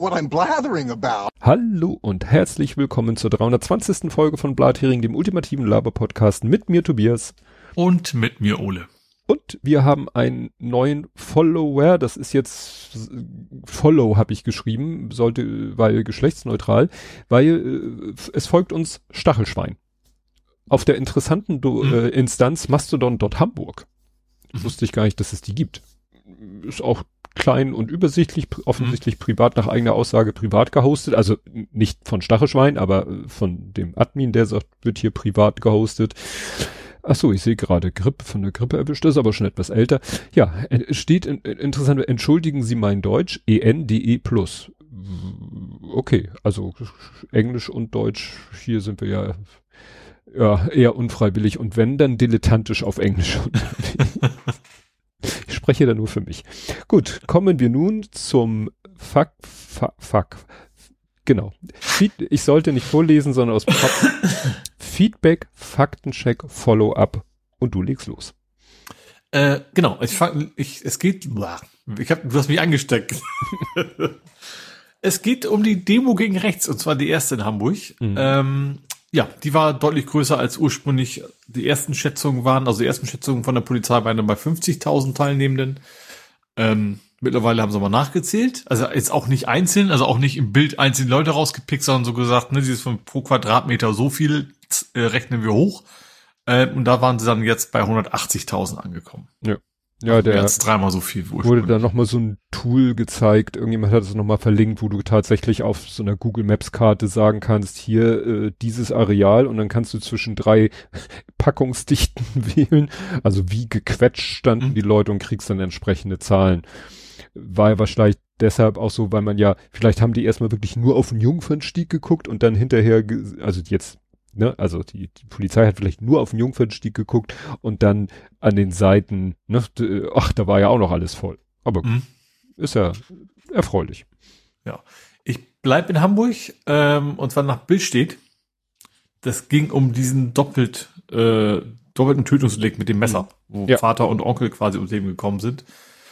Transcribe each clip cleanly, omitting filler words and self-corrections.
what I'm blathering about. Hallo und herzlich willkommen zur 320. Folge von Blathering, dem ultimativen Laber-Podcast mit mir Tobias. Und mit mir Ole. Und wir haben einen neuen Follower, das ist jetzt Follow habe ich geschrieben, weil geschlechtsneutral, weil es folgt uns Stachelschwein. Auf der interessanten Instanz Mastodon.Hamburg. Wusste ich gar nicht, dass es die gibt. Ist auch klein und übersichtlich, offensichtlich privat, nach eigener Aussage privat gehostet, also nicht von Stachelschwein, aber von dem Admin, der sagt, wird hier privat gehostet. Ach so, ich sehe gerade von der Grippe erwischt, das ist aber schon etwas älter. Ja, steht interessant, entschuldigen Sie mein Deutsch, ENDE+. Okay, also Englisch und Deutsch, hier sind wir ja eher unfreiwillig und wenn, dann dilettantisch auf Englisch. Ich spreche da nur für mich. Gut, kommen wir nun zum Genau. Ich sollte nicht vorlesen, sondern aus Feedback, Faktencheck, Follow-up und du legst los. Genau, du hast mich angesteckt. Es geht um die Demo gegen rechts, und zwar die erste in Hamburg. Ja, die war deutlich größer als ursprünglich die ersten Schätzungen waren. Also die ersten Schätzungen von der Polizei waren dann bei 50.000 Teilnehmenden. Mittlerweile haben sie mal nachgezählt. Also jetzt auch nicht einzeln, also auch nicht im Bild einzelne Leute rausgepickt, sondern so gesagt, ne, dieses von pro Quadratmeter so viel rechnen wir hoch. Und da waren sie dann jetzt bei 180.000 angekommen. Ja. Ja, der jetzt dreimal so viel wurde da nochmal so ein Tool gezeigt, irgendjemand hat es nochmal verlinkt, wo du tatsächlich auf so einer Google Maps Karte sagen kannst, hier dieses Areal und dann kannst du zwischen 3 Packungsdichten wählen, also wie gequetscht standen die Leute und kriegst dann entsprechende Zahlen. War ja wahrscheinlich deshalb auch so, weil man ja, vielleicht haben die erstmal wirklich nur auf den Jungfernstieg geguckt und dann hinterher, also jetzt ne, also die Polizei hat vielleicht nur auf den Jungfernstieg geguckt und dann an den Seiten, ne, da war ja auch noch alles voll. Aber ist ja erfreulich. Ja, ich bleib in Hamburg, und zwar nach Billstedt. Das ging um diesen doppelten Tötungsdelikt mit dem Messer, wo Vater und Onkel quasi ums Leben gekommen sind.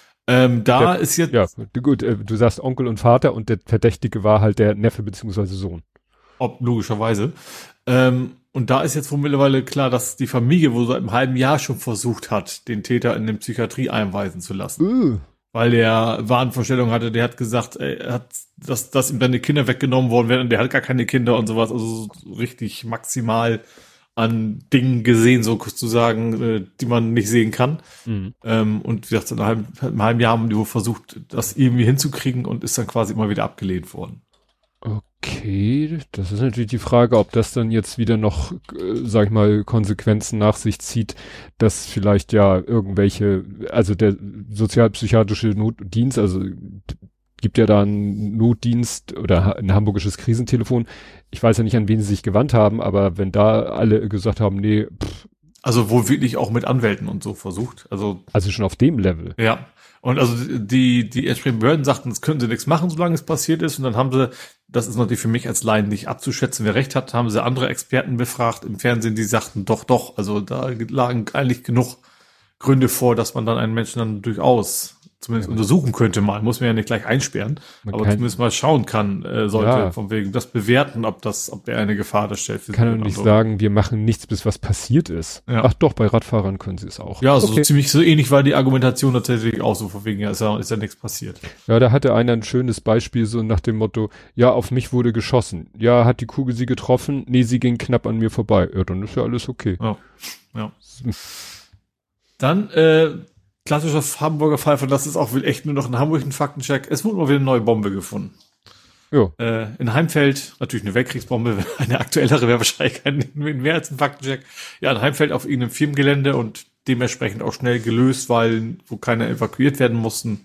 Ist jetzt... Ja, gut, du sagst Onkel und Vater und der Verdächtige war halt der Neffe beziehungsweise Sohn. Logischerweise. Und da ist jetzt wohl mittlerweile klar, dass die Familie wohl seit einem halben Jahr schon versucht hat, den Täter in eine Psychiatrie einweisen zu lassen. Weil der Wahnvorstellung hatte, der hat gesagt, dass ihm seine Kinder weggenommen worden wären und der hat gar keine Kinder und sowas. Also so richtig maximal an Dingen gesehen, sozusagen, die man nicht sehen kann. Und wie gesagt, in einem halben Jahr haben die wohl versucht, das irgendwie hinzukriegen und ist dann quasi immer wieder abgelehnt worden. Okay, das ist natürlich die Frage, ob das dann jetzt wieder noch, sag ich mal, Konsequenzen nach sich zieht, dass vielleicht ja irgendwelche, also der sozialpsychiatrische Notdienst, also gibt ja da einen Notdienst oder ein hamburgisches Krisentelefon. Ich weiß ja nicht, an wen sie sich gewandt haben, aber wenn da alle gesagt haben, nee, also wohl wirklich auch mit Anwälten und so versucht. Also schon auf dem Level. Ja. Und also die entsprechenden Behörden sagten, das können sie nichts machen, solange es passiert ist. Und dann haben sie, das ist natürlich für mich als Laien nicht abzuschätzen, wer recht hat, haben sie andere Experten befragt im Fernsehen, die sagten, doch. Also da lagen eigentlich genug Gründe vor, dass man dann einen Menschen dann durchaus zumindest untersuchen könnte mal. Muss man ja nicht gleich einsperren, aber zumindest mal schauen kann, sollte von wegen das bewerten, ob der eine Gefahr darstellt. Kann doch nicht sagen, wir machen nichts, bis was passiert ist. Ja. Ach doch, bei Radfahrern können sie es auch. Ja, so ziemlich so ähnlich war die Argumentation tatsächlich auch so, von wegen, ist ja nichts passiert. Ja, da hatte einer ein schönes Beispiel, so nach dem Motto, ja, auf mich wurde geschossen. Ja, hat die Kugel sie getroffen? Nee, sie ging knapp an mir vorbei. Ja, dann ist ja alles okay. Ja. Dann, klassischer Hamburger Fall, von das ist auch echt nur noch in Hamburg ein Faktencheck. Es wurde mal wieder eine neue Bombe gefunden. Jo. In Heimfeld, natürlich eine Weltkriegsbombe, eine aktuellere wäre wahrscheinlich mehr als ein Faktencheck. Ja, in Heimfeld auf irgendeinem Firmengelände und dementsprechend auch schnell gelöst, wo keine evakuiert werden mussten.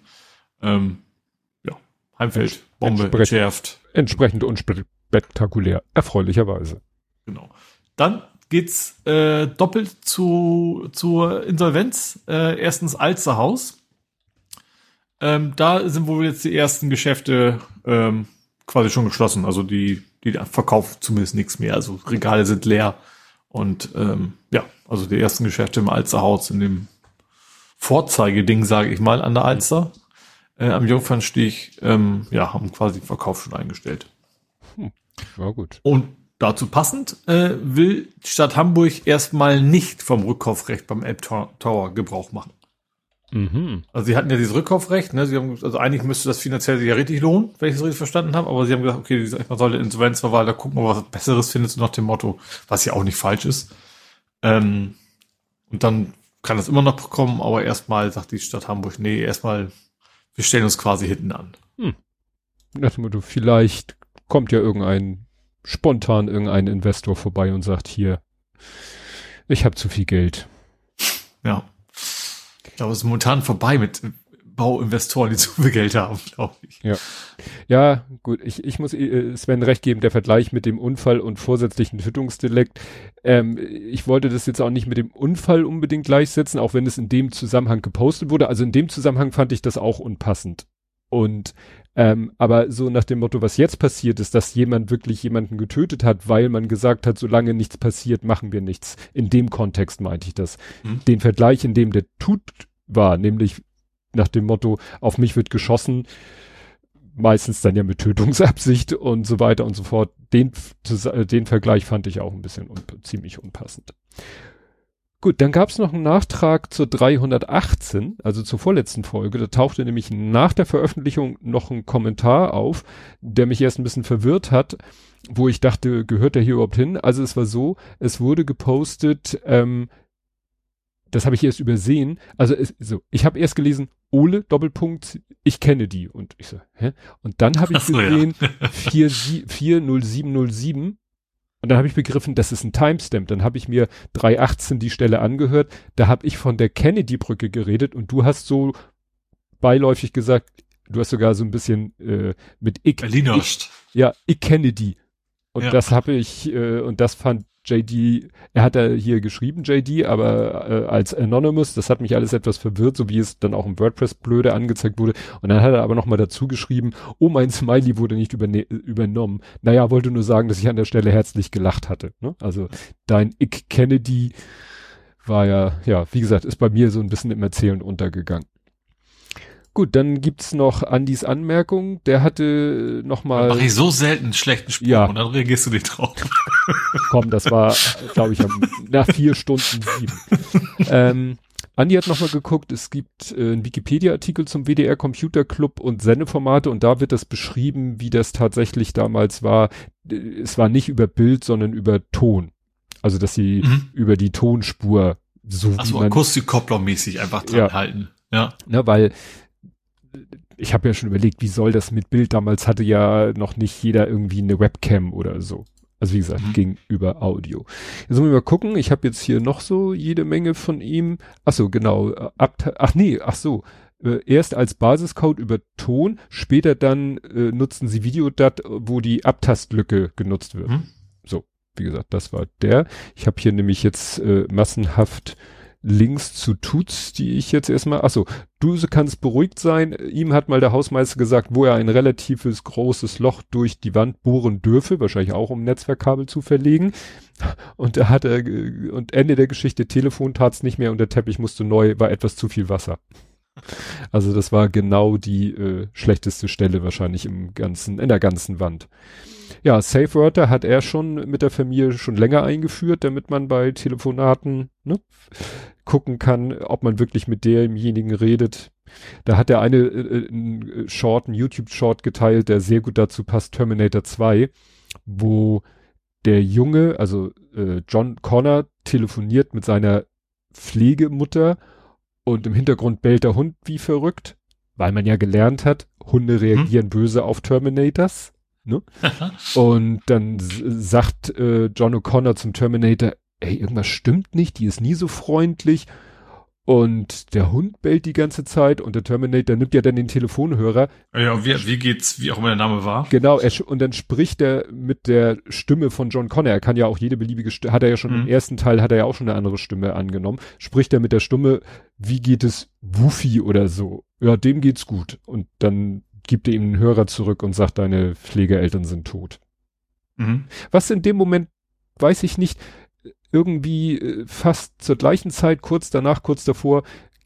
Heimfeld, Bombe entschärft. Entsprechend unspektakulär, erfreulicherweise. Genau. Dann geht's doppelt zur Insolvenz. Erstens Alsterhaus. Da sind wohl jetzt die ersten Geschäfte quasi schon geschlossen. Also die verkaufen zumindest nichts mehr. Also Regale sind leer. Und also die ersten Geschäfte im Alsterhaus in dem Vorzeigeding, sage ich mal, an der Alster. am Jungfernsteg, haben quasi den Verkauf schon eingestellt. Ja, gut. Und dazu passend will die Stadt Hamburg erstmal nicht vom Rückkaufrecht beim Elbtower Gebrauch machen. Mhm. Also sie hatten ja dieses Rückkaufrecht, ne? Also eigentlich müsste das finanziell sich ja richtig lohnen, wenn ich das richtig verstanden habe, aber sie haben gesagt, okay, man soll den Insolvenzverwalter gucken, ob er was Besseres findet, so nach dem Motto, was ja auch nicht falsch ist. Und dann kann das immer noch kommen, aber erstmal sagt die Stadt Hamburg, nee, erstmal, wir stellen uns quasi hinten an. Nach dem Motto, vielleicht kommt ja spontan irgendein Investor vorbei und sagt, hier, ich habe zu viel Geld. Ja. Ich glaube, es ist momentan vorbei mit Bauinvestoren, die zu viel Geld haben, glaube ich. Ja, gut, ich muss Sven recht geben, der Vergleich mit dem Unfall und vorsätzlichen Tötungsdelikt. Ich wollte das jetzt auch nicht mit dem Unfall unbedingt gleichsetzen, auch wenn es in dem Zusammenhang gepostet wurde. Also in dem Zusammenhang fand ich das auch unpassend. Und aber so nach dem Motto, was jetzt passiert ist, dass jemand wirklich jemanden getötet hat, weil man gesagt hat, solange nichts passiert, machen wir nichts. In dem Kontext meinte ich das. Den Vergleich, in dem der Tut war, nämlich nach dem Motto, auf mich wird geschossen, meistens dann ja mit Tötungsabsicht und so weiter und so fort. Den Vergleich fand ich auch ein bisschen ziemlich unpassend. Gut, dann gab es noch einen Nachtrag zur 318, also zur vorletzten Folge. Da tauchte nämlich nach der Veröffentlichung noch ein Kommentar auf, der mich erst ein bisschen verwirrt hat, wo ich dachte, gehört der hier überhaupt hin? Also es war so, es wurde gepostet, das habe ich erst übersehen. Also ich habe erst gelesen, Ole, Doppelpunkt, ich kenne die. Und ich so, hä? Und dann habe ich gesehen, 40707. Und dann habe ich begriffen, das ist ein Timestamp. Dann habe ich mir 318 die Stelle angehört. Da habe ich von der Kennedy-Brücke geredet und du hast so beiläufig gesagt, du hast sogar so ein bisschen mit ich Kennedy. Und das habe ich, und das fand JD, er hat da hier geschrieben, JD, aber als Anonymous, das hat mich alles etwas verwirrt, so wie es dann auch im WordPress blöde angezeigt wurde. Und dann hat er aber nochmal dazu geschrieben, oh, mein Smiley wurde nicht übernommen. Naja, wollte nur sagen, dass ich an der Stelle herzlich gelacht hatte. Ne? Also dein Ick Kennedy war ja, wie gesagt, ist bei mir so ein bisschen im Erzählen untergegangen. Gut, dann gibt's noch Andys Anmerkung, der hatte nochmal... Mache ich so selten einen schlechten Spruch und dann reagierst du nicht drauf. Komm, das war, glaube ich, nach 4 Stunden 7. Andi hat nochmal geguckt, es gibt einen Wikipedia-Artikel zum WDR Computer Club und Sendeformate und da wird das beschrieben, wie das tatsächlich damals war. Es war nicht über Bild, sondern über Ton. Also, dass sie über die Tonspur so... Achso, Akustikkoppler-mäßig einfach dran halten. Ja. Ne, weil... Ich habe ja schon überlegt, wie soll das mit Bild? Damals hatte ja noch nicht jeder irgendwie eine Webcam oder so. Also wie gesagt, ging über Audio. Jetzt müssen wir mal gucken. Ich habe jetzt hier noch so jede Menge von ihm. Ach so, genau. Erst als Basiscode über Ton, später dann nutzen sie Videodat, wo die Abtastlücke genutzt wird. So, wie gesagt, das war der. Ich habe hier nämlich jetzt massenhaft Links zu Tuts, die ich jetzt erstmal, du kannst beruhigt sein. Ihm hat mal der Hausmeister gesagt, wo er ein relatives großes Loch durch die Wand bohren dürfe, wahrscheinlich auch um Netzwerkkabel zu verlegen. Und da hat und Ende der Geschichte, Telefon tat's nicht mehr und der Teppich musste neu, war etwas zu viel Wasser. Also das war genau die schlechteste Stelle wahrscheinlich in der ganzen Wand. Ja, Safe-Wörter hat er schon mit der Familie schon länger eingeführt, damit man bei Telefonaten gucken kann, ob man wirklich mit demjenigen redet. Da hat er einen YouTube-Short geteilt, der sehr gut dazu passt, Terminator 2, wo der Junge, also John Connor, telefoniert mit seiner Pflegemutter und im Hintergrund bellt der Hund wie verrückt, weil man ja gelernt hat, Hunde reagieren böse auf Terminators. Ne? Und dann sagt John O'Connor zum Terminator, ey, irgendwas stimmt nicht, die ist nie so freundlich und der Hund bellt die ganze Zeit und der Terminator nimmt ja dann den Telefonhörer. Ja, wie geht's, wie auch immer der Name war. Genau, und dann spricht er mit der Stimme von John Connor, er kann ja auch jede beliebige Stimme, hat er ja schon im ersten Teil, hat er ja auch schon eine andere Stimme angenommen, spricht er mit der Stimme, wie geht es Wuffy oder so, ja, dem geht's gut und dann gibt er ihm einen Hörer zurück und sagt, deine Pflegeeltern sind tot. Was in dem Moment, weiß ich nicht, irgendwie fast zur gleichen Zeit, kurz danach, kurz davor,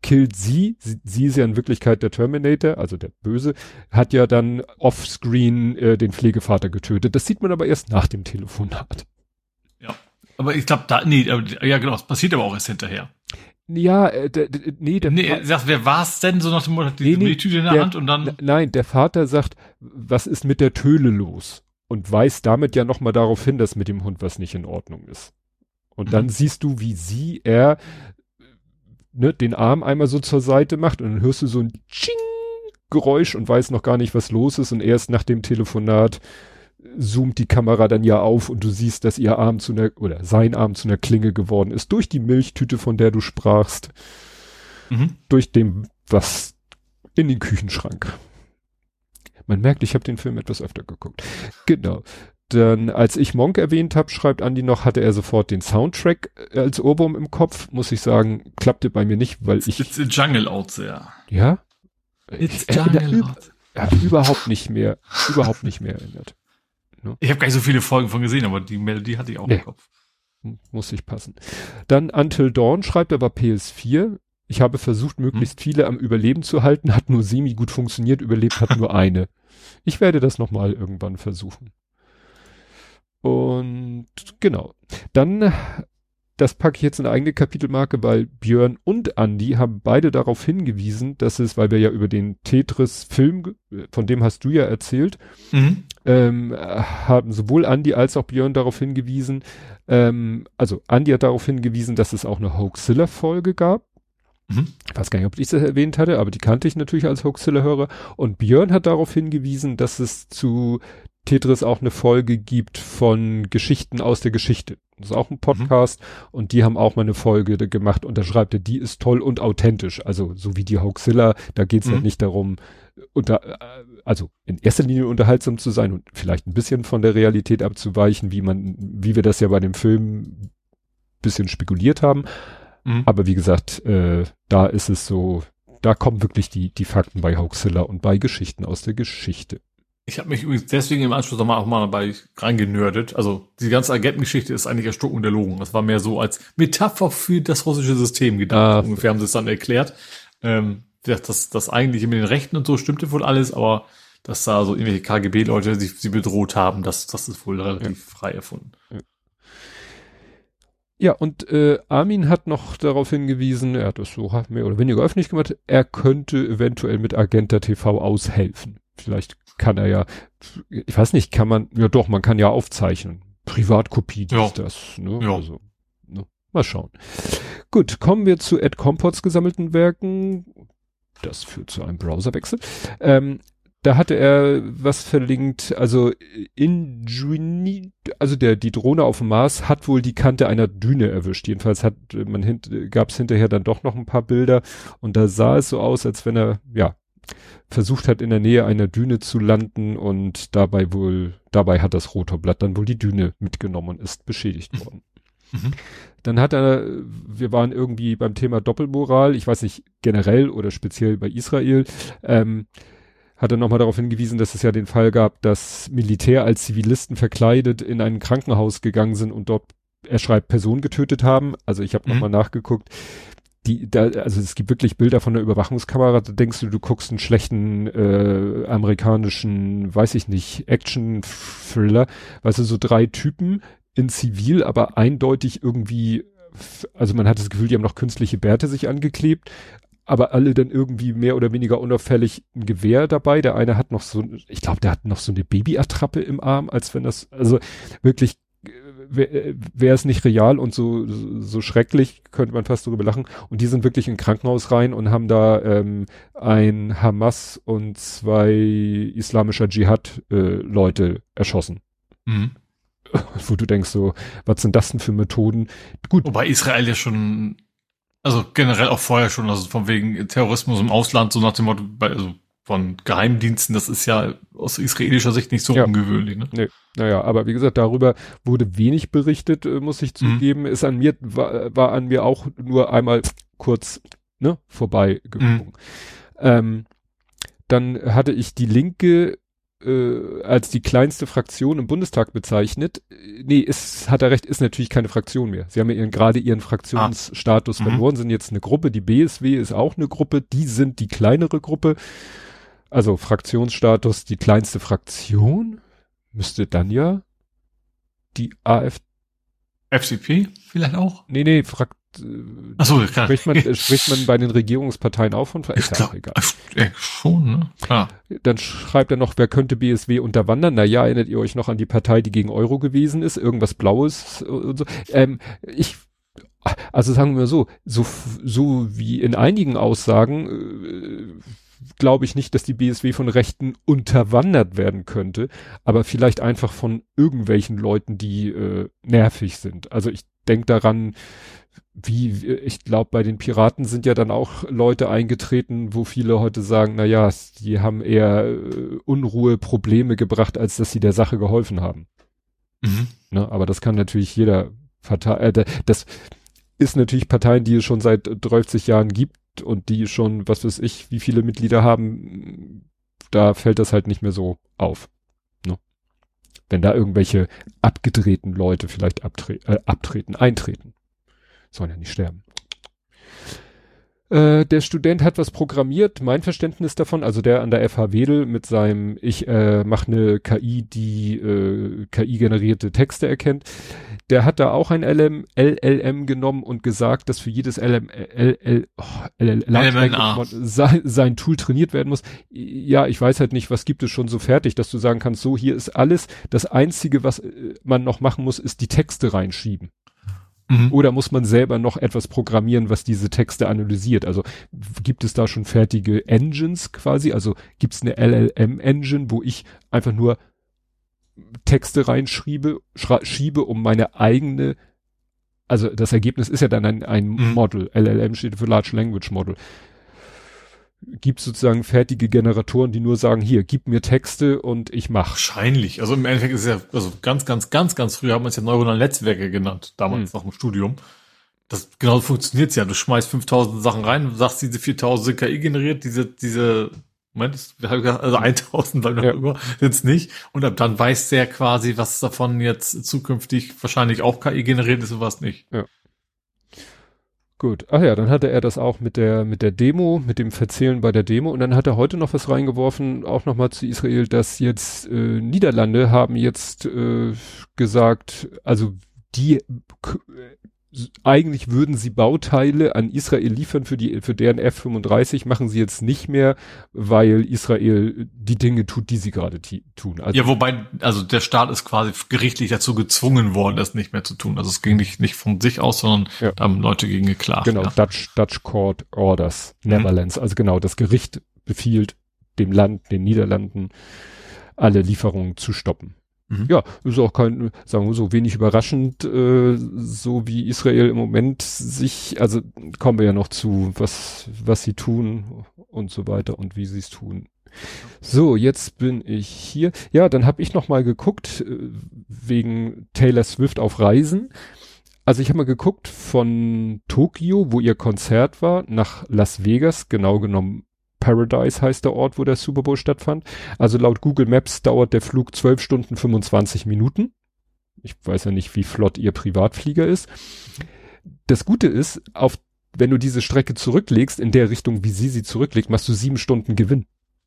killt sie ist ja in Wirklichkeit der Terminator, also der Böse, hat ja dann offscreen den Pflegevater getötet. Das sieht man aber erst nach dem Telefonat. Ja, aber ich glaube, ja genau, es passiert aber auch erst hinterher. Ja, er sagt, wer war's denn, so nach dem Motto, die Tüte in der Hand und dann... Nein, der Vater sagt, was ist mit der Töle los? Und weist damit ja nochmal darauf hin, dass mit dem Hund was nicht in Ordnung ist. Und dann siehst du, wie er den Arm einmal so zur Seite macht und dann hörst du so ein Tsching-Geräusch und weiß noch gar nicht, was los ist. Und erst nach dem Telefonat zoomt die Kamera dann ja auf und du siehst, dass sein Arm zu einer Klinge geworden ist. Durch die Milchtüte, von der du sprachst. Durch was in den Küchenschrank. Man merkt, ich habe den Film etwas öfter geguckt. Genau. Dann, als ich Monk erwähnt habe, schreibt Andi noch, hatte er sofort den Soundtrack als Ohrwurm im Kopf. Muss ich sagen, klappte bei mir nicht, weil ich... It's a jungle out there. Ja? It's jungle out there. Überhaupt nicht mehr erinnert. Ne? Ich habe gar nicht so viele Folgen von gesehen, aber die Melodie hatte ich auch im Kopf. Muss ich passen. Dann Until Dawn schreibt er bei PS4. Ich habe versucht, möglichst viele am Überleben zu halten, hat nur semi-gut funktioniert, überlebt hat nur eine. Ich werde das nochmal irgendwann versuchen. Und genau. Dann, das packe ich jetzt in eine eigene Kapitelmarke, weil Björn und Andi haben beide darauf hingewiesen, dass es, weil wir ja über den Tetris-Film, von dem hast du ja erzählt, haben sowohl Andi als auch Björn darauf hingewiesen, also Andi hat darauf hingewiesen, dass es auch eine Hoaxilla-Folge gab. Ich weiß gar nicht, ob ich das erwähnt hatte, aber die kannte ich natürlich als Hoaxilla-Hörer. Und Björn hat darauf hingewiesen, dass es zu Tetris auch eine Folge gibt von Geschichten aus der Geschichte. Das ist auch ein Podcast und die haben auch mal eine Folge gemacht und da schreibt er, die ist toll und authentisch. Also so wie die Hoaxilla, da geht es halt nicht darum, also in erster Linie unterhaltsam zu sein und vielleicht ein bisschen von der Realität abzuweichen, wie wir das ja bei dem Film bisschen spekuliert haben. Aber wie gesagt, da ist es so, da kommen wirklich die Fakten bei Hoaxilla und bei Geschichten aus der Geschichte. Ich habe mich übrigens deswegen im Anschluss auch mal dabei reingenördet. Also die ganze Agentengeschichte ist eigentlich Erstucken der Logen. Das war mehr so als Metapher für das russische System gedacht. Ungefähr haben sie es dann erklärt. Das eigentliche mit den Rechten und so stimmte wohl alles, aber dass da so irgendwelche KGB-Leute sie bedroht haben, das ist wohl relativ frei erfunden. Ja, und Armin hat noch darauf hingewiesen, er hat das so mehr oder weniger öffentlich gemacht, er könnte eventuell mit Agenta TV aushelfen. Vielleicht kann er ja, ich weiß nicht, man kann ja aufzeichnen. Privatkopie ist das, ne? Ja. Also, ne? Mal schauen. Gut, kommen wir zu Ed Compots gesammelten Werken. Das führt zu einem Browserwechsel. Da hatte er was verlinkt, also die Drohne auf dem Mars hat wohl die Kante einer Düne erwischt. Jedenfalls gab es hinterher dann doch noch ein paar Bilder und da sah es so aus, als wenn er, versucht hat, in der Nähe einer Düne zu landen und dabei hat das Rotorblatt dann wohl die Düne mitgenommen und ist beschädigt worden. Dann wir waren irgendwie beim Thema Doppelmoral, ich weiß nicht, generell oder speziell bei Israel, hat er nochmal darauf hingewiesen, dass es ja den Fall gab, dass Militär als Zivilisten verkleidet in ein Krankenhaus gegangen sind und dort, er schreibt, Personen getötet haben. Also ich habe nochmal nachgeguckt. Also es gibt wirklich Bilder von der Überwachungskamera, da denkst du guckst einen schlechten amerikanischen, weiß ich nicht, Action-Thriller, weißt du, so 3 Typen in Zivil, aber eindeutig irgendwie, also man hat das Gefühl, die haben noch künstliche Bärte sich angeklebt, aber alle dann irgendwie mehr oder weniger unauffällig ein Gewehr dabei. Der eine hat noch ich glaube, der hat noch so eine Babyattrappe im Arm, als wenn das, also wirklich, wäre es nicht real und so schrecklich, könnte man fast darüber lachen. Und die sind wirklich in ein Krankenhaus rein und haben da ein Hamas und 2 islamischer Dschihad Leute erschossen. Wo du denkst so, was sind das denn für Methoden? Gut. Wobei Israel ja schon, also generell auch vorher schon, also von wegen Terrorismus im Ausland, so nach dem Motto, also von Geheimdiensten, das ist ja aus israelischer Sicht nicht so ungewöhnlich, ne? Nee. Naja, aber wie gesagt, darüber wurde wenig berichtet, muss ich zugeben. Ist war an mir auch nur einmal kurz, vorbei geflogen. Dann hatte ich die Linke als die kleinste Fraktion im Bundestag bezeichnet. Nee, hat er recht, ist natürlich keine Fraktion mehr. Sie haben ja gerade ihren Fraktionsstatus verloren, sind jetzt eine Gruppe. Die BSW ist auch eine Gruppe, die sind die kleinere Gruppe. Also Fraktionsstatus, die kleinste Fraktion müsste dann ja die FDP vielleicht auch? Nee, Achso, klar. Spricht man bei den Regierungsparteien auch von? Ist ja auch egal. Schon, ne? Klar. Dann schreibt er noch, wer könnte BSW unterwandern? Naja, erinnert ihr euch noch an die Partei, die gegen Euro gewesen ist? Irgendwas Blaues und so. Also sagen wir so wie in einigen Aussagen, glaube ich nicht, dass die BSW von Rechten unterwandert werden könnte, aber vielleicht einfach von irgendwelchen Leuten, die nervig sind. Also ich denke daran, ich glaube, bei den Piraten sind ja dann auch Leute eingetreten, wo viele heute sagen, na ja, die haben eher Unruhe, Probleme gebracht, als dass sie der Sache geholfen haben. Mhm. Ne, aber das kann natürlich jeder Partei, das ist natürlich Parteien, die es schon seit 30 Jahren gibt und die schon, was weiß ich, wie viele Mitglieder haben, da fällt das halt nicht mehr so auf. Ne? Wenn da irgendwelche abgedrehten Leute vielleicht eintreten. Sollen ja nicht sterben. Der Student hat was programmiert, mein Verständnis davon, also der an der FH Wedel mit seinem, ich mache eine KI, die KI-generierte Texte erkennt, der hat da auch ein LLM genommen und gesagt, dass für jedes sein Tool trainiert werden muss. Ja, ich weiß halt nicht, was gibt es schon so fertig, dass du sagen kannst, so hier ist alles, das Einzige, was man noch machen muss, ist die Texte reinschieben. Mhm. Oder muss man selber noch etwas programmieren, was diese Texte analysiert? Also gibt es da schon fertige Engines quasi? Also gibt es eine LLM-Engine, wo ich einfach nur Texte reinschiebe, um meine eigene, also das Ergebnis ist ja dann ein Model. LLM steht für Large Language Model. Gibt sozusagen fertige Generatoren, die nur sagen, hier, gib mir Texte und ich mach. Wahrscheinlich. Also im Endeffekt ist es ja, also ganz früh haben wir es ja neuronale Netzwerke genannt, damals noch im Studium. Das genau funktioniert's ja. Du schmeißt 5000 Sachen rein, sagst, diese 4000 sind KI generiert, diese Moment, also 1000 sind's nicht. Und ab dann weiß der quasi, was davon jetzt zukünftig wahrscheinlich auch KI generiert ist und was nicht. Ja. Gut, ach ja, dann hatte er das auch mit der Demo, mit dem Verzählen bei der Demo und dann hat er heute noch was reingeworfen, auch nochmal zu Israel, dass jetzt Niederlande haben jetzt gesagt, also die eigentlich würden sie Bauteile an Israel liefern für deren F-35, machen sie jetzt nicht mehr, weil Israel die Dinge tut, die sie gerade tun. Also, ja, wobei, also der Staat ist quasi gerichtlich dazu gezwungen worden, das nicht mehr zu tun. Also es ging nicht von sich aus, sondern da haben Leute gegen geklagt. Genau, ja. Dutch Court Orders, Netherlands. Also genau, das Gericht befiehlt dem Land, den Niederlanden, alle Lieferungen zu stoppen. Ja, ist auch sagen wir so, wenig überraschend, so wie Israel im Moment sich, also kommen wir ja noch zu, was sie tun und so weiter und wie sie es tun. So, jetzt bin ich hier. Ja, dann habe ich noch mal geguckt, wegen Taylor Swift auf Reisen. Also ich habe mal geguckt von Tokio, wo ihr Konzert war, nach Las Vegas, genau genommen Paradise heißt der Ort, wo der Super Bowl stattfand. Also laut Google Maps dauert der Flug 12 Stunden 25 Minuten. Ich weiß ja nicht, wie flott ihr Privatflieger ist. Das Gute ist, wenn du diese Strecke zurücklegst, in der Richtung, wie sie zurücklegt, machst du 7 Stunden Gewinn.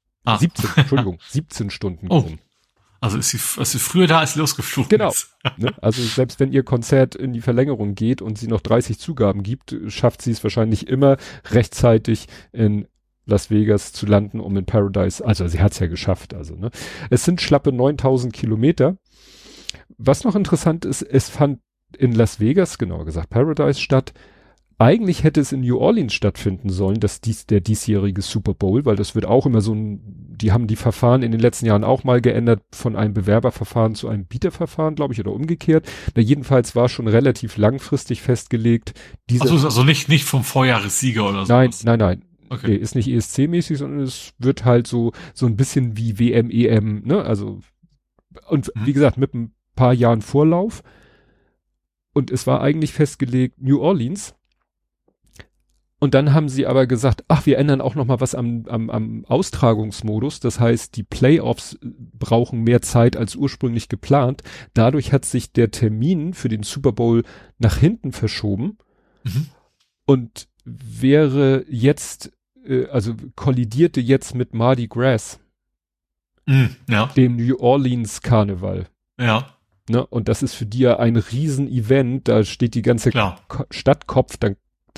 17 Stunden Gewinn. Also ist sie früher da, als sie losgeflogen ist. Ne? Also selbst wenn ihr Konzert in die Verlängerung geht und sie noch 30 Zugaben gibt, schafft sie es wahrscheinlich immer rechtzeitig in Las Vegas zu landen, um in Paradise, also sie hat es ja geschafft, also ne. Es sind schlappe 9000 Kilometer. Was noch interessant ist, es fand in Las Vegas, genauer gesagt Paradise statt. Eigentlich hätte es in New Orleans stattfinden sollen, der diesjährige Super Bowl, weil das wird auch immer die haben die Verfahren in den letzten Jahren auch mal geändert von einem Bewerberverfahren zu einem Bieterverfahren, glaube ich, oder umgekehrt. Jedenfalls war schon relativ langfristig festgelegt. Also nicht vom Vorjahressieger oder so. Nein. Okay. Nee, ist nicht ESC-mäßig, sondern es wird halt so ein bisschen wie WM, EM, ne? Also, und wie gesagt, mit ein paar Jahren Vorlauf. Und es war eigentlich festgelegt New Orleans. Und dann haben sie aber gesagt, ach, wir ändern auch noch mal was am Austragungsmodus. Das heißt, die Playoffs brauchen mehr Zeit als ursprünglich geplant. Dadurch hat sich der Termin für den Super Bowl nach hinten verschoben und wäre jetzt, also kollidierte jetzt mit Mardi Gras, dem New Orleans Karneval. Ja. Ne? Und das ist für die ja ein Riesen-Event. Da steht die ganze Stadtkopf, dann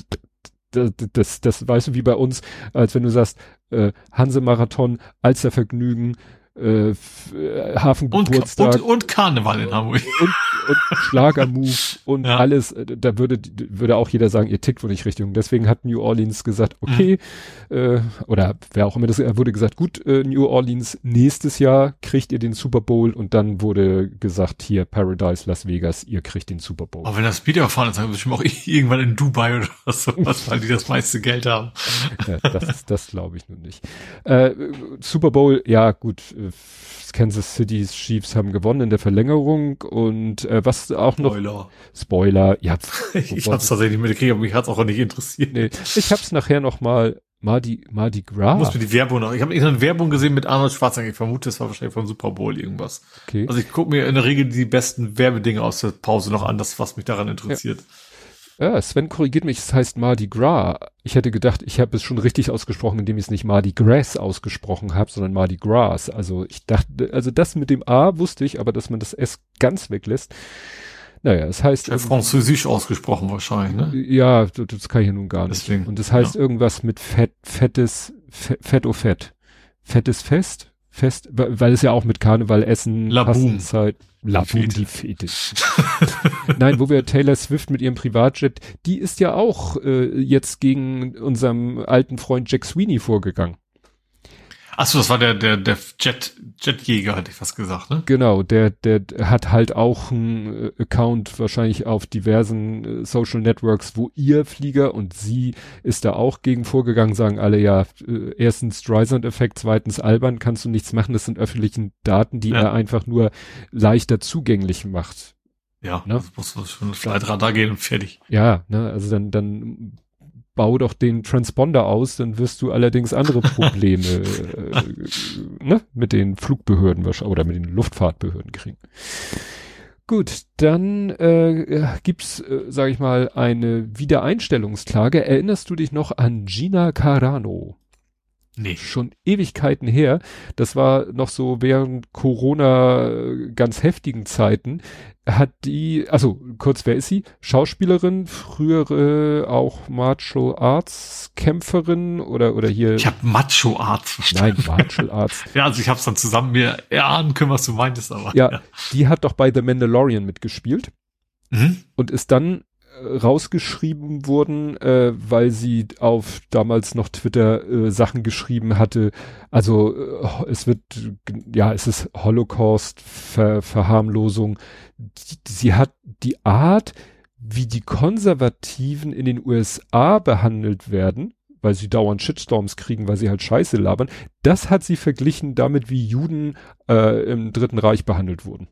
das weißt du, wie bei uns, als wenn du sagst, Hanse-Marathon, Alstervergnügen, Hafengeburtstag. Und Karneval in Hamburg. Und Schlagermove und alles, da würde auch jeder sagen, ihr tickt wohl nicht richtig. Deswegen hat New Orleans gesagt, okay, oder wer auch immer das, wurde gesagt, gut, New Orleans, nächstes Jahr kriegt ihr den Super Bowl und dann wurde gesagt, hier Paradise Las Vegas, ihr kriegt den Super Bowl. Aber wenn das Speeder fahren, dann sagen wir bestimmt auch irgendwann in Dubai oder sowas, weil die das meiste Geld haben. Ja, das glaube ich nun nicht. Super Bowl, ja gut, Kansas City Chiefs haben gewonnen in der Verlängerung und was auch noch Spoiler, ja. Ich hab's tatsächlich mitgekriegt, aber mich hat's auch nicht interessiert. Nee, ich hab's nachher noch mal Mardi Gras. Ich muss mir die Werbung noch. Ich habe eine Werbung gesehen mit Arnold Schwarzenegger. Ich vermute, das war wahrscheinlich vom Super Bowl irgendwas. Okay. Also ich gucke mir in der Regel die besten Werbedinge aus der Pause noch an, das was mich daran interessiert. Ja, Sven korrigiert mich, es heißt Mardi Gras. Ich hätte gedacht, ich habe es schon richtig ausgesprochen, indem ich es nicht Mardi Gras ausgesprochen habe, sondern Mardi Gras. Also ich dachte, also das mit dem A wusste ich, aber dass man das S ganz weglässt. Naja, es heißt... Französisch ausgesprochen wahrscheinlich, ne? Ja, das kann ich ja nun gar nicht. Deswegen, und das heißt irgendwas mit Fett, fettes Fest, weil es ja auch mit Karneval, Essen, Fastenzeit... Laboom, die Fete. Nein, wo wir Taylor Swift mit ihrem Privatjet, die ist ja auch jetzt gegen unserem alten Freund Jack Sweeney vorgegangen. Achso, das war der Jetjäger, hatte ich fast gesagt, ne? Genau, der hat halt auch einen Account wahrscheinlich auf diversen Social Networks, wo ihr Flieger und sie ist da auch gegen vorgegangen, sagen alle ja, erstens Streisand-Effekt, zweitens albern, kannst du nichts machen, das sind öffentlichen Daten, die er einfach nur leichter zugänglich macht. Ja, ne? Das muss schon Flightradar gehen und fertig. Ja, ne, also dann bau doch den Transponder aus, dann wirst du allerdings andere Probleme ne, mit den Flugbehörden oder mit den Luftfahrtbehörden kriegen. Gut, dann gibt's, sage ich mal, eine Wiedereinstellungsklage. Erinnerst du dich noch an Gina Carano? Nee. Schon Ewigkeiten her. Das war noch so während Corona ganz heftigen Zeiten. Hat die, also kurz, wer ist sie? Schauspielerin, frühere auch Martial Arts Kämpferin oder hier. Ich habe Macho Arts verstanden. Nein, Martial Arts. Ja, also ich habe es dann zusammen mir erahnen können, was du meintest, aber. Ja, die hat doch bei The Mandalorian mitgespielt und ist dann rausgeschrieben wurden, weil sie auf damals noch Twitter Sachen geschrieben hatte. Also es ist Holocaust, Verharmlosung. Sie hat die Art, wie die Konservativen in den USA behandelt werden, weil sie dauernd Shitstorms kriegen, weil sie halt Scheiße labern, das hat sie verglichen damit, wie Juden im Dritten Reich behandelt wurden.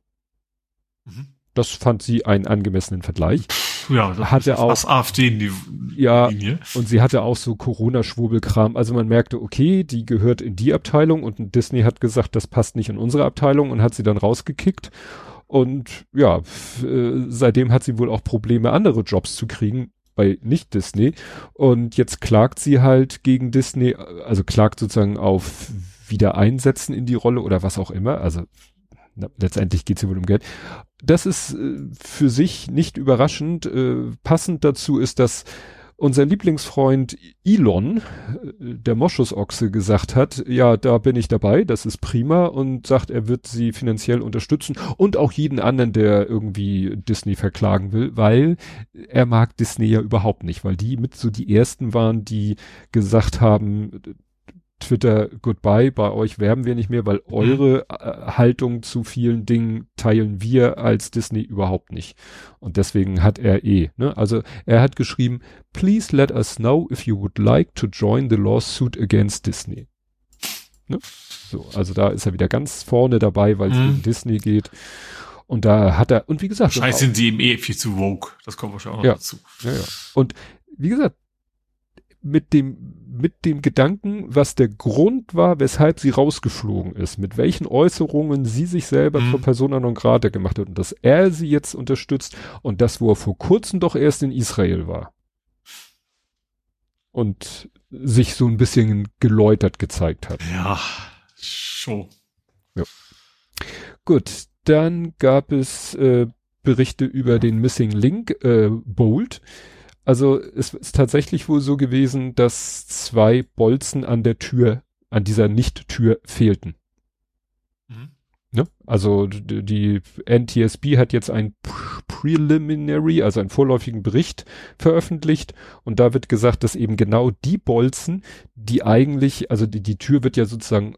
Das fand sie einen angemessenen Vergleich. Ja, das hatte ist auch das AfD in die ja, Linie. Und sie hatte auch so Corona-Schwurbelkram. Also man merkte, okay, die gehört in die Abteilung und Disney hat gesagt, das passt nicht in unsere Abteilung und hat sie dann rausgekickt. Und ja, seitdem hat sie wohl auch Probleme, andere Jobs zu kriegen bei nicht Disney. Und jetzt klagt sie halt gegen Disney, also klagt sozusagen auf Wiedereinsetzen in die Rolle oder was auch immer. Also letztendlich geht es hier wohl um Geld. Das ist für sich nicht überraschend. Passend dazu ist, dass unser Lieblingsfreund Elon, der Moschusochse, gesagt hat, ja, da bin ich dabei, das ist prima und sagt, er wird sie finanziell unterstützen und auch jeden anderen, der irgendwie Disney verklagen will, weil er mag Disney ja überhaupt nicht, weil die mit so die ersten waren, die gesagt haben, Twitter, goodbye, bei euch werben wir nicht mehr, weil eure Haltung zu vielen Dingen teilen wir als Disney überhaupt nicht. Und deswegen hat er ne? Also er hat geschrieben, please let us know if you would like to join the lawsuit against Disney. Ne? So, also da ist er wieder ganz vorne dabei, weil es gegen Disney geht. Und da hat er, und wie gesagt. Wahrscheinlich sind sie ihm viel zu woke. Das kommt wahrscheinlich auch noch dazu. Ja. Und wie gesagt, mit dem Gedanken, was der Grund war, weshalb sie rausgeflogen ist, mit welchen Äußerungen sie sich selber zur Persona non grata gemacht hat und dass er sie jetzt unterstützt und das, wo er vor kurzem doch erst in Israel war. Und sich so ein bisschen geläutert gezeigt hat. Ja, schon. Ja. Gut, dann gab es Berichte über den Missing Link, Bolt. Also es ist tatsächlich wohl so gewesen, dass 2 Bolzen an der Tür, an dieser Nicht-Tür fehlten. Ne? Also die NTSB hat jetzt ein Preliminary, also einen vorläufigen Bericht veröffentlicht und da wird gesagt, dass eben genau die Bolzen, die eigentlich, also die Tür wird ja sozusagen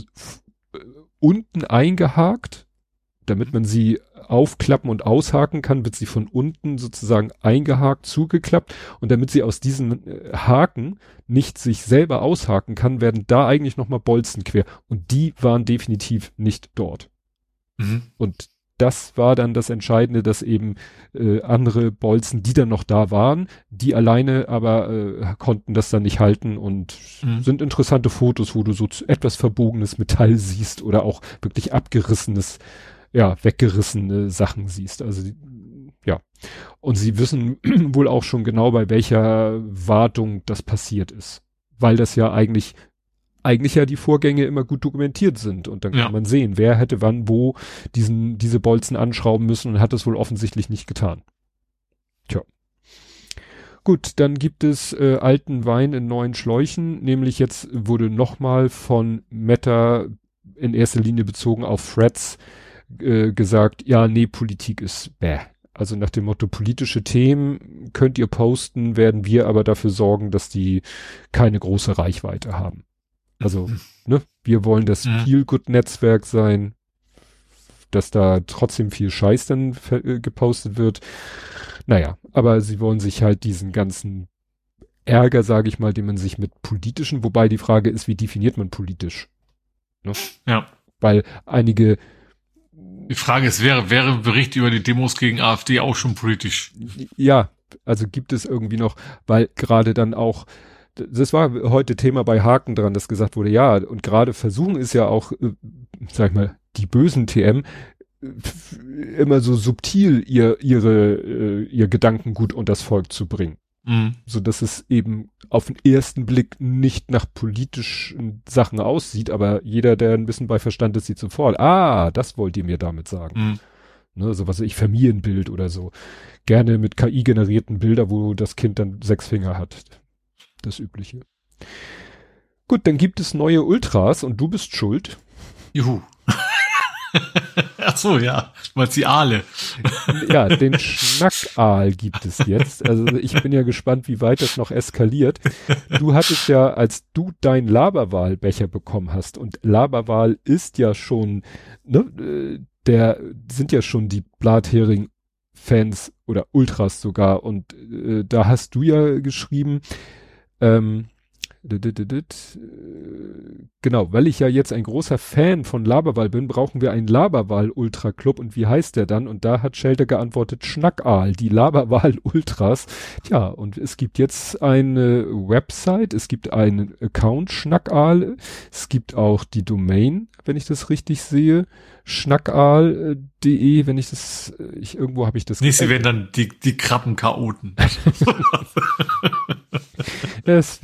unten eingehakt, damit man sie aufklappen und aushaken kann, wird sie von unten sozusagen eingehakt, zugeklappt und damit sie aus diesen Haken nicht sich selber aushaken kann, werden da eigentlich nochmal Bolzen quer und die waren definitiv nicht dort. Und das war dann das Entscheidende, dass eben andere Bolzen, die dann noch da waren, die alleine aber konnten das dann nicht halten und sind interessante Fotos, wo du so etwas verbogenes Metall siehst oder auch wirklich abgerissenes, ja, weggerissene Sachen siehst. Also ja. Und sie wissen wohl auch schon genau, bei welcher Wartung das passiert ist. Weil das ja eigentlich ja die Vorgänge immer gut dokumentiert sind. Und dann kann man sehen, wer hätte wann wo diese Bolzen anschrauben müssen und hat es wohl offensichtlich nicht getan. Tja. Gut, dann gibt es alten Wein in neuen Schläuchen. Nämlich jetzt wurde nochmal von Meta in erster Linie bezogen auf Threads gesagt, ja, nee, Politik ist bäh. Also nach dem Motto, politische Themen könnt ihr posten, werden wir aber dafür sorgen, dass die keine große Reichweite haben. Also, ne, wir wollen das Feel-Good-Netzwerk sein, dass da trotzdem viel Scheiß dann gepostet wird. Naja, aber sie wollen sich halt diesen ganzen Ärger, sage ich mal, den man sich mit politischen, wobei die Frage ist, wie definiert man politisch? Ne? Ja. Weil einige Die Frage ist, wäre ein Bericht über die Demos gegen AfD auch schon politisch? Ja, also gibt es irgendwie noch, weil gerade dann auch, das war heute Thema bei Haken dran, dass gesagt wurde, ja, und gerade versuchen ist ja auch, sag ich mal, die bösen TM immer so subtil ihr Gedankengut unters Volk zu bringen. So dass es eben auf den ersten Blick nicht nach politischen Sachen aussieht, aber jeder, der ein bisschen bei Verstand ist, sieht sofort, das wollt ihr mir damit sagen. Ne, so was weiß ich, Familienbild oder so. Gerne mit KI generierten Bilder, wo das Kind dann 6 Finger hat. Das Übliche. Gut, dann gibt es neue Ultras und du bist schuld. Juhu. Ach so, ja. Du meinst die Aale. Ja, den Schnackaal gibt es jetzt. Also ich bin ja gespannt, wie weit das noch eskaliert. Du hattest ja, als du deinen Laberwal-Becher bekommen hast und Laberwal ist ja schon, ne, sind ja schon die Blathering-Fans oder Ultras sogar und da hast du ja geschrieben, genau, weil ich ja jetzt ein großer Fan von Laberwal bin, brauchen wir einen Laberwal-Ultra-Club und wie heißt der dann? Und da hat Shelter geantwortet, Schnackaal, die Laberwal-Ultras. Tja, und es gibt jetzt eine Website, es gibt einen Account Schnackaal, es gibt auch die Domain, wenn ich das richtig sehe, schnackaal.de, wenn ich das, irgendwo habe ich das. Nee, sie werden dann die Krabben-Chaoten. Es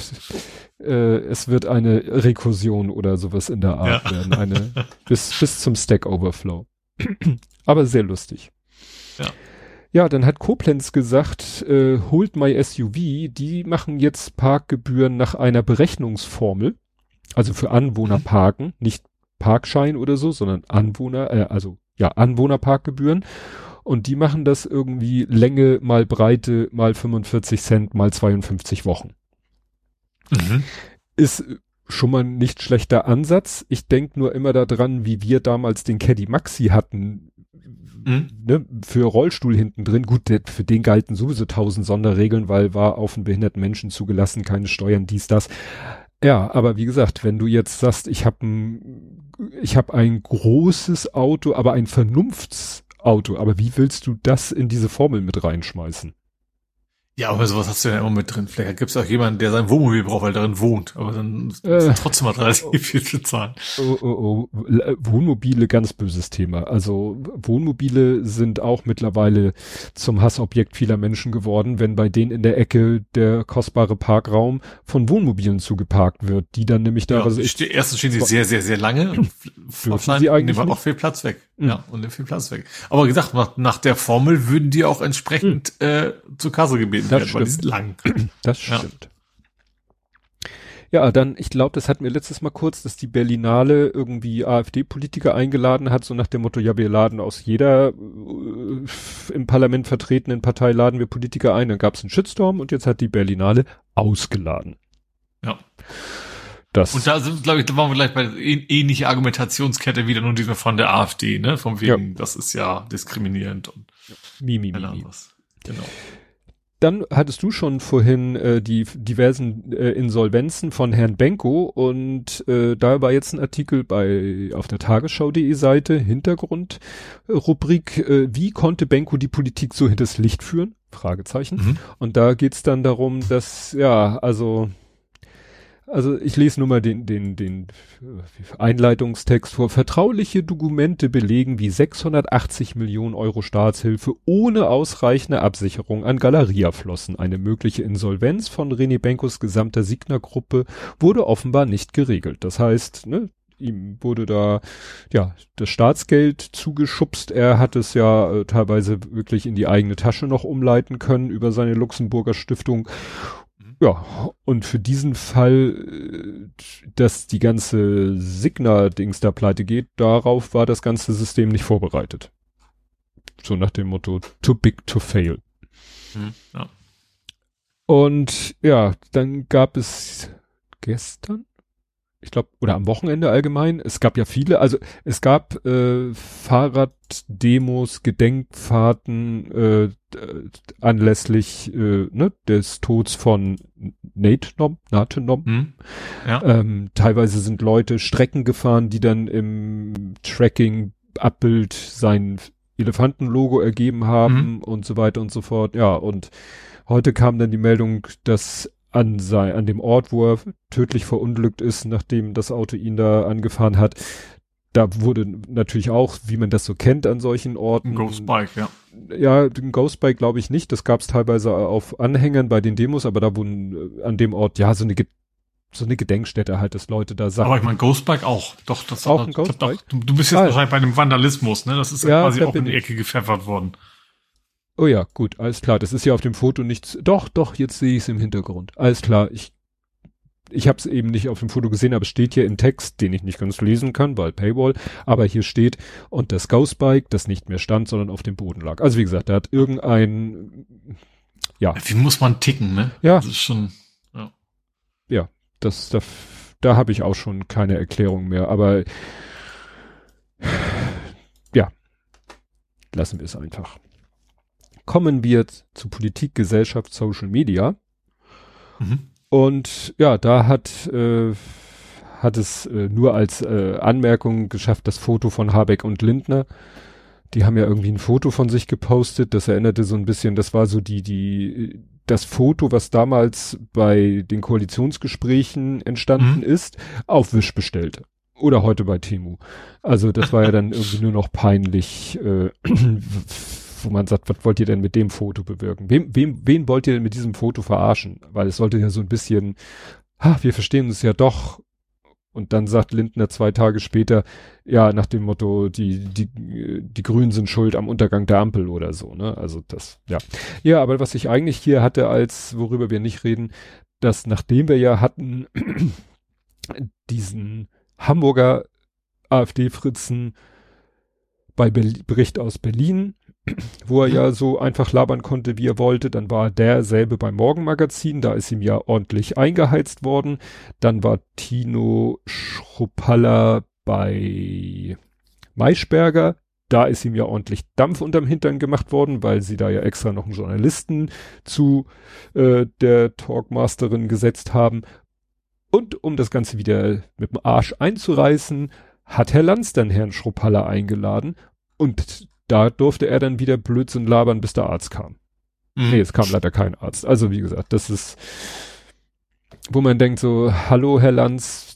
wird eine Rekursion oder sowas in der Art werden. Bis zum Stack Overflow. Aber sehr lustig. Ja. Ja, dann hat Koblenz gesagt, holt my SUV, die machen jetzt Parkgebühren nach einer Berechnungsformel. Also für Anwohner parken, nicht Parkschein oder so, sondern Anwohnerparkgebühren. Und die machen das irgendwie Länge mal Breite mal 45 Cent mal 52 Wochen. Ist schon mal ein nicht schlechter Ansatz. Ich denke nur immer daran, wie wir damals den Caddy Maxi hatten, ne, für Rollstuhl hinten drin. Gut, für den galten sowieso 1000 Sonderregeln, weil war auf einen behinderten Menschen zugelassen, keine Steuern, dies, das. Ja, aber wie gesagt, wenn du jetzt sagst, ich habe ein großes Auto, aber ein Vernunftsauto, aber wie willst du das in diese Formel mit reinschmeißen? Ja, aber sowas hast du ja immer mit drin. Vielleicht gibt es auch jemanden, der sein Wohnmobil braucht, weil darin wohnt. Aber dann ist trotzdem mal relativ viel zu zahlen. Wohnmobile, ganz böses Thema. Also Wohnmobile sind auch mittlerweile zum Hassobjekt vieler Menschen geworden, wenn bei denen in der Ecke der kostbare Parkraum von Wohnmobilen zugeparkt wird, die dann nämlich da... Ja, also erstens stehen sie sehr, sehr, sehr lange und sie eigentlich nehmen auch viel Platz weg. Ja, und nehmen viel Platz weg. Aber gesagt, nach der Formel würden die auch entsprechend zur Kasse gebeten werden, weil die sind lang. Das stimmt. Ja, dann, ich glaube, das hatten wir letztes Mal kurz, dass die Berlinale irgendwie AfD-Politiker eingeladen hat, so nach dem Motto, ja, wir laden aus jeder im Parlament vertretenen Partei laden wir Politiker ein. Dann gab es einen Shitstorm und jetzt hat die Berlinale ausgeladen. Ja. Und da sind, glaube ich, da waren wir gleich bei ähnliche Argumentationskette wieder, nur diesmal von der AfD, ne? Von wegen, das ist ja diskriminierend und was. Genau. Dann hattest du schon vorhin die diversen Insolvenzen von Herrn Benko und da war jetzt ein Artikel auf der Tagesschau.de Seite, Hintergrund, wie konnte Benko die Politik so hinters Licht führen? Fragezeichen. Und da geht's dann darum, dass, also ich lese nur mal den Einleitungstext vor. Vertrauliche Dokumente belegen, wie 680 Millionen Euro Staatshilfe ohne ausreichende Absicherung an Galeria flossen. Eine mögliche Insolvenz von René Benkos gesamter Signa-Gruppe wurde offenbar nicht geregelt. Das heißt, ihm wurde da das Staatsgeld zugeschubst. Er hat es ja teilweise wirklich in die eigene Tasche noch umleiten können über seine Luxemburger Stiftung. Ja, und für diesen Fall, dass die ganze Signa-Dings da pleite geht, darauf war das ganze System nicht vorbereitet. So nach dem Motto, too big to fail. Ja. Und ja, dann gab es gestern, ich glaube, oder am Wochenende allgemein, es gab ja viele, also es gab Fahrraddemos, Gedenkfahrten anlässlich des Todes von Nathenom. Ja. Teilweise sind Leute Strecken gefahren, die dann im Tracking-Abbild sein Elefantenlogo ergeben haben und so weiter und so fort. Ja, und heute kam dann die Meldung, dass an dem Ort, wo er tödlich verunglückt ist, nachdem das Auto ihn da angefahren hat, da wurde natürlich auch, wie man das so kennt an solchen Orten. Ein Ghostbike, ja. Ja, ein Ghostbike glaube ich nicht. Das gab es teilweise auf Anhängern bei den Demos, aber da wurden an dem Ort, so eine Gedenkstätte halt, dass Leute da sagen. Aber ich meine, Ghostbike auch. Doch, das auch ein Ghostbike. Du bist jetzt wahrscheinlich bei einem Vandalismus, ne? Das ist ja quasi auch in die Ecke gepfeffert worden. Oh ja, gut, alles klar. Das ist ja auf dem Foto nichts. Doch, jetzt sehe ich es im Hintergrund. Alles klar, ich habe es eben nicht auf dem Foto gesehen, aber es steht hier im Text, den ich nicht ganz lesen kann, weil Paywall, aber hier steht, und das Ghostbike, das nicht mehr stand, sondern auf dem Boden lag. Also wie gesagt, da hat irgendein, Wie muss man ticken, ne? Ja. Das ist schon, ja, da habe ich auch schon keine Erklärung mehr, aber ja, lassen wir es einfach. Kommen wir zu Politik, Gesellschaft, Social Media. Und ja, da hat es nur als Anmerkung geschafft, das Foto von Habeck und Lindner. Die haben ja irgendwie ein Foto von sich gepostet. Das erinnerte so ein bisschen, das war so das Foto, was damals bei den Koalitionsgesprächen entstanden ist, auf Wish bestellte. Oder heute bei Temu. Also das war ja dann irgendwie nur noch peinlich, wo man sagt, was wollt ihr denn mit dem Foto bewirken? Wen wollt ihr denn mit diesem Foto verarschen? Weil es sollte ja so ein bisschen, wir verstehen uns ja doch. Und dann sagt Lindner 2 Tage später, ja, nach dem Motto, die Grünen sind schuld am Untergang der Ampel oder so, ne? Also das, ja. Ja, aber was ich eigentlich hier hatte, worüber wir nicht reden, dass nachdem wir ja hatten, diesen Hamburger AfD-Fritzen bei Bericht aus Berlin, wo er ja so einfach labern konnte, wie er wollte. Dann war derselbe beim Morgenmagazin, da ist ihm ja ordentlich eingeheizt worden. Dann war Tino Schruppalla bei Maischberger, da ist ihm ja ordentlich Dampf unterm Hintern gemacht worden, weil sie da ja extra noch einen Journalisten zu der Talkmasterin gesetzt haben. Und um das Ganze wieder mit dem Arsch einzureißen, hat Herr Lanz dann Herrn Schruppalla eingeladen und da durfte er dann wieder Blödsinn labern, bis der Arzt kam. Nee, es kam leider kein Arzt. Also wie gesagt, das ist, wo man denkt so, hallo Herr Lanz,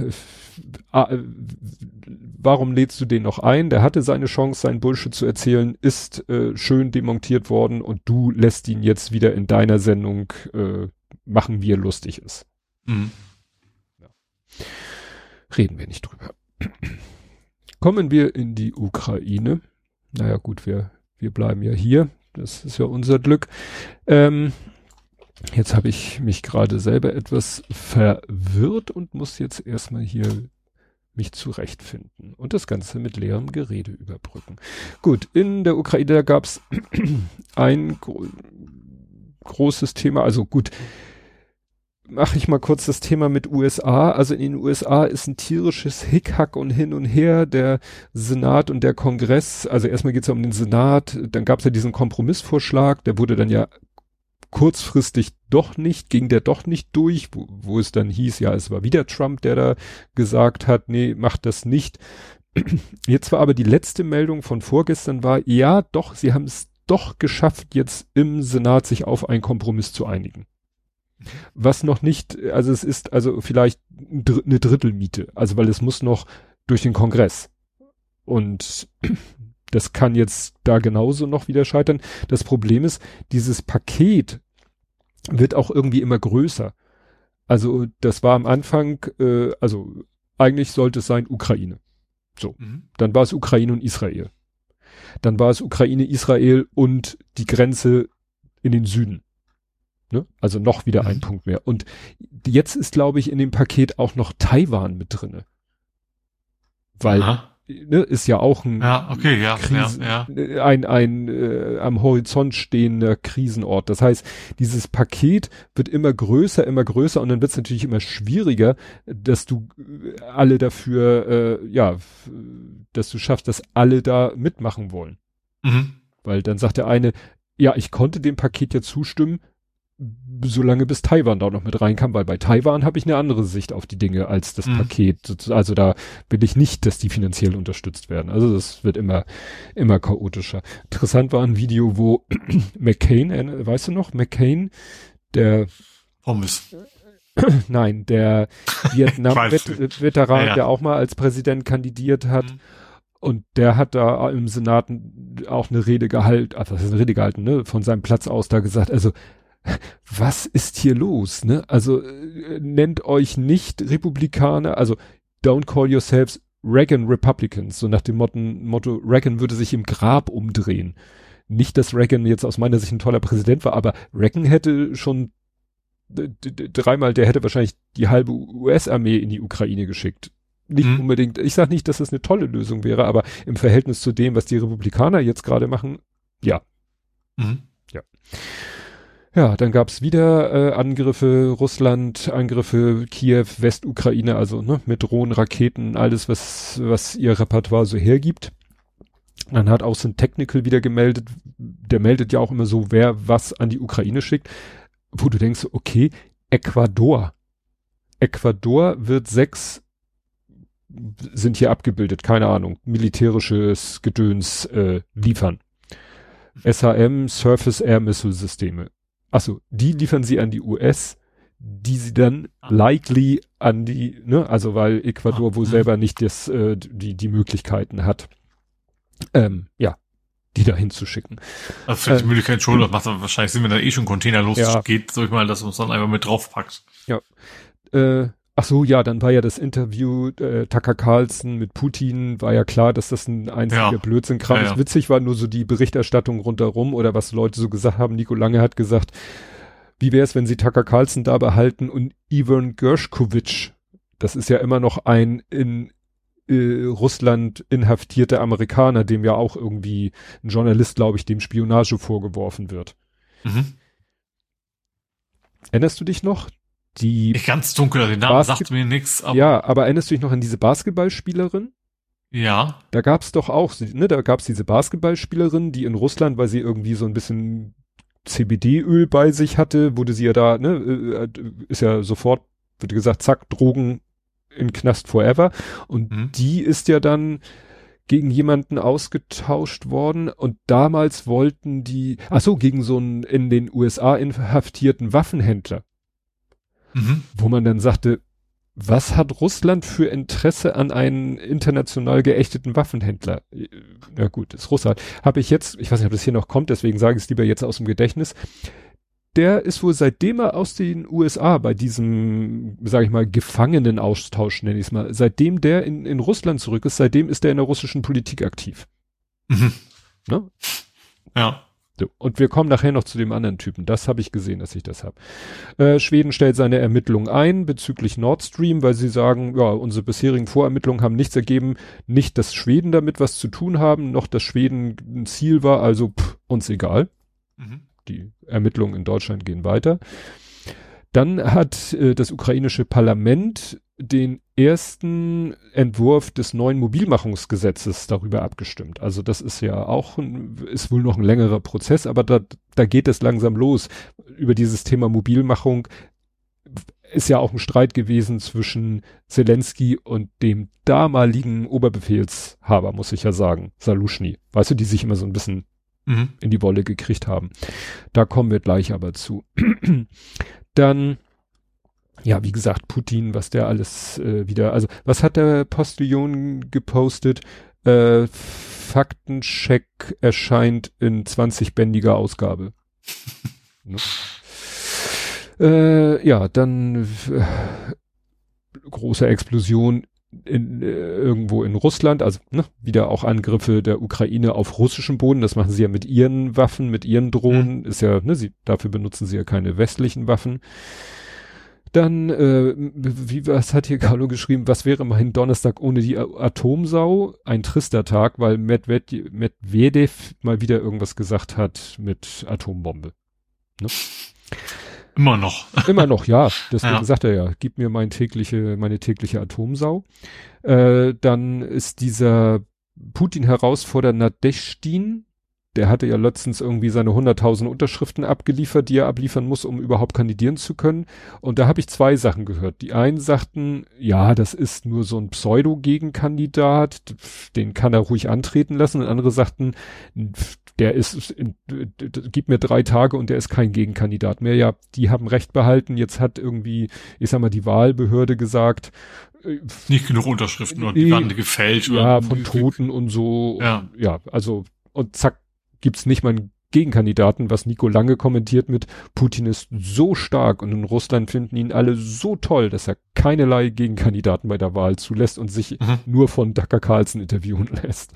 warum lädst du den noch ein? Der hatte seine Chance, seinen Bullshit zu erzählen, ist schön demontiert worden und du lässt ihn jetzt wieder in deiner Sendung machen, wie er lustig ist. Mhm. Ja. Reden wir nicht drüber. Kommen wir in die Ukraine. Naja gut, wir bleiben ja hier. Das ist ja unser Glück. Jetzt habe ich mich gerade selber etwas verwirrt und muss jetzt erstmal hier mich zurechtfinden und das Ganze mit leerem Gerede überbrücken. Gut, in der Ukraine gab es ein großes Thema, also gut, mache ich mal kurz das Thema mit USA. Also in den USA ist ein tierisches Hickhack und hin und her, der Senat und der Kongress, also erstmal geht es ja um den Senat, dann gab es ja diesen Kompromissvorschlag, der wurde dann ja kurzfristig ging der doch nicht durch, wo es dann hieß, ja, es war wieder Trump, der da gesagt hat, nee, macht das nicht. Jetzt war aber die letzte Meldung von vorgestern war, ja, doch, sie haben es doch geschafft, jetzt im Senat sich auf einen Kompromiss zu einigen. Was noch nicht, also es ist also vielleicht eine Drittelmiete, also weil es muss noch durch den Kongress. Und das kann jetzt da genauso noch wieder scheitern. Das Problem ist, dieses Paket wird auch irgendwie immer größer. Also das war am Anfang, also eigentlich sollte es sein Ukraine. So, dann war es Ukraine und Israel. Dann war es Ukraine, Israel und die Grenze in den Süden. Ne? Also noch wieder ein Punkt mehr. Und jetzt ist, glaube ich, in dem Paket auch noch Taiwan mit drinne. Weil ist ja auch ein ein am Horizont stehender Krisenort. Das heißt, dieses Paket wird immer größer und dann wird es natürlich immer schwieriger, dass du alle dafür, dass du schaffst, dass alle da mitmachen wollen. Weil dann sagt der eine, ja, ich konnte dem Paket ja zustimmen, solange bis Taiwan da noch mit reinkam, weil bei Taiwan habe ich eine andere Sicht auf die Dinge als das Paket. Also da will ich nicht, dass die finanziell unterstützt werden. Also das wird immer chaotischer. Interessant war ein Video, wo McCain, weißt du noch, McCain, der Pommes. Nein, der Vietnam-Veteran, der auch mal als Präsident kandidiert hat. Und der hat da im Senat auch eine Rede gehalten, ne, von seinem Platz aus da gesagt, also was ist hier los, ne? Also nennt euch nicht Republikaner, also don't call yourselves Reagan Republicans, so nach dem Motto, Reagan würde sich im Grab umdrehen. Nicht, dass Reagan jetzt aus meiner Sicht ein toller Präsident war, aber Reagan hätte schon dreimal, der hätte wahrscheinlich die halbe US-Armee in die Ukraine geschickt. Nicht unbedingt, ich sage nicht, dass das eine tolle Lösung wäre, aber im Verhältnis zu dem, was die Republikaner jetzt gerade machen, ja. Ja. Ja, dann gab's wieder Angriffe, Russland, Angriffe, Kiew, Westukraine, also ne, mit Drohnen, Raketen, alles, was ihr Repertoire so hergibt. Dann hat auch so ein Technical wieder gemeldet, der meldet ja auch immer so, wer was an die Ukraine schickt, wo du denkst, okay, Ecuador wird 6, sind hier abgebildet, keine Ahnung, militärisches Gedöns liefern. SHM, Surface Air Missile Systeme. Achso, die liefern sie an die US, die sie dann likely an die, ne, also weil Ecuador wohl selber nicht die Möglichkeiten hat, die da hinzuschicken. Also vielleicht die Möglichkeit schon, das macht dann wahrscheinlich Sinn, wenn dann schon Container losgeht, sag ich mal, dass man es dann einfach mit draufpackt. Ja. Ach so, ja, dann war ja das Interview Tucker Carlson mit Putin, war ja klar, dass das ein einziger Blödsinn-Kram ist. Witzig war nur so die Berichterstattung rundherum oder was Leute so gesagt haben. Nico Lange hat gesagt, wie wäre es, wenn sie Tucker Carlson da behalten und Ivan Gershkovich, das ist ja immer noch ein in Russland inhaftierter Amerikaner, dem ja auch irgendwie ein Journalist, glaube ich, dem Spionage vorgeworfen wird. Erinnerst du dich noch? Ich ganz dunkel, der Name sagt mir nichts. Ja, aber erinnerst du dich noch an diese Basketballspielerin? Ja. Da gab's doch auch, ne, da gab's diese Basketballspielerin, die in Russland, weil sie irgendwie so ein bisschen CBD-Öl bei sich hatte, wurde sie ja da, ne, ist ja sofort, wird gesagt, zack, Drogen in Knast forever. Und die ist ja dann gegen jemanden ausgetauscht worden und damals wollten die, gegen so einen in den USA inhaftierten Waffenhändler, wo man dann sagte, was hat Russland für Interesse an einen international geächteten Waffenhändler? Na gut, ist Russland. Habe ich jetzt, ich weiß nicht, ob das hier noch kommt, deswegen sage ich es lieber jetzt aus dem Gedächtnis. Der ist wohl seitdem er aus den USA bei diesem, sage ich mal, Gefangenenaustausch, nenne ich es mal, seitdem der in Russland zurück ist, seitdem ist der in der russischen Politik aktiv. Ne? Ja. So, und wir kommen nachher noch zu dem anderen Typen. Das habe ich gesehen, dass ich das habe. Schweden stellt seine Ermittlungen ein bezüglich Nord Stream, weil sie sagen, ja, unsere bisherigen Vorermittlungen haben nichts ergeben. Nicht, dass Schweden damit was zu tun haben, noch dass Schweden ein Ziel war, also uns egal. Die Ermittlungen in Deutschland gehen weiter. Dann hat das ukrainische Parlament den ersten Entwurf des neuen Mobilmachungsgesetzes darüber abgestimmt. Also das ist ja auch, ist wohl noch ein längerer Prozess, aber da geht es langsam los. Über dieses Thema Mobilmachung ist ja auch ein Streit gewesen zwischen Zelensky und dem damaligen Oberbefehlshaber, muss ich ja sagen, Saluschny. Weißt du, die sich immer so ein bisschen in die Wolle gekriegt haben. Da kommen wir gleich aber zu. Dann, ja, wie gesagt, Putin, was der alles wieder, also was hat der Postillon gepostet? Faktencheck erscheint in 20-bändiger Ausgabe. Ne? Ja, dann große Explosion irgendwo in Russland, also wieder auch Angriffe der Ukraine auf russischem Boden, das machen sie ja mit ihren Waffen, mit ihren Drohnen, ist ja, dafür benutzen sie ja keine westlichen Waffen. Dann, was hat hier Carlo geschrieben, was wäre immerhin Donnerstag ohne die Atomsau? Ein trister Tag, weil Medvedev mal wieder irgendwas gesagt hat mit Atombombe. Ne? Immer noch. Immer noch, ja. Deswegen sagt er ja, gib mir meine tägliche Atomsau. Dann ist dieser Putin-Herausforderer Nadeschdin, der hatte ja letztens irgendwie seine 100.000 Unterschriften abgeliefert, die er abliefern muss, um überhaupt kandidieren zu können. Und da habe ich zwei Sachen gehört. Die einen sagten, ja, das ist nur so ein Pseudo-Gegenkandidat, den kann er ruhig antreten lassen. Und andere sagten, der gib mir 3 Tage und der ist kein Gegenkandidat mehr. Ja, die haben Recht behalten. Jetzt hat irgendwie, ich sag mal, die Wahlbehörde gesagt, nicht genug Unterschriften und die waren gefälscht. Ja, von Toten und so. Ja. Ja, also, und zack, gibt's nicht mal einen Gegenkandidaten, was Nico Lange kommentiert mit, Putin ist so stark und in Russland finden ihn alle so toll, dass er keinerlei Gegenkandidaten bei der Wahl zulässt und sich nur von Tucker Carlson interviewen lässt.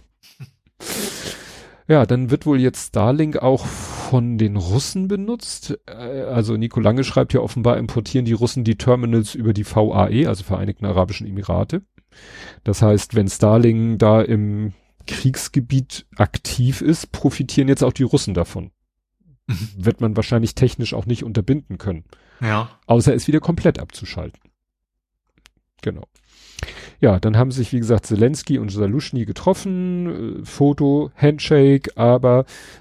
Ja, dann wird wohl jetzt Starlink auch von den Russen benutzt. Also Nico Lange schreibt ja offenbar, importieren die Russen die Terminals über die VAE, also Vereinigten Arabischen Emirate. Das heißt, wenn Starlink da im Kriegsgebiet aktiv ist, profitieren jetzt auch die Russen davon. Wird man wahrscheinlich technisch auch nicht unterbinden können. Ja. Außer es wieder komplett abzuschalten. Genau. Ja, dann haben sich, wie gesagt, Zelensky und Saluschny getroffen, Foto, Handshake, aber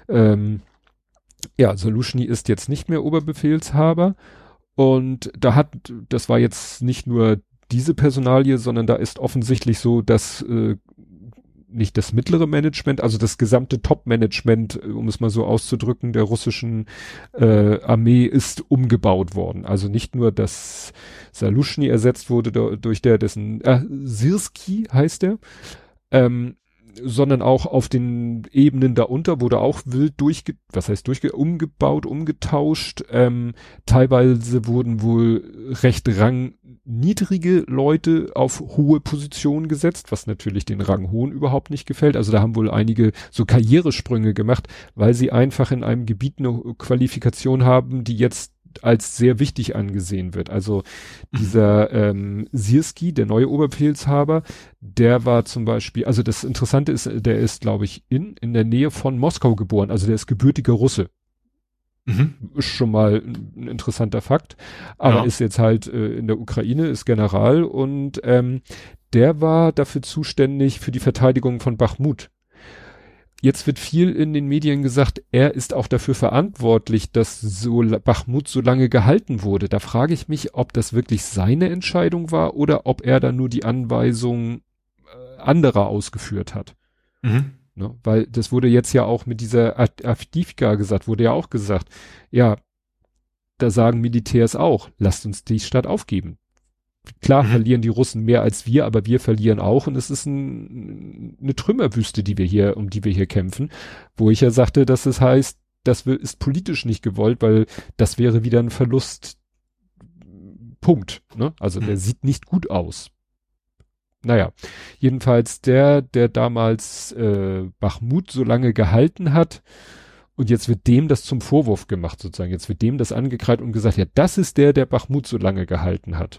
Saluschny ist jetzt nicht mehr Oberbefehlshaber und das war jetzt nicht nur diese Personalie, sondern da ist offensichtlich so, dass nicht das mittlere Management, also das gesamte Top-Management, um es mal so auszudrücken, der russischen Armee ist umgebaut worden. Also nicht nur, dass Saluschny ersetzt wurde durch dessen Sirski heißt der, sondern auch auf den Ebenen darunter wurde auch wild umgebaut, umgetauscht. Teilweise wurden wohl recht rangniedrige Leute auf hohe Positionen gesetzt, was natürlich den Ranghohen überhaupt nicht gefällt. Also da haben wohl einige so Karrieresprünge gemacht, weil sie einfach in einem Gebiet eine Qualifikation haben, die jetzt als sehr wichtig angesehen wird. Also dieser Sirski, der neue Oberbefehlshaber, der war zum Beispiel, also das Interessante ist, der ist, glaube ich, in der Nähe von Moskau geboren, also der ist gebürtiger Russe. Ist schon mal ein interessanter Fakt. Aber ist jetzt halt in der Ukraine, ist General und der war dafür zuständig für die Verteidigung von Bachmut. Jetzt wird viel in den Medien gesagt, er ist auch dafür verantwortlich, dass Bachmut so lange gehalten wurde. Da frage ich mich, ob das wirklich seine Entscheidung war oder ob er da nur die Anweisung anderer ausgeführt hat. Ne? Weil das wurde jetzt ja auch mit dieser Avdiivka gesagt, wurde ja auch gesagt, ja, da sagen Militärs auch, lasst uns die Stadt aufgeben. Klar verlieren die Russen mehr als wir, aber wir verlieren auch und es ist eine Trümmerwüste, um die wir hier kämpfen, wo ich ja sagte, dass es heißt, ist politisch nicht gewollt, weil das wäre wieder ein Verlust. Punkt. Ne? Also der sieht nicht gut aus. Naja, jedenfalls der damals Bachmut so lange gehalten hat und jetzt wird dem das zum Vorwurf gemacht sozusagen. Jetzt wird dem das angekreidet und gesagt, ja, das ist der Bachmut so lange gehalten hat.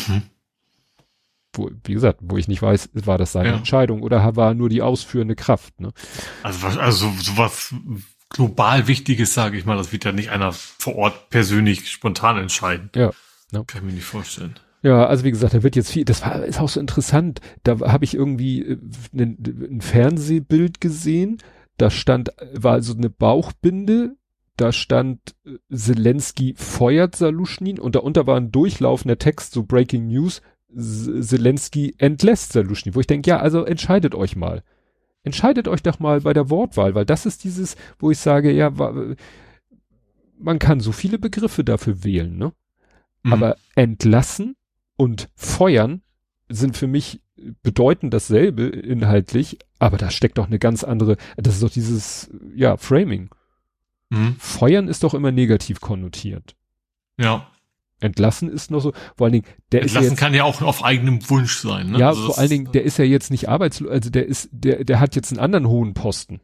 Wie gesagt, wo ich nicht weiß, war das seine Entscheidung oder war nur die ausführende Kraft. Ne? Also sowas global Wichtiges, sage ich mal, das wird ja nicht einer vor Ort persönlich spontan entscheiden. Ja. Ne? Kann ich mir nicht vorstellen. Ja, also wie gesagt, da wird jetzt viel, ist auch so interessant, da habe ich irgendwie ein Fernsehbild gesehen, war so eine Bauchbinde, da stand Zelensky feuert Saluschnin und darunter war ein durchlaufender Text, so Breaking News, Zelensky entlässt Saluschnin, wo ich denke, ja, also entscheidet euch mal. Entscheidet euch doch mal bei der Wortwahl, weil das ist dieses, wo ich sage, ja, man kann so viele Begriffe dafür wählen, ne? Aber entlassen und feuern sind für mich bedeuten dasselbe inhaltlich, aber da steckt doch eine ganz andere, das ist doch dieses, ja, Framing. Feuern ist doch immer negativ konnotiert. Ja. Entlassen ist noch so, vor allen Dingen, Entlassen kann ja auch auf eigenem Wunsch sein, ne? Ja, also vor allen Dingen, der ist ja jetzt nicht arbeitslos, also der hat jetzt einen anderen hohen Posten.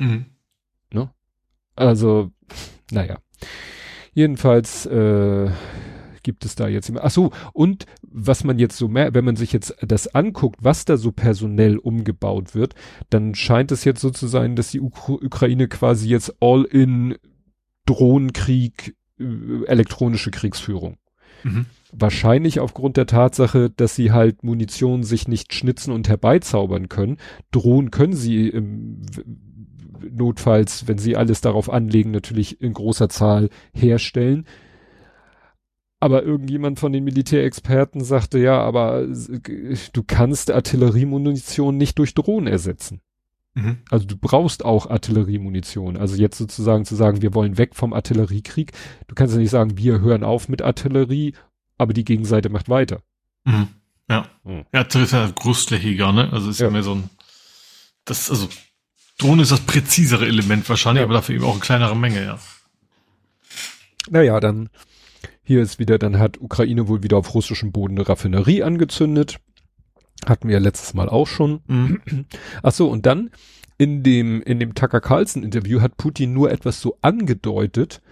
Ne? Also, naja. Jedenfalls, gibt es da jetzt immer. Ach so, und was man jetzt so mehr, wenn man sich jetzt das anguckt, was da so personell umgebaut wird, dann scheint es jetzt so zu sein, dass die Ukraine quasi jetzt all in Drohnenkrieg, elektronische Kriegsführung. Wahrscheinlich aufgrund der Tatsache, dass sie halt Munition sich nicht schnitzen und herbeizaubern können. Drohnen können sie notfalls, wenn sie alles darauf anlegen, natürlich in großer Zahl herstellen. Aber irgendjemand von den Militärexperten sagte, ja, aber du kannst Artilleriemunition nicht durch Drohnen ersetzen. Also du brauchst auch Artilleriemunition. Also jetzt sozusagen zu sagen, wir wollen weg vom Artilleriekrieg. Du kannst ja nicht sagen, wir hören auf mit Artillerie, aber die Gegenseite macht weiter. Ja. Ja, das ist ja großflächiger, ne? Also ist ja mehr so ein, also Drohne ist das präzisere Element wahrscheinlich, aber dafür eben auch in kleinerer Menge, ja. Naja, dann hier ist wieder, dann hat Ukraine wohl wieder auf russischem Boden eine Raffinerie angezündet. Hatten wir ja letztes Mal auch schon. Ach so, und dann in dem Tucker Carlson Interview hat Putin nur etwas so angedeutet.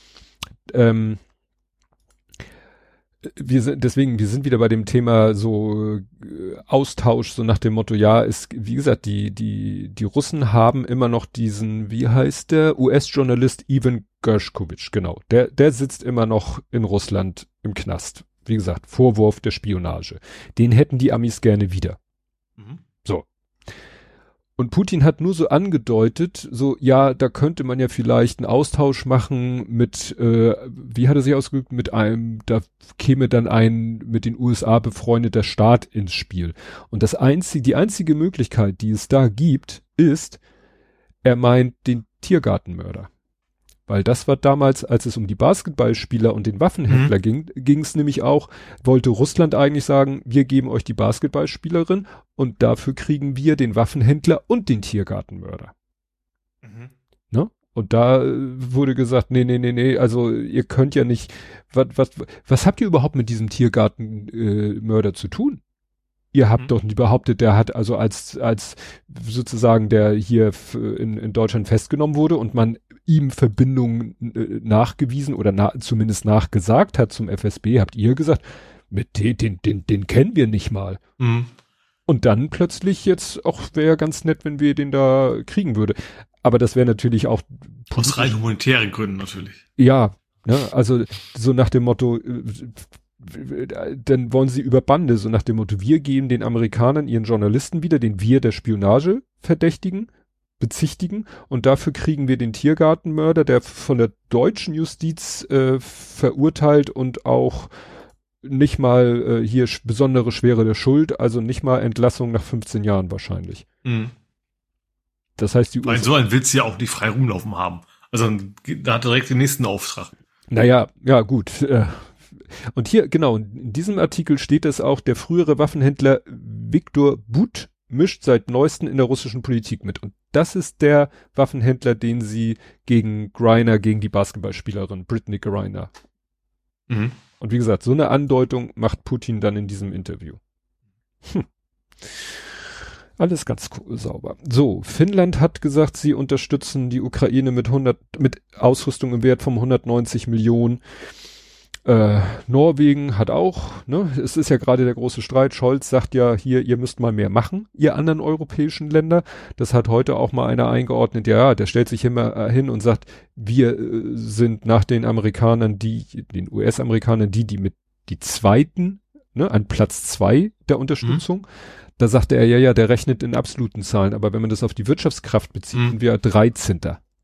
Wir sind wieder bei dem Thema so Austausch, so nach dem Motto, ja, wie gesagt, die Russen haben immer noch diesen, wie heißt der, US-Journalist Ivan Gershkovich, genau, der sitzt immer noch in Russland im Knast. Wie gesagt, Vorwurf der Spionage. Den hätten die Amis gerne wieder. So. Und Putin hat nur so angedeutet, so, ja, da könnte man ja vielleicht einen Austausch machen mit, wie hat er sich ausgedrückt, da käme dann ein mit den USA befreundeter Staat ins Spiel. Und die einzige Möglichkeit, die es da gibt, ist, er meint den Tiergartenmörder. Weil das war damals, als es um die Basketballspieler und den Waffenhändler ging es nämlich auch, wollte Russland eigentlich sagen, wir geben euch die Basketballspielerin und dafür kriegen wir den Waffenhändler und den Tiergartenmörder. Ne? Und da wurde gesagt, nee, also ihr könnt ja nicht, was habt ihr überhaupt mit diesem Tiergartenmörder zu tun? Ihr habt doch nie behauptet, der hat also als sozusagen der hier in Deutschland festgenommen wurde und man ihm Verbindungen nachgewiesen oder zumindest nachgesagt hat zum FSB, habt ihr gesagt, mit den kennen wir nicht mal. Und dann plötzlich jetzt auch wäre ganz nett, wenn wir den da kriegen würde. Aber das wäre natürlich auch aus rein humanitären Gründen natürlich. Ja, ne, also so nach dem Motto, dann wollen sie über Bande, so nach dem Motto, wir geben den Amerikanern ihren Journalisten wieder, den wir der Spionage bezichtigen und dafür kriegen wir den Tiergartenmörder, der von der deutschen Justiz verurteilt und auch nicht mal hier besondere Schwere der Schuld, also nicht mal Entlassung nach 15 Jahren wahrscheinlich. Das heißt, Weil so ein willst du ja auch nicht frei rumlaufen haben. Also da hat er direkt den nächsten Auftrag. Naja, ja gut. Und hier, genau, in diesem Artikel steht es auch, der frühere Waffenhändler Viktor But mischt seit neuestem in der russischen Politik mit. Und das ist der Waffenhändler, den sie gegen Griner, gegen die Basketballspielerin Brittney Griner. Mhm. Und wie gesagt, so eine Andeutung macht Putin dann in diesem Interview. Alles ganz cool, sauber. So, Finnland hat gesagt, sie unterstützen die Ukraine mit Ausrüstung im Wert von 190 Millionen. Norwegen hat auch, ne, es ist ja gerade der große Streit. Scholz sagt ja hier, ihr müsst mal mehr machen, ihr anderen europäischen Länder. Das hat heute auch mal einer eingeordnet. Ja, der stellt sich immer hin und sagt, wir sind nach den Amerikanern, den US-Amerikanern, die zweiten, ne, an Platz 2 der Unterstützung. Mhm. Da sagte er, ja, der rechnet in absoluten Zahlen, aber wenn man das auf die Wirtschaftskraft bezieht, sind wir 13.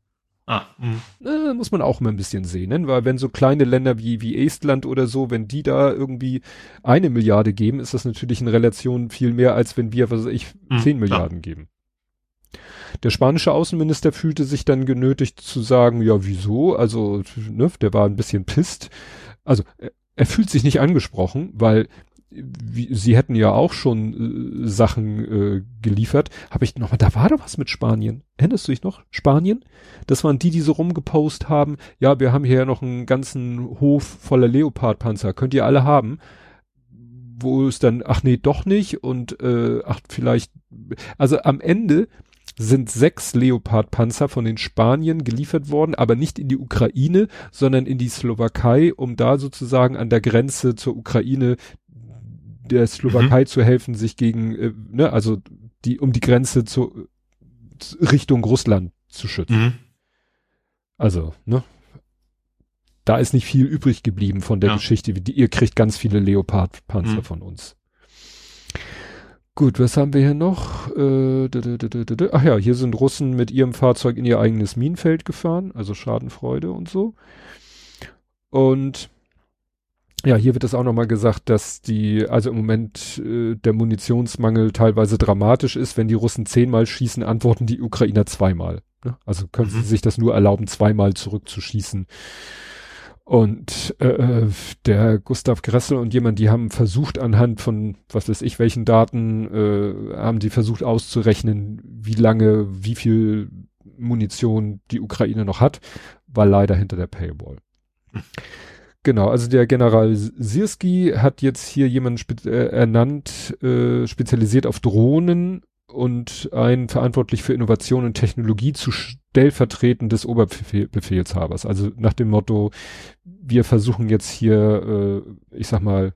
Muss man auch mal ein bisschen sehen, ne? Weil wenn so kleine Länder wie Estland oder so, wenn die da irgendwie 1 Milliarde geben, ist das natürlich in Relation viel mehr, als wenn wir, 10 Milliarden geben. Der spanische Außenminister fühlte sich dann genötigt zu sagen, ja, wieso? Also, ne, der war ein bisschen pisst. Also, er fühlt sich nicht angesprochen, weil sie hätten ja auch schon Sachen geliefert. Da war doch was mit Spanien. Erinnerst du dich noch? Spanien? Das waren die so rumgepostet haben. Ja, wir haben hier ja noch einen ganzen Hof voller Leopardpanzer. Könnt ihr alle haben? Wo es dann, ach nee, doch nicht. Und vielleicht, also am Ende sind 6 Leopardpanzer von den Spaniern geliefert worden, aber nicht in die Ukraine, sondern in die Slowakei, um da sozusagen an der Grenze zur Ukraine der Slowakei zu helfen, sich gegen, um die Grenze Richtung Russland zu schützen. Mhm. Also, ne? Da ist nicht viel übrig geblieben von der Geschichte. Ihr kriegt ganz viele Leopard-Panzer von uns. Gut, was haben wir hier noch? Ach ja, hier sind Russen mit ihrem Fahrzeug in ihr eigenes Minenfeld gefahren, also Schadenfreude und so. Und ja, hier wird es auch nochmal gesagt, dass im Moment der Munitionsmangel teilweise dramatisch ist. Wenn die Russen 10-mal schießen, antworten die Ukrainer 2-mal. Ne? Also können sie sich das nur erlauben, 2-mal zurückzuschießen. Und der Gustav Gressel und jemand, die haben versucht anhand von, was weiß ich, welchen Daten, haben die versucht auszurechnen, wie viel Munition die Ukraine noch hat, war leider hinter der Paywall. Genau, also der General Sirski hat jetzt hier jemanden ernannt, spezialisiert auf Drohnen und einen verantwortlich für Innovation und Technologie zu stellvertretend des Oberbefehlshabers. Also nach dem Motto, wir versuchen jetzt hier, ich sag mal,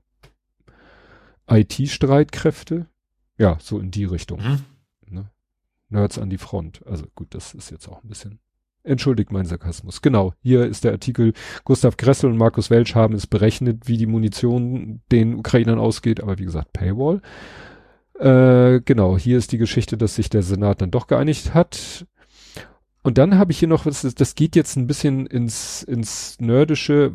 IT-Streitkräfte, ja, so in die Richtung. Ne? Nerds an die Front. Also gut, das ist jetzt auch ein bisschen... Entschuldigt meinen Sarkasmus. Genau, hier ist der Artikel. Gustav Gressel und Markus Welsch haben es berechnet, wie die Munition den Ukrainern ausgeht, aber wie gesagt, Paywall. Genau, hier ist die Geschichte, dass sich der Senat dann doch geeinigt hat. Und dann habe ich hier noch, das geht jetzt ein bisschen ins Nerdische.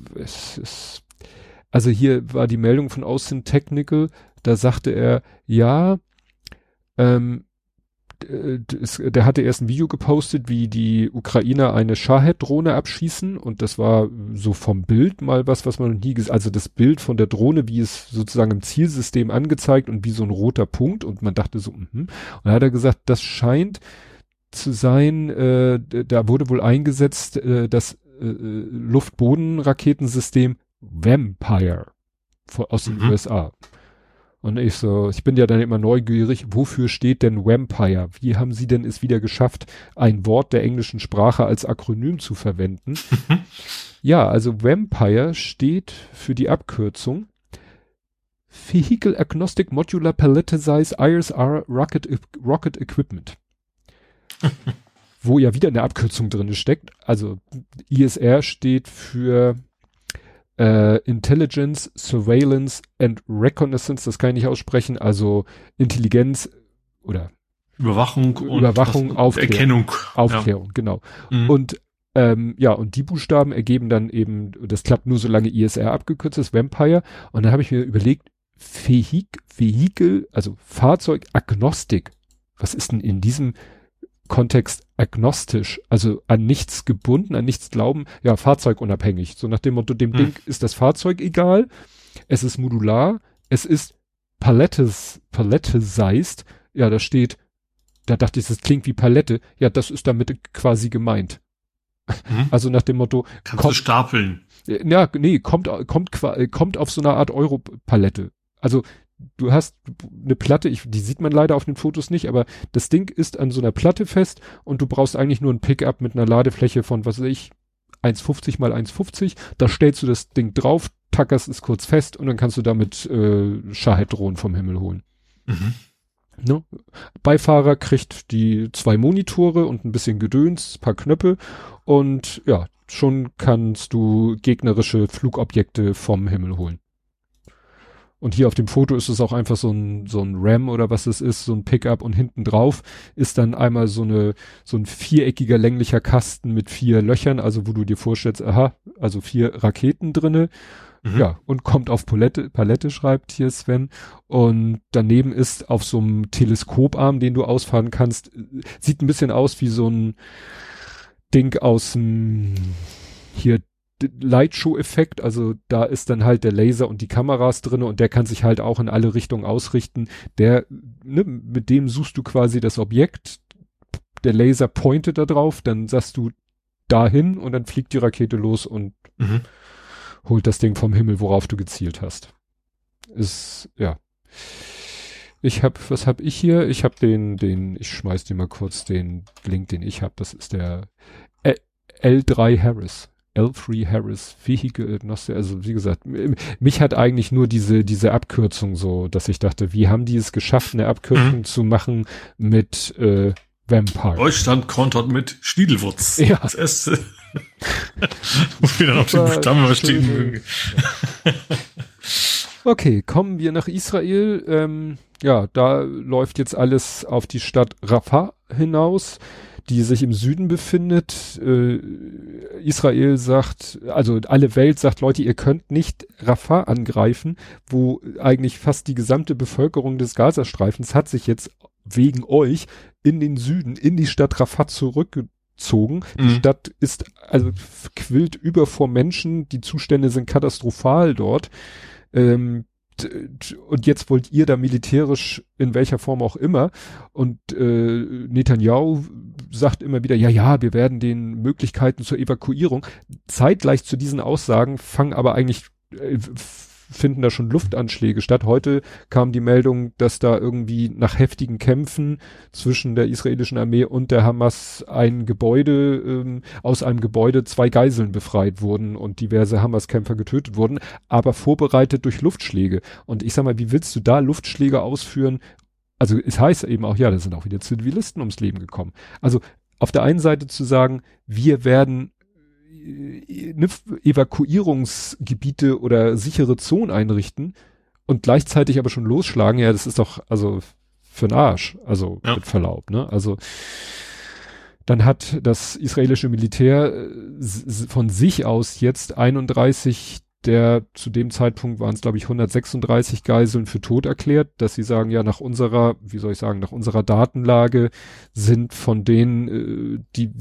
Also hier war die Meldung von Austin Technical, da sagte er, ja, der hatte erst ein Video gepostet, wie die Ukrainer eine Shahed-Drohne abschießen und das war so vom Bild mal was man noch nie gesehen, also das Bild von der Drohne, wie es sozusagen im Zielsystem angezeigt und wie so ein roter Punkt und man dachte so, und dann hat er gesagt, das scheint zu sein, da wurde wohl eingesetzt, das Luft-Boden-Raketensystem Vampire aus den USA. Und ich bin ja dann immer neugierig, wofür steht denn Vampire? Wie haben sie denn es wieder geschafft, ein Wort der englischen Sprache als Akronym zu verwenden? Ja, also Vampire steht für die Abkürzung Vehicle Agnostic Modular Palletized ISR Rocket Equipment. Wo ja wieder eine Abkürzung drin steckt. Also ISR steht für Intelligence, Surveillance and Reconnaissance, das kann ich nicht aussprechen, also Intelligenz oder Überwachung, Aufklärung. Aufklärung, genau. Mhm. Und und die Buchstaben ergeben dann eben, das klappt nur solange ISR abgekürzt ist, Vampire. Und dann habe ich mir überlegt, Vehikel, also Fahrzeugagnostik, was ist denn in diesem kontextagnostisch, also an nichts gebunden, an nichts glauben, ja, fahrzeugunabhängig. So nach dem Motto, dem Ding ist das Fahrzeug egal, es ist modular, es ist palettisized, ja, da steht, da dachte ich, das klingt wie Palette, ja, das ist damit quasi gemeint. Also nach dem Motto, kannst du stapeln. Ja, nee, kommt auf so eine Art Europalette. Also du hast eine Platte, die sieht man leider auf den Fotos nicht, aber das Ding ist an so einer Platte fest und du brauchst eigentlich nur ein Pickup mit einer Ladefläche von, was weiß ich, 1,50 mal 1,50. Da stellst du das Ding drauf, tackerst es kurz fest und dann kannst du damit Schahheddrohnen vom Himmel holen. Ne? Beifahrer kriegt die 2 Monitore und ein bisschen Gedöns, paar Knöpfe und ja, schon kannst du gegnerische Flugobjekte vom Himmel holen. Und hier auf dem Foto ist es auch einfach so ein Ram oder was es ist, so ein Pickup und hinten drauf ist dann einmal so ein viereckiger länglicher Kasten mit 4 Löchern, also wo du dir vorstellst, aha, also 4 Raketen drinne. Ja, und kommt auf Palette, schreibt hier Sven. Und daneben ist auf so einem Teleskoparm, den du ausfahren kannst, sieht ein bisschen aus wie so ein Ding aus dem hier Lightshow-Effekt, also da ist dann halt der Laser und die Kameras drinne und der kann sich halt auch in alle Richtungen ausrichten. Mit dem suchst du quasi das Objekt, der Laser pointet da drauf, dann sagst du dahin und dann fliegt die Rakete los und holt das Ding vom Himmel, worauf du gezielt hast. Ja. Was hab ich hier? Ich hab ich schmeiß dir mal kurz den Link, den ich hab, das ist der L3 Harris Vehicle Agnostic, also wie gesagt, mich hat eigentlich nur diese Abkürzung so, dass ich dachte, wie haben die es geschafft, eine Abkürzung zu machen mit Vampire? Deutschland kontert mit Schniedelwurz. Ja. Das erste. Wo wir dann auf den Buchstaben verstehen mögen. Okay, kommen wir nach Israel. Ja, da läuft jetzt alles auf die Stadt Rafah hinaus, die sich im Süden befindet. Israel sagt, also alle Welt sagt, Leute, ihr könnt nicht Rafah angreifen, wo eigentlich fast die gesamte Bevölkerung des Gazastreifens hat sich jetzt wegen euch in den Süden, in die Stadt Rafah zurückgezogen. Die Stadt ist, also quillt über vor Menschen, die Zustände sind katastrophal dort. Und jetzt wollt ihr da militärisch in welcher Form auch immer und Netanyahu sagt immer wieder, ja, wir werden den Möglichkeiten zur Evakuierung. Zeitgleich zu diesen Aussagen fangen aber eigentlich finden da schon Luftanschläge statt. Heute kam die Meldung, dass da irgendwie nach heftigen Kämpfen zwischen der israelischen Armee und der Hamas aus einem Gebäude 2 Geiseln befreit wurden und diverse Hamas-Kämpfer getötet wurden, aber vorbereitet durch Luftschläge. Und ich sag mal, wie willst du da Luftschläge ausführen? Also es heißt eben auch, ja, da sind auch wieder Zivilisten ums Leben gekommen. Also auf der einen Seite zu sagen, wir werden Evakuierungsgebiete oder sichere Zonen einrichten und gleichzeitig aber schon losschlagen, ja, das ist doch also für den Arsch, also mit Verlaub, ne? Also dann hat das israelische Militär von sich aus jetzt 31 zu dem Zeitpunkt waren es, glaube ich, 136 Geiseln für tot erklärt, dass sie sagen, ja, nach unserer Datenlage sind von denen, die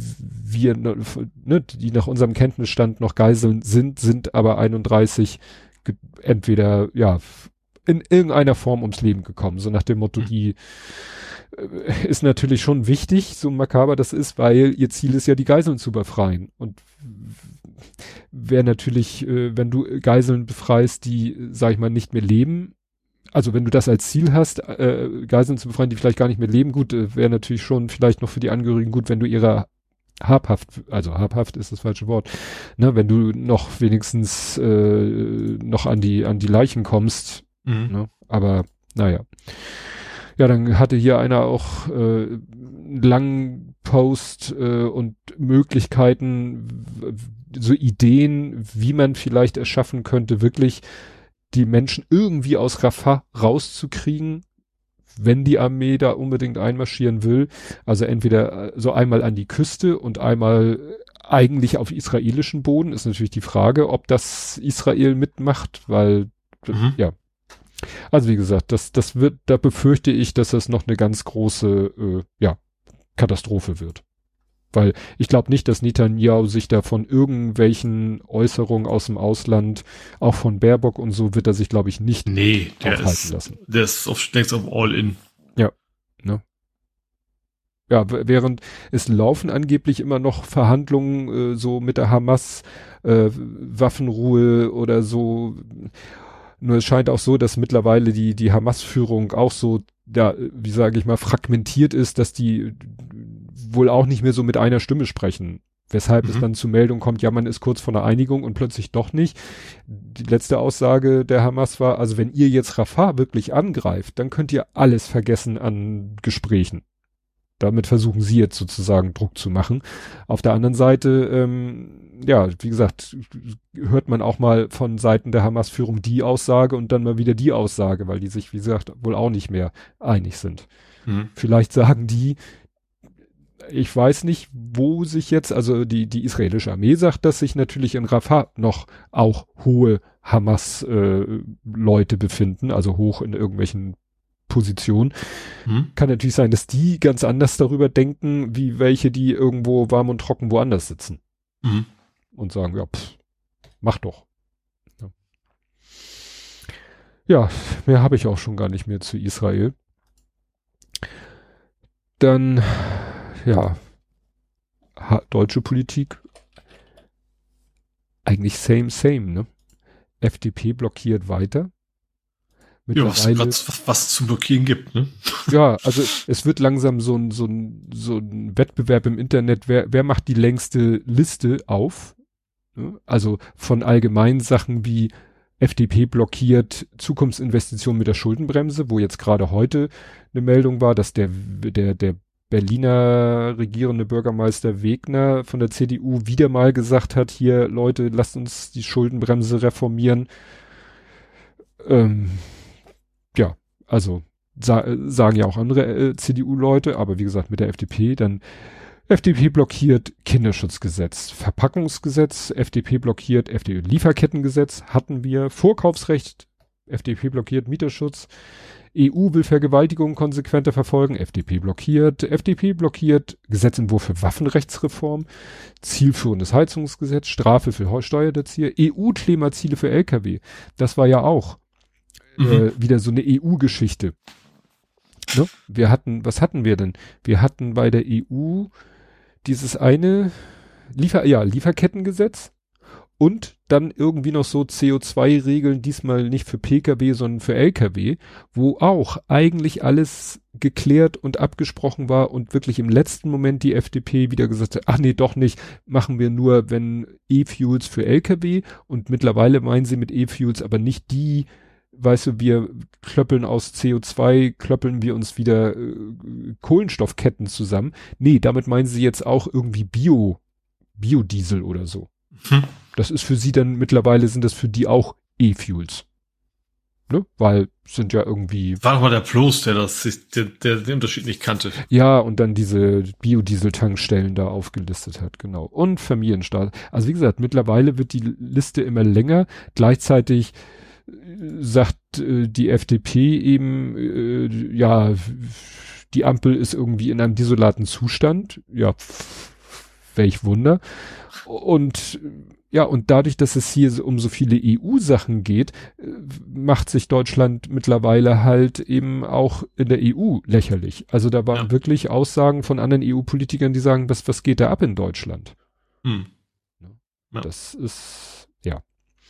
nach unserem Kenntnisstand noch Geiseln sind aber 31 entweder, ja, in irgendeiner Form ums Leben gekommen. So nach dem Motto, die ist natürlich schon wichtig, so makaber das ist, weil ihr Ziel ist ja, die Geiseln zu befreien. Und wäre natürlich, wenn du Geiseln befreist, die, sag ich mal, nicht mehr leben, also wenn du das als Ziel hast, Geiseln zu befreien, die vielleicht gar nicht mehr leben, gut, wäre natürlich schon vielleicht noch für die Angehörigen gut, wenn du ihrer habhaft ist das falsche Wort, ne, wenn du noch wenigstens noch an die Leichen kommst, ne, aber naja. Ja, dann hatte hier einer auch einen langen Post und Möglichkeiten, so Ideen, wie man vielleicht es schaffen könnte, wirklich die Menschen irgendwie aus Rafah rauszukriegen, wenn die Armee da unbedingt einmarschieren will. Also entweder so einmal an die Küste und einmal eigentlich auf israelischen Boden. Ist natürlich die Frage, ob das Israel mitmacht, weil ja. Also wie gesagt, da befürchte ich, dass das noch eine ganz große Katastrophe wird. Weil ich glaube nicht, dass Netanyahu sich da von irgendwelchen Äußerungen aus dem Ausland, auch von Baerbock und so, wird er sich, glaube ich, nicht aufhalten lassen. Der ist längst auf All-In. Ja, ne? Ja, während es laufen angeblich immer noch Verhandlungen so mit der Hamas, Waffenruhe oder so. Nur es scheint auch so, dass mittlerweile die Hamas-Führung auch so, ja, wie sage ich mal, fragmentiert ist, dass die wohl auch nicht mehr so mit einer Stimme sprechen. Weshalb es dann zu Meldungen kommt, ja, man ist kurz vor einer Einigung und plötzlich doch nicht. Die letzte Aussage der Hamas war, also wenn ihr jetzt Rafah wirklich angreift, dann könnt ihr alles vergessen an Gesprächen. Damit versuchen sie jetzt sozusagen Druck zu machen. Auf der anderen Seite, ja, wie gesagt, hört man auch mal von Seiten der Hamas-Führung die Aussage und dann mal wieder die Aussage, weil die sich, wie gesagt, wohl auch nicht mehr einig sind. Vielleicht sagen die, ich weiß nicht, wo sich jetzt, also die israelische Armee sagt, dass sich natürlich in Rafah noch auch hohe Hamas Leute befinden, also hoch in irgendwelchen Positionen. Kann natürlich sein, dass die ganz anders darüber denken, wie welche, die irgendwo warm und trocken woanders sitzen. Und sagen, ja, mach doch. Ja, mehr habe ich auch schon gar nicht mehr zu Israel. Dann ja, deutsche Politik, eigentlich same, ne? FDP blockiert weiter. Ja, was zu blockieren gibt, ne? Ja, also es wird langsam so ein Wettbewerb im Internet, wer macht die längste Liste auf? Ne? Also von allgemeinen Sachen wie FDP blockiert Zukunftsinvestitionen mit der Schuldenbremse, wo jetzt gerade heute eine Meldung war, dass der Berliner regierende Bürgermeister Wegner von der CDU wieder mal gesagt hat, hier Leute, lasst uns die Schuldenbremse reformieren. Ja, also sagen ja auch andere CDU-Leute, aber wie gesagt mit der FDP, dann FDP blockiert Kinderschutzgesetz, Verpackungsgesetz, FDP blockiert Lieferkettengesetz, hatten wir, Vorkaufsrecht, FDP blockiert Mieterschutz, EU will Vergewaltigung konsequenter verfolgen, FDP blockiert Gesetzentwurf für Waffenrechtsreform, zielführendes Heizungsgesetz, Strafe für Steuerhinterzieher, EU-Klimaziele für Lkw. Das war ja auch wieder so eine EU-Geschichte. Ne? Was hatten wir denn? Wir hatten bei der EU dieses eine Lieferkettengesetz und dann irgendwie noch so CO2-Regeln, diesmal nicht für Pkw, sondern für Lkw, wo auch eigentlich alles geklärt und abgesprochen war und wirklich im letzten Moment die FDP wieder gesagt hat, ach nee, doch nicht, machen wir nur, wenn E-Fuels für Lkw, und mittlerweile meinen sie mit E-Fuels aber nicht die, weißt du, wir klöppeln aus CO2, klöppeln wir uns wieder Kohlenstoffketten zusammen. Nee, damit meinen sie jetzt auch irgendwie Biodiesel oder so. Das ist für sie dann, mittlerweile sind das für die auch E-Fuels. Ne? Weil sind ja irgendwie. War doch mal der Plus, der den Unterschied nicht kannte. Ja, und dann diese Biodiesel-Tankstellen da aufgelistet hat, genau. Und Familienstaat. Also wie gesagt, mittlerweile wird die Liste immer länger. Gleichzeitig sagt die FDP eben, ja, die Ampel ist irgendwie in einem desolaten Zustand. Ja, welch Wunder. Und ja, und dadurch, dass es hier um so viele EU-Sachen geht, macht sich Deutschland mittlerweile halt eben auch in der EU lächerlich. Also da waren wirklich Aussagen von anderen EU-Politikern, die sagen, was geht da ab in Deutschland? Ja. Das ist, ja.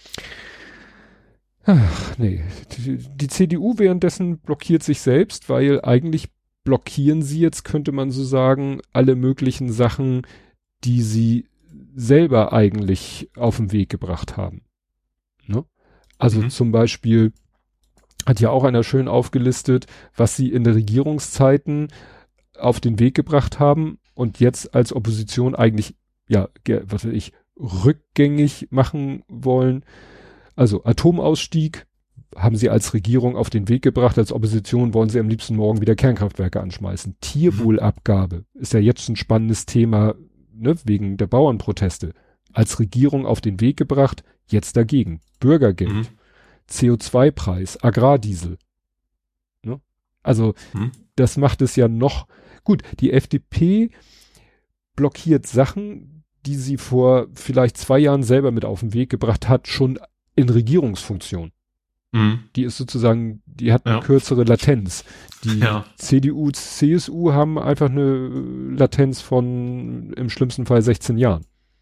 Ach, nee. Die CDU währenddessen blockiert sich selbst, weil eigentlich blockieren sie jetzt, könnte man so sagen, alle möglichen Sachen, die sie selber eigentlich auf den Weg gebracht haben. Ne? Also zum Beispiel hat ja auch einer schön aufgelistet, was sie in der Regierungszeiten auf den Weg gebracht haben und jetzt als Opposition eigentlich, ja, was weiß ich, rückgängig machen wollen. Also Atomausstieg haben sie als Regierung auf den Weg gebracht, als Opposition wollen sie am liebsten morgen wieder Kernkraftwerke anschmeißen. Tierwohlabgabe ist ja jetzt ein spannendes Thema, ne, wegen der Bauernproteste. Als Regierung auf den Weg gebracht, jetzt dagegen. Bürgergeld, CO2-Preis, Agrardiesel. Ne? Also das macht es ja noch, Gut, die FDP blockiert Sachen, die sie vor vielleicht 2 Jahren selber mit auf den Weg gebracht hat, schon in Regierungsfunktion. Die ist sozusagen, die hat eine kürzere Latenz. Die CDU, CSU haben einfach eine Latenz von im schlimmsten Fall 16 Jahren.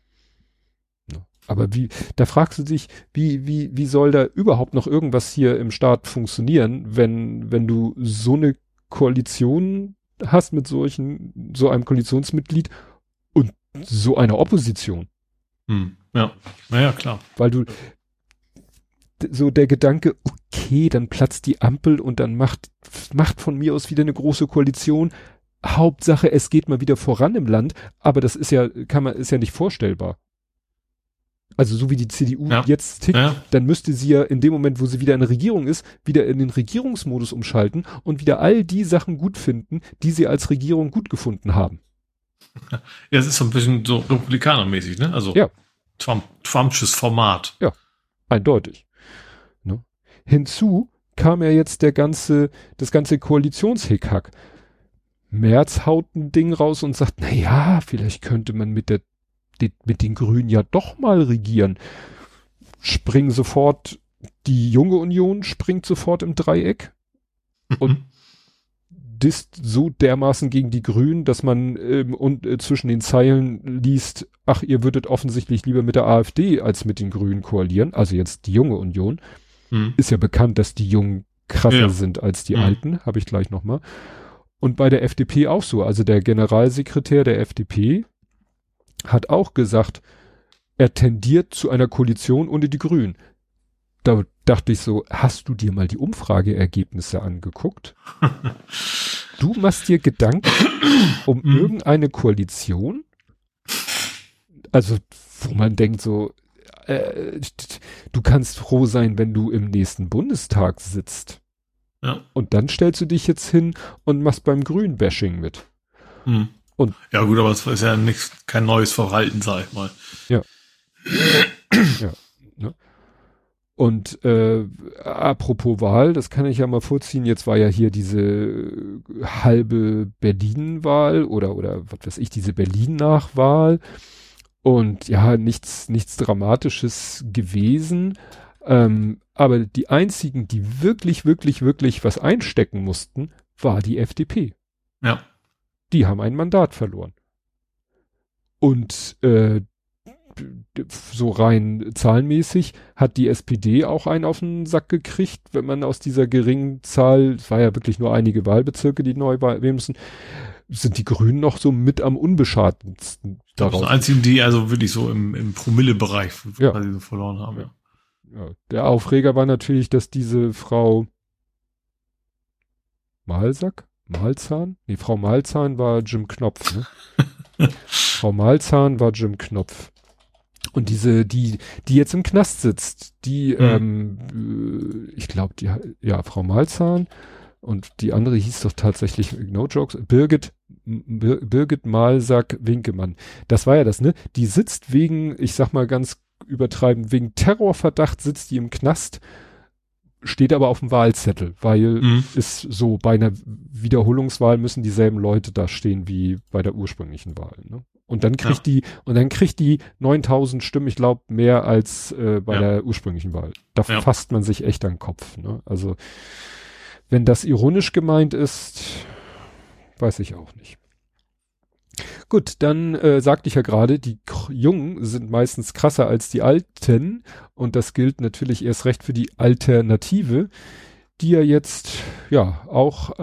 Aber da fragst du dich, wie soll da überhaupt noch irgendwas hier im Staat funktionieren, wenn du so eine Koalition hast mit so einem Koalitionsmitglied und so einer Opposition. Ja, naja, klar. Weil du so der Gedanke, okay, dann platzt die Ampel und dann macht von mir aus wieder eine große Koalition. Hauptsache, es geht mal wieder voran im Land, aber das ist ja nicht vorstellbar. Also so wie die CDU jetzt tickt, dann müsste sie ja in dem Moment, wo sie wieder in der Regierung ist, wieder in den Regierungsmodus umschalten und wieder all die Sachen gut finden, die sie als Regierung gut gefunden haben. Ja, es ist so ein bisschen so republikanermäßig, ne? Also Trumpsches Format. Ja, eindeutig. Ne? Hinzu kam ja jetzt das ganze Koalitionshickhack. Merz haut ein Ding raus und sagt, na ja, vielleicht könnte man mit den Grünen ja doch mal regieren. Springen sofort, die junge Union springt sofort im Dreieck und disst so dermaßen gegen die Grünen, dass man zwischen den Zeilen liest, ach, ihr würdet offensichtlich lieber mit der AfD als mit den Grünen koalieren, also jetzt die junge Union. Ist ja bekannt, dass die Jungen krasser sind als die Alten, habe ich gleich nochmal. Und bei der FDP auch so, also der Generalsekretär der FDP hat auch gesagt, er tendiert zu einer Koalition ohne die Grünen. Da dachte ich so, hast du dir mal die Umfrageergebnisse angeguckt? Du machst dir Gedanken um irgendeine Koalition? Also, wo man denkt so, du kannst froh sein, wenn du im nächsten Bundestag sitzt. Ja. Und dann stellst du dich jetzt hin und machst beim Grün-Bashing mit. Und ja gut, aber es ist ja kein neues Verhalten, sag ich mal. Ja. Ja. Ne? Und apropos Wahl, das kann ich ja mal vorziehen, jetzt war ja hier diese halbe Berlin-Wahl oder was weiß ich, diese Berlin-Nachwahl und ja, nichts Dramatisches gewesen, aber die einzigen, die wirklich was einstecken mussten, war die FDP. Ja. Die haben ein Mandat verloren. Und so rein zahlenmäßig hat die SPD auch einen auf den Sack gekriegt, wenn man aus dieser geringen Zahl, es war ja wirklich nur einige Wahlbezirke, die neu wählen müssen, sind die Grünen noch so mit am unbeschadendsten daraus. Das sind die einzigen, die also wirklich so im Promille-Bereich quasi so verloren haben. Ja. Ja. Der Aufreger war natürlich, dass diese Frau Malzahn? Nee, Frau Malzahn war Jim Knopf, ne? Frau Malzahn war Jim Knopf. Und die jetzt im Knast sitzt, die, ich glaube, Frau Malzahn und die andere hieß doch tatsächlich, no jokes, Birgit Malsack-Winkemann. Das war ja das, ne? Die sitzt wegen, ich sag mal ganz übertreibend, wegen Terrorverdacht sitzt die im Knast, steht aber auf dem Wahlzettel, weil ist so, bei einer Wiederholungswahl müssen dieselben Leute da stehen wie bei der ursprünglichen Wahl, ne? Und dann kriegt die 9.000 Stimmen, ich glaube, mehr als bei der ursprünglichen Wahl. Da fasst man sich echt an den Kopf, ne? Also, wenn das ironisch gemeint ist, weiß ich auch nicht. Gut, dann sagte ich ja gerade, die Jungen sind meistens krasser als die Alten und das gilt natürlich erst recht für die Alternative, die ja jetzt auch,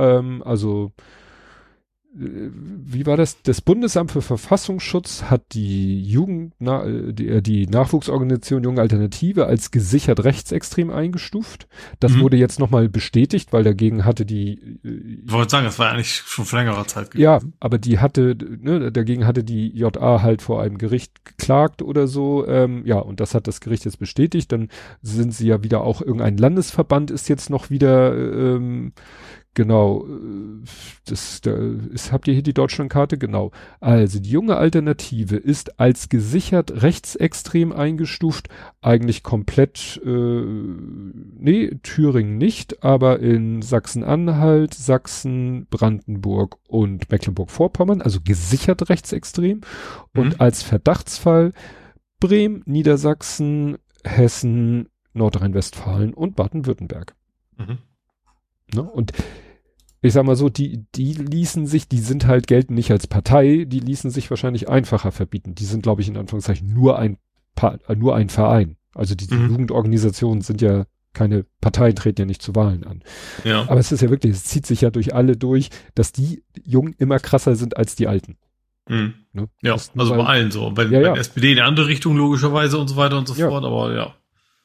wie war das? Das Bundesamt für Verfassungsschutz hat die die Nachwuchsorganisation Junge Alternative als gesichert rechtsextrem eingestuft. Das wurde jetzt nochmal bestätigt, weil dagegen hatte die ich wollte sagen, das war eigentlich schon vor längerer Zeit gewesen. Ja, aber dagegen hatte die JA halt vor einem Gericht geklagt oder so. Und das hat das Gericht jetzt bestätigt. Dann sind sie ja wieder auch, irgendein Landesverband ist jetzt noch wieder Genau, habt ihr hier die Deutschlandkarte? Genau. Also die junge Alternative ist als gesichert rechtsextrem eingestuft, eigentlich komplett, Thüringen nicht, aber in Sachsen-Anhalt, Sachsen, Brandenburg und Mecklenburg-Vorpommern, also gesichert rechtsextrem. Und als Verdachtsfall Bremen, Niedersachsen, Hessen, Nordrhein-Westfalen und Baden-Württemberg. Ne? Und ich sag mal so, die ließen sich, die sind halt, gelten nicht als Partei, die ließen sich wahrscheinlich einfacher verbieten. Die sind, glaube ich, in Anführungszeichen nur ein Verein. Also die Jugendorganisationen sind ja keine Parteien, treten ja nicht zu Wahlen an. Ja. Aber es ist ja wirklich, es zieht sich ja durch alle durch, dass die Jungen immer krasser sind als die Alten. Ne? Ja, Das, also bei allen so. Bei SPD in eine andere Richtung logischerweise und so weiter und so fort, aber ja.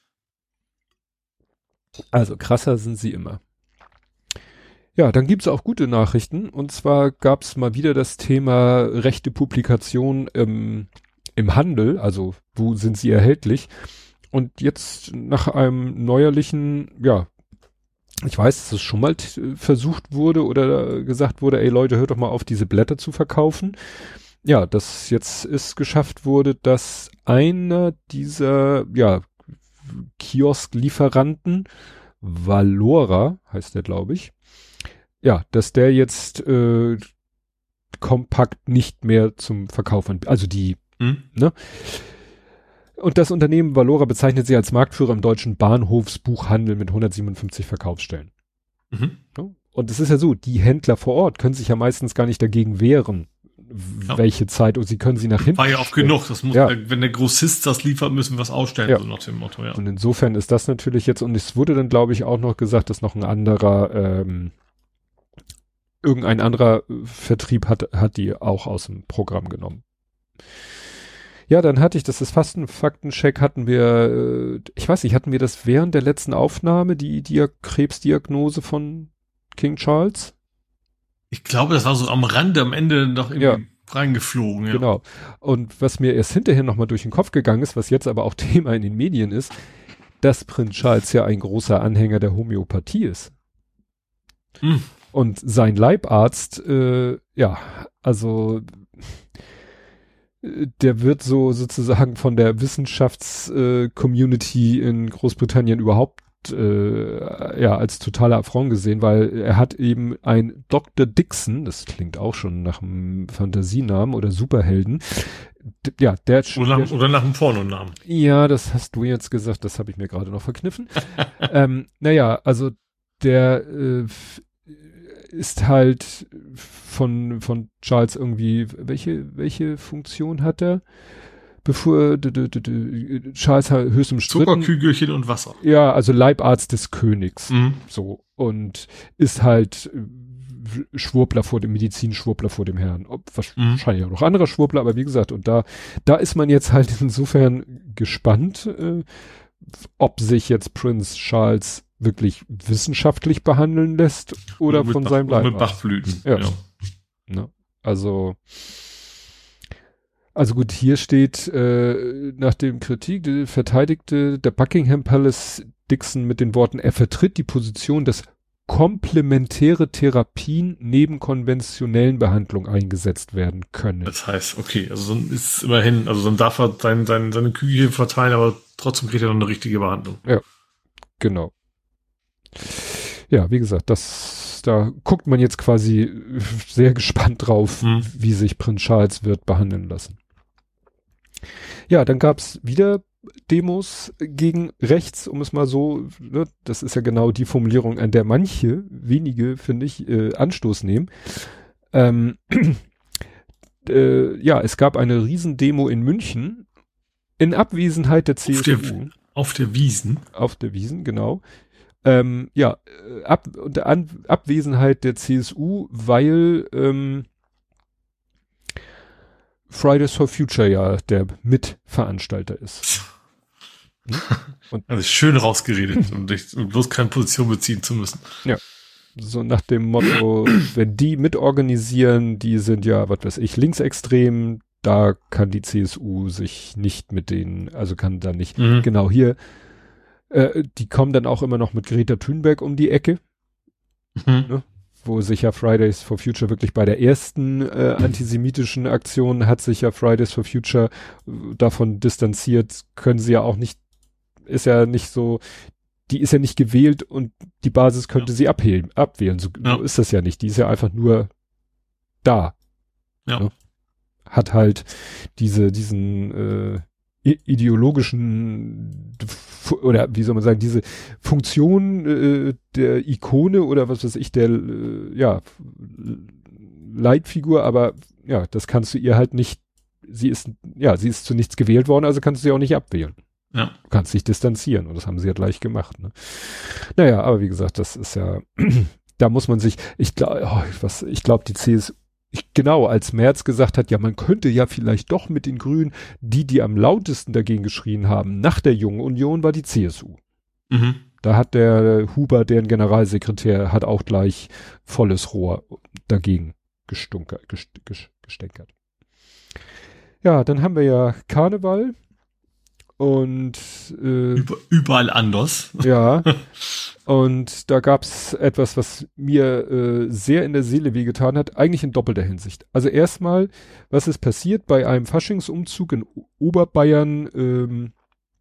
Also krasser sind sie immer. Ja, dann gibt's auch gute Nachrichten. Und zwar gab's mal wieder das Thema rechte Publikation im Handel. Also wo sind sie erhältlich? Und jetzt nach einem neuerlichen, ich weiß, dass es schon mal versucht wurde oder gesagt wurde, ey Leute, hört doch mal auf, diese Blätter zu verkaufen. Ja, dass jetzt es geschafft wurde, dass einer dieser, Kiosk-Lieferanten, Valora heißt der, glaube ich, dass der jetzt kompakt nicht mehr zum Verkauf also die, ne? Und das Unternehmen Valora bezeichnet sie als Marktführer im deutschen Bahnhofsbuchhandel mit 157 Verkaufsstellen. Ne? Und es ist ja so, die Händler vor Ort können sich ja meistens gar nicht dagegen wehren, welche Zeit, und sie können sie nach hinten. War ja oft genug, das muss, wenn der Grossist das liefert, müssen wir was ausstellen, so nach dem Motto, Und insofern ist das natürlich jetzt, und es wurde dann, glaube ich, auch noch gesagt, dass noch ein anderer, irgendein anderer Vertrieb hat die auch aus dem Programm genommen. Ja, dann hatte ich, das ist fast ein Faktencheck, hatten wir, ich weiß nicht, hatten wir das während der letzten Aufnahme, die Krebsdiagnose von King Charles? Ich glaube, das war so am Rande, am Ende noch irgendwie reingeflogen. Ja. Genau. Und was mir erst hinterher nochmal durch den Kopf gegangen ist, was jetzt aber auch Thema in den Medien ist, dass Prinz Charles ja ein großer Anhänger der Homöopathie ist. Und sein Leibarzt, der wird so sozusagen von der Wissenschafts-Community in Großbritannien überhaupt als totaler Affront gesehen, weil er hat eben ein Dr. Dixon, das klingt auch schon nach einem Fantasienamen oder Superhelden, oder nach einem Pornonamen. Ja, das hast du jetzt gesagt, das habe ich mir gerade noch verkniffen. Also der ist halt von Charles irgendwie, welche Funktion hat er? Bevor Charles höchst umstritten. Zuckerkügelchen und Wasser. Ja, also Leibarzt des Königs. So. Und ist halt Medizinschwurbler vor dem Herrn. Wahrscheinlich auch noch anderer Schwurbler, aber wie gesagt, und da ist man jetzt halt insofern gespannt, ob sich jetzt Prinz Charles wirklich wissenschaftlich behandeln lässt oder von seinem Leibarzt. Mit Bachblüten. Ja. Ne? Also gut, hier steht, nach dem Kritik verteidigte der Buckingham Palace Dixon mit den Worten, er vertritt die Position, dass komplementäre Therapien neben konventionellen Behandlungen eingesetzt werden können. Das heißt, okay, also dann ist immerhin, also dann darf er seine Kügelchen verteilen, aber trotzdem kriegt er noch eine richtige Behandlung. Ja, genau. Ja, wie gesagt, da guckt man jetzt quasi sehr gespannt drauf, wie sich Prinz Charles wird behandeln lassen. Ja, dann gab's wieder Demos gegen rechts, um es mal so, ne, das ist ja genau die Formulierung, an der wenige, finde ich, Anstoß nehmen. Es gab eine Riesendemo in München in Abwesenheit der CSU. Auf der Wiesn? Auf der Wiesn, genau. Unter Abwesenheit der CSU, weil Fridays for Future ja der Mitveranstalter ist. Und also schön rausgeredet, um bloß keine Position beziehen zu müssen. Ja. So nach dem Motto, wenn die mitorganisieren, die sind ja, was weiß ich, linksextrem, da kann die CSU sich nicht mit denen, also kann da nicht, genau hier, die kommen dann auch immer noch mit Greta Thunberg um die Ecke. Ne? wo sich ja Fridays for Future wirklich bei der ersten antisemitischen Aktion hat sich ja Fridays for Future davon distanziert, können sie ja auch nicht, ist ja nicht so, die ist ja nicht gewählt und die Basis könnte sie abwählen. So ist das ja nicht. Die ist ja einfach nur da. Ja. Ne? Hat halt diesen ideologischen oder wie soll man sagen, diese Funktion der Ikone oder was weiß ich, der Leitfigur, aber ja, das kannst du ihr halt nicht, sie ist zu nichts gewählt worden, also kannst du sie auch nicht abwählen. Ja. Du kannst dich distanzieren und das haben sie ja gleich gemacht. Ne? Naja, aber wie gesagt, das ist ja, da muss man sich, ich glaube, die CSU, genau, als Merz gesagt hat, ja, man könnte ja vielleicht doch mit den Grünen, die am lautesten dagegen geschrien haben, nach der Jungen Union war die CSU. Mhm. Da hat der Huber, deren Generalsekretär, hat auch gleich volles Rohr dagegen gestänkert. Ja, dann haben wir ja Karneval. Und überall anders. Ja. Und da gab's etwas, was mir sehr in der Seele wehgetan hat, eigentlich in doppelter Hinsicht. Also erstmal, was ist passiert bei einem Faschingsumzug in Oberbayern?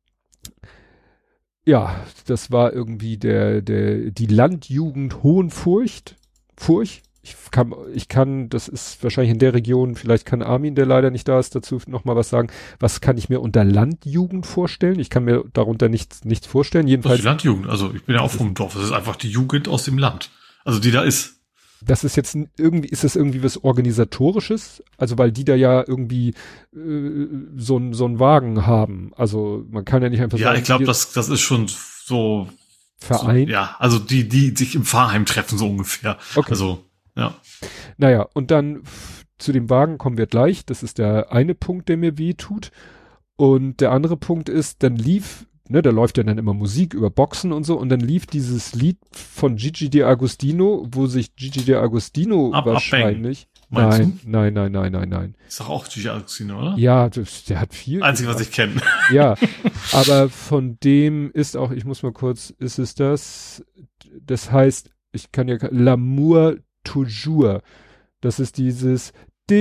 Ja, das war irgendwie die Landjugend Hohenfurcht. Ich kann, das ist wahrscheinlich in der Region, vielleicht kann Armin, der leider nicht da ist, dazu noch mal was sagen. Was kann ich mir unter Landjugend vorstellen? Ich kann mir darunter nichts vorstellen. Jedenfalls. Das ist die Landjugend. Also ich bin ja auch vom Dorf. Das ist einfach die Jugend aus dem Land. Also die da ist. Das ist jetzt ist das irgendwie was Organisatorisches? Also weil die da ja irgendwie so einen Wagen haben. Also man kann ja nicht einfach sagen. Ja, ich glaube, das ist schon so. Verein? So, ja, also die sich im Pfarrheim treffen, so ungefähr. Okay. Also, ja. Naja, und dann zu dem Wagen kommen wir gleich. Das ist der eine Punkt, der mir weh tut. Und der andere Punkt ist, dann da läuft ja dann immer Musik über Boxen und so. Und dann lief dieses Lied von Gigi D'Agostino, wo sich Gigi D'Agostino wahrscheinlich... Nein. Ist doch auch Gigi D'Agostino, oder? Ja, der hat viel... Einzige, was ich kenne. Ja, aber von dem ist auch, ich muss mal kurz, ist es das heißt, ich kann ja... L'amour toujours. Das ist dieses...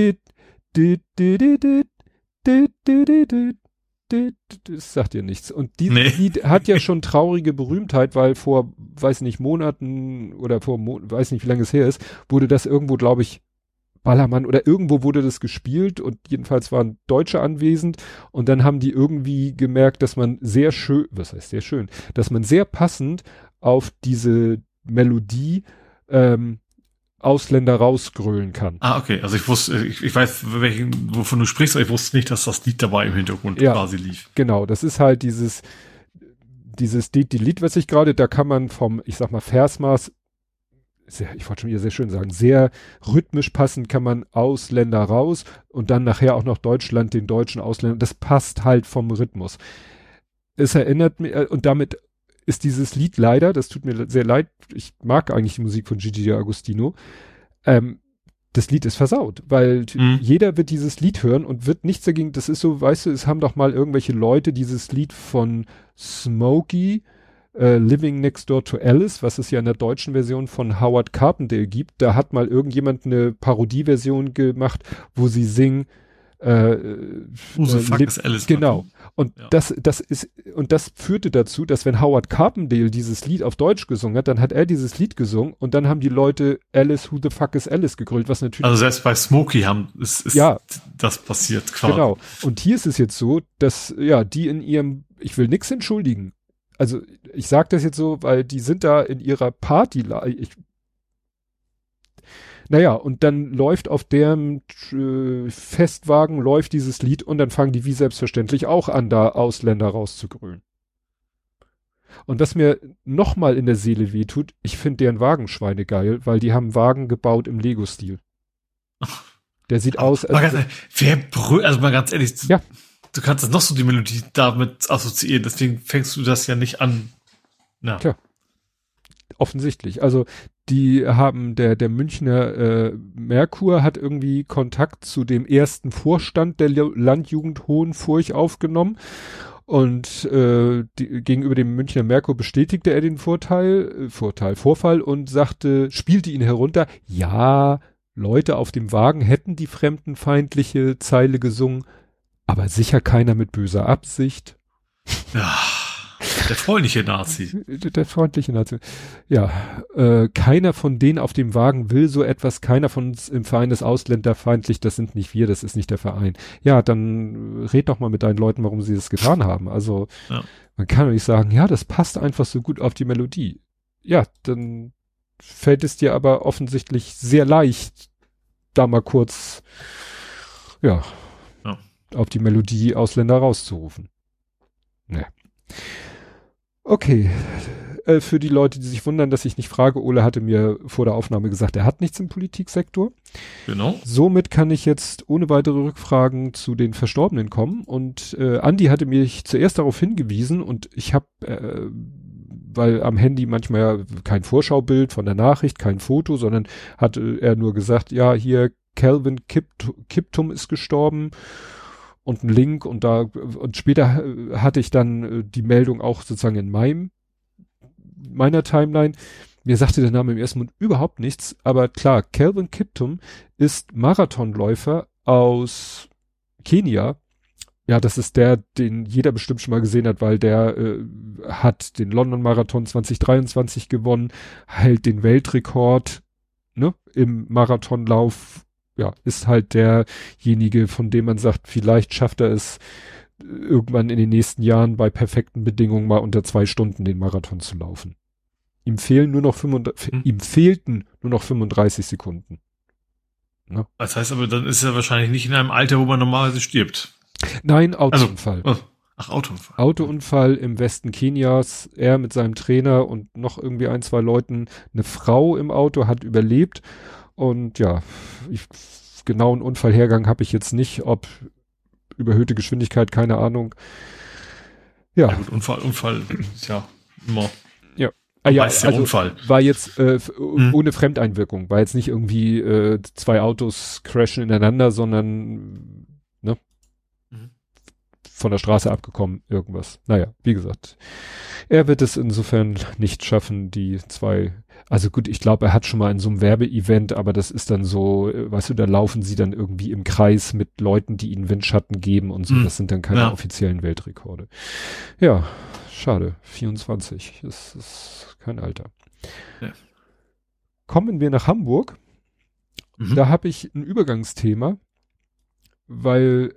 Das sagt ihr nichts. Und dieses Lied hat ja schon traurige Berühmtheit, weil vor, weiß nicht, Monaten oder weiß nicht, wie lange es her ist, wurde das irgendwo, glaube ich, Ballermann oder irgendwo wurde das gespielt und jedenfalls waren Deutsche anwesend und dann haben die irgendwie gemerkt, dass man sehr schön, was heißt sehr schön, dass man sehr passend auf diese Melodie Ausländer rausgrölen kann. Ah, okay. Also ich weiß, wovon du sprichst, aber ich wusste nicht, dass das Lied dabei im Hintergrund quasi lief. Genau, das ist halt dieses Lied, was ich gerade, da kann man vom, ich sag mal, Versmaß, ich wollte schon wieder sehr schön sagen, sehr rhythmisch passend kann man Ausländer raus und dann nachher auch noch Deutschland, den deutschen Ausländern, das passt halt vom Rhythmus. Es erinnert mich, und damit ist dieses Lied leider, das tut mir sehr leid, ich mag eigentlich die Musik von Gigi D'Agostino, das Lied ist versaut, weil jeder wird dieses Lied hören und wird nichts dagegen, das ist so, weißt du, es haben doch mal irgendwelche Leute dieses Lied von Smokey, Living Next Door to Alice, was es ja in der deutschen Version von Howard Carpendale gibt, da hat mal irgendjemand eine Parodieversion gemacht, wo sie singen, Who the fuck is Alice? Genau. Und das führte dazu, dass wenn Howard Carpendale dieses Lied auf Deutsch gesungen hat, dann hat er dieses Lied gesungen und dann haben die Leute Alice, who the fuck is Alice gegrölt, was natürlich. Also selbst bei Smokey ist das passiert quasi. Genau. Und hier ist es jetzt so, dass, die in ihrem, ich will nichts entschuldigen. Also, ich sag das jetzt so, weil die sind da in ihrer Party, und dann läuft auf deren Festwagen läuft dieses Lied und dann fangen die wie selbstverständlich auch an, da Ausländer rauszugrölen. Und was mir nochmal in der Seele wehtut, ich finde deren Wagenschweine geil, weil die haben einen Wagen gebaut im Lego-Stil. Der sieht aus, als... Also mal ganz ehrlich, ja. Du kannst das noch so die Melodie damit assoziieren, deswegen fängst du das ja nicht an. Ja. Tja. Offensichtlich. Also die haben, der Münchner Merkur hat irgendwie Kontakt zu dem ersten Vorstand der Landjugend Hohenfurcht aufgenommen Und gegenüber dem Münchner Merkur bestätigte er den Vorfall und spielte ihn herunter. Ja, Leute auf dem Wagen hätten die fremdenfeindliche Zeile gesungen, aber sicher keiner mit böser Absicht. Ja, der freundliche Nazi. Der freundliche Nazi. Ja, keiner von denen auf dem Wagen will so etwas, keiner von uns im Verein ist ausländerfeindlich, das sind nicht wir, das ist nicht der Verein. Ja, dann red doch mal mit deinen Leuten, warum sie das getan haben. Also, man kann doch nicht sagen, ja, das passt einfach so gut auf die Melodie. Ja, dann fällt es dir aber offensichtlich sehr leicht, da mal kurz, auf die Melodie Ausländer rauszurufen. Ne. Okay, für die Leute, die sich wundern, dass ich nicht frage, Ole hatte mir vor der Aufnahme gesagt, er hat nichts im Politiksektor. Genau. Somit kann ich jetzt ohne weitere Rückfragen zu den Verstorbenen kommen und Andi hatte mich zuerst darauf hingewiesen und ich habe, weil am Handy manchmal ja kein Vorschaubild von der Nachricht, kein Foto, sondern hat er nur gesagt, ja, hier Calvin Kiptum ist gestorben. Und ein Link und später hatte ich dann die Meldung auch sozusagen in meiner Timeline. Mir sagte der Name im ersten Mund überhaupt nichts, aber klar, Calvin Kiptum ist Marathonläufer aus Kenia. Ja, das ist der, den jeder bestimmt schon mal gesehen hat, weil der hat den London Marathon 2023 gewonnen, hält den Weltrekord, ne, im Marathonlauf. Ja, ist halt derjenige, von dem man sagt, vielleicht schafft er es irgendwann in den nächsten Jahren bei perfekten Bedingungen mal unter 2 Stunden den Marathon zu laufen. Ihm fehlten nur noch 35 Sekunden. Ne? Das heißt aber, dann ist er wahrscheinlich nicht in einem Alter, wo man normalerweise stirbt. Nein, Autounfall. Autounfall. Autounfall im Westen Kenias. Er mit seinem Trainer und noch irgendwie 1, 2 Leuten. Eine Frau im Auto hat überlebt. Und ja, genauen Unfallhergang habe ich jetzt nicht, ob überhöhte Geschwindigkeit, keine Ahnung. Ja gut, Unfall ist ja immer. Ja. Ja, also Unfall. War jetzt ohne Fremdeinwirkung, war jetzt nicht irgendwie 2 Autos crashen ineinander, sondern von der Straße abgekommen, irgendwas. Naja, wie gesagt, er wird es insofern nicht schaffen, die 2. Also gut, ich glaube, er hat schon mal in so einem Werbeevent, aber das ist dann so, weißt du, da laufen sie dann irgendwie im Kreis mit Leuten, die ihnen Windschatten geben und so. Das sind dann keine offiziellen Weltrekorde. Ja, schade. 24. Das ist kein Alter. Ja. Kommen wir nach Hamburg. Da habe ich ein Übergangsthema, weil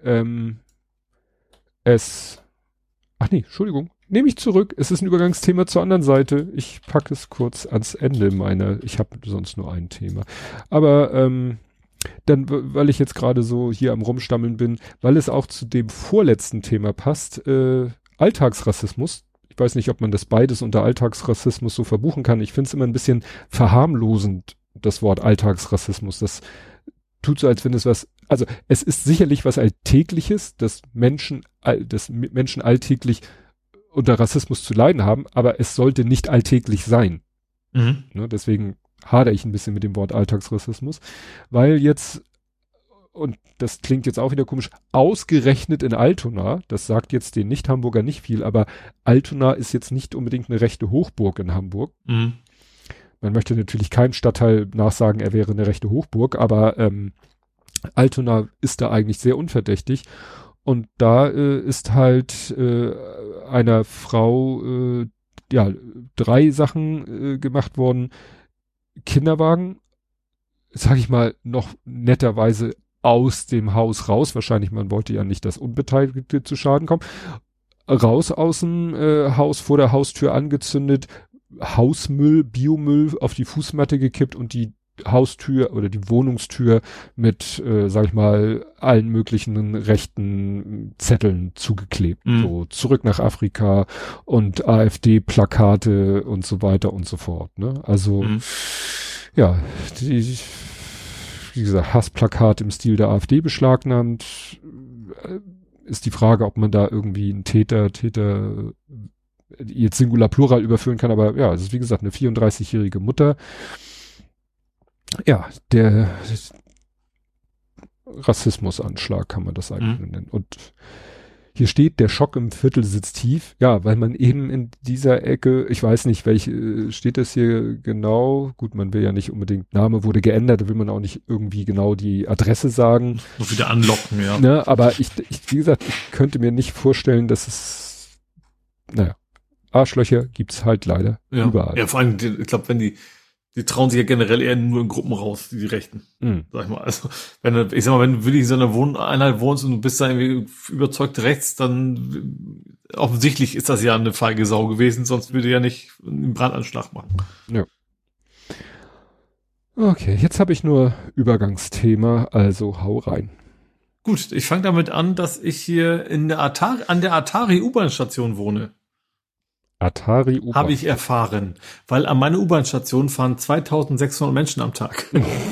Entschuldigung. Nehme ich zurück. Es ist ein Übergangsthema zur anderen Seite. Ich packe es kurz ans Ende ich habe sonst nur ein Thema. Aber dann, weil ich jetzt gerade so hier am Rumstammeln bin, weil es auch zu dem vorletzten Thema passt, Alltagsrassismus. Ich weiß nicht, ob man das beides unter Alltagsrassismus so verbuchen kann. Ich finde es immer ein bisschen verharmlosend, das Wort Alltagsrassismus. Das tut so, als wenn es also es ist sicherlich was Alltägliches, dass Menschen alltäglich unter Rassismus zu leiden haben, aber es sollte nicht alltäglich sein. Ne, deswegen hadere ich ein bisschen mit dem Wort Alltagsrassismus, weil jetzt, und das klingt jetzt auch wieder komisch, ausgerechnet in Altona, das sagt jetzt den Nicht-Hamburger nicht viel, aber Altona ist jetzt nicht unbedingt eine rechte Hochburg in Hamburg. Man möchte natürlich keinem Stadtteil nachsagen, er wäre eine rechte Hochburg, aber Altona ist da eigentlich sehr unverdächtig. Und da ist halt einer Frau 3 Sachen gemacht worden. Kinderwagen, sag ich mal, noch netterweise aus dem Haus raus. Wahrscheinlich, man wollte ja nicht, dass Unbeteiligte zu Schaden kommen. Raus aus dem Haus, vor der Haustür angezündet, Hausmüll, Biomüll auf die Fußmatte gekippt und die Haustür oder die Wohnungstür mit, sag ich mal, allen möglichen rechten Zetteln zugeklebt. So zurück nach Afrika und AfD-Plakate und so weiter und so fort. Ne? Also ja, wie gesagt, Hassplakat im Stil der AfD beschlagnahmt. Ist die Frage, ob man da irgendwie einen Täter jetzt Singular Plural überführen kann, aber ja, es ist wie gesagt eine 34-jährige Mutter. Ja, der Rassismusanschlag kann man das eigentlich nennen. Und Hier steht, der Schock im Viertel sitzt tief. Ja, weil man eben in dieser Ecke, ich weiß nicht, welche, steht das hier genau? Gut, man will ja nicht unbedingt, Name wurde geändert, da will man auch nicht irgendwie genau die Adresse sagen. Noch wieder anlocken, ja. Ne, aber ich, wie gesagt, ich könnte mir nicht vorstellen, dass es, naja, Arschlöcher gibt's halt leider überall. Ja, vor allem, ich glaube, wenn die trauen sich ja generell eher nur in Gruppen raus, die Rechten. Sag ich mal. Also, wenn du wirklich in so einer Wohneinheit wohnst und du bist da irgendwie überzeugt rechts, dann offensichtlich ist das ja eine feige Sau gewesen, sonst würde ja nicht einen Brandanschlag machen. Ja. Okay, jetzt habe ich nur Übergangsthema, also hau rein. Gut, ich fange damit an, dass ich hier an der Atari U-Bahn-Station wohne. Atari U-Bahn. Habe ich erfahren, weil an meine U-Bahn-Station fahren 2600 Menschen am Tag.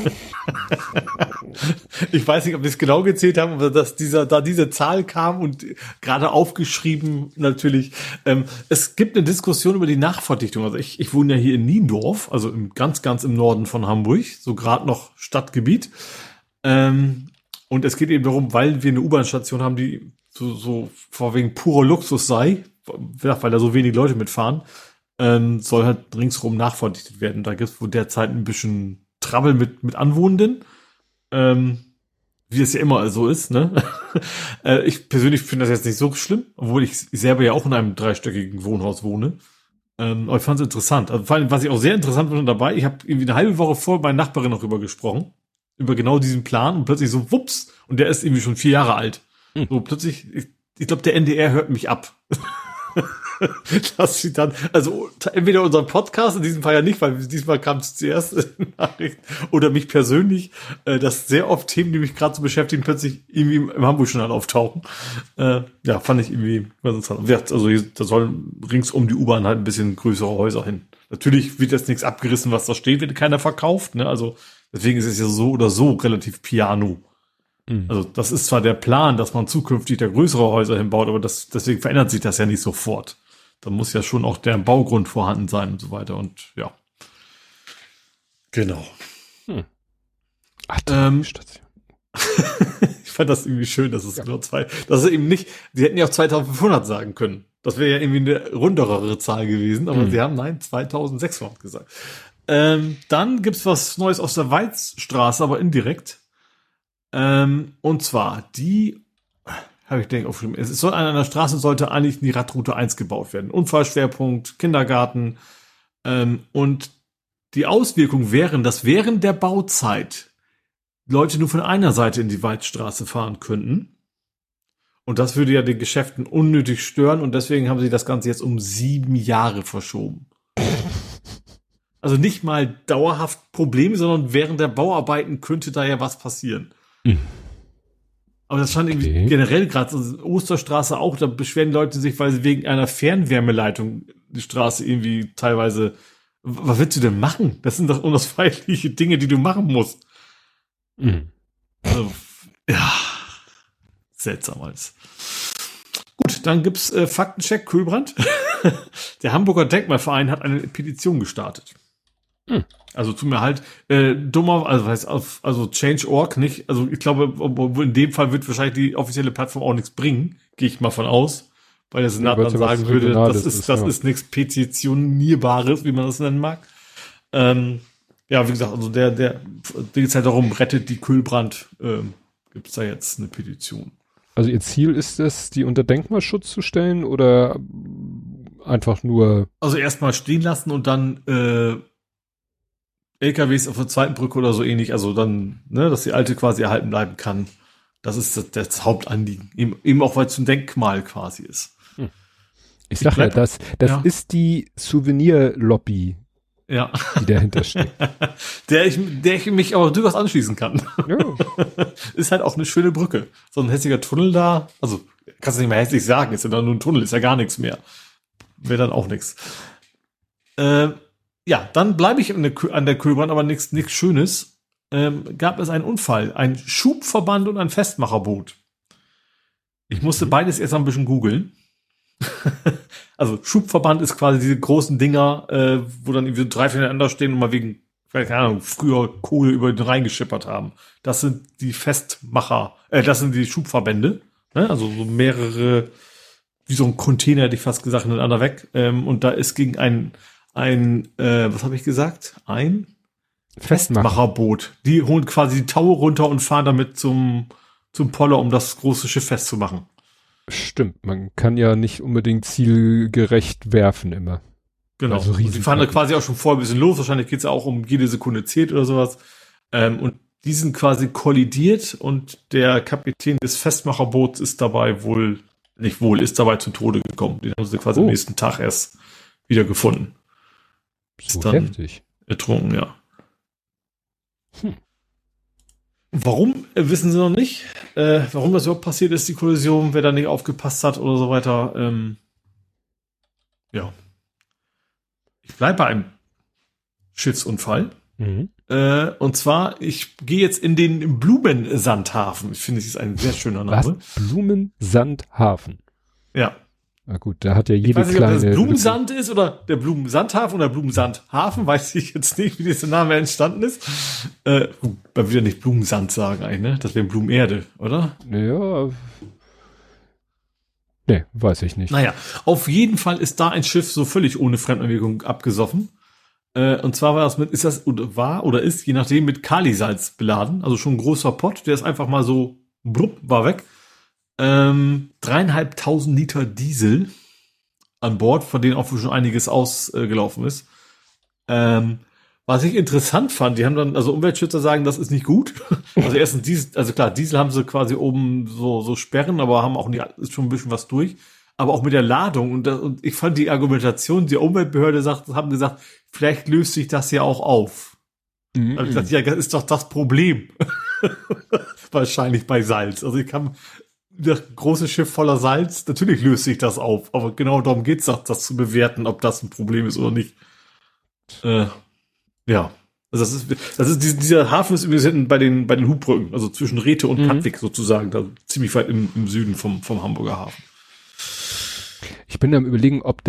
Ich weiß nicht, ob wir es genau gezählt haben, aber dass diese Zahl kam und gerade aufgeschrieben natürlich. Es gibt eine Diskussion über die Nachverdichtung. Also ich wohne ja hier in Niendorf, also ganz im Norden von Hamburg, so gerade noch Stadtgebiet. Und es geht eben darum, weil wir eine U-Bahn-Station haben, die so vorwiegend purer Luxus sei, weil da so wenig Leute mitfahren, soll halt ringsherum nachverdichtet werden. Da gibt es wohl derzeit ein bisschen Trouble mit Anwohnenden, wie es ja immer so ist, ne? Ich persönlich finde das jetzt nicht so schlimm, obwohl ich selber ja auch in einem 3-stöckigen Wohnhaus wohne. Aber ich fand es interessant. Also vor allem, was ich auch sehr interessant fand dabei, ich habe irgendwie eine halbe Woche vor meiner Nachbarin noch drüber gesprochen, über genau diesen Plan und plötzlich so, wups, und der ist irgendwie schon 4 Jahre alt. So plötzlich, ich glaube, der NDR hört mich ab. Dass sie dann, also entweder unseren Podcast, in diesem Fall ja nicht, weil diesmal kam es zuerst in Nachrichten, oder mich persönlich, dass sehr oft Themen, die mich gerade so beschäftigen, plötzlich irgendwie im Hamburg-Journal auftauchen. Ja, fand ich irgendwie ganz interessant. Also da sollen rings um die U-Bahn halt ein bisschen größere Häuser hin. Natürlich wird jetzt nichts abgerissen, was da steht, wird keiner verkauft, ne? Also deswegen ist es ja so oder so relativ piano. Also das ist zwar der Plan, dass man zukünftig da größere Häuser hinbaut, aber deswegen verändert sich das ja nicht sofort. Da muss ja schon auch der Baugrund vorhanden sein und so weiter und ja. Genau. Station. Ich fand das irgendwie schön, dass es nur das ist eben nicht, sie hätten ja auch 2500 sagen können. Das wäre ja irgendwie eine rundere Zahl gewesen, aber sie haben 2600 gesagt. Dann gibt's was Neues aus der Weizstraße, aber indirekt. Und zwar habe ich denke aufgeschrieben, es soll an einer Straße sollte eigentlich die Radroute 1 gebaut werden. Unfallschwerpunkt, Kindergarten. Und die Auswirkungen wären, dass während der Bauzeit Leute nur von einer Seite in die Weizstraße fahren könnten. Und das würde ja den Geschäften unnötig stören und deswegen haben sie das Ganze jetzt um 7 Jahre verschoben. Also nicht mal dauerhaft Probleme, sondern während der Bauarbeiten könnte da ja was passieren. Aber das stand irgendwie generell gerade, also Osterstraße auch, da beschweren Leute sich, weil sie wegen einer Fernwärmeleitung die Straße irgendwie teilweise, was willst du denn machen? Das sind doch unausweichliche Dinge, die du machen musst. Also, ja, seltsam alles. Gut, dann gibt's Faktencheck Kühlbrand. Der Hamburger Denkmalverein hat eine Petition gestartet. Also tut mir halt dummer, also Change.org nicht, also ich glaube, in dem Fall wird wahrscheinlich die offizielle Plattform auch nichts bringen, gehe ich mal von aus, weil der Senat dann sagen würde, das ist nichts Petitionierbares, wie man das nennen mag. Ja, wie gesagt, also der geht halt darum, rettet die Kühlbrand, gibt's da jetzt eine Petition. Also ihr Ziel ist es, die unter Denkmalschutz zu stellen oder einfach nur... Also erstmal stehen lassen und dann LKWs auf der zweiten Brücke oder so ähnlich, also dann, ne, dass die alte quasi erhalten bleiben kann. Das ist das Hauptanliegen. Eben auch, weil es ein Denkmal quasi ist. Ich sag ja, das ist die Souvenir-Lobby, die dahinter steht. der ich mich aber durchaus anschließen kann. Ja. Ist halt auch eine schöne Brücke. So ein hässlicher Tunnel da, also kannst du nicht mehr hässlich sagen, ist ja nur ein Tunnel, ist ja gar nichts mehr. Wäre dann auch nichts. Ja, dann bleibe ich an der Kühlbrand, aber nichts Schönes. Gab es einen Unfall, ein Schubverband und ein Festmacherboot. Ich musste beides erst ein bisschen googeln. Also Schubverband ist quasi diese großen Dinger, wo dann irgendwie 3 voneinander stehen und mal wegen, keine Ahnung, früher Kohle über den Rhein geschippert haben. Das sind die Festmacher, das sind die Schubverbände. Ne? Also so mehrere, wie so ein Container, hätte ich fast gesagt, ineinander weg. Und da ist gegen was habe ich gesagt? Ein Festmacherboot. Die holen quasi die Taue runter und fahren damit zum Poller, um das große Schiff festzumachen. Stimmt, man kann ja nicht unbedingt zielgerecht werfen immer. Genau. Also die fahren da quasi auch schon vorher ein bisschen los. Wahrscheinlich geht's ja auch um jede Sekunde zählt oder sowas. Und die sind quasi kollidiert und der Kapitän des Festmacherboots ist dabei ist dabei zu Tode gekommen. Den haben sie quasi am nächsten Tag erst wieder gefunden. So dann heftig. Ertrunken, ja. Warum, wissen sie noch nicht. Warum das überhaupt passiert ist, die Kollision, wer da nicht aufgepasst hat oder so weiter. Ja. Ich bleibe bei einem Schiffsunfall. Mhm. Und zwar, ich gehe jetzt in den Blumensandhafen. Ich finde, es ist ein sehr schöner Name. Was? Blumensandhafen? Ja. Na gut, da hat ja jede kleine... Ich weiß nicht, ob das Blumensand Lücke. ist oder der Blumensandhafen oder Blumensandhafen. Weiß ich jetzt nicht, wie dieser Name entstanden ist. Man will ja nicht Blumensand sagen eigentlich, ne? Das wäre Blumenerde, oder? Ja. Nee, weiß ich nicht. Naja, auf jeden Fall ist da ein Schiff so völlig ohne Fremdeinwirkung abgesoffen. Und zwar war das ist, je nachdem, mit Kalisalz beladen. Also schon ein großer Pott, der ist einfach mal so, war weg. 3.500 Liter Diesel an Bord, von denen auch schon einiges ausgelaufen ist. Was ich interessant fand, die haben dann, also Umweltschützer sagen, das ist nicht gut. Also erstens Diesel haben sie quasi oben so Sperren, aber haben auch nicht, ist schon ein bisschen was durch. Aber auch mit der Ladung und ich fand die Argumentation, die Umweltbehörde haben gesagt, vielleicht löst sich das ja auch auf. Da habe ich gesagt, ja, das ist doch das Problem. Wahrscheinlich bei Salz. Also das große Schiff voller Salz, natürlich löst sich das auf. Aber genau darum geht's doch, das zu bewerten, ob das ein Problem ist oder nicht. Ja. Also dieser Hafen ist übrigens hinten bei den Hubbrücken, also zwischen Rete und Katwig sozusagen, da ziemlich weit im Süden vom Hamburger Hafen. Ich bin am Überlegen, ob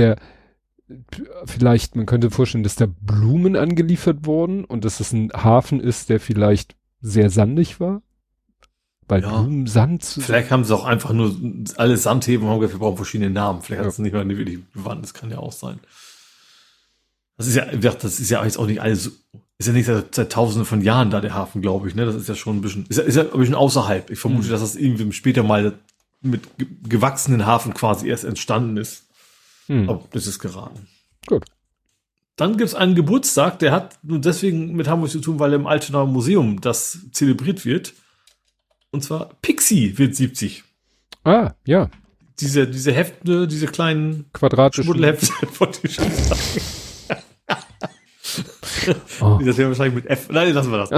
man könnte vorstellen, dass da Blumen angeliefert wurden und dass es ein Hafen ist, der vielleicht sehr sandig war. Weil Blumensand. Vielleicht haben sie auch einfach nur alle Sandheben und haben gesagt, wir brauchen verschiedene Namen. Vielleicht hat es nicht mal wirklich bewandt, das kann ja auch sein. Das ist ja jetzt auch nicht alles, ist ja nicht seit Tausenden von Jahren da der Hafen, glaube ich, ne? Das ist ja schon ein bisschen, ist ja ein bisschen außerhalb. Ich vermute, dass das irgendwie später mal mit gewachsenen Hafen quasi erst entstanden ist. Aber das ist geraten. Gut. Dann gibt's einen Geburtstag, der hat nur deswegen mit Hamburg zu tun, weil im Altenaer Museum das zelebriert wird. Und zwar Pixie wird 70. Ah, ja. Diese Hefte, diese kleinen quadratischen Schmuddelhefte von den Das wäre wahrscheinlich mit F. Nein, lassen wir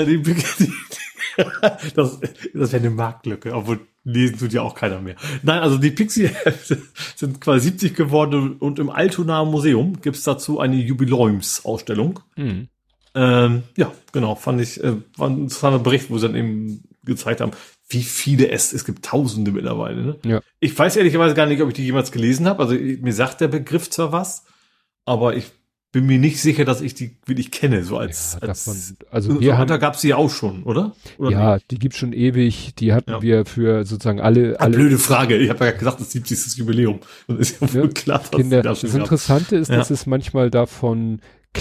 das. Das wäre eine Marktlücke, obwohl lesen tut ja auch keiner mehr. Nein, also die Pixie-Hefte sind quasi 70 geworden und im Altonaer Museum gibt's dazu eine Jubiläumsausstellung. Ja, genau, fand ich, war ein interessanter Bericht, wo sie dann eben gezeigt haben, wie viele es gibt Tausende mittlerweile. Ne? Ja. Ich weiß ehrlicherweise gar nicht, ob ich die jemals gelesen habe. Also mir sagt der Begriff zwar was, aber ich bin mir nicht sicher, dass ich die wirklich kenne, so als da gab es die auch schon, oder ja, nicht? Die gibt's schon ewig, die hatten wir für sozusagen alle. Blöde Frage, ich habe ja gesagt, das 70. Jubiläum. Und ist ja wohl klar, dass Kinder, das Interessante ist, dass es manchmal davon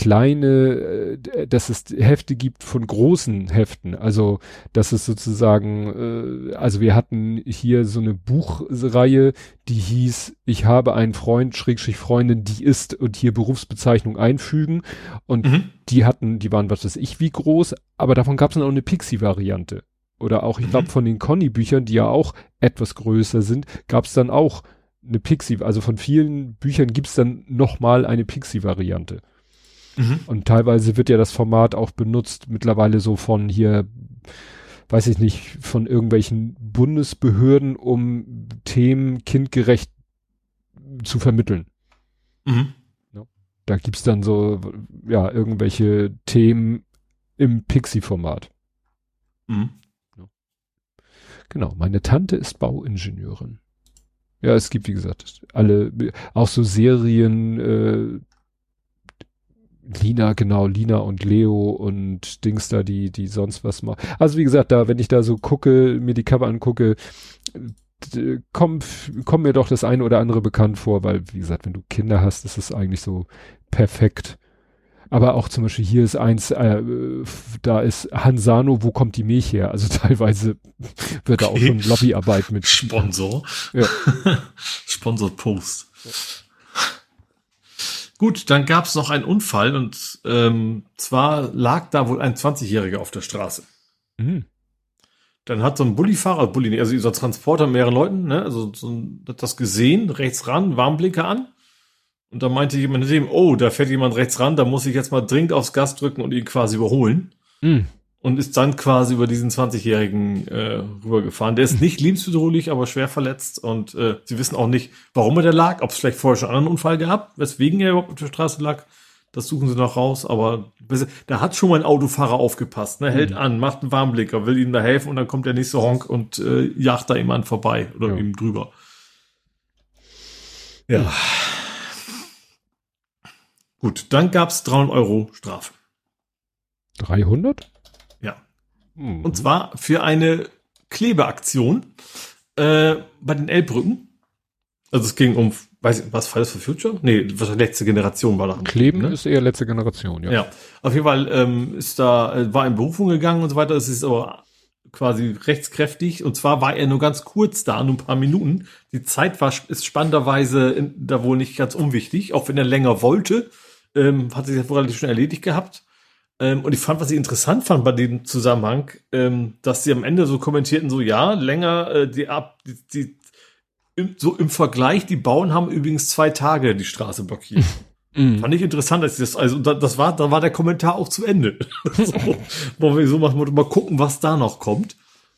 dass es Hefte gibt von großen Heften, also dass es sozusagen, also wir hatten hier so eine Buchreihe, die hieß, ich habe einen Freund, Freundin, die ist und hier Berufsbezeichnung einfügen und die waren was weiß ich wie groß, aber davon gab es dann auch eine Pixie-Variante oder auch, ich glaube von den Conny-Büchern, die ja auch etwas größer sind, gab es dann auch eine Pixie, also von vielen Büchern gibt es dann nochmal eine Pixie-Variante. Und teilweise wird ja das Format auch benutzt, mittlerweile so von hier, weiß ich nicht, von irgendwelchen Bundesbehörden, um Themen kindgerecht zu vermitteln. Ja. Da gibt's dann so, ja, irgendwelche Themen im Pixie-Format. Ja. Genau, meine Tante ist Bauingenieurin. Ja, es gibt, wie gesagt, auch so Serien, Lina und Leo und Dings da, die sonst was machen. Also wie gesagt, wenn ich da so gucke, mir die Cover angucke, kommt mir doch das eine oder andere bekannt vor, weil, wie gesagt, wenn du Kinder hast, ist es eigentlich so perfekt. Aber auch zum Beispiel hier ist eins, da ist Hansano, wo kommt die Milch her? Also teilweise wird da auch schon Lobbyarbeit mit. Sponsor. Ja. Sponsor Post. Ja. Gut, dann gab es noch einen Unfall und zwar lag da wohl ein 20-Jähriger auf der Straße. Mhm. Dann hat so ein Bullifahrer, also dieser Transporter mit mehreren Leuten, ne, also hat das gesehen, rechts ran, Warnblinker an. Und da meinte jemand mit dem, oh, da fährt jemand rechts ran, da muss ich jetzt mal dringend aufs Gas drücken und ihn quasi überholen. Mhm. Und ist dann quasi über diesen 20-Jährigen rübergefahren. Der ist nicht lebensbedrohlich, aber schwer verletzt. Und sie wissen auch nicht, warum er da lag, ob es vielleicht vorher schon einen anderen Unfall gab, weswegen er überhaupt auf der Straße lag. Das suchen sie noch raus, aber da hat schon mal ein Autofahrer aufgepasst, ne? Hält an, macht einen Warnblicker, will ihm da helfen und dann kommt der nächste Honk und jagt da jemand vorbei oder ihm drüber. Ja. Gut, dann gab's 300 Euro Strafe. 300? Ja. Mhm. Und zwar für eine Klebeaktion bei den Elbbrücken. Also es ging um, weiß ich, was Fridays for Future? Nee, was letzte Generation war da. Kleben, ne? Ist eher letzte Generation, ja. Ja, auf jeden Fall war in Berufung gegangen und so weiter. Es ist aber quasi rechtskräftig. Und zwar war er nur ganz kurz da, nur ein paar Minuten. Die Zeit ist spannenderweise da wohl nicht ganz unwichtig, auch wenn er länger wollte. Hat sich das wohl relativ schnell erledigt gehabt. Und ich fand, was ich interessant fand bei dem Zusammenhang, dass sie am Ende so kommentierten, so ja, länger so im Vergleich, die Bauern haben übrigens 2 Tage die Straße blockiert. Fand ich interessant, dass das, also da war der Kommentar auch zu Ende. So, wo wir so machen, mal gucken, was da noch kommt.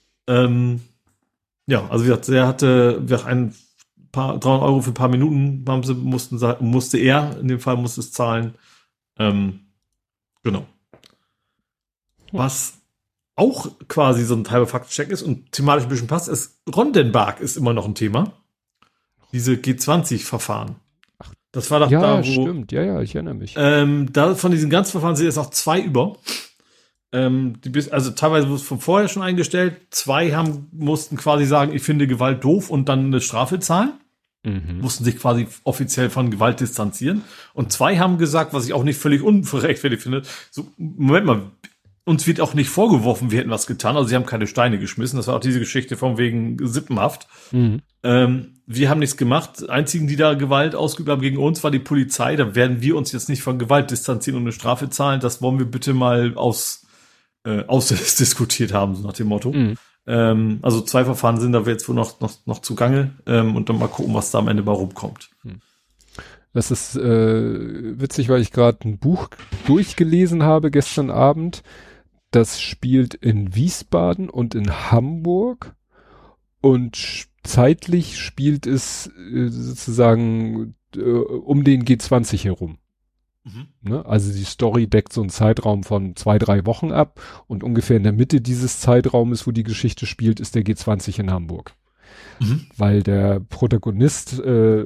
Ja, also wie gesagt, er hatte ein paar 300 Euro für ein paar Minuten musste er, in dem Fall musste es zahlen. Genau. Was auch quasi so ein halber Faktencheck ist und thematisch ein bisschen passt, ist Rondenbach ist immer noch ein Thema. Diese G20-Verfahren. Das war doch da, wo... Stimmt. Ja, ich erinnere mich. Da von diesen ganzen Verfahren sind jetzt noch 2 über. Also teilweise wurde es von vorher schon eingestellt. 2 mussten quasi sagen, ich finde Gewalt doof und dann eine Strafe zahlen. Mussten sich quasi offiziell von Gewalt distanzieren. Und 2 haben gesagt, was ich auch nicht völlig unverrechtfertigt finde, so, Moment mal, uns wird auch nicht vorgeworfen, wir hätten was getan. Also sie haben keine Steine geschmissen. Das war auch diese Geschichte von wegen Sippenhaft. Wir haben nichts gemacht. Einzigen, die da Gewalt ausgeübt haben gegen uns, war die Polizei. Da werden wir uns jetzt nicht von Gewalt distanzieren und eine Strafe zahlen. Das wollen wir bitte mal ausdiskutiert haben, so nach dem Motto. Also 2 Verfahren sind da jetzt wohl noch zugange. Und dann mal gucken, was da am Ende bei rumkommt. Das ist witzig, weil ich gerade ein Buch durchgelesen habe gestern Abend. Das spielt in Wiesbaden und in Hamburg und zeitlich spielt es sozusagen um den G20 herum. Ne? Also die Story deckt so einen Zeitraum von 2-3 Wochen ab und ungefähr in der Mitte dieses Zeitraumes, wo die Geschichte spielt, ist der G20 in Hamburg. Weil der Protagonist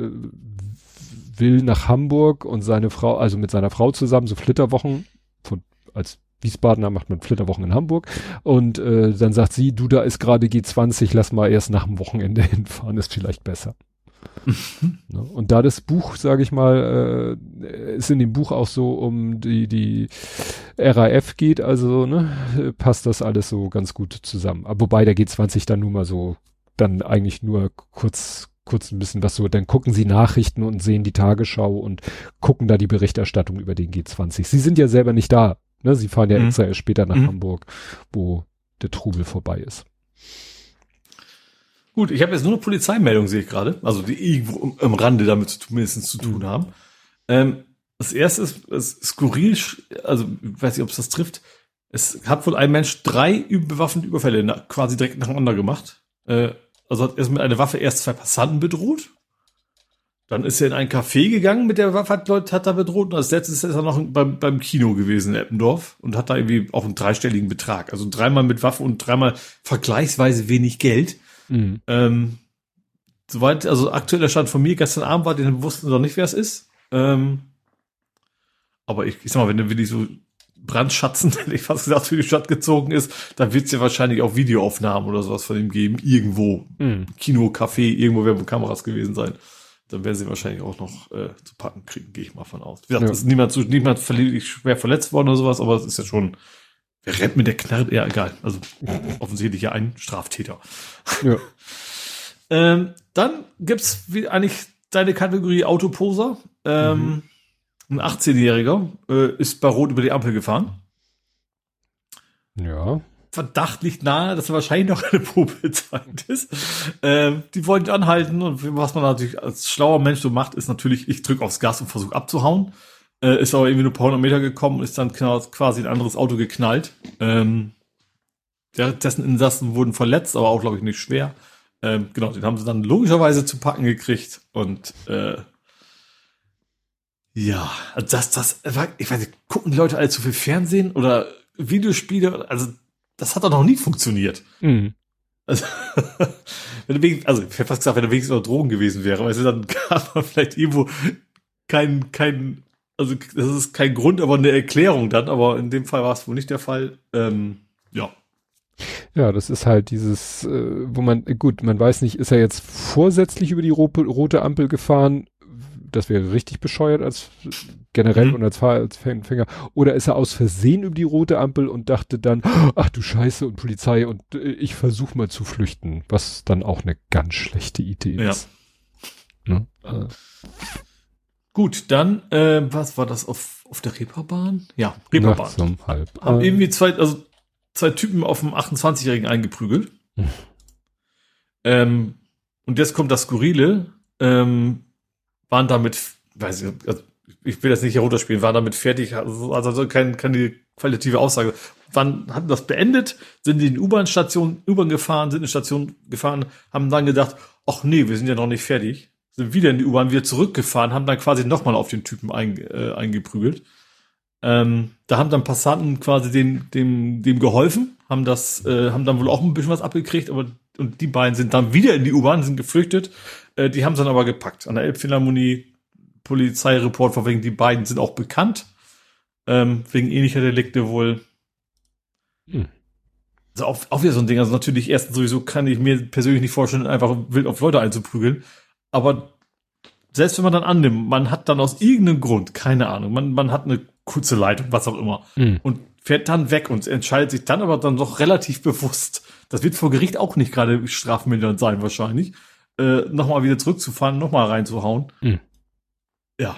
will nach Hamburg und seine Frau, also mit seiner Frau zusammen, so Flitterwochen, als Wiesbadener macht man Flitterwochen in Hamburg und dann sagt sie, du, da ist gerade G20, lass mal erst nach dem Wochenende hinfahren, ist vielleicht besser. Ne? Und da das Buch, sage ich mal, ist in dem Buch auch so um die RAF geht, also ne, passt das alles so ganz gut zusammen. Aber wobei der G20 dann nun mal so, dann eigentlich nur kurz ein bisschen was so, dann gucken sie Nachrichten und sehen die Tagesschau und gucken da die Berichterstattung über den G20. Sie sind ja selber nicht da, ne? Sie fahren ja extra erst später nach Hamburg, wo der Trubel vorbei ist. Gut, ich habe jetzt nur eine Polizeimeldung, sehe ich gerade, also die irgendwo am Rande damit zumindest zu tun haben. Das erste ist skurril, also ich weiß nicht, ob es das trifft. Es hat wohl ein Mensch 3 bewaffnete Überfälle quasi direkt nacheinander gemacht. Also hat erst mit einer Waffe erst 2 Passanten bedroht. Dann ist er in ein Café gegangen mit der Waffe, hat da bedroht. Und als letztes ist er noch beim Kino gewesen in Eppendorf und hat da irgendwie auch einen 3-stelligen Betrag. Also 3-mal mit Waffe und 3-mal vergleichsweise wenig Geld. Soweit, also aktueller Stand von mir gestern Abend war, den wussten noch nicht, wer es ist. Aber ich sag mal, wenn du wirklich so Brandschatzen, hätte ich fast gesagt, für die Stadt gezogen ist, dann wird es ja wahrscheinlich auch Videoaufnahmen oder sowas von ihm geben. Irgendwo. Kino, Café, irgendwo werden Kameras gewesen sein. Dann werden sie wahrscheinlich auch noch zu packen kriegen, gehe ich mal von aus. Wie gesagt, es ist niemand schwer verletzt worden oder sowas, aber es ist ja schon, wer rennt mit der Knarre? Ja, egal. Also offensichtlich ja ein Straftäter. Ja. Dann gibt's wie eigentlich deine Kategorie Autoposer. Ein 18-Jähriger ist bei Rot über die Ampel gefahren. Ja. Verdacht liegt nahe, dass er wahrscheinlich noch eine Probezeit ist. Die wollen ihn anhalten und was man natürlich als schlauer Mensch so macht, ist natürlich, ich drücke aufs Gas und versuche abzuhauen. Ist aber irgendwie nur ein paar 100 Meter gekommen und ist dann quasi ein anderes Auto geknallt. Dessen Insassen wurden verletzt, aber auch, glaube ich, nicht schwer. Genau, den haben sie dann logischerweise zu packen gekriegt und ja, das, ich weiß nicht, gucken die Leute alle zu viel Fernsehen oder Videospiele? Also, das hat doch noch nie funktioniert. Also, wenn ich hätte fast gesagt, wenn er wenigstens noch Drogen gewesen wäre, weißt du, dann gab man vielleicht irgendwo also, das ist kein Grund, aber eine Erklärung dann, aber in dem Fall war es wohl nicht der Fall. Ja. Ja, das ist halt dieses, wo man weiß nicht, ist er jetzt vorsätzlich über die rote Ampel gefahren? Das wäre richtig bescheuert als generell und als Fänger. Oder ist er aus Versehen über die rote Ampel und dachte dann, ach du Scheiße und Polizei und ich versuche mal zu flüchten, was dann auch eine ganz schlechte Idee ist. Ja. Ne? Gut, dann, was war das auf der Reeperbahn? Ja, Reeperbahn. Nachts um 1:30. Haben irgendwie zwei Typen auf einen 28-Jährigen eingeprügelt. Und jetzt kommt das Skurrile, waren damit, weiß ich, also ich will das nicht herunterspielen, waren damit fertig, also keine qualitative Aussage, hatten das beendet, sind in die U-Bahn gefahren, sind in die Station gefahren, haben dann gedacht, ach nee, wir sind ja noch nicht fertig, sind wieder in die U-Bahn, wieder zurückgefahren, haben dann quasi nochmal auf den Typen eingeprügelt. Da haben dann Passanten quasi dem geholfen, haben dann wohl auch ein bisschen was abgekriegt, und die beiden sind dann wieder in die U-Bahn, sind geflüchtet, die haben sie dann aber gepackt. An der Elbphilharmonie, Polizeireport von wegen, die beiden sind auch bekannt, wegen ähnlicher Delikte wohl. Also auch wieder so ein Ding, also natürlich erstens sowieso kann ich mir persönlich nicht vorstellen, einfach wild auf Leute einzuprügeln, aber selbst wenn man dann annimmt, man hat dann aus irgendeinem Grund, keine Ahnung, man hat eine kurze Leitung, was auch immer, und fährt dann weg und entscheidet sich dann aber dann doch relativ bewusst, das wird vor Gericht auch nicht gerade strafmildernd sein wahrscheinlich, nochmal wieder zurückzufahren, nochmal reinzuhauen. Ja.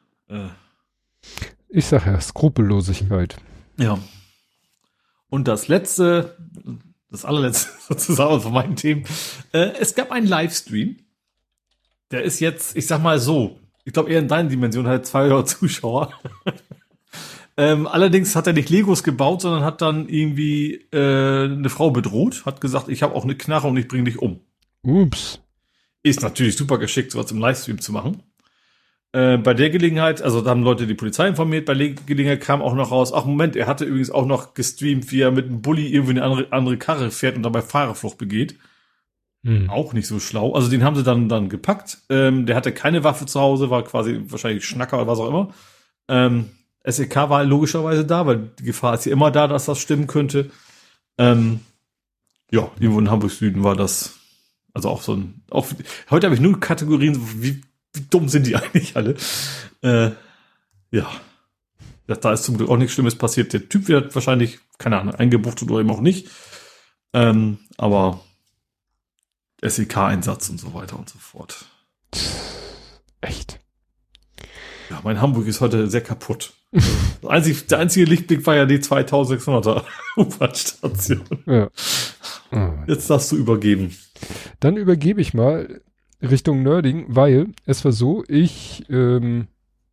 Ich sag ja, Skrupellosigkeit. Ja. Und das allerletzte sozusagen von meinen Themen, es gab einen Livestream, der ist jetzt, ich sag mal so, ich glaube eher in deinen Dimensionen, halt 200 Zuschauer. Allerdings hat er nicht Legos gebaut, sondern hat dann irgendwie eine Frau bedroht, hat gesagt, ich habe auch eine Knarre und ich bringe dich um. Ups. Ist natürlich super geschickt, sowas im Livestream zu machen. Bei der Gelegenheit, also da haben Leute die Polizei informiert, bei der Gelegenheit kam auch noch raus, ach Moment, er hatte übrigens auch noch gestreamt, wie er mit einem Bulli irgendwie eine andere Karre fährt und dabei Fahrerflucht begeht. Auch nicht so schlau. Also den haben sie dann gepackt. Der hatte keine Waffe zu Hause, war quasi wahrscheinlich Schnacker oder was auch immer. SEK war logischerweise da, weil die Gefahr ist ja immer da, dass das stimmen könnte. Ja, irgendwo in Hamburg Süden war das, also auch so heute habe ich nur Kategorien, wie dumm sind die eigentlich alle? Ja. Da ist zum Glück auch nichts Schlimmes passiert. Der Typ wird wahrscheinlich, keine Ahnung, eingebuchtet oder eben auch nicht. Aber SEK-Einsatz und so weiter und so fort. Echt? Ja, mein Hamburg ist heute sehr kaputt. Der einzige Lichtblick war ja die 2600er U-Bahn-Station. Ja. Jetzt darfst du übergeben. Dann übergebe ich mal Richtung Nerding, weil es war so, ich glaube,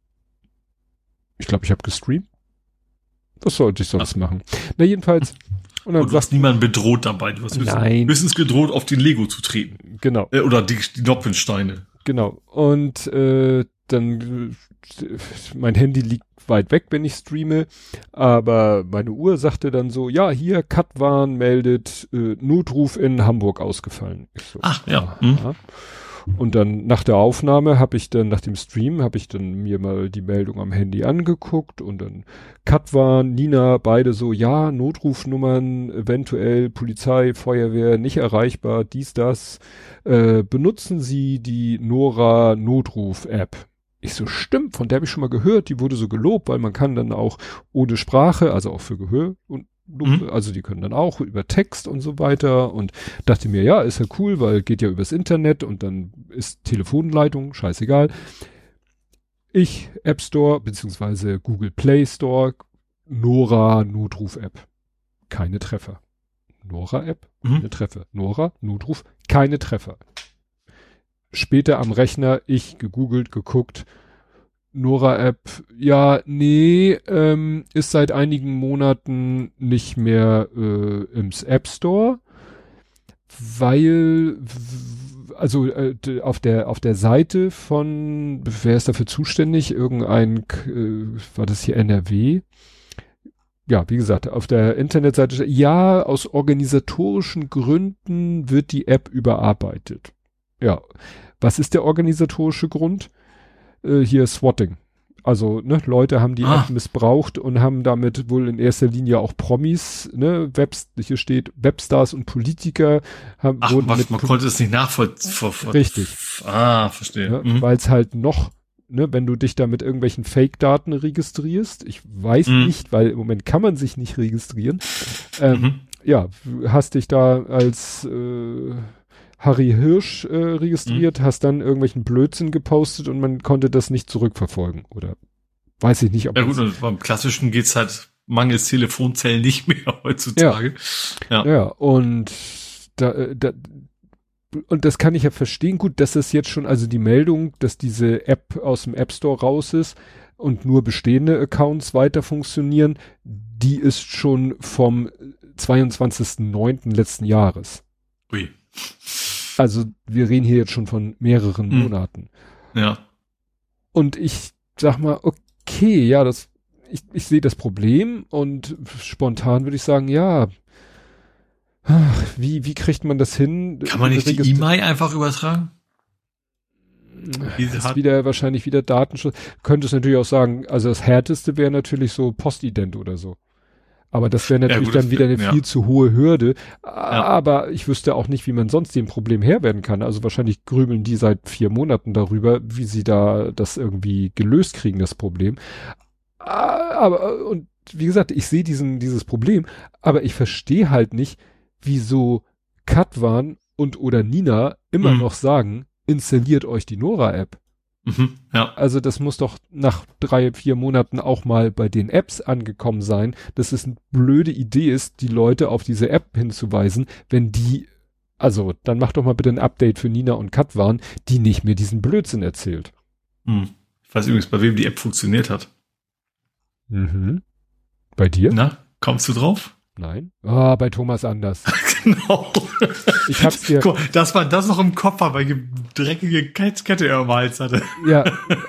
ich habe gestreamt. Was sollte ich sonst machen? Na, jedenfalls. Und du hast niemanden bedroht dabei. Du hast höchstens gedroht, auf den Lego zu treten. Genau. Oder die Noppensteine. Genau. Und dann mein Handy liegt weit weg, wenn ich streame, aber meine Uhr sagte dann so, ja, hier, Katwan meldet, Notruf in Hamburg ausgefallen. Ich so, ach, ja. Und dann nach der Aufnahme nach dem Stream habe ich dann mir mal die Meldung am Handy angeguckt und dann Katwan, Nina, beide so, ja, Notrufnummern, eventuell Polizei, Feuerwehr, nicht erreichbar, dies, das. Benutzen Sie die Nora Notruf-App? Ich so, stimmt, von der habe ich schon mal gehört, die wurde so gelobt, weil man kann dann auch ohne Sprache, also auch für Gehör und also die können dann auch über Text und so weiter und dachte mir, ja, ist ja cool, weil geht ja übers Internet und dann ist Telefonleitung, scheißegal. Ich, App Store, beziehungsweise Google Play Store, Nora Notruf-App. Keine Treffer. Nora-App, keine Treffer. Nora, Notruf, keine Treffer. Später am Rechner, ich gegoogelt, geguckt, Nora-App, ja, nee, ist seit einigen Monaten nicht mehr im App Store, weil, also auf der Seite von, wer ist dafür zuständig? War das hier NRW? Ja, wie gesagt, auf der Internetseite, ja, aus organisatorischen Gründen wird die App überarbeitet. Ja, was ist der organisatorische Grund? Hier Swatting. Also, ne, Leute haben die App missbraucht und haben damit wohl in erster Linie auch Promis, ne, hier steht Webstars und Politiker haben man konnte es nicht nachvollziehen. Richtig. Verstehe. Ja, weil es halt noch, ne, wenn du dich da mit irgendwelchen Fake-Daten registrierst, ich weiß nicht, weil im Moment kann man sich nicht registrieren, ja, hast dich da als Harry Hirsch registriert, hast dann irgendwelchen Blödsinn gepostet und man konnte das nicht zurückverfolgen. Oder weiß ich nicht, ob ja gut, und beim Klassischen geht's halt mangels Telefonzellen nicht mehr heutzutage. Ja, und und das kann ich ja verstehen. Gut, dass es jetzt schon, also die Meldung, dass diese App aus dem App Store raus ist und nur bestehende Accounts weiter funktionieren, die ist schon vom 22.09. letzten Jahres. Ui. Also wir reden hier jetzt schon von mehreren Monaten. Ja. Und ich sag mal, okay, ja, ich sehe das Problem und spontan würde ich sagen, ja, wie kriegt man das hin? Kann man nicht die E-Mail einfach übertragen? Ist wahrscheinlich wieder Datenschutz. Könnte es natürlich auch sagen, also das Härteste wäre natürlich so Postident oder so. Aber das wäre natürlich dann wieder eine viel zu hohe Hürde. Aber ich wüsste auch nicht, wie man sonst dem Problem Herr werden kann. Also wahrscheinlich grübeln die seit 4 Monaten darüber, wie sie da das irgendwie gelöst kriegen, das Problem. Aber, und wie gesagt, ich sehe dieses Problem, aber ich verstehe halt nicht, wieso Katwan oder Nina immer noch sagen, installiert euch die Nora-App. Ja. Also das muss doch nach 3, 4 Monaten auch mal bei den Apps angekommen sein, dass es eine blöde Idee ist, die Leute auf diese App hinzuweisen, wenn die, also dann mach doch mal bitte ein Update für Nina und Katwan, die nicht mehr diesen Blödsinn erzählt. Ich weiß übrigens, bei wem die App funktioniert hat. Bei dir? Na, kommst du drauf? Nein. Bei Thomas Anders. Genau. Ich hab's dir. Guck, dass man das noch im Kopf hat, weil die dreckige Kette er am Hals hatte. Ja.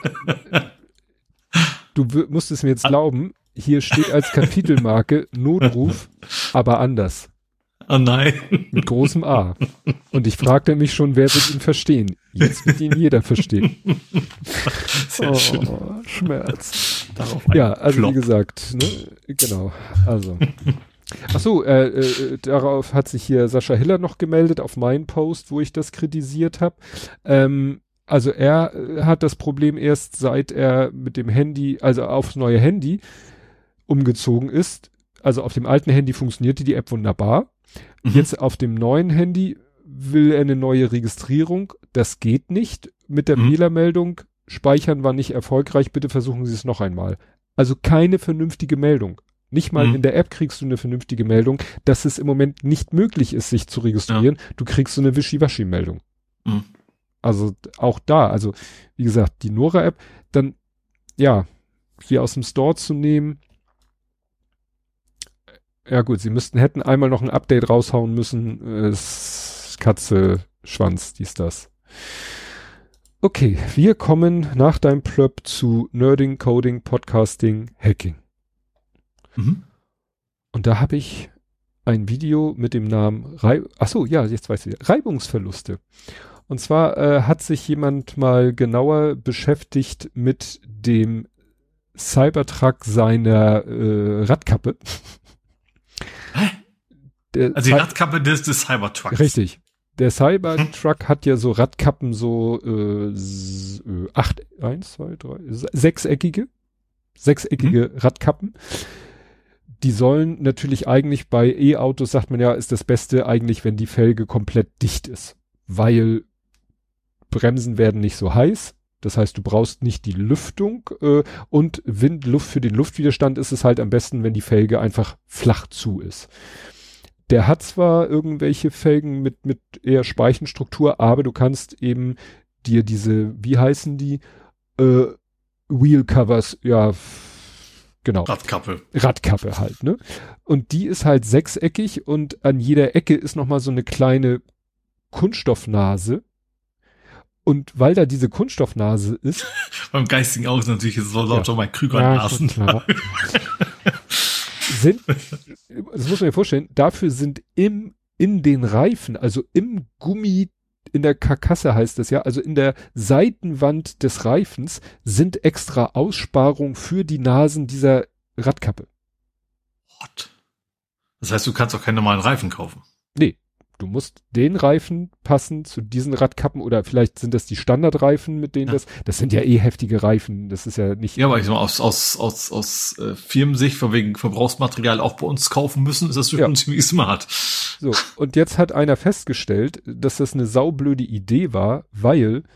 Du musst es mir jetzt glauben, hier steht als Kapitelmarke Notruf, aber anders. Oh nein. Mit großem A. Und ich fragte mich schon, wer wird ihn verstehen? Jetzt wird ihn jeder verstehen. Sehr schön. Schmerz. Darauf ja, also Flop. wie gesagt, ne, genau. Also. Ach so, darauf hat sich hier Sascha Hiller noch gemeldet auf meinen Post, wo ich das kritisiert habe. Also er hat das Problem erst seit er mit dem Handy, also aufs neue Handy umgezogen ist. Also auf dem alten Handy funktionierte die App wunderbar. Jetzt auf dem neuen Handy will er eine neue Registrierung. Das geht nicht. Mit der Fehlermeldung, Speichern war nicht erfolgreich, bitte versuchen Sie es noch einmal. Also keine vernünftige Meldung. Nicht mal in der App kriegst du eine vernünftige Meldung, dass es im Moment nicht möglich ist, sich zu registrieren. Ja. Du kriegst so eine Wischiwaschi-Meldung. Also auch da, also wie gesagt, die Nora-App, dann, ja, hier aus dem Store zu nehmen. Ja gut, sie hätten einmal noch ein Update raushauen müssen. Katze, Schwanz, dies, das. Okay, wir kommen nach deinem Plöpp zu Nerding, Coding, Podcasting, Hacking. Und da habe ich ein Video mit dem Namen jetzt weiß ich, Reibungsverluste. Und zwar hat sich jemand mal genauer beschäftigt mit dem Cybertruck seiner Radkappe. Also die Radkappe des Cybertrucks. Richtig. Der Cybertruck hat ja so Radkappen, so 6-eckige Radkappen. Die sollen natürlich eigentlich bei E-Autos, sagt man ja, ist das Beste eigentlich, wenn die Felge komplett dicht ist. Weil Bremsen werden nicht so heiß. Das heißt, du brauchst nicht die Lüftung und Luft für den Luftwiderstand ist es halt am besten, wenn die Felge einfach flach zu ist. Der hat zwar irgendwelche Felgen mit eher Speichenstruktur, aber du kannst eben dir diese, wie heißen die, Wheel Covers, ja, genau. Radkappe halt, ne? Und die ist halt sechseckig und an jeder Ecke ist nochmal so eine kleine Kunststoffnase. Und weil da diese Kunststoffnase ist. Beim geistigen Auge natürlich ist es so laut schon mein Krügernasen. Das muss man sich vorstellen, dafür sind in den Reifen, also im Gummi, in der Karkasse heißt das ja, also in der Seitenwand des Reifens sind extra Aussparungen für die Nasen dieser Radkappe. What? Das heißt, du kannst auch keinen normalen Reifen kaufen? Nee. Du musst den Reifen passen zu diesen Radkappen oder vielleicht sind das die Standardreifen, mit denen das sind ja heftige Reifen, das ist ja nicht. Ja, aber ich sag mal, aus Firmensicht, von wegen Verbrauchsmaterial auch bei uns kaufen müssen, ist das schon ziemlich smart. So, und jetzt hat einer festgestellt, dass das eine saublöde Idee war, weil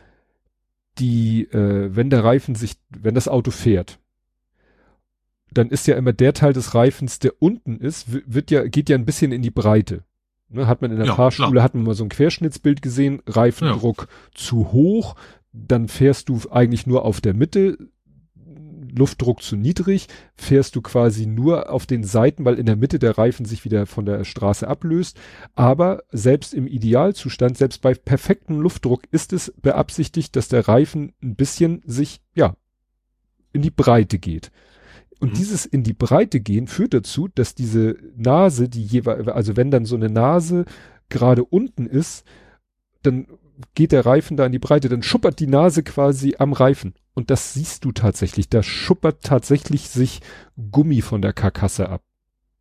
wenn das Auto fährt, dann ist ja immer der Teil des Reifens, der unten ist, geht ja ein bisschen in die Breite. Ne, hat man in der Fahrschule, hat man mal so ein Querschnittsbild gesehen, Reifendruck zu hoch, dann fährst du eigentlich nur auf der Mitte, Luftdruck zu niedrig, fährst du quasi nur auf den Seiten, weil in der Mitte der Reifen sich wieder von der Straße ablöst, aber selbst im Idealzustand, selbst bei perfektem Luftdruck ist es beabsichtigt, dass der Reifen ein bisschen sich, in die Breite geht. Und dieses in die Breite gehen führt dazu, dass diese Nase, also wenn dann so eine Nase gerade unten ist, dann geht der Reifen da in die Breite, dann schuppert die Nase quasi am Reifen. Und das siehst du tatsächlich, da schuppert tatsächlich sich Gummi von der Karkasse ab.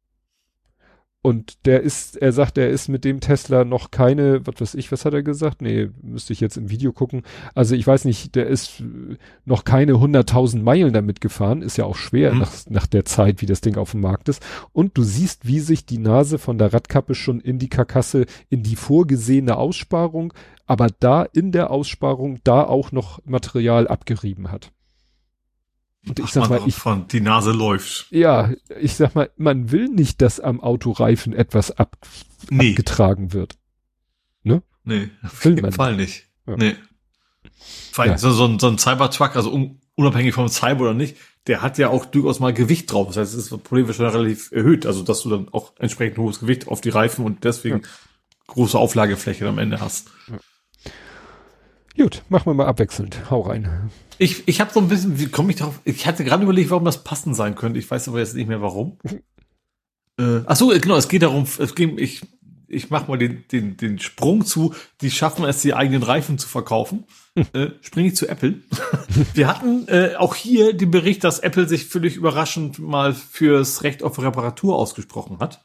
Und er sagt, er ist mit dem Tesla noch keine, was hat er gesagt? Nee, müsste ich jetzt im Video gucken. Also ich weiß nicht, der ist noch keine 100.000 Meilen damit gefahren. Ist ja auch schwer nach der Zeit, wie das Ding auf dem Markt ist. Und du siehst, wie sich die Nase von der Radkappe schon in die Karkasse, in die vorgesehene Aussparung, aber da in der Aussparung da auch noch Material abgerieben hat. Und ich sag mal, die Nase läuft. Ja, ich sag mal, man will nicht, dass am Autoreifen etwas abgetragen wird. Ne? Nee, auf jeden Fall nicht. Ja. Nee. Vor allem so ein Cybertruck, also unabhängig vom Cyber oder nicht, der hat ja auch durchaus mal Gewicht drauf. Das heißt, das Problem wird schon relativ erhöht. Also, dass du dann auch entsprechend hohes Gewicht auf die Reifen und deswegen große Auflagefläche am Ende hast. Ja. Gut, machen wir mal abwechselnd. Hau rein. Ich habe so ein bisschen, wie komme ich darauf? Ich hatte gerade überlegt, warum das passend sein könnte. Ich weiß aber jetzt nicht mehr, warum. Ach so, genau, es geht darum, ich mache mal den Sprung zu, die schaffen es, die eigenen Reifen zu verkaufen. Springe ich zu Apple. Wir hatten auch hier den Bericht, dass Apple sich völlig überraschend mal fürs Recht auf Reparatur ausgesprochen hat.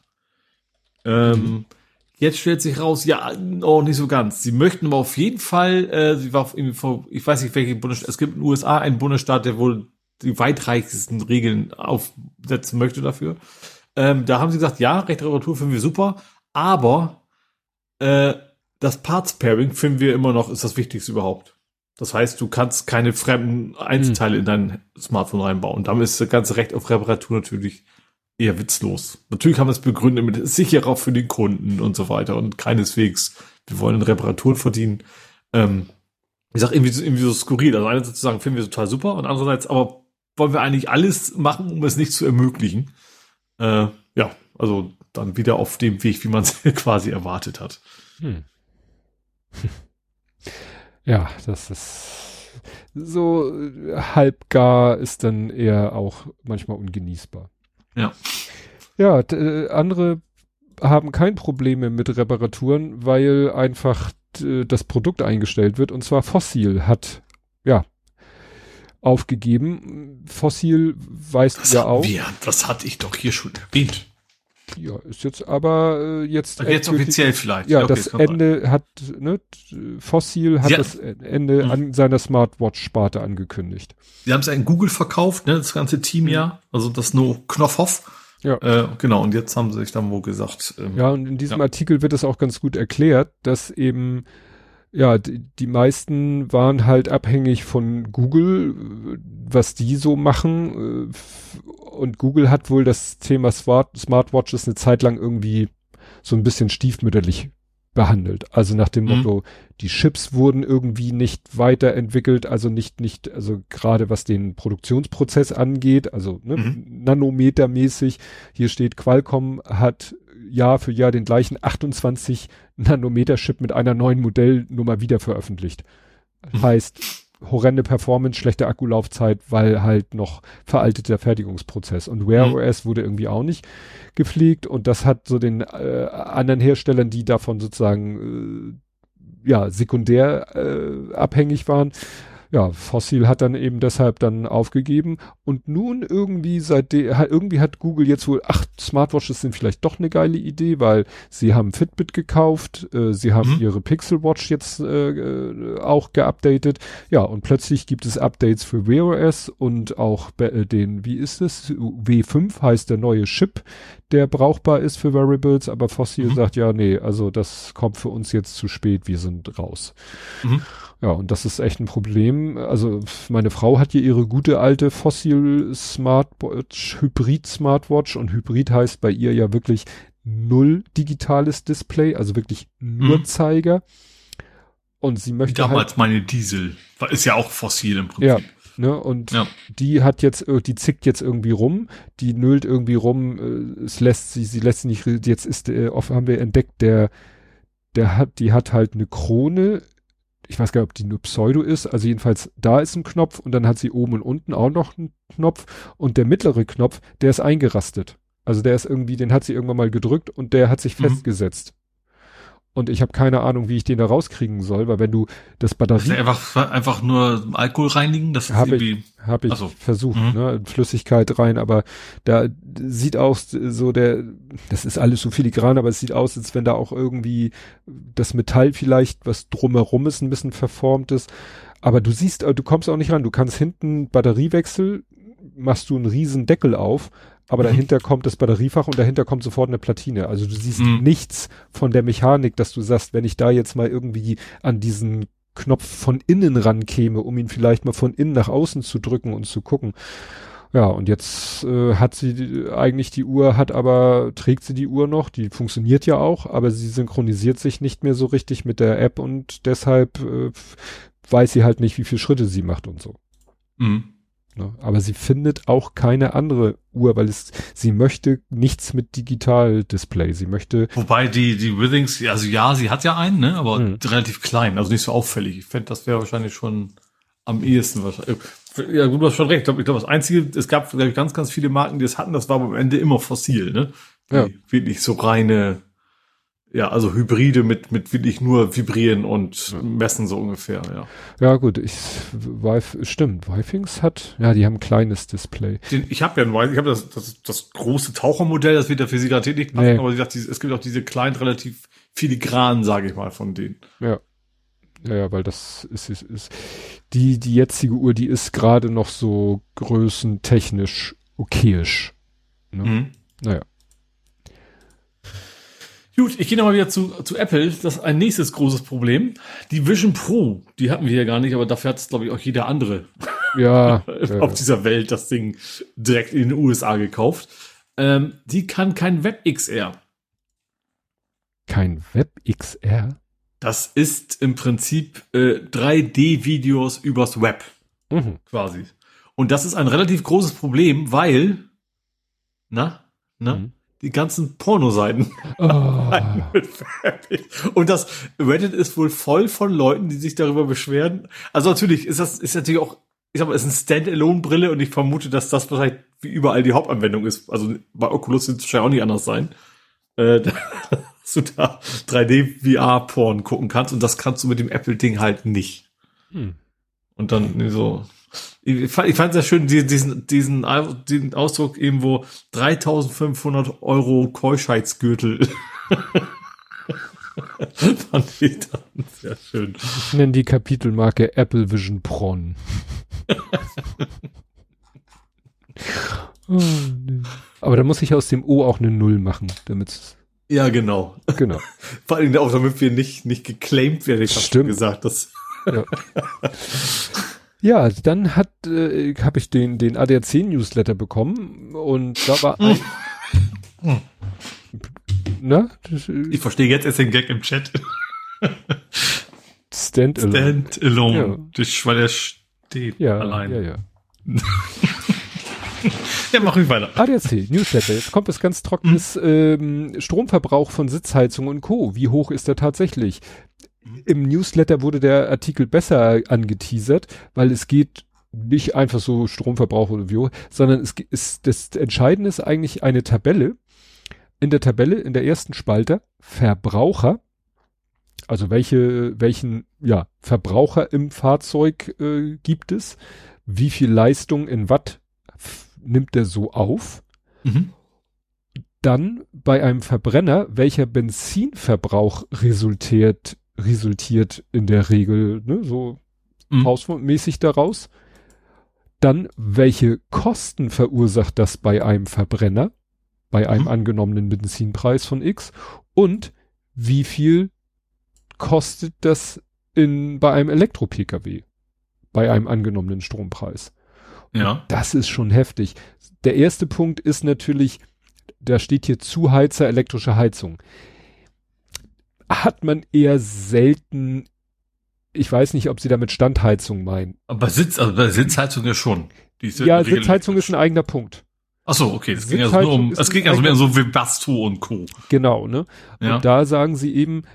Jetzt stellt sich raus, nicht so ganz. Sie möchten aber auf jeden Fall, ich weiß nicht, welche Bundesstaat, es gibt in den USA einen Bundesstaat, der wohl die weitreichsten Regeln aufsetzen möchte dafür. Da haben sie gesagt, ja, Recht auf Reparatur finden wir super, aber das Parts-Pairing finden wir immer noch, ist das Wichtigste überhaupt. Das heißt, du kannst keine fremden Einzelteile in dein Smartphone reinbauen. Und damit ist das ganze Recht auf Reparatur natürlich eher witzlos. Natürlich haben wir es begründet mit sicherer für den Kunden und so weiter und keineswegs, wir wollen Reparaturen verdienen. Ich sag irgendwie so skurril. Also einerseits zu sagen, finden wir total super und andererseits aber wollen wir eigentlich alles machen, um es nicht zu ermöglichen. Also dann wieder auf dem Weg, wie man es quasi erwartet hat. Ja, das ist so halbgar, ist dann eher auch manchmal ungenießbar. Ja, andere haben kein Problem mit Reparaturen, weil einfach das Produkt eingestellt wird. Und zwar Fossil hat, aufgegeben. Fossil weißt du ja auch. Das hatte ich doch hier schon erwähnt. Ja, ist jetzt aber jetzt offiziell vielleicht. Ja, okay, das Ende hat, ne, Fossil hat das Ende an seiner Smartwatch-Sparte angekündigt. Sie haben es an Google verkauft, ne, das ganze Team also das No Knopfhoff. Ja. Genau, und jetzt haben sie sich dann wohl gesagt. Ja, und in diesem Artikel wird es auch ganz gut erklärt, dass eben die meisten waren halt abhängig von Google, was die so machen. Und Google hat wohl das Thema Smartwatches eine Zeit lang irgendwie so ein bisschen stiefmütterlich behandelt. Also nach dem Motto, die Chips wurden irgendwie nicht weiterentwickelt, also also gerade was den Produktionsprozess angeht, also nanometermäßig. Hier steht, Qualcomm hat Jahr für Jahr den gleichen 28 Nanometer Chip mit einer neuen Modellnummer wieder veröffentlicht. Heißt, horrende Performance, schlechte Akkulaufzeit, weil halt noch veralteter Fertigungsprozess. Und Wear OS wurde irgendwie auch nicht gepflegt und das hat so den anderen Herstellern, die davon sozusagen sekundär abhängig waren. Ja, Fossil hat dann eben deshalb dann aufgegeben und nun irgendwie irgendwie hat Google jetzt wohl, Smartwatches sind vielleicht doch eine geile Idee, weil sie haben Fitbit gekauft, sie haben ihre Pixel Watch jetzt auch geupdatet, ja, und plötzlich gibt es Updates für Wear OS und auch wie ist es? W5 heißt der neue Chip, der brauchbar ist für Wearables, aber Fossil sagt, ja, nee, also das kommt für uns jetzt zu spät, wir sind raus. Ja, und das ist echt ein Problem. Also meine Frau hat hier ihre gute alte Fossil Smartwatch, Hybrid Smartwatch und Hybrid heißt bei ihr ja wirklich 0 digitales Display, also wirklich nur Zeiger. Und sie möchte damals meine Diesel, ist ja auch Fossil im Prinzip. Ja, ne, und die hat jetzt, die zickt jetzt irgendwie rum, die nüllt irgendwie rum, sie lässt nicht, jetzt ist, oft haben wir entdeckt, die hat halt eine Krone. Ich weiß gar nicht, ob die nur Pseudo ist, also jedenfalls da ist ein Knopf und dann hat sie oben und unten auch noch einen Knopf und der mittlere Knopf, der ist eingerastet. Also der ist irgendwie, den hat sie irgendwann mal gedrückt und der hat sich festgesetzt. Und ich habe keine Ahnung, wie ich den da rauskriegen soll, weil wenn du das Batterie... einfach nur Alkohol reinigen, das ist Hab ich versucht, ne, Flüssigkeit rein, aber da sieht aus so das ist alles so filigran, aber es sieht aus, als wenn da auch irgendwie das Metall vielleicht, was drumherum ist, ein bisschen verformt ist. Aber du kommst auch nicht ran. Du kannst hinten Batteriewechsel, machst du einen riesen Deckel auf, aber dahinter kommt das Batteriefach und dahinter kommt sofort eine Platine. Also du siehst nichts von der Mechanik, dass du sagst, wenn ich da jetzt mal irgendwie an diesen Knopf von innen rankäme, um ihn vielleicht mal von innen nach außen zu drücken und zu gucken. Ja, und jetzt hat sie eigentlich trägt sie die Uhr noch, die funktioniert ja auch, aber sie synchronisiert sich nicht mehr so richtig mit der App und deshalb weiß sie halt nicht, wie viele Schritte sie macht und so. Ne? Aber sie findet auch keine andere Uhr, weil sie möchte nichts mit Digital-Display. Sie möchte... Wobei die Withings, also ja, sie hat ja einen, ne, aber relativ klein, also nicht so auffällig. Ich fände, das wäre wahrscheinlich schon am ehesten wahrscheinlich. Ja, gut, du hast schon recht. Ich glaube, das Einzige, es gab, glaube ich, ganz, ganz viele Marken, die es hatten, das war am Ende immer Fossil, ne? Ja. Wirklich so reine, ja, also Hybride mit wirklich nur Vibrieren und Messen so ungefähr, ja. Ja, gut, stimmt, Withings die haben ein kleines Display. Ich habe das große Tauchermodell, das wird der Physikalität nicht passen, aber wie gesagt, es gibt auch diese kleinen, relativ filigranen, sage ich mal, von denen. Ja. Ja, weil das ist die jetzige Uhr, die ist gerade noch so größentechnisch okayisch. Ne? Naja. Gut, ich gehe nochmal wieder zu Apple. Das ist ein nächstes großes Problem. Die Vision Pro, die hatten wir ja gar nicht, aber dafür hat es, glaube ich, auch jeder andere auf dieser Welt das Ding direkt in den USA gekauft. Die kann kein WebXR. Kein WebXR? Das ist im Prinzip 3D-Videos übers Web. Quasi. Und das ist ein relativ großes Problem, weil die ganzen Pornoseiten. Und das Reddit ist wohl voll von Leuten, die sich darüber beschweren. Also natürlich ist natürlich auch, ich sag mal, ist eine Standalone-Brille und ich vermute, dass das wahrscheinlich wie überall die Hauptanwendung ist. Also bei Oculus wird es wahrscheinlich auch nicht anders sein. dass du da 3D-VR-Porn gucken kannst und das kannst du mit dem Apple-Ding halt nicht. Und dann so, ich fand sehr schön, diesen Ausdruck irgendwo 3.500 € Keuschheitsgürtel. Fand ich dann sehr schön. Ich nenne die Kapitelmarke Apple Vision Pron. Oh, nee. Aber da muss ich aus dem O auch eine Null machen, damit. Ja, genau. Genau. Vor allem auch, damit wir nicht geclaimed werden, ich habe gesagt, das. Ja. Ja, dann habe ich den ADAC-Newsletter bekommen und da war ein. Na? Ich verstehe jetzt erst den Gag im Chat. Stand-alone. Ja. Weil der steht allein. Ja. Ja, mach ich weiter. ADAC, Newsletter. Jetzt kommt es ganz trockenes Stromverbrauch von Sitzheizung und Co. Wie hoch ist der tatsächlich? Im Newsletter wurde der Artikel besser angeteasert, weil es geht nicht einfach so Stromverbrauch oder wie hoch, sondern das Entscheidende ist eigentlich eine Tabelle. In der Tabelle, in der ersten Spalte, Verbraucher, also welchen Verbraucher im Fahrzeug gibt es, wie viel Leistung in Watt nimmt der so auf. Dann bei einem Verbrenner, welcher Benzinverbrauch resultiert in der Regel, ne, so hausmäßig daraus. Dann, welche Kosten verursacht das bei einem Verbrenner, bei einem angenommenen Benzinpreis von X, und wie viel kostet das bei einem Elektro-Pkw, bei einem angenommenen Strompreis. Ja. Und das ist schon heftig. Der erste Punkt ist natürlich, da steht hier Zuheizer, elektrische Heizung. Hat man eher selten, ich weiß nicht, ob sie damit Standheizung meinen. Aber bei Sitzheizung ja schon. Ja, Sitzheizung ist ein eigener Punkt. Ach so, okay. Es ging also mehr so wie Basto und Co. Genau, ne? Ja. Und da sagen sie eben,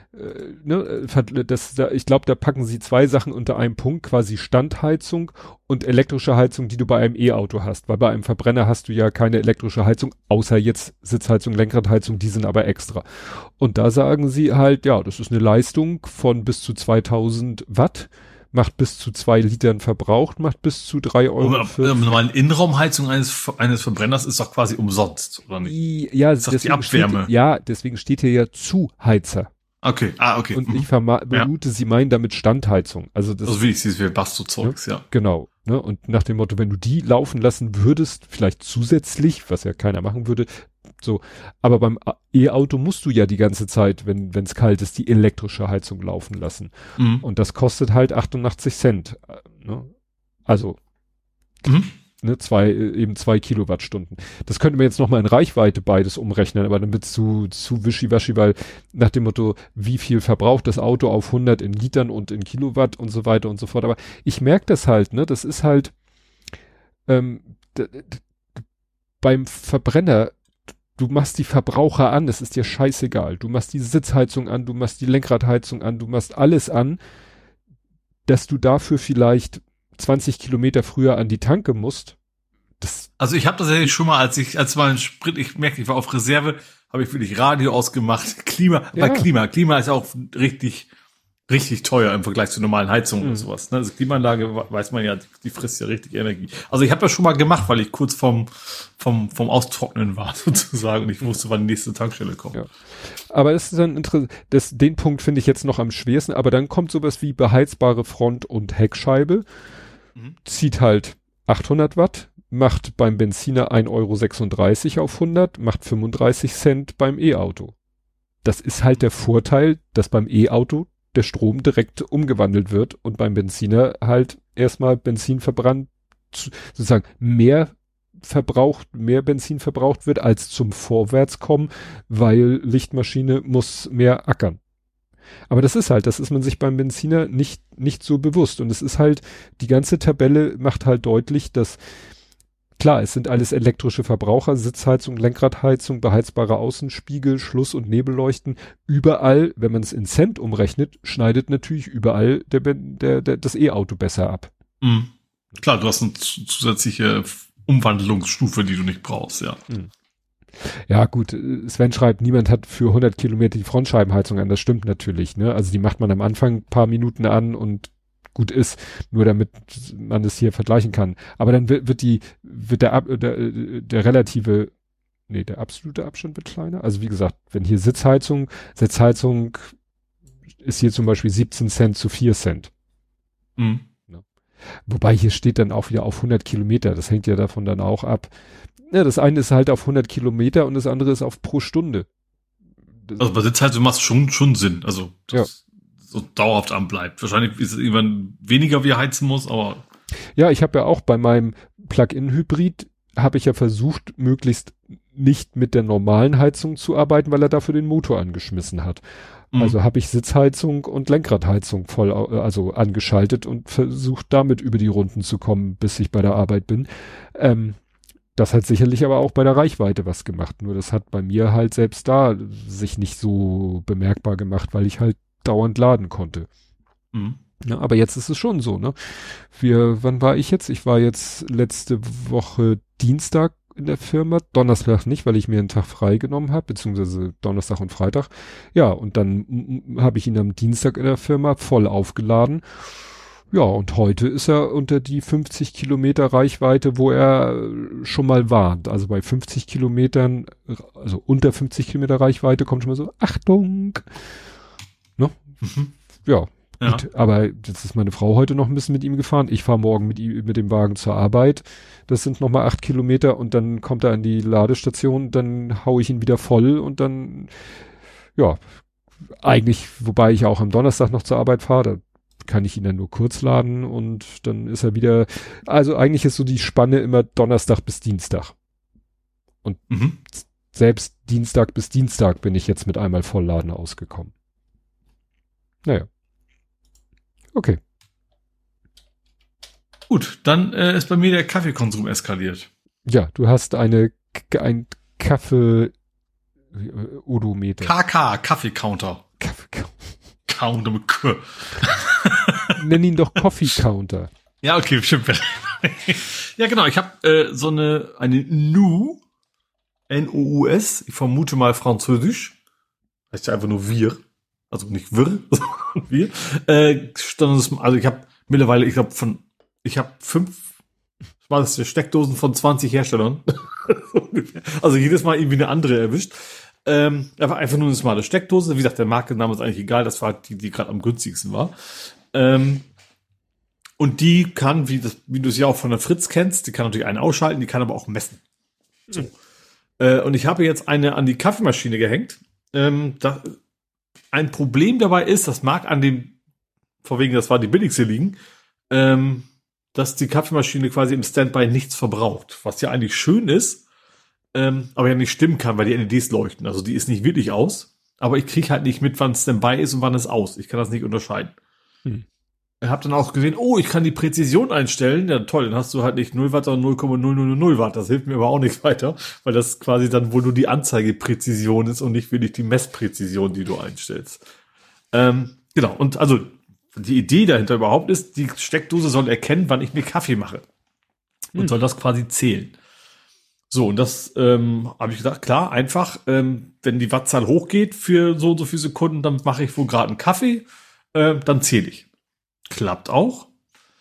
ich glaube, da packen sie zwei Sachen unter einem Punkt, quasi Standheizung und elektrische Heizung, die du bei einem E-Auto hast. Weil bei einem Verbrenner hast du ja keine elektrische Heizung, außer jetzt Sitzheizung, Lenkradheizung, die sind aber extra. Und da sagen sie halt, ja, das ist eine Leistung von bis zu 2000 Watt. Macht bis zu 2 Litern verbraucht, macht bis zu 3 €. Eine Innenraumheizung eines Verbrenners ist doch quasi umsonst, oder nicht? Ja, das ist die Abwärme. Deswegen steht hier ja Zuheizer. Okay, okay. Und ich vermute, sie meinen damit Standheizung. Also wie ich dieses Basto-Zeugs, ja. Genau. Ne? Und nach dem Motto, wenn du die laufen lassen würdest, vielleicht zusätzlich, was ja keiner machen würde, so. Aber beim E-Auto musst du ja die ganze Zeit, wenn es kalt ist, die elektrische Heizung laufen lassen. Und das kostet halt 88 Cent. Ne? Also, ne, 2 Kilowattstunden. Das könnte man jetzt nochmal in Reichweite beides umrechnen, aber dann wird's zu wischiwaschi, weil nach dem Motto, wie viel verbraucht das Auto auf 100 in Litern und in Kilowatt und so weiter und so fort. Aber ich merke das halt, ne, das ist halt beim Verbrenner, du machst die Verbraucher an, es ist dir scheißegal. Du machst die Sitzheizung an, du machst die Lenkradheizung an, du machst alles an, dass du dafür vielleicht 20 Kilometer früher an die Tanke musst. Also ich habe tatsächlich schon mal, als mal ein Sprint, ich merke, ich war auf Reserve, habe ich wirklich Radio ausgemacht, Klima ist ja auch richtig teuer im Vergleich zu normalen Heizungen und sowas. Ne? Also Klimaanlage, weiß man ja, die frisst ja richtig Energie. Also ich habe das schon mal gemacht, weil ich kurz vom Austrocknen war sozusagen und ich wusste, wann die nächste Tankstelle kommt. Ja. Aber es ist dann interessant, den Punkt finde ich jetzt noch am schwersten, aber dann kommt sowas wie beheizbare Front- und Heckscheibe, zieht halt 800 Watt, macht beim Benziner 1,36 € auf 100, macht 35 Cent beim E-Auto. Das ist halt der Vorteil, dass beim E-Auto der Strom direkt umgewandelt wird und beim Benziner halt erstmal Benzin verbrannt, sozusagen mehr Benzin verbraucht wird als zum Vorwärtskommen, weil Lichtmaschine muss mehr ackern. Aber das ist man sich beim Benziner nicht so bewusst. Und es ist halt, die ganze Tabelle macht halt deutlich, dass, klar, es sind alles elektrische Verbraucher, Sitzheizung, Lenkradheizung, beheizbare Außenspiegel, Schluss- und Nebelleuchten. Überall, wenn man es in Cent umrechnet, schneidet natürlich überall das E-Auto besser ab. Klar, du hast eine zusätzliche Umwandlungsstufe, die du nicht brauchst, ja. Ja, gut, Sven schreibt, niemand hat für 100 Kilometer die Frontscheibenheizung an. Das stimmt natürlich, ne? Also die macht man am Anfang ein paar Minuten an und gut ist, nur damit man es hier vergleichen kann. Aber dann wird der absolute Abstand wird kleiner. Also wie gesagt, wenn hier Sitzheizung ist hier zum Beispiel 17 Cent zu 4 Cent. Mhm. Ne? Wobei hier steht dann auch wieder auf 100 Kilometer. Das hängt ja davon dann auch ab. Ja, das eine ist halt auf 100 Kilometer und das andere ist auf pro Stunde. Also bei Sitzheizung macht schon Sinn. Also, das so dauerhaft anbleibt. Wahrscheinlich ist es irgendwann weniger, wie er heizen muss, aber. Ja, ich habe ja auch bei meinem Plug-in-Hybrid habe ich ja versucht, möglichst nicht mit der normalen Heizung zu arbeiten, weil er dafür den Motor angeschmissen hat. Also habe ich Sitzheizung und Lenkradheizung voll, also angeschaltet und versucht damit über die Runden zu kommen, bis ich bei der Arbeit bin. Das hat sicherlich aber auch bei der Reichweite was gemacht. Nur das hat bei mir halt selbst da sich nicht so bemerkbar gemacht, weil ich halt dauernd laden konnte. Mhm. Ja, aber jetzt ist es schon so, ne? Wann war ich jetzt? Ich war jetzt letzte Woche Dienstag in der Firma, Donnerstag nicht, weil ich mir einen Tag frei genommen habe, beziehungsweise Donnerstag und Freitag. Ja, und dann habe ich ihn am Dienstag in der Firma voll aufgeladen. Ja, und heute ist er unter die 50 Kilometer Reichweite, wo er schon mal war. Also bei 50 Kilometern, also unter 50 Kilometer Reichweite kommt schon mal so, Achtung! Ne? Mhm. Ja. Ja. Gut, aber jetzt ist meine Frau heute noch ein bisschen mit ihm gefahren. Ich fahre morgen mit dem Wagen zur Arbeit. Das sind nochmal 8 Kilometer und dann kommt er an die Ladestation, dann hau ich ihn wieder voll und dann, ja, eigentlich, wobei ich auch am Donnerstag noch zur Arbeit fahre, da kann ich ihn dann nur kurz laden und dann ist er wieder, also eigentlich ist so die Spanne immer Donnerstag bis Dienstag. Und selbst Dienstag bis Dienstag bin ich jetzt mit einmal Vollladen ausgekommen. Naja. Okay. Gut, dann ist bei mir der Kaffeekonsum eskaliert. Ja, du hast ein Kaffee-Odometer. Kaffee-Counter. Counter mit K. Nenn ihn doch Coffee-Counter. Ja, okay, stimmt. Ja, genau, ich habe so eine NOUS, N-O-U-S, ich vermute mal französisch. Heißt ja einfach nur wir. Also nicht wir, sondern wir. Also ich habe mittlerweile, ich habe 5 Steckdosen von 20 Herstellern. Also jedes Mal irgendwie eine andere erwischt. Aber einfach nur eine smarte Steckdose. Wie gesagt, der Markenname ist eigentlich egal. Das war die gerade am günstigsten war. Und die kann, wie du es ja auch von der Fritz kennst, die kann natürlich einen ausschalten, die kann aber auch messen. So. Und ich habe jetzt eine an die Kaffeemaschine gehängt. Ein Problem dabei ist, das mag an dem, vorwegen, das war die billigste liegen, dass die Kaffeemaschine quasi im Standby nichts verbraucht. Was ja eigentlich schön ist, aber ja nicht stimmen kann, weil die LEDs leuchten. Also die ist nicht wirklich aus, aber ich kriege halt nicht mit, wann Standby ist und wann es aus. Ich kann das nicht unterscheiden. Ich habe dann auch gesehen, ich kann die Präzision einstellen. Ja toll, dann hast du halt nicht 0 Watt, sondern 0,0000 Watt. Das hilft mir aber auch nicht weiter, weil das quasi dann wohl nur die Anzeigepräzision ist und nicht wirklich die Messpräzision, die du einstellst. Genau, und also die Idee dahinter überhaupt ist, die Steckdose soll erkennen, wann ich mir Kaffee mache. Und soll das quasi zählen. So, und das habe ich gesagt, klar, einfach, wenn die Wattzahl hochgeht für so und so viele Sekunden, dann mache ich wohl gerade einen Kaffee, dann zähle ich. Klappt auch.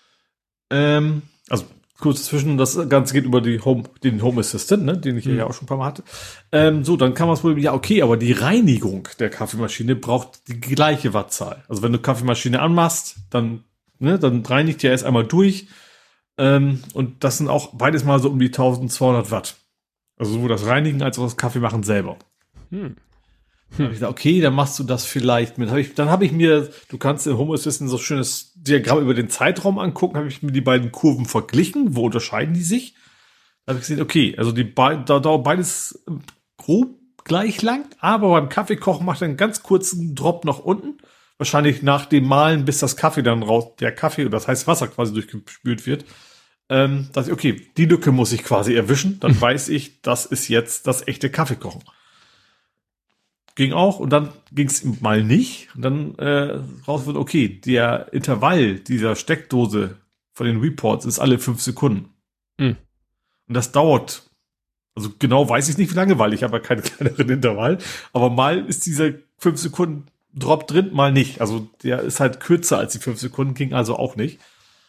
Also kurz zwischen, das Ganze geht über den Home Assistant, ne, den ich ja auch schon ein paar Mal hatte. So, dann kann man es wohl, ja okay, aber die Reinigung der Kaffeemaschine braucht die gleiche Wattzahl. Also wenn du Kaffeemaschine anmachst, dann reinigt die erst einmal durch. Und das sind auch beides mal so um die 1200 Watt. Also sowohl das Reinigen als auch das Kaffeemachen selber. Dann habe ich gesagt, okay, dann machst du das vielleicht mit. Dann habe ich mir, du kannst in Home Assistant so ein schönes Diagramm über den Zeitraum angucken, habe ich mir die beiden Kurven verglichen, wo unterscheiden die sich? Da habe ich gesehen, okay, also da dauert beides grob gleich lang, aber beim Kaffeekochen macht er einen ganz kurzen Drop nach unten, wahrscheinlich nach dem Mahlen, bis das Kaffee dann der Kaffee oder das heißt Wasser quasi durchgespült wird. Dass ich, okay, die Lücke muss ich quasi erwischen, dann weiß ich, das ist jetzt das echte Kaffeekochen. Ging auch und dann ging es mal nicht. Und dann raus wird, okay, der Intervall dieser Steckdose von den Reports ist alle 5 Sekunden. Und das dauert Also genau weiß ich nicht, wie lange, weil ich habe ja keinen kleineren Intervall. Aber mal ist dieser 5 Sekunden Drop drin, mal nicht. Also der ist halt kürzer als die 5 Sekunden, ging also auch nicht.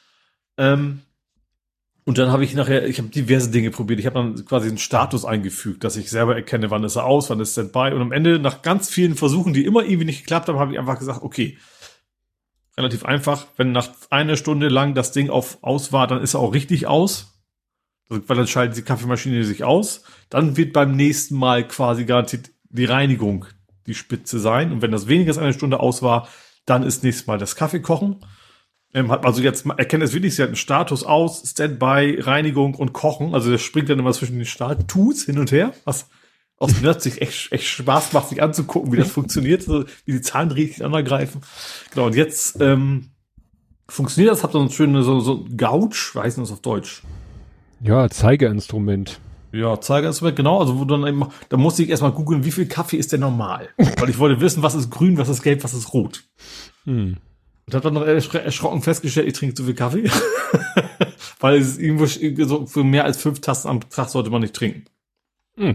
Und dann habe ich diverse Dinge probiert. Ich habe dann quasi einen Status eingefügt, dass ich selber erkenne, wann ist er aus, wann ist er Standby. Und am Ende, nach ganz vielen Versuchen, die immer irgendwie nicht geklappt haben, habe ich einfach gesagt, okay, relativ einfach, wenn nach einer Stunde lang das Ding aus war, dann ist er auch richtig aus. Also, weil dann schaltet die Kaffeemaschine sich aus. Dann wird beim nächsten Mal quasi garantiert die Reinigung die Spitze sein. Und wenn das weniger als eine Stunde aus war, dann ist nächstes Mal das Kaffee kochen. Also jetzt erkennt es wirklich, sie hat einen Status aus, Standby, Reinigung und Kochen. Also das springt dann immer zwischen den Status hin und her, was aus dem Netz sich echt Spaß macht, sich anzugucken, wie das funktioniert, so, wie die Zahlen richtig aneinander. Genau, und jetzt funktioniert das, habt ihr so ein schönes so Gouge, wie heißt das auf Deutsch? Ja, Zeigerinstrument. Ja, Zeigerinstrument, genau. Also wo dann eben, da musste ich erstmal googeln, wie viel Kaffee ist denn normal? Weil ich wollte wissen, was ist grün, was ist gelb, was ist rot. Und habe dann noch erschrocken festgestellt, ich trinke zu viel Kaffee. Weil es irgendwo so für mehr als 5 Tassen am Tag sollte man nicht trinken. Und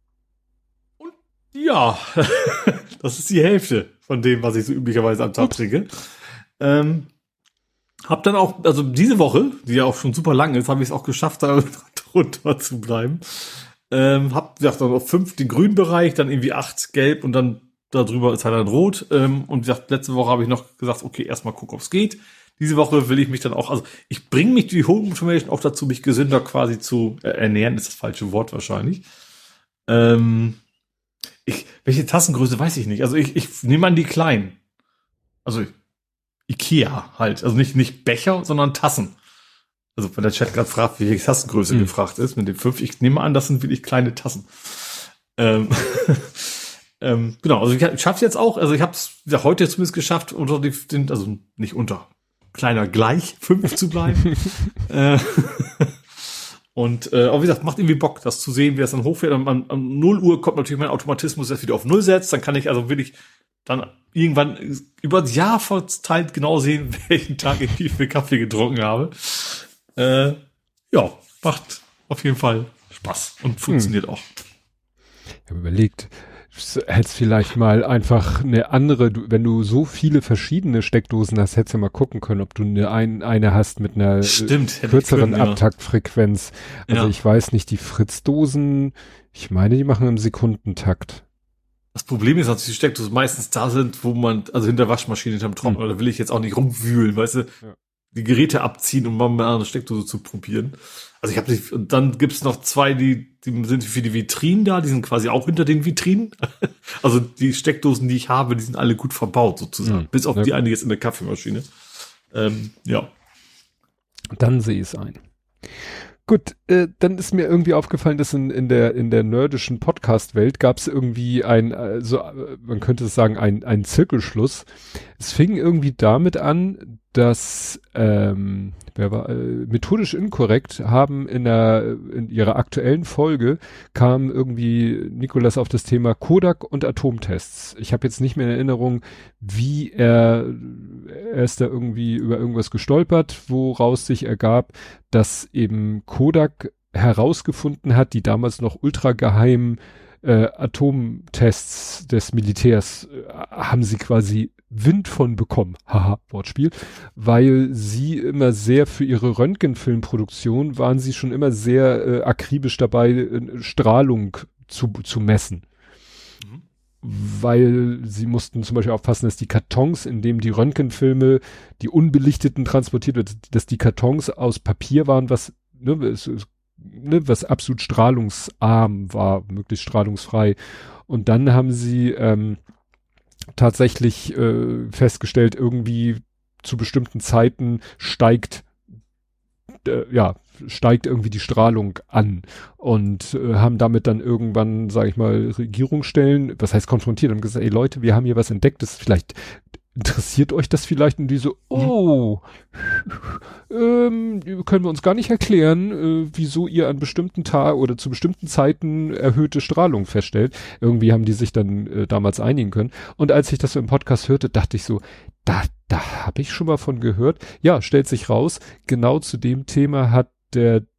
ja, das ist die Hälfte von dem, was ich so üblicherweise am Tag trinke. Hab dann auch, also diese Woche, die ja auch schon super lang ist, habe ich es auch geschafft, da drunter zu bleiben. Hab gesagt, dann auf 5 den grünen Bereich, dann irgendwie 8 gelb und dann darüber ist halt dann rot. Und wie gesagt, letzte Woche habe ich noch gesagt, okay, erstmal gucken, ob es geht. Diese Woche will ich mich dann auch, also ich bringe mich die Home Information auch dazu, mich gesünder quasi zu ernähren, ist das falsche Wort wahrscheinlich. Welche Tassengröße weiß ich nicht. Also ich nehme an die kleinen. Also Ikea halt. Also nicht Becher, sondern Tassen. Also wenn der Chat gerade fragt, welche Tassengröße gefragt ist mit den 5, ich nehme an, das sind wirklich kleine Tassen. Genau, also ich schaffe es jetzt auch, also ich habe es ja heute zumindest geschafft, unter den, also nicht unter, kleiner gleich 5 zu bleiben. Und aber wie gesagt, macht irgendwie Bock, das zu sehen, wie das dann hochfährt. Am 0 Uhr kommt natürlich mein Automatismus, der wieder auf 0 setzt, dann kann ich also wirklich dann irgendwann über das Jahr verteilt genau sehen, welchen Tag ich wie viel Kaffee getrunken habe. Ja, macht auf jeden Fall Spaß und funktioniert auch. Ich habe überlegt, hättest vielleicht mal einfach eine andere, wenn du so viele verschiedene Steckdosen hast, hättest du mal gucken können, ob du eine hast mit einer kürzeren Abtaktfrequenz. Also ich weiß nicht, die Fritzdosen, ich meine, die machen im Sekundentakt. Das Problem ist, dass die Steckdosen meistens da sind, wo man, also hinter der Waschmaschine, hinterm Trockner, da will ich jetzt auch nicht rumwühlen, weißt du, die Geräte abziehen, um mal eine Steckdose zu probieren. Also ich habe nicht, und dann gibt's noch 2, die sind für die Vitrinen da, die sind quasi auch hinter den Vitrinen. Also die Steckdosen, die ich habe, die sind alle gut verbaut sozusagen, bis auf die eine jetzt in der Kaffeemaschine. Ja. Dann sehe ich es ein. Gut, dann ist mir irgendwie aufgefallen, dass in der nerdischen Podcast-Welt gab es irgendwie man könnte es sagen, ein Zirkelschluss. Es fing irgendwie damit an, dass methodisch inkorrekt haben in ihrer aktuellen Folge kam irgendwie Nikolas auf das Thema Kodak und Atomtests. Ich habe jetzt nicht mehr in Erinnerung, wie er ist da irgendwie über irgendwas gestolpert, woraus sich ergab, dass eben Kodak herausgefunden hat, die damals noch ultra geheimen Atomtests des Militärs haben sie quasi Wind von bekommen, haha, Wortspiel, weil sie immer sehr für ihre Röntgenfilmproduktion waren sie schon immer sehr akribisch dabei, Strahlung zu messen. Weil sie mussten zum Beispiel aufpassen, dass die Kartons, in dem die Röntgenfilme, die unbelichteten transportiert wird, dass die Kartons aus Papier waren, was absolut strahlungsarm war, möglichst strahlungsfrei. Und dann haben sie tatsächlich festgestellt, irgendwie zu bestimmten Zeiten steigt irgendwie die Strahlung an und haben damit dann irgendwann, sage ich mal, Regierungsstellen, was heißt konfrontiert, haben gesagt, ey Leute, wir haben hier was entdeckt, das vielleicht interessiert euch das vielleicht? Und die so, können wir uns gar nicht erklären, wieso ihr an bestimmten Tagen oder zu bestimmten Zeiten erhöhte Strahlung feststellt. Irgendwie haben die sich dann damals einigen können. Und als ich das so im Podcast hörte, dachte ich so, da habe ich schon mal von gehört. Ja, stellt sich raus, genau zu dem Thema hat der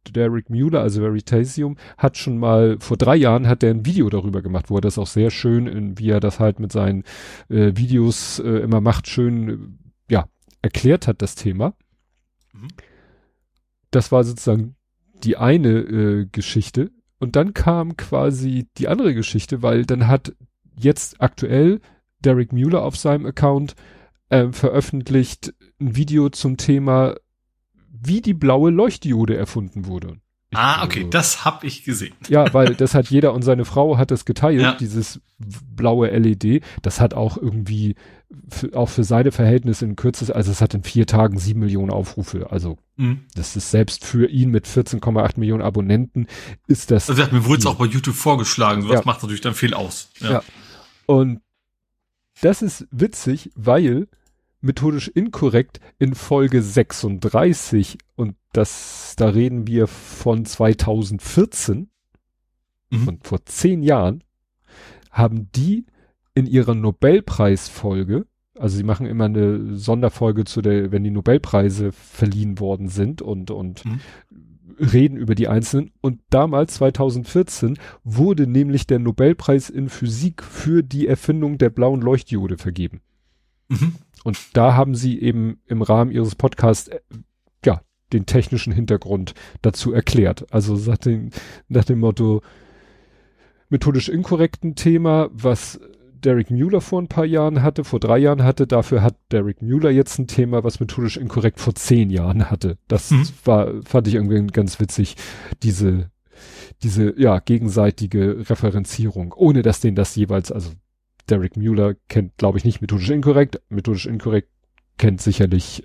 Derek Mueller, also Veritasium, hat schon mal, vor 3 Jahren hat er ein Video darüber gemacht, wo er das auch sehr schön, wie er das halt mit seinen Videos immer macht, schön, erklärt hat, das Thema. Mhm. Das war sozusagen die eine Geschichte. Und dann kam quasi die andere Geschichte, weil dann hat jetzt aktuell Derek Mueller auf seinem Account veröffentlicht ein Video zum Thema, wie die blaue Leuchtdiode erfunden wurde. Okay, das habe ich gesehen. Ja, weil das hat jeder und seine Frau hat das geteilt, dieses blaue LED. Das hat auch irgendwie, auch für seine Verhältnisse in Kürze, also es hat in 4 Tagen 7 Millionen Aufrufe. Also das ist selbst für ihn mit 14,8 Millionen Abonnenten ist das. Also mir wurde es auch bei YouTube vorgeschlagen, sowas macht natürlich dann viel aus. Ja. Und das ist witzig, weil methodisch inkorrekt in Folge 36 und da reden wir von 2014, von vor 10 Jahren, haben die in ihrer Nobelpreisfolge, also sie machen immer eine Sonderfolge wenn die Nobelpreise verliehen worden sind und reden über die einzelnen. Und damals, 2014, wurde nämlich der Nobelpreis in Physik für die Erfindung der blauen Leuchtdiode vergeben. Und da haben sie eben im Rahmen ihres Podcasts, den technischen Hintergrund dazu erklärt. Also nach dem Motto, methodisch inkorrekten Thema, was Derek Mueller vor 3 Jahren hatte, dafür hat Derek Mueller jetzt ein Thema, was methodisch inkorrekt vor 10 Jahren hatte. Das fand ich irgendwie ganz witzig, diese gegenseitige Referenzierung, ohne dass denen das jeweils, also Derek Mueller kennt, glaube ich, nicht methodisch inkorrekt. Methodisch inkorrekt kennt sicherlich,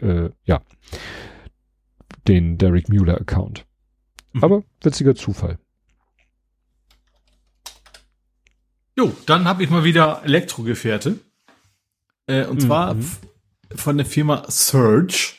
den Derek Mueller Account. Aber witziger Zufall. Jo, dann habe ich mal wieder Elektrogefährte. Und zwar von der Firma Surge.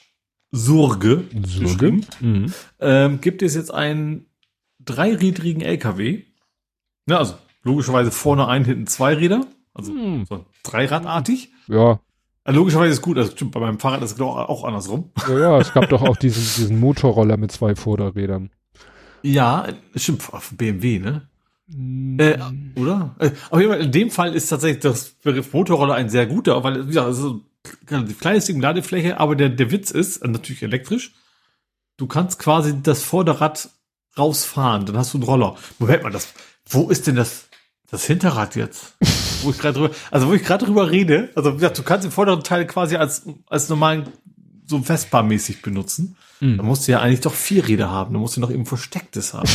Gibt es jetzt einen 3-rädrigen LKW. Ja, also logischerweise vorne ein, hinten 2 Räder. Also so dreiradartig. Ja. Also logischerweise ist gut. Also stimmt, bei meinem Fahrrad ist es auch andersrum. Ja, es gab doch auch diesen Motorroller mit 2 Vorderrädern. Ja, stimmt, BMW, ne? Oder? Auf jeden Fall, in dem Fall ist tatsächlich das Begriff Motorroller ein sehr guter, weil, wie gesagt, es ist eine kleine Ladefläche, aber der Witz ist, natürlich elektrisch, du kannst quasi das Vorderrad rausfahren, dann hast du einen Roller. Moment mal, wo ist denn das Hinterrad jetzt? Wo ich gerade drüber rede, also wie gesagt, du kannst den vorderen Teil quasi als normalen, so Vespa-mäßig benutzen. Da musst du ja eigentlich doch 4 Räder haben, da musst du noch eben Verstecktes haben.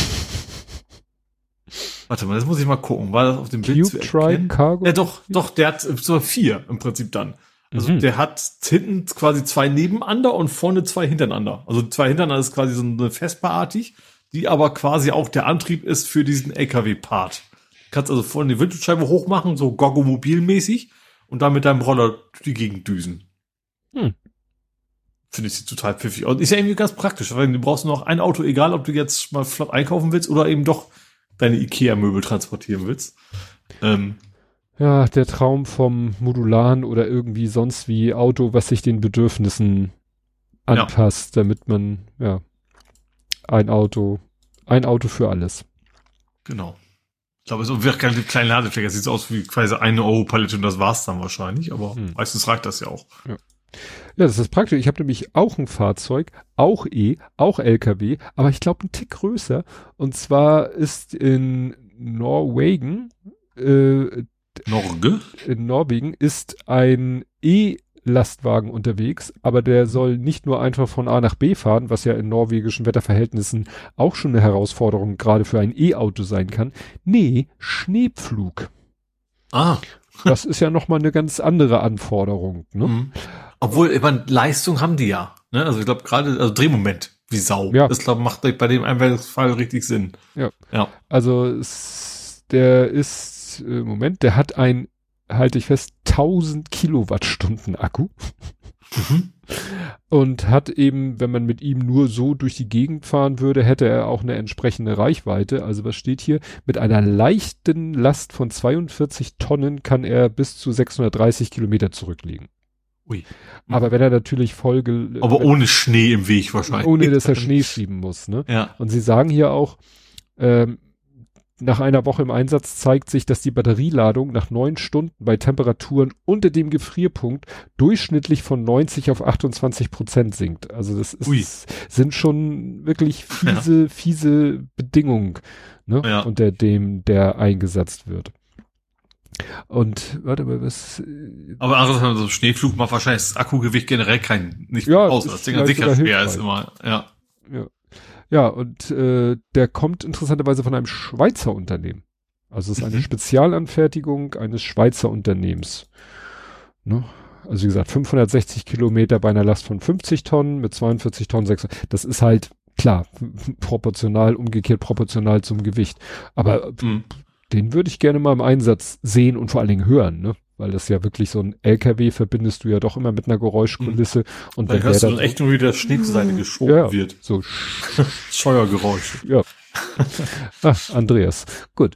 Warte mal, das muss ich mal gucken. War das auf dem Bild zu erkennen? Cargo? Ja, doch, der hat so 4 im Prinzip dann. Also der hat hinten quasi 2 nebeneinander und vorne 2 hintereinander. Also 2 hintereinander ist quasi so eine Vespa-artig, die aber quasi auch der Antrieb ist für diesen LKW-Part. Du kannst also vorne die Windschutzscheibe hochmachen, so Goggomobil-mäßig und dann mit deinem Roller durch die Gegend düsen. Finde ich sie total pfiffig. Und ist ja irgendwie ganz praktisch, weil du brauchst nur noch ein Auto, egal ob du jetzt mal flott einkaufen willst oder eben doch deine Ikea-Möbel transportieren willst. Ja, der Traum vom modularen oder irgendwie sonst wie Auto, was sich den Bedürfnissen anpasst, damit man, ein Auto für alles. Genau. Ich glaube, es wird keine kleine Ladefläche. Es sieht so aus wie quasi eine Euro-Palette und das war's dann wahrscheinlich, aber meistens reicht das ja auch. Ja, das ist praktisch. Ich habe nämlich auch ein Fahrzeug, auch auch LKW, aber ich glaube ein Tick größer. Und zwar ist in Norwegen, in Norwegen ist ein E-Lastwagen unterwegs, aber der soll nicht nur einfach von A nach B fahren, was ja in norwegischen Wetterverhältnissen auch schon eine Herausforderung gerade für ein E-Auto sein kann. Nee, Schneepflug. Das ist ja nochmal eine ganz andere Anforderung, ne? Obwohl, ich meine, Leistung haben die ja. Ne? Also ich glaube gerade, also Drehmoment wie Sau. Ja. Das glaube macht bei dem Anwendungsfall richtig Sinn. Ja. Also der hat ein, halte ich fest, 1000 Kilowattstunden Akku. Und hat eben, wenn man mit ihm nur so durch die Gegend fahren würde, hätte er auch eine entsprechende Reichweite. Also was steht hier? Mit einer leichten Last von 42 Tonnen kann er bis zu 630 Kilometer zurücklegen. Ui. Aber wenn er natürlich Aber ohne Schnee im Weg wahrscheinlich. Ohne, dass er Schnee schieben muss, ne? Ja. Und sie sagen hier auch, nach einer Woche im Einsatz zeigt sich, dass die Batterieladung nach 9 Stunden bei Temperaturen unter dem Gefrierpunkt durchschnittlich von 90 auf 28% sinkt. Also das sind schon wirklich fiese Bedingungen, ne? Ja. Unter dem der eingesetzt wird. Und warte mal, was? Aber andererseits, so ein Schneeflug macht wahrscheinlich das Akkugewicht generell nicht aus. Das Ding sicher schwer ist immer, ja. Ja, und der kommt interessanterweise von einem Schweizer Unternehmen. Also es ist eine Spezialanfertigung eines Schweizer Unternehmens. Ne? Also wie gesagt, 560 Kilometer bei einer Last von 50 Tonnen mit 42 Tonnen 6. Das ist halt, klar, umgekehrt proportional zum Gewicht. Aber den würde ich gerne mal im Einsatz sehen und vor allen Dingen hören, ne? Weil das ja wirklich so ein LKW verbindest du ja doch immer mit einer Geräuschkulisse. Und dann hörst du dann echt nur, wie der Schnee zur Seite geschoben wird. So Scheuergeräusche. Ja. Andreas. Gut.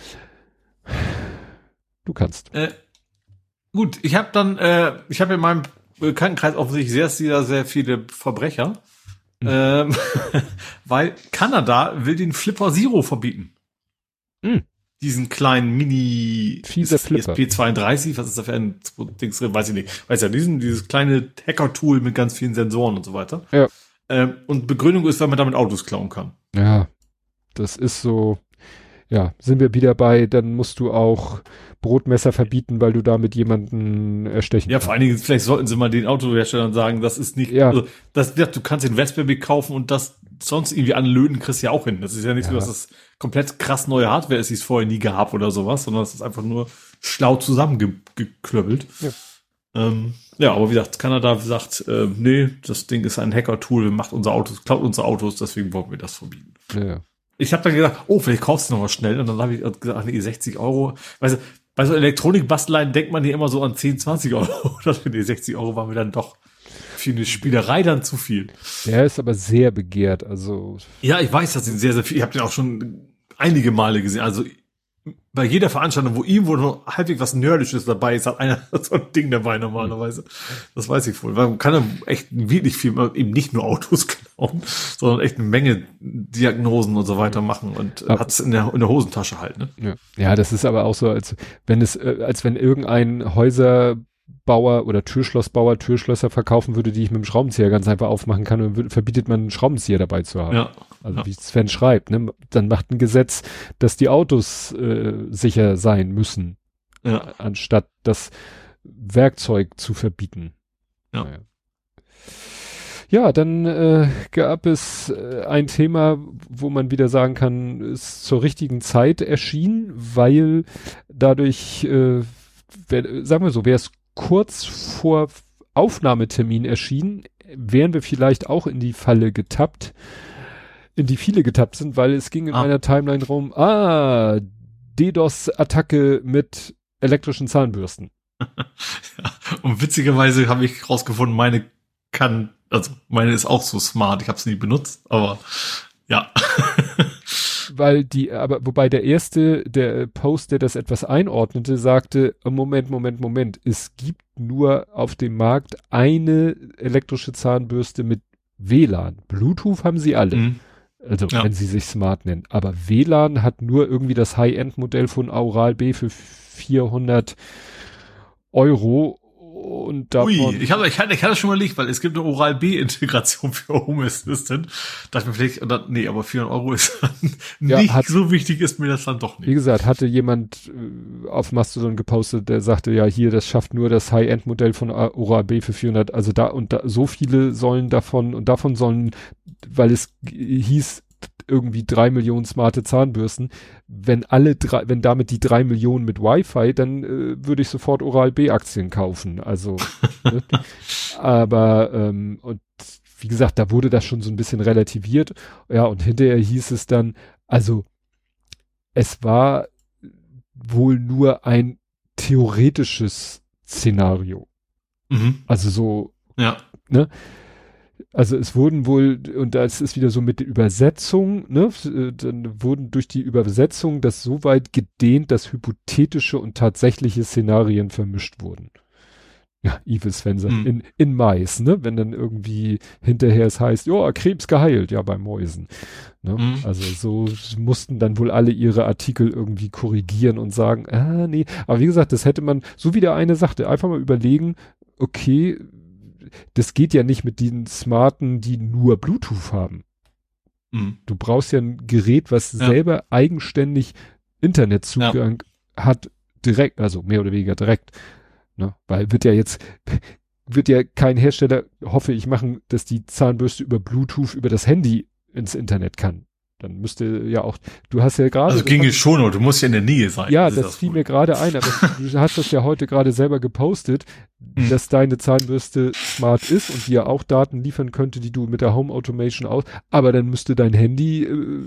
Du kannst. Gut, ich habe in meinem Bekanntenkreis offensichtlich sehr viele Verbrecher. Weil Kanada will den Flipper Zero verbieten. Diesen kleinen Fieser Flipper. ESP32, was ist da für ein Dings drin, weiß ich nicht. Weiß ja, dieses kleine Hacker-Tool mit ganz vielen Sensoren und so weiter. Ja. Und Begründung ist, weil man damit Autos klauen kann. Ja, das ist so, ja, sind wir wieder bei, dann musst du auch Brotmesser verbieten, weil du damit jemanden erstechen kannst. Ja, vor allen Dingen, vielleicht sollten sie mal den Autoherstellern sagen, das ist nicht, also, du kannst den Raspberry kaufen und das sonst irgendwie anlöten, kriegst du ja auch hin. Das ist ja nicht so, dass das komplett krass neue Hardware ist, die es vorher nie gab oder sowas, sondern es ist einfach nur schlau zusammengeklöppelt. Ja. Aber wie gesagt, Kanada sagt, nee, das Ding ist ein Hacker-Tool, klaut unsere Autos, deswegen wollen wir das verbieten. Ja. Ich habe dann gedacht, vielleicht kaufst du noch mal schnell. Und dann habe ich gesagt, nee, 60 Euro. Weißt du, bei so Elektronikbasteleien denkt man hier immer so an 10, 20 Euro. Das für die 60 Euro waren mir dann doch für eine Spielerei dann zu viel. Der ist aber sehr begehrt, also. Ja, ich weiß, das sind sehr viel. Ich habe den auch schon einige Male gesehen. Also bei jeder Veranstaltung, wo irgendwo noch halbwegs was Nerdisches dabei ist, hat einer so ein Ding dabei normalerweise. Das weiß ich wohl. Weil man kann ja echt wirklich viel, eben nicht nur Autos klauen, sondern echt eine Menge Diagnosen und so weiter machen und hat es in der Hosentasche halt, ne? Ja, das ist aber auch so, als wenn irgendein Häuserbauer oder Türschlossbauer Türschlösser verkaufen würde, die ich mit dem Schraubenzieher ganz einfach aufmachen kann und verbietet man einen Schraubenzieher dabei zu haben. Ja. Also wie Sven schreibt, ne? Dann macht ein Gesetz, dass die Autos sicher sein müssen, anstatt das Werkzeug zu verbieten. Ja. Naja. Ja, dann gab es ein Thema, wo man wieder sagen kann, ist zur richtigen Zeit erschienen, weil dadurch, sagen wir so, wäre es kurz vor Aufnahmetermin erschienen, wären wir vielleicht auch in die Falle getappt, in die viele getappt sind, weil es ging in meiner Timeline rum, DDoS-Attacke mit elektrischen Zahnbürsten. Und witzigerweise habe ich rausgefunden, meine ist auch so smart, ich habe es nie benutzt, aber ja. Wobei der Post, der das etwas einordnete, sagte, Moment, es gibt nur auf dem Markt eine elektrische Zahnbürste mit WLAN. Bluetooth haben sie alle. Also, wenn sie sich smart nennen. Aber WLAN hat nur irgendwie das High-End-Modell von Oral-B für 400 Euro. Und davon ich hatte das schon mal liegt, weil es gibt eine Oral-B-Integration für Home Assistant. Dachte mir vielleicht, aber 400 Euro ist nicht so wichtig, ist mir das dann doch nicht. Wie gesagt, hatte jemand auf Mastodon gepostet, der sagte, ja, hier, das schafft nur das High-End-Modell von Oral-B für 400, also so viele sollen davon sollen, weil es hieß, irgendwie 3 Millionen smarte Zahnbürsten. Wenn damit die 3 Millionen mit Wi-Fi, dann würde ich sofort Oral-B-Aktien kaufen. Also, ne? Aber, und wie gesagt, da wurde das schon so ein bisschen relativiert. Ja, und hinterher hieß es dann, also, es war wohl nur ein theoretisches Szenario. Also so, ne? Also es wurden wohl, und das ist wieder so mit der Übersetzung, ne, dann wurden durch die Übersetzung das so weit gedehnt, dass hypothetische und tatsächliche Szenarien vermischt wurden. Ja, Evil Sven in Mais, ne? Wenn dann irgendwie hinterher es heißt, ja, Krebs geheilt, ja, bei Mäusen. Ne? Also so mussten dann wohl alle ihre Artikel irgendwie korrigieren und sagen, nee. Aber wie gesagt, das hätte man, so wie der eine sagte, einfach mal überlegen, okay, das geht ja nicht mit den Smarten, die nur Bluetooth haben. Du brauchst ja ein Gerät, was selber eigenständig Internetzugang hat, direkt, also mehr oder weniger direkt. Ne? Weil wird ja kein Hersteller, hoffe ich, machen, dass die Zahnbürste über Bluetooth über das Handy ins Internet kann. Dann müsste ja auch, du hast ja gerade. Also ginge schon, aber du musst ja in der Nähe sein. Ja, das fiel mir gerade ein, aber du hast das ja heute gerade selber gepostet, dass deine Zahnbürste smart ist und dir auch Daten liefern könnte, die du mit der Home Automation aber dann müsste dein Handy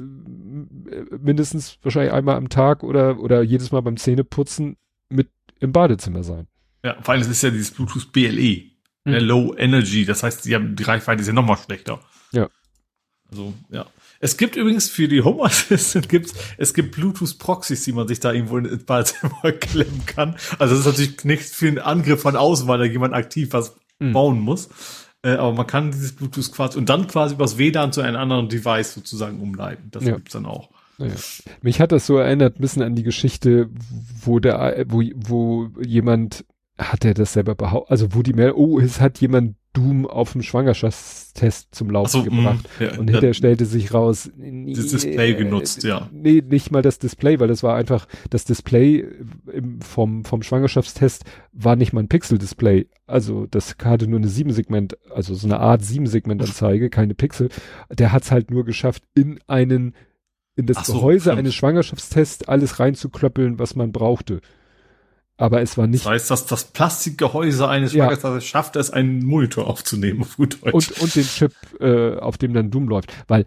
mindestens wahrscheinlich einmal am Tag oder jedes Mal beim Zähneputzen mit im Badezimmer sein. Ja, vor allem es ist ja dieses Bluetooth BLE, Low Energy, das heißt, die Reichweite ist ja nochmal schlechter. Ja. Also, ja. Es gibt übrigens für die Home Assistant es gibt Bluetooth-Proxys, die man sich da irgendwo ins Badezimmer klemmen kann. Also das ist natürlich nichts für einen Angriff von außen, weil da jemand aktiv was bauen muss. Aber man kann dieses Bluetooth quasi und dann quasi übers WLAN zu einem anderen Device sozusagen umleiten. Das gibt's dann auch. Ja. Mich hat das so erinnert, ein bisschen an die Geschichte, wo jemand, hat er das selber behauptet, also wo die es hat jemand Doom auf dem Schwangerschaftstest zum Laufen gebracht. Und hinterher stellte sich raus, das Display genutzt, ja. Nee, nicht mal das Display, weil das war einfach, das Display vom Schwangerschaftstest war nicht mal ein Pixel-Display. Also das hatte nur eine 7-Segment, also so eine Art 7-Segment-Anzeige, keine Pixel. Der hat es halt nur geschafft, in das Gehäuse eines Schwangerschaftstests alles reinzuklöppeln, was man brauchte. Aber es war nicht. Das heißt, dass das Plastikgehäuse eines Schwangerschaftstests schafft es, einen Monitor aufzunehmen, auf gut Deutsch. Und den Chip, auf dem dann Doom läuft. Weil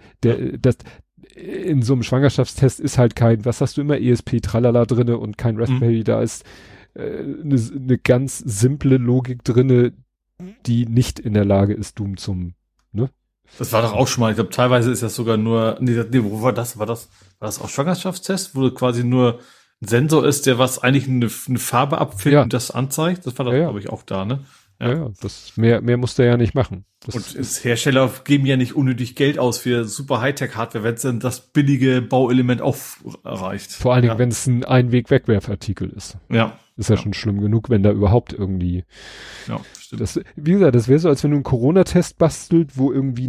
in so einem Schwangerschaftstest ist halt kein, was hast du immer, ESP-Tralala drinne und kein Raspberry, da ist eine ganz simple Logik drinne, die nicht in der Lage ist, Doom ne? Das war doch auch schon mal, ich glaube, teilweise ist das sogar nur, wo war das? War das auch Schwangerschaftstest, wo quasi nur ein Sensor ist, der was eigentlich eine Farbe abfilmt und das anzeigt? Das war doch, glaube ich, auch da, ne? Ja, das mehr musste er ja nicht machen. Und Hersteller geben ja nicht unnötig Geld aus für super Hightech-Hardware, wenn es dann das billige Bauelement auch erreicht. Vor allen Dingen, wenn es ein Einweg-Wegwerfartikel ist. Ja. Ist ja schon schlimm genug, wenn da überhaupt irgendwie. Ja, stimmt. Wie gesagt, das wäre so, als wenn du einen Corona-Test bastelt, wo irgendwie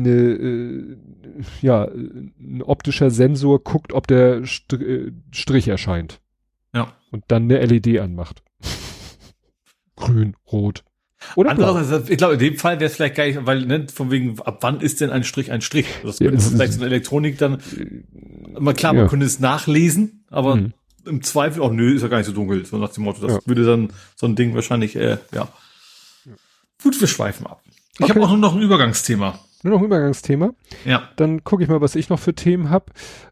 ein optischer Sensor guckt, ob der Strich erscheint. Ja. Und dann eine LED anmacht. Grün, rot. Oder andererseits, ich glaube, in dem Fall wäre es vielleicht gar nicht, weil, von wegen, ab wann ist denn ein Strich ein Strich? Das könnte vielleicht so eine Elektronik dann, mal klar, man könnte es nachlesen, aber im Zweifel, ist ja gar nicht so dunkel, so nach dem Motto, das würde dann so ein Ding wahrscheinlich, Gut, wir schweifen ab. Ich habe auch nur noch ein Übergangsthema. Nur noch ein Übergangsthema? Ja. Dann gucke ich mal, was ich noch für Themen habe.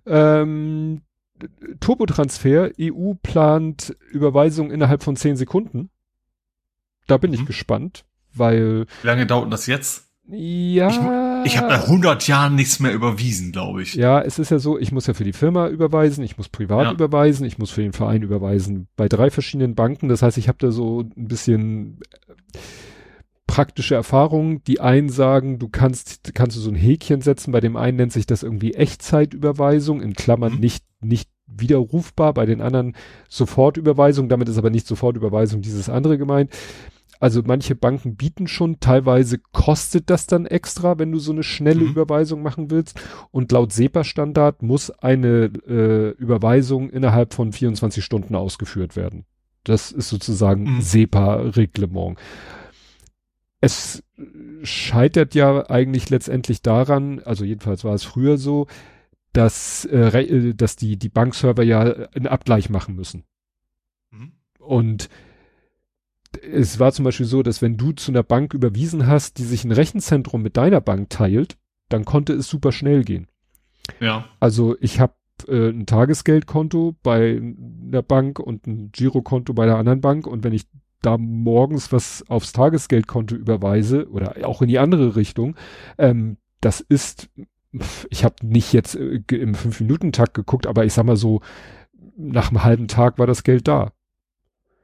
Turbotransfer, EU plant Überweisung innerhalb von 10 Sekunden. Da bin ich gespannt, weil... Wie lange dauert das jetzt? Ja... Ich habe nach 100 Jahren nichts mehr überwiesen, glaube ich. Ja, es ist ja so, ich muss ja für die Firma überweisen, ich muss privat überweisen, ich muss für den Verein überweisen, bei 3 verschiedenen Banken. Das heißt, ich habe da so ein bisschen praktische Erfahrungen. Die einen sagen, kannst du so ein Häkchen setzen, bei dem einen nennt sich das irgendwie Echtzeitüberweisung, in Klammern nicht widerrufbar, bei den anderen Sofortüberweisung, damit ist aber nicht Sofortüberweisung dieses andere gemeint. Also manche Banken bieten schon, teilweise kostet das dann extra, wenn du so eine schnelle Überweisung machen willst. Und laut SEPA-Standard muss eine Überweisung innerhalb von 24 Stunden ausgeführt werden. Das ist sozusagen SEPA-Reglement. Es scheitert ja eigentlich letztendlich daran, also jedenfalls war es früher so, dass die Bankserver ja einen Abgleich machen müssen. Und es war zum Beispiel so, dass wenn du zu einer Bank überwiesen hast, die sich ein Rechenzentrum mit deiner Bank teilt, dann konnte es super schnell gehen. Ja. Also ich habe ein Tagesgeldkonto bei einer Bank und ein Girokonto bei der anderen Bank und wenn ich da morgens was aufs Tagesgeldkonto überweise oder auch in die andere Richtung, das ist, ich habe nicht jetzt im 5-Minuten-Takt geguckt, aber ich sag mal so, nach einem halben Tag war das Geld da.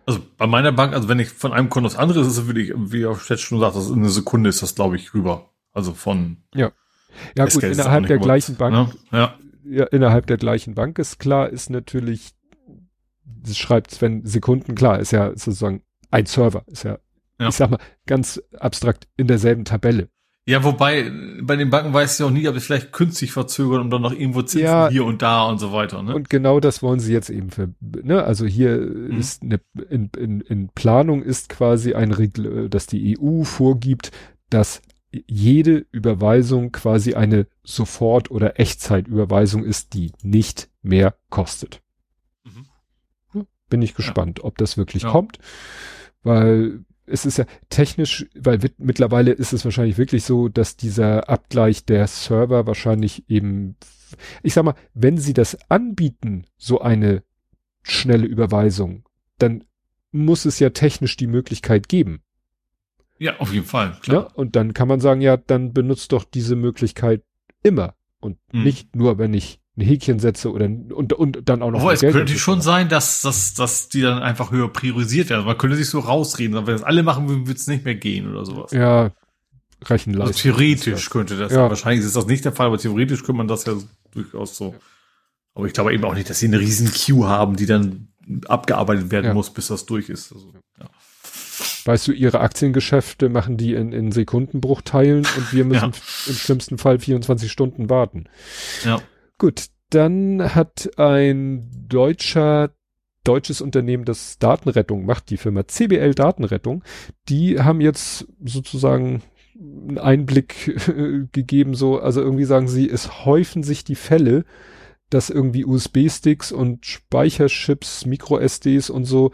Also bei meiner Bank, also wenn ich von einem Konto aufs andere ist, würde ich, wie auf Chat schon sagt, das in einer Sekunde ist das, glaube ich, rüber. Also von Ja gut, innerhalb der gleichen Bank, ne? ja, innerhalb der gleichen Bank ist klar, ist natürlich, das schreibt Sven Sekunden, klar, ist ja sozusagen ein Server, ist ja, ich sag mal, ganz abstrakt in derselben Tabelle. Ja, wobei, bei den Banken weiß ich auch nie, ob es vielleicht künstlich verzögern und dann noch irgendwo Zinsen hier und da und so weiter, ne? Und genau das wollen sie jetzt eben ne, also hier ist in Planung ist quasi ein Regel, dass die EU vorgibt, dass jede Überweisung quasi eine Sofort- oder Echtzeitüberweisung ist, die nicht mehr kostet. Bin ich gespannt, ob das wirklich kommt, weil es ist ja technisch, weil mittlerweile ist es wahrscheinlich wirklich so, dass dieser Abgleich der Server wahrscheinlich eben, ich sag mal, wenn sie das anbieten, so eine schnelle Überweisung, dann muss es ja technisch die Möglichkeit geben. Ja, auf jeden Fall, klar. Ja, und dann kann man sagen, ja, dann benutzt doch diese Möglichkeit immer und nicht nur, wenn ich ein Häkchen setze oder und dann auch noch. Aber es könnte schon sein, dass die dann einfach höher priorisiert werden. Man könnte sich so rausreden, aber wenn das alle machen würden, würde es nicht mehr gehen oder sowas. Ja, Rechenleistung. Also theoretisch könnte das. Ja. Wahrscheinlich ist das nicht der Fall, aber theoretisch könnte man das ja durchaus so. Aber ich glaube eben auch nicht, dass sie eine riesen Queue haben, die dann abgearbeitet werden muss, bis das durch ist. Also, ja. Weißt du, ihre Aktiengeschäfte machen die in Sekundenbruchteilen und wir müssen im schlimmsten Fall 24 Stunden warten. Ja. Gut, dann hat ein deutsches Unternehmen, das Datenrettung macht, die Firma CBL Datenrettung, die haben jetzt sozusagen einen Einblick gegeben, so, also irgendwie sagen sie, es häufen sich die Fälle, dass irgendwie USB-Sticks und Speicherchips, Micro-SDs und so,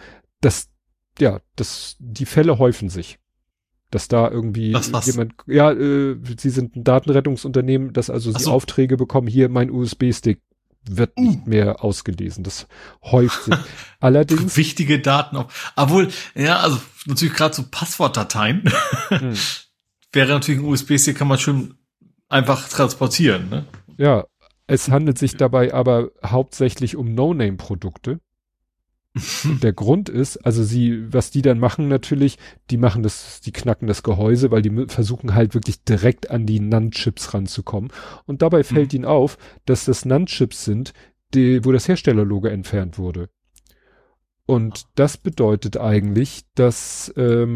die Fälle häufen sich. Dass da irgendwie jemand, sie sind ein Datenrettungsunternehmen, dass also sie Aufträge bekommen, hier mein USB-Stick wird nicht mehr ausgelesen. Das häuft sich. Allerdings. Wichtige Daten auch. Obwohl, ja, also natürlich gerade so Passwortdateien. Wäre natürlich ein USB-Stick, kann man schon einfach transportieren, ne? Ja, es handelt sich dabei aber hauptsächlich um No-Name-Produkte. Und der Grund ist, also was die dann machen natürlich, die knacken das Gehäuse, weil die versuchen halt wirklich direkt an die NAND-Chips ranzukommen. Und dabei fällt ihnen auf, dass das NAND-Chips sind, wo das Herstellerlogo entfernt wurde. Und das bedeutet eigentlich, dass,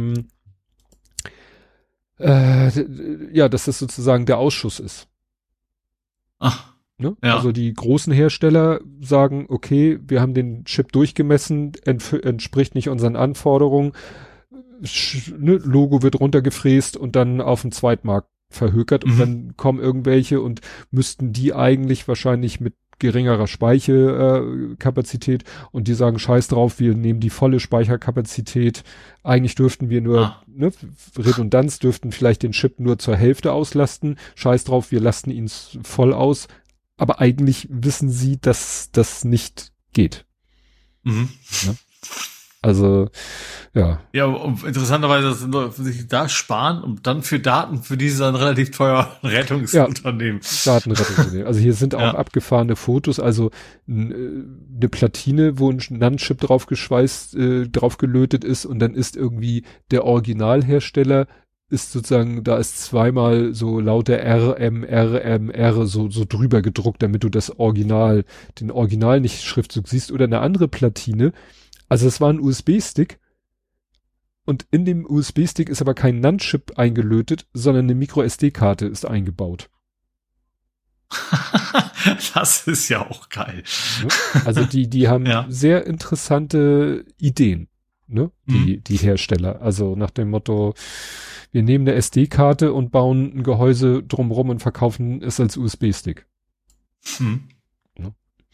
dass das sozusagen der Ausschuss ist. Ach. Ne? Ja. Also die großen Hersteller sagen, okay, wir haben den Chip durchgemessen, entspricht nicht unseren Anforderungen, Logo wird runtergefräst und dann auf dem Zweitmarkt verhökert und dann kommen irgendwelche und müssten die eigentlich wahrscheinlich mit geringerer Speicherkapazität und die sagen, scheiß drauf, wir nehmen die volle Speicherkapazität. Eigentlich dürften wir nur, Redundanz dürften vielleicht den Chip nur zur Hälfte auslasten. Scheiß drauf, wir lasten ihn voll aus. Aber eigentlich wissen sie, dass das nicht geht. Ja? Also, ja. Ja, interessanterweise sich da sparen und dann für Daten für diese dann relativ teuer Rettungsunternehmen. Ja, Datenrettungsunternehmen. Also hier sind auch abgefahrene Fotos, also eine Platine, wo ein NAND-Chip drauf gelötet ist und dann ist irgendwie der Originalhersteller ist sozusagen, da ist zweimal so lauter RMR so drüber gedruckt, damit du den Original nicht Schriftzug siehst oder eine andere Platine. Also es war ein USB-Stick und in dem USB-Stick ist aber kein NAND-Chip eingelötet, sondern eine Micro-SD-Karte ist eingebaut. Das ist ja auch geil. Also die haben sehr interessante Ideen, ne? Die Hersteller. Also nach dem Motto, wir nehmen eine SD-Karte und bauen ein Gehäuse drumrum und verkaufen es als USB-Stick. Ja.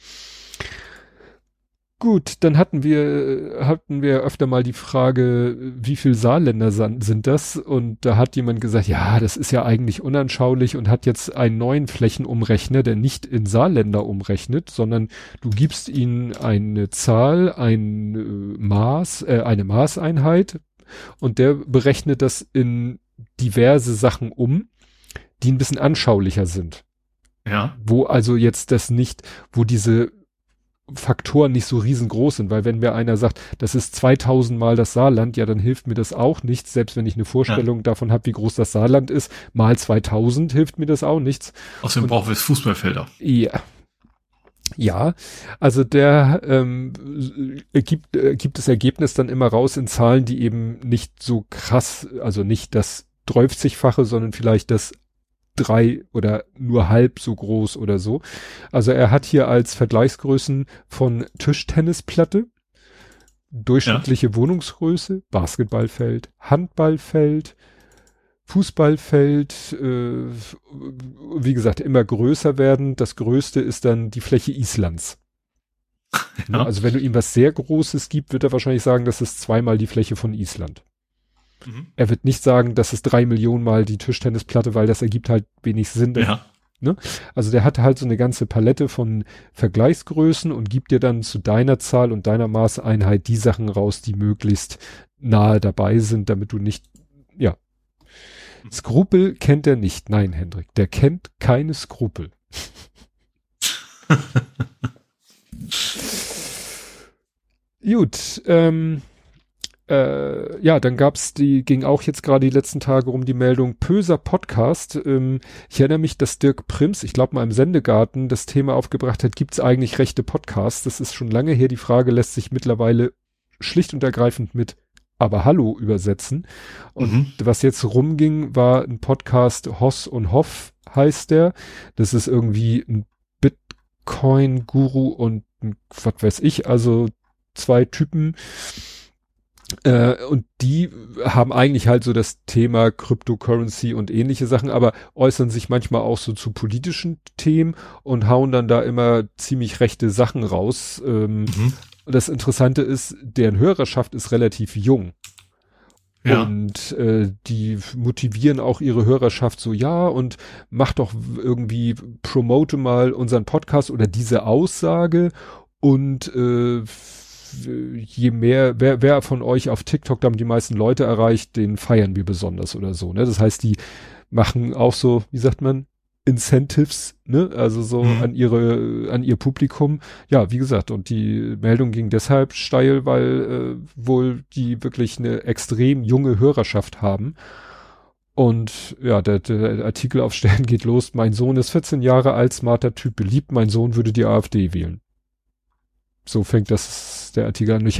Gut, dann hatten wir öfter mal die Frage, wie viel Saarländer sind das? Und da hat jemand gesagt, ja, das ist ja eigentlich unanschaulich und hat jetzt einen neuen Flächenumrechner, der nicht in Saarländer umrechnet, sondern du gibst ihnen eine Zahl, eine Maßeinheit und der berechnet das in diverse Sachen um, die ein bisschen anschaulicher sind. Ja. Wo also jetzt das nicht, wo diese Faktoren nicht so riesengroß sind, weil wenn mir einer sagt, das ist 2000 Mal das Saarland, ja, dann hilft mir das auch nichts, selbst wenn ich eine Vorstellung davon habe, wie groß das Saarland ist, mal 2000 hilft mir das auch nichts. Außerdem brauchen wir Fußballfelder. Ja. Ja, also der gibt das Ergebnis dann immer raus in Zahlen, die eben nicht so krass, also nicht das 30-fache, sondern vielleicht das 3 oder nur halb so groß oder so. Also er hat hier als Vergleichsgrößen von Tischtennisplatte, durchschnittliche Wohnungsgröße, Basketballfeld, Handballfeld, Fußballfeld, wie gesagt, immer größer werden. Das größte ist dann die Fläche Islands. Ja. Also wenn du ihm was sehr Großes gibt, wird er wahrscheinlich sagen, das ist zweimal die Fläche von Island. Er wird nicht sagen, das ist 3 Millionen mal die Tischtennisplatte, weil das ergibt halt wenig Sinn. Ja. Ne? Also der hat halt so eine ganze Palette von Vergleichsgrößen und gibt dir dann zu deiner Zahl und deiner Maßeinheit die Sachen raus, die möglichst nahe dabei sind, damit du nicht, ja. Skrupel kennt er nicht. Nein, Hendrik, der kennt keine Skrupel. Gut, ja, dann ging auch jetzt gerade die letzten Tage um die Meldung Pöser Podcast. Ich erinnere mich, dass Dirk Prims, ich glaube mal im Sendegarten, das Thema aufgebracht hat, gibt es eigentlich rechte Podcasts? Das ist schon lange her. Die Frage lässt sich mittlerweile schlicht und ergreifend mit aber Hallo übersetzen. Und was jetzt rumging, war ein Podcast Hoss und Hoff heißt der. Das ist irgendwie ein Bitcoin-Guru und ein, was weiß ich, also 2 Typen. Und die haben eigentlich halt so das Thema Cryptocurrency und ähnliche Sachen, aber äußern sich manchmal auch so zu politischen Themen und hauen dann da immer ziemlich rechte Sachen raus. Das Interessante ist, deren Hörerschaft ist relativ jung. Ja. Und die motivieren auch ihre Hörerschaft so, ja, und mach doch irgendwie, promote mal unseren Podcast oder diese Aussage und je mehr, wer von euch auf TikTok damit die meisten Leute erreicht, den feiern wir besonders oder so, ne? Das heißt, die machen auch so, wie sagt man, Incentives, ne? Also so an ihr Publikum. Ja, wie gesagt, und die Meldung ging deshalb steil, weil wohl die wirklich eine extrem junge Hörerschaft haben. Und ja, der Artikel auf Stern geht los. Mein Sohn ist 14 Jahre alt, smarter Typ, beliebt. Mein Sohn würde die AfD wählen. So fängt der Artikel an. Ich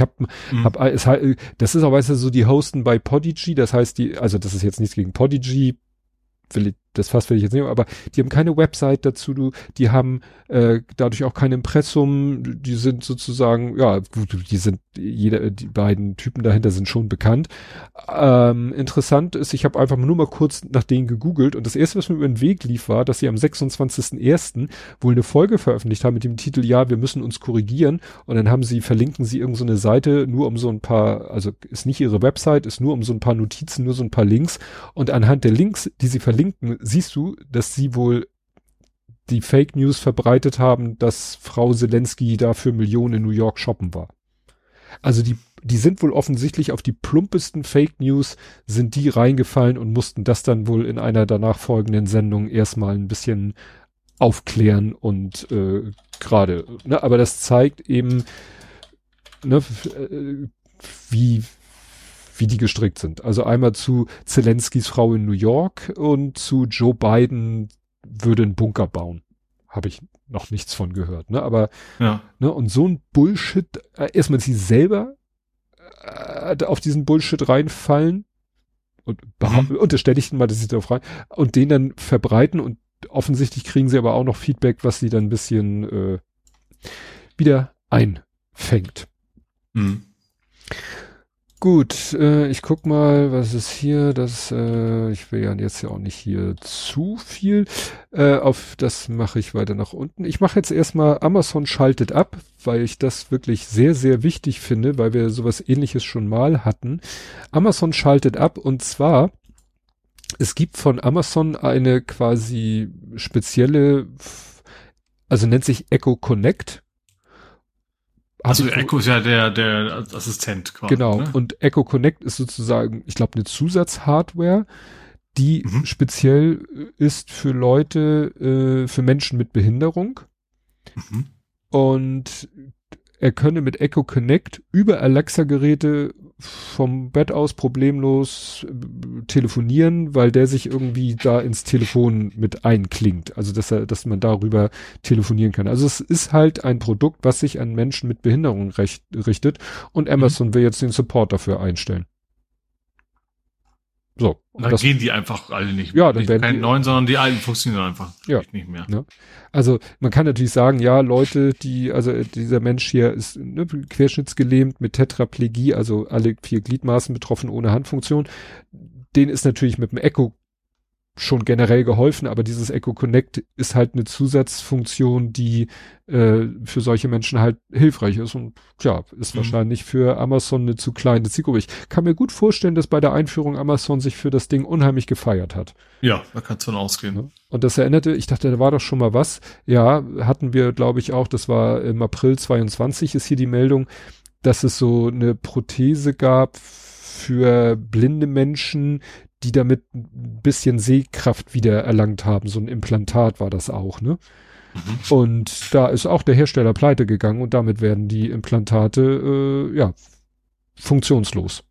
das ist auch, weißt du, so die hosten bei Podigy, das heißt also das ist jetzt nichts gegen Podigy, das will ich jetzt nicht, aber die haben keine Website dazu, die haben dadurch auch kein Impressum, die sind sozusagen, ja, gut, die beiden Typen dahinter sind schon bekannt. Interessant ist, ich habe einfach nur mal kurz nach denen gegoogelt und das erste, was mir über den Weg lief, war, dass sie am 26.01. wohl eine Folge veröffentlicht haben mit dem Titel, ja, wir müssen uns korrigieren, und dann verlinken sie irgend so eine Seite nur um so ein paar, also ist nicht ihre Website, ist nur um so ein paar Notizen, nur so ein paar Links, und anhand der Links, die sie verlinken, siehst du, dass sie wohl die Fake News verbreitet haben, dass Frau Zelensky da für Millionen in New York shoppen war. Also die sind wohl offensichtlich auf die plumpesten Fake News sind die reingefallen und mussten das dann wohl in einer danach folgenden Sendung erstmal ein bisschen aufklären und gerade, ne, aber das zeigt eben, ne, wie die gestrickt sind. Also einmal zu Zelenskys Frau in New York und zu Joe Biden würde einen Bunker bauen. Habe ich noch nichts von gehört, ne? Aber, ja, ne, und so ein Bullshit, erstmal sie selber auf diesen Bullshit reinfallen und unterstelle ich mal, dass sie darauf rein und den dann verbreiten, und offensichtlich kriegen sie aber auch noch Feedback, was sie dann ein bisschen wieder einfängt. Gut, ich guck mal, was ist hier, ich will ja jetzt ja auch nicht hier zu viel, auf das mache ich weiter nach unten. Ich mache jetzt erstmal Amazon schaltet ab, weil ich das wirklich sehr, sehr wichtig finde, weil wir sowas Ähnliches schon mal hatten. Amazon schaltet ab, und zwar, es gibt von Amazon eine quasi spezielle, also nennt sich Echo Connect. Also Echo ist ja der Assistent quasi. Genau, ne? Und Echo Connect ist sozusagen, ich glaube, eine Zusatzhardware, die speziell ist für Leute, für Menschen mit Behinderung. Und er könne mit Echo Connect über Alexa-Geräte vom Bett aus problemlos telefonieren, weil der sich irgendwie da ins Telefon mit einklingt. Also dass man darüber telefonieren kann. Also es ist halt ein Produkt, was sich an Menschen mit Behinderung richtet, und Amazon will jetzt den Support dafür einstellen. So. Dann gehen die einfach alle nicht mehr. Ja, dann werden keine neuen, sondern die alten funktionieren einfach nicht mehr. Ne? Also man kann natürlich sagen, ja, Leute, dieser Mensch hier ist querschnittsgelähmt mit Tetraplegie, also alle 4 Gliedmaßen betroffen ohne Handfunktion. Den ist natürlich mit dem Echo schon generell geholfen, aber dieses Echo Connect ist halt eine Zusatzfunktion, die für solche Menschen halt hilfreich ist, und ja, ist wahrscheinlich für Amazon eine zu kleine Zielgruppe. Ich kann mir gut vorstellen, dass bei der Einführung Amazon sich für das Ding unheimlich gefeiert hat. Ja, da kannst du von ausgehen. Und das erinnerte, ich dachte, da war doch schon mal was. Ja, hatten wir, glaube ich, auch, das war im April 22 ist hier die Meldung, dass es so eine Prothese gab für blinde Menschen, die damit ein bisschen Sehkraft wieder erlangt haben. So ein Implantat war das auch, ne? Und da ist auch der Hersteller pleite gegangen, und damit werden die Implantate, funktionslos.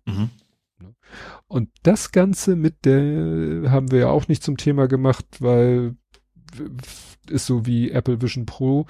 Und das Ganze haben wir ja auch nicht zum Thema gemacht, weil ist so wie Apple Vision Pro.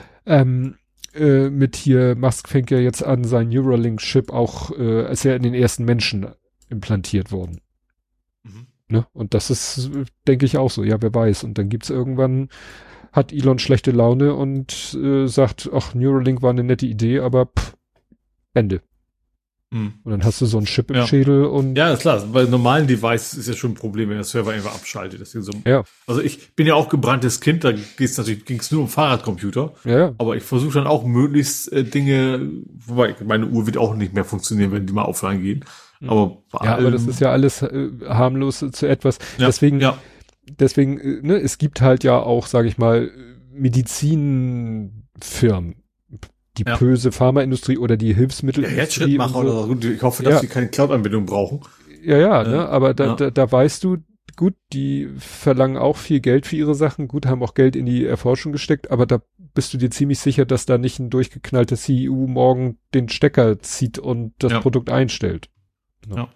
Mit hier, Musk fängt ja jetzt an, sein Neuralink-Chip auch, ist ja in den ersten Menschen implantiert worden. Ne? Und das ist, denke ich, auch so. Ja, wer weiß. Und dann gibt's irgendwann, hat Elon schlechte Laune und sagt, ach, Neuralink war eine nette Idee, aber Ende. Und dann hast du so einen Chip im Schädel und... Ja, ist klar. Bei normalen Devices ist ja schon ein Problem, wenn der Server einfach abschaltet. Deswegen so, also ich bin ja auch gebranntes Kind, da ging's nur um Fahrradcomputer. Ja. Aber ich versuche dann auch möglichst Dinge, wobei meine Uhr wird auch nicht mehr funktionieren, wenn die mal offline gehen. Aber aber das ist ja alles harmlos zu etwas. Ja, deswegen, ne, es gibt halt ja auch, sage ich mal, Medizinfirmen, die böse Pharmaindustrie oder die Hilfsmittelindustrie. Ja, Herzschrittmacher oder so. Ich hoffe, dass die keine Cloud-Anbindung brauchen. Ne, aber da weißt du, gut, die verlangen auch viel Geld für ihre Sachen, gut, haben auch Geld in die Erforschung gesteckt, aber da bist du dir ziemlich sicher, dass da nicht ein durchgeknallter CEO morgen den Stecker zieht und das Produkt einstellt. Ja.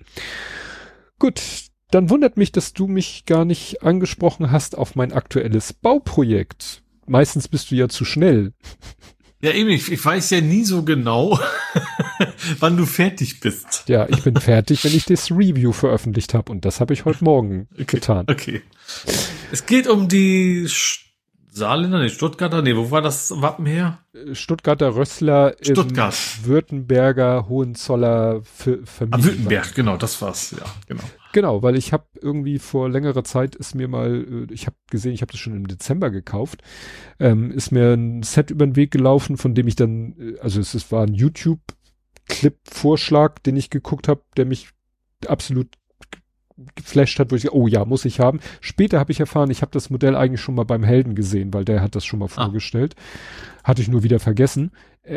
Gut, dann wundert mich, dass du mich gar nicht angesprochen hast auf mein aktuelles Bauprojekt. Meistens bist du ja zu schnell. Ja, eben, ich weiß ja nie so genau, wann du fertig bist. Ja, ich bin fertig, wenn ich das Review veröffentlicht habe, und das habe ich heute Morgen getan. Okay. Es geht um die Saarländer, Stuttgarter, wo war das Wappen her? Stuttgarter Rössler Stuttgart. Im Württemberger Hohenzoller Familien. Württemberg, genau, das war's, ja, genau. Genau, weil ich habe irgendwie vor längerer Zeit ist mir mal, ich habe gesehen, ich habe das schon im Dezember gekauft, ist mir ein Set über den Weg gelaufen, von dem ich dann, also es war ein YouTube-Clip-Vorschlag, den ich geguckt habe, der mich absolut geflasht hat, wo ich gesagt, oh ja, muss ich haben. Später habe ich erfahren, ich habe das Modell eigentlich schon mal beim Helden gesehen, weil der hat das schon mal vorgestellt. Hatte ich nur wieder vergessen.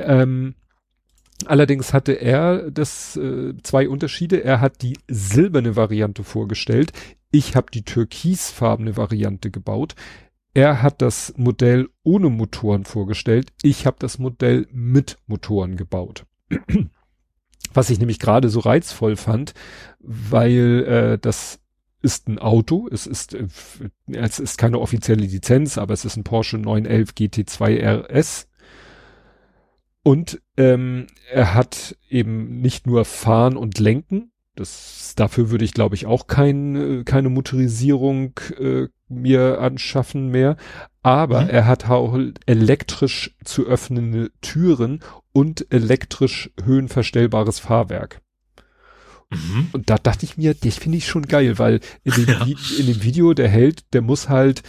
Allerdings hatte er zwei Unterschiede. Er hat die silberne Variante vorgestellt. Ich habe die türkisfarbene Variante gebaut. Er hat das Modell ohne Motoren vorgestellt. Ich habe das Modell mit Motoren gebaut. Was ich nämlich gerade so reizvoll fand, weil das ist ein Auto, es ist keine offizielle Lizenz, aber es ist ein Porsche 911 GT2 RS. Und er hat eben nicht nur Fahren und Lenken, dafür würde ich, glaube ich, auch keine Motorisierung mir anschaffen mehr, aber er hat auch elektrisch zu öffnende Türen und elektrisch höhenverstellbares Fahrwerk. Und da dachte ich mir, das finde ich schon geil, weil in dem Video der Held, der muss halt,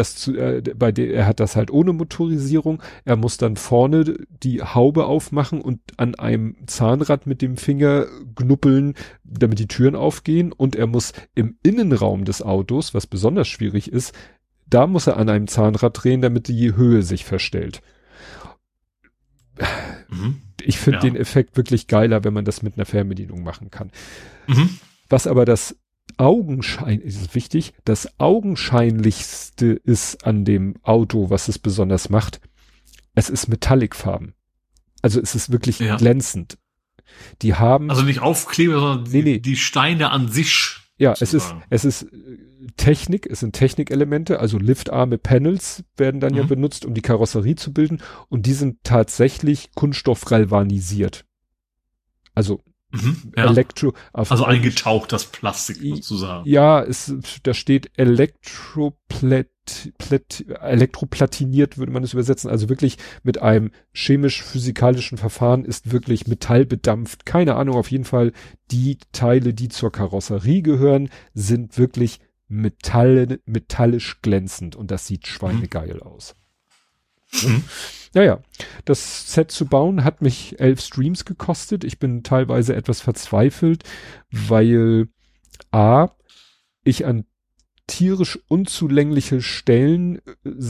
er hat das halt ohne Motorisierung, er muss dann vorne die Haube aufmachen und an einem Zahnrad mit dem Finger knuppeln, damit die Türen aufgehen, und er muss im Innenraum des Autos, was besonders schwierig ist, da muss er an einem Zahnrad drehen, damit die Höhe sich verstellt. Ich finde den Effekt wirklich geiler, wenn man das mit einer Fernbedienung machen kann. Was aber das Augenscheinlichste ist an dem Auto, was es besonders macht, es ist Metallicfarben. Also es ist wirklich glänzend. Die haben. Also nicht Aufkleber, sondern die Steine an sich. Ja, sozusagen. es ist Technik, es sind Technikelemente, also liftarme Panels werden dann ja benutzt, um die Karosserie zu bilden, und die sind tatsächlich kunststoffgalvanisiert. Also also eingetaucht, das Plastik sozusagen. Ja, da steht elektroplatiniert, würde man es übersetzen, also wirklich mit einem chemisch-physikalischen Verfahren ist wirklich Metall bedampft. Keine Ahnung, auf jeden Fall die Teile, die zur Karosserie gehören, sind wirklich metallisch glänzend und das sieht schweinegeil aus. Naja, das Set zu bauen hat mich 11 Streams gekostet. Ich bin teilweise etwas verzweifelt, weil ich an tierisch unzulängliche Stellen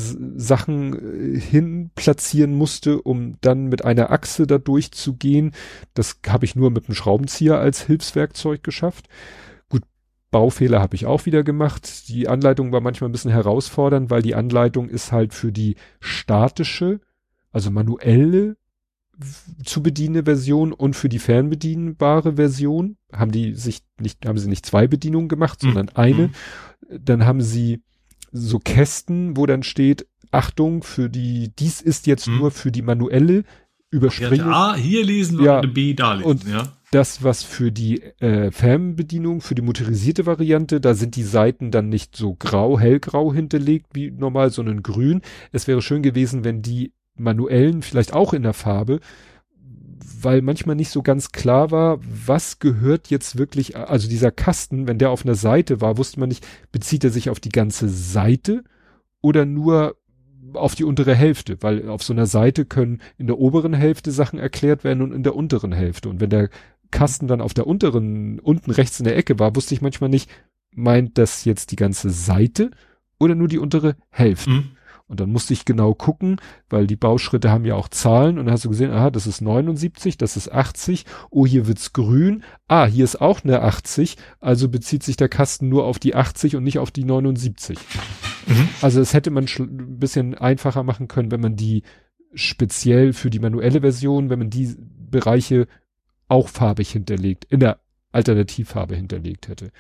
Sachen hin platzieren musste, um dann mit einer Achse da durchzugehen. Das habe ich nur mit einem Schraubenzieher als Hilfswerkzeug geschafft. Gut, Baufehler habe ich auch wieder gemacht. Die Anleitung war manchmal ein bisschen herausfordernd, weil die Anleitung ist halt für die statische, also manuelle zu bedienende Version und für die fernbedienbare Version haben sie nicht 2 Bedienungen gemacht, sondern eine. Dann haben sie so Kästen, wo dann steht, Achtung, dies ist jetzt nur für die manuelle Überspringen. A hier lesen und B da lesen. Und das, was für die Fernbedienung, für die motorisierte Variante, da sind die Seiten dann nicht so hellgrau hinterlegt wie normal, sondern grün. Es wäre schön gewesen, wenn die manuellen vielleicht auch in der Farbe, weil manchmal nicht so ganz klar war, was gehört jetzt wirklich, also dieser Kasten, wenn der auf einer Seite war, wusste man nicht, bezieht er sich auf die ganze Seite oder nur auf die untere Hälfte, weil auf so einer Seite können in der oberen Hälfte Sachen erklärt werden und in der unteren Hälfte. Und wenn der Kasten dann auf der unten rechts in der Ecke war, wusste ich manchmal nicht, meint das jetzt die ganze Seite oder nur die untere Hälfte? Und dann musste ich genau gucken, weil die Bauschritte haben ja auch Zahlen und dann hast du gesehen, aha, das ist 79, das ist 80, oh, hier wird's grün, hier ist auch eine 80, also bezieht sich der Kasten nur auf die 80 und nicht auf die 79. Also das hätte man ein bisschen einfacher machen können, wenn man die speziell für die manuelle Version, wenn man die Bereiche auch farbig hinterlegt, in der Alternativfarbe hinterlegt hätte.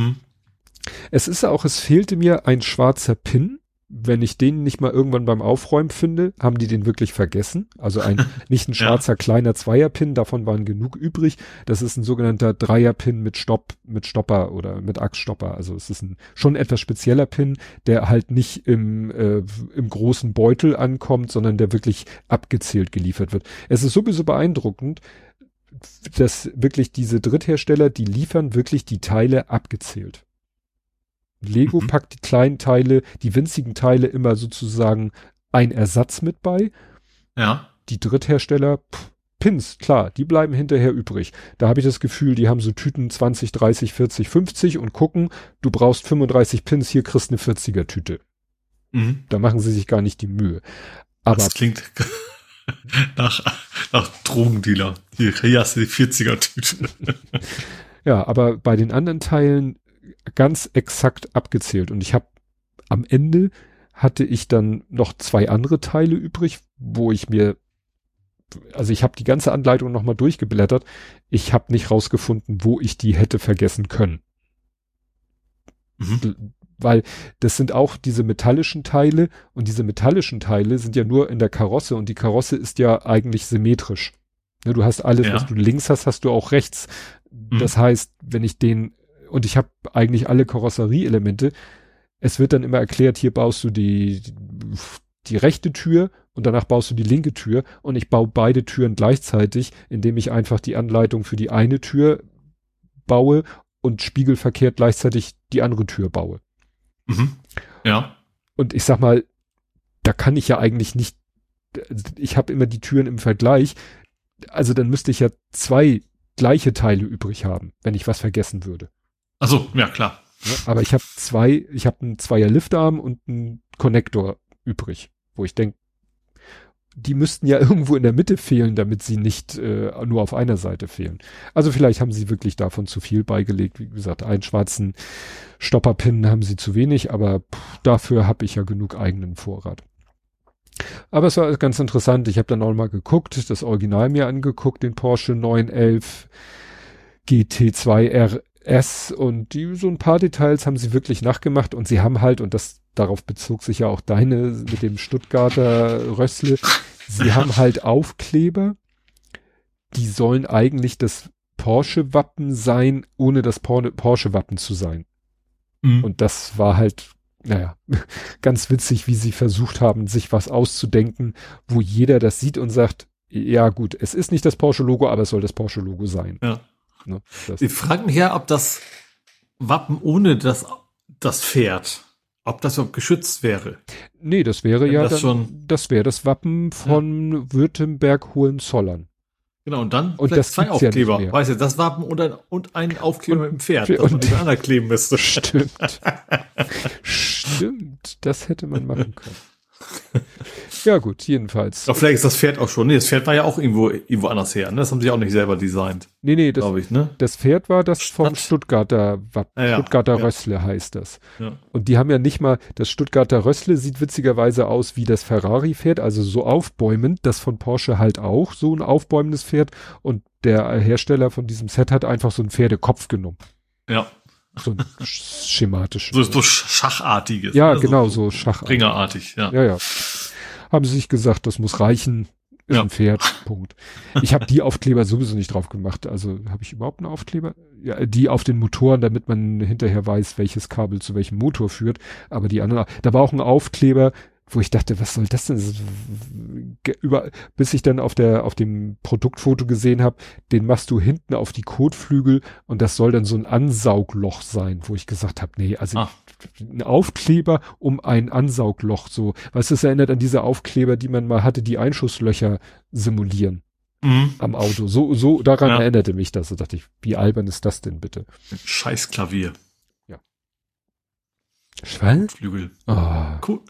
Es fehlte mir ein schwarzer Pin. Wenn ich den nicht mal irgendwann beim Aufräumen finde, haben die den wirklich vergessen. Also nicht ein schwarzer kleiner Zweierpin, davon waren genug übrig. Das ist ein sogenannter Dreierpin mit Stopper oder mit Achsstopper. Also es ist schon etwas spezieller Pin, der halt nicht im großen Beutel ankommt, sondern der wirklich abgezählt geliefert wird. Es ist sowieso beeindruckend, dass wirklich diese Dritthersteller, die liefern wirklich die Teile abgezählt. Lego packt die kleinen Teile, die winzigen Teile immer sozusagen ein Ersatz mit bei. Ja. Die Dritthersteller, Pins, klar, die bleiben hinterher übrig. Da habe ich das Gefühl, die haben so Tüten 20, 30, 40, 50 und gucken, du brauchst 35 Pins, hier kriegst eine 40er Tüte. Da machen sie sich gar nicht die Mühe. Aber das klingt nach Drogendealer. Hier hast du die 40er Tüte. Ja, aber bei den anderen Teilen ganz exakt abgezählt und am Ende hatte ich dann noch 2 andere Teile übrig, wo ich habe die ganze Anleitung nochmal durchgeblättert, ich habe nicht rausgefunden, wo ich die hätte vergessen können. Weil das sind auch diese metallischen Teile und diese metallischen Teile sind ja nur in der Karosse und die Karosse ist ja eigentlich symmetrisch. Ne, du hast alles, was du links hast du auch rechts. Das heißt, wenn ich und ich habe eigentlich alle Karosserieelemente. Es wird dann immer erklärt, hier baust du die rechte Tür und danach baust du die linke Tür und ich baue beide Türen gleichzeitig, indem ich einfach die Anleitung für die eine Tür baue und spiegelverkehrt gleichzeitig die andere Tür baue. Ja. Und ich sag mal, da kann ich ja eigentlich nicht, ich habe immer die Türen im Vergleich, also dann müsste ich ja 2 gleiche Teile übrig haben, wenn ich was vergessen würde. Ach so, ja klar. Ja, aber ich habe einen Zweier-Liftarm und einen Konnektor übrig, wo ich denke, die müssten ja irgendwo in der Mitte fehlen, damit sie nicht nur auf einer Seite fehlen. Also vielleicht haben sie wirklich davon zu viel beigelegt. Wie gesagt, einen schwarzen Stopperpin haben sie zu wenig, aber dafür habe ich ja genug eigenen Vorrat. Aber es war ganz interessant. Ich habe dann auch mal geguckt, das Original mir angeguckt, den Porsche 911 GT2 RS und so ein paar Details haben sie wirklich nachgemacht und sie haben halt, und darauf bezog sich ja auch deine mit dem Stuttgarter Rössle, sie haben halt Aufkleber, die sollen eigentlich das Porsche-Wappen sein, ohne das Porsche-Wappen zu sein. Mhm. Und das war halt, naja, ganz witzig, wie sie versucht haben, sich was auszudenken, wo jeder das sieht und sagt, ja gut, es ist nicht das Porsche-Logo, aber es soll das Porsche-Logo sein. Ja. Ne, ich frage mich ja, ob das Wappen ohne das Pferd, ob das überhaupt geschützt wäre. Nee, das wäre ja das wäre das Wappen von Württemberg-Hohenzollern. Genau, und dann das 2 Aufkleber. Ja, weißt du, das Wappen und ein Aufkleber mit dem Pferd, das man übereinander kleben müsste. Stimmt. Stimmt, das hätte man machen können. Ja gut, jedenfalls. Doch vielleicht ist das Pferd auch schon. Nee, das Pferd war ja auch irgendwo anders her. Ne? Das haben sie auch nicht selber designt. Nee, das Pferd war das vom Stuttgarter Wappen. Ja, Stuttgarter Rössle heißt das. Ja. Und die haben ja nicht mal, das Stuttgarter Rössle sieht witzigerweise aus wie das Ferrari-Pferd, also so aufbäumend, das von Porsche halt auch so ein aufbäumendes Pferd. Und der Hersteller von diesem Set hat einfach so einen Pferdekopf genommen. Ja. So ein schematisch. So Schachartiges. Ja, ne? Genau, so Schachartig. Ringerartig, ja. Ja. Haben sie sich gesagt, das muss reichen, ist ein Pferd, Punkt. Ich habe die Aufkleber sowieso nicht drauf gemacht. Also habe ich überhaupt einen Aufkleber? Ja, die auf den Motoren, damit man hinterher weiß, welches Kabel zu welchem Motor führt. Aber die anderen, da war auch ein Aufkleber, wo ich dachte, was soll das denn? Bis ich dann auf dem Produktfoto gesehen habe, den machst du hinten auf die Kotflügel und das soll dann so ein Ansaugloch sein, wo ich gesagt habe, nee, also ein Aufkleber um ein Ansaugloch, so, weißt du, es erinnert an diese Aufkleber, die man mal hatte, die Einschusslöcher simulieren am Auto. So daran erinnerte mich das. Da dachte ich, wie albern ist das denn bitte? Scheiß Klavier. Ja. Schwall? Flügel. Oh. Cool.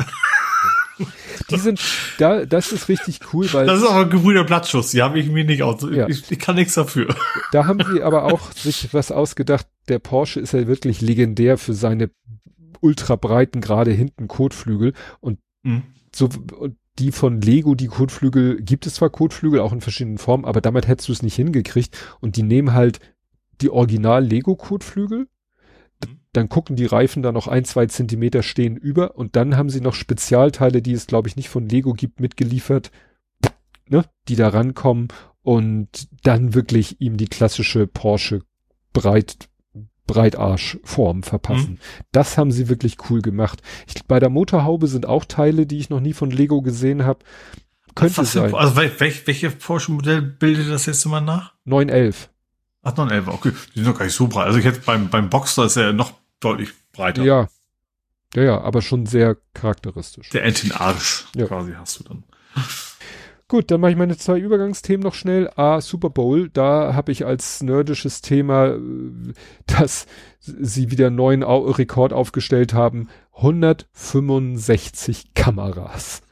Die sind, das ist richtig cool, weil. Das ist aber ein Gebrüder Blattschuss, die habe ich mir nicht aus. Ja. Ich kann nichts dafür. Da haben sie aber auch sich was ausgedacht. Der Porsche ist ja wirklich legendär für seine ultra breiten, gerade hinten Kotflügel und und die von Lego, die Kotflügel, gibt es zwar Kotflügel, auch in verschiedenen Formen, aber damit hättest du es nicht hingekriegt und die nehmen halt die Original Lego Kotflügel. Dann gucken die Reifen da noch 1-2 Zentimeter stehen über und dann haben sie noch Spezialteile, die es glaube ich nicht von Lego gibt, mitgeliefert, ne, die da rankommen und dann wirklich ihm die klassische Porsche Breitarschform verpassen. Das haben sie wirklich cool gemacht. Bei der Motorhaube sind auch Teile, die ich noch nie von Lego gesehen habe. Könnte sein. Also welche Porsche-Modell bildet das jetzt immer nach? 911. Ach, 911, okay. Die sind doch gar nicht so breit. Also ich hätte beim Boxster ist er noch deutlich breiter. Ja, aber schon sehr charakteristisch. Der Entenarsch quasi hast du dann. Gut, dann mache ich meine 2 Übergangsthemen noch schnell. Super Bowl, da habe ich als nerdisches Thema, dass sie wieder einen neuen Rekord aufgestellt haben. 165 Kameras.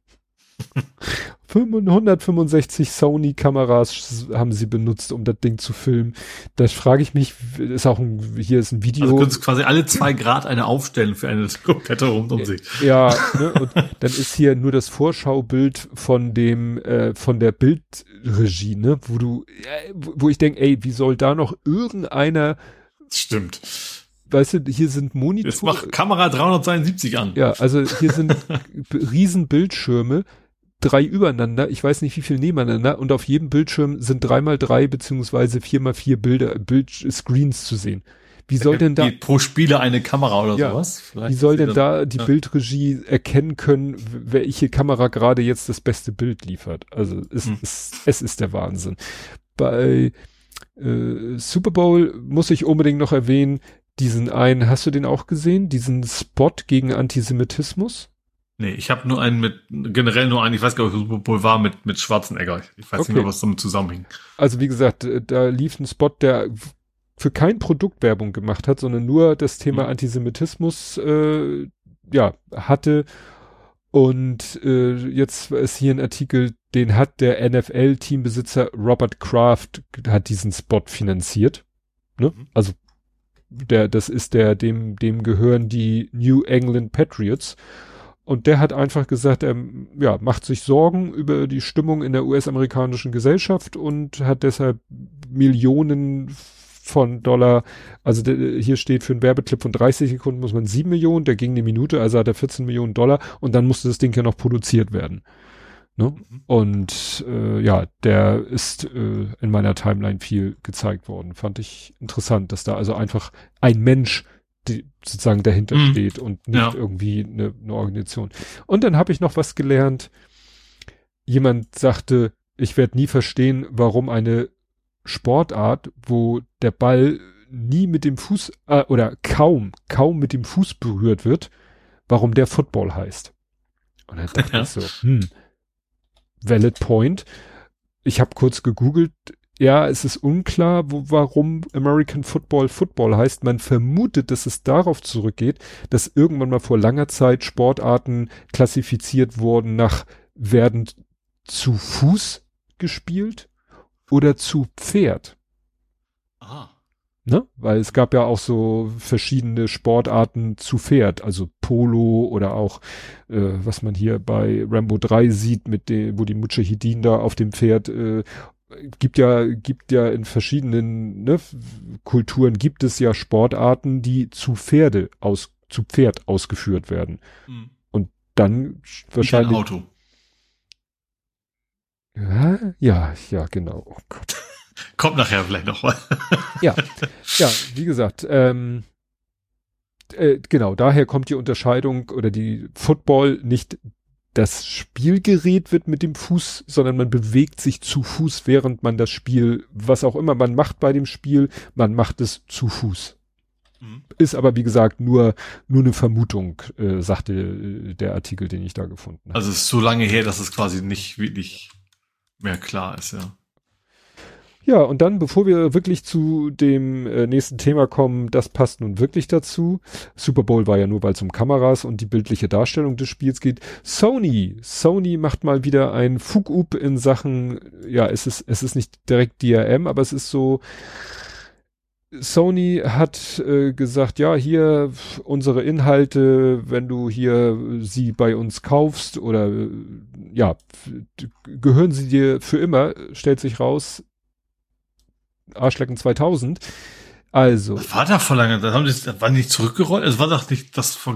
165 Sony-Kameras haben sie benutzt, um das Ding zu filmen. Das frage ich mich, hier ist ein Video. Also können Sie quasi alle 2 Grad eine aufstellen für eine komplette Rundumsicht. Ja, ne, und dann ist hier nur das Vorschaubild von der Bildregie, ne, wo ich denke, ey, wie soll da noch irgendeiner. Stimmt. Weißt du, hier sind Monitore. Jetzt macht Kamera 372 an. Ja, also hier sind riesen Bildschirme. 3 übereinander, ich weiß nicht wie viel nebeneinander und auf jedem Bildschirm sind 3x3 beziehungsweise 4x4 Screens zu sehen. Wie soll denn da pro Spieler eine Kamera oder sowas? Vielleicht wie soll denn da die Bildregie erkennen können, welche Kamera gerade jetzt das beste Bild liefert? Also es ist der Wahnsinn. Bei Super Bowl muss ich unbedingt noch erwähnen, hast du den auch gesehen? Diesen Spot gegen Antisemitismus? Nee, ich habe generell nur einen, ich weiß gar nicht, Super Bowl war mit Schwarzenegger. Ich weiß nicht mehr, was damit zusammenhing. Also wie gesagt, da lief ein Spot, der für kein Produkt Werbung gemacht hat, sondern nur das Thema Antisemitismus hatte. Und jetzt ist hier ein Artikel, den hat der NFL-Teambesitzer Robert Kraft, hat diesen Spot finanziert. Ne? Also dem gehören die New England Patriots. Und der hat einfach gesagt, er macht sich Sorgen über die Stimmung in der US-amerikanischen Gesellschaft und hat deshalb Millionen von Dollar, also hier steht für einen Werbeclip von 30 Sekunden muss man 7 Millionen, der ging eine Minute, also hat er 14 Millionen Dollar und dann musste das Ding ja noch produziert werden. Ne? Und der ist in meiner Timeline viel gezeigt worden. Fand ich interessant, dass da also einfach ein Mensch sozusagen dahinter steht und nicht irgendwie eine Organisation. Und dann habe ich noch was gelernt. Jemand sagte, ich werde nie verstehen, warum eine Sportart, wo der Ball nie mit dem Fuß oder kaum mit dem Fuß berührt wird, warum der Football heißt. Und dann dachte ich so, valid point. Ich habe kurz gegoogelt. Ja, es ist unklar, warum American Football heißt. Man vermutet, dass es darauf zurückgeht, dass irgendwann mal vor langer Zeit Sportarten klassifiziert wurden nach werden zu Fuß gespielt oder zu Pferd. Aha. Ne? Weil es gab ja auch so verschiedene Sportarten zu Pferd, also Polo oder auch, was man hier bei Rambo 3 sieht, wo die Mujahideen da auf dem Pferd, gibt ja in verschiedenen Kulturen gibt es ja Sportarten, die zu Pferd ausgeführt werden. Und dann wahrscheinlich. Ein Auto. Ja, genau. Oh Gott. Kommt nachher vielleicht noch mal. Ja, wie gesagt, genau, daher kommt die Unterscheidung oder die Football nicht das Spielgerät wird mit dem Fuß, sondern man bewegt sich zu Fuß, während man das Spiel, was auch immer man macht bei dem Spiel, man macht es zu Fuß. Ist aber, wie gesagt, nur eine Vermutung, sagte der Artikel, den ich da gefunden habe. Also es ist so lange her, dass es quasi nicht wirklich mehr klar ist, ja. Ja, und dann, bevor wir wirklich zu dem nächsten Thema kommen, das passt nun wirklich dazu. Super Bowl war ja nur, weil es um Kameras und die bildliche Darstellung des Spiels geht. Sony macht mal wieder ein Fug-Up in Sachen, ja, es ist nicht direkt DRM, aber es ist so, Sony hat gesagt, ja, hier unsere Inhalte, wenn du hier sie bei uns kaufst oder gehören sie dir für immer, stellt sich raus, Arschlecken 2000. Also. Das war da vor lange, das war nicht zurückgerollt, es war doch nicht das von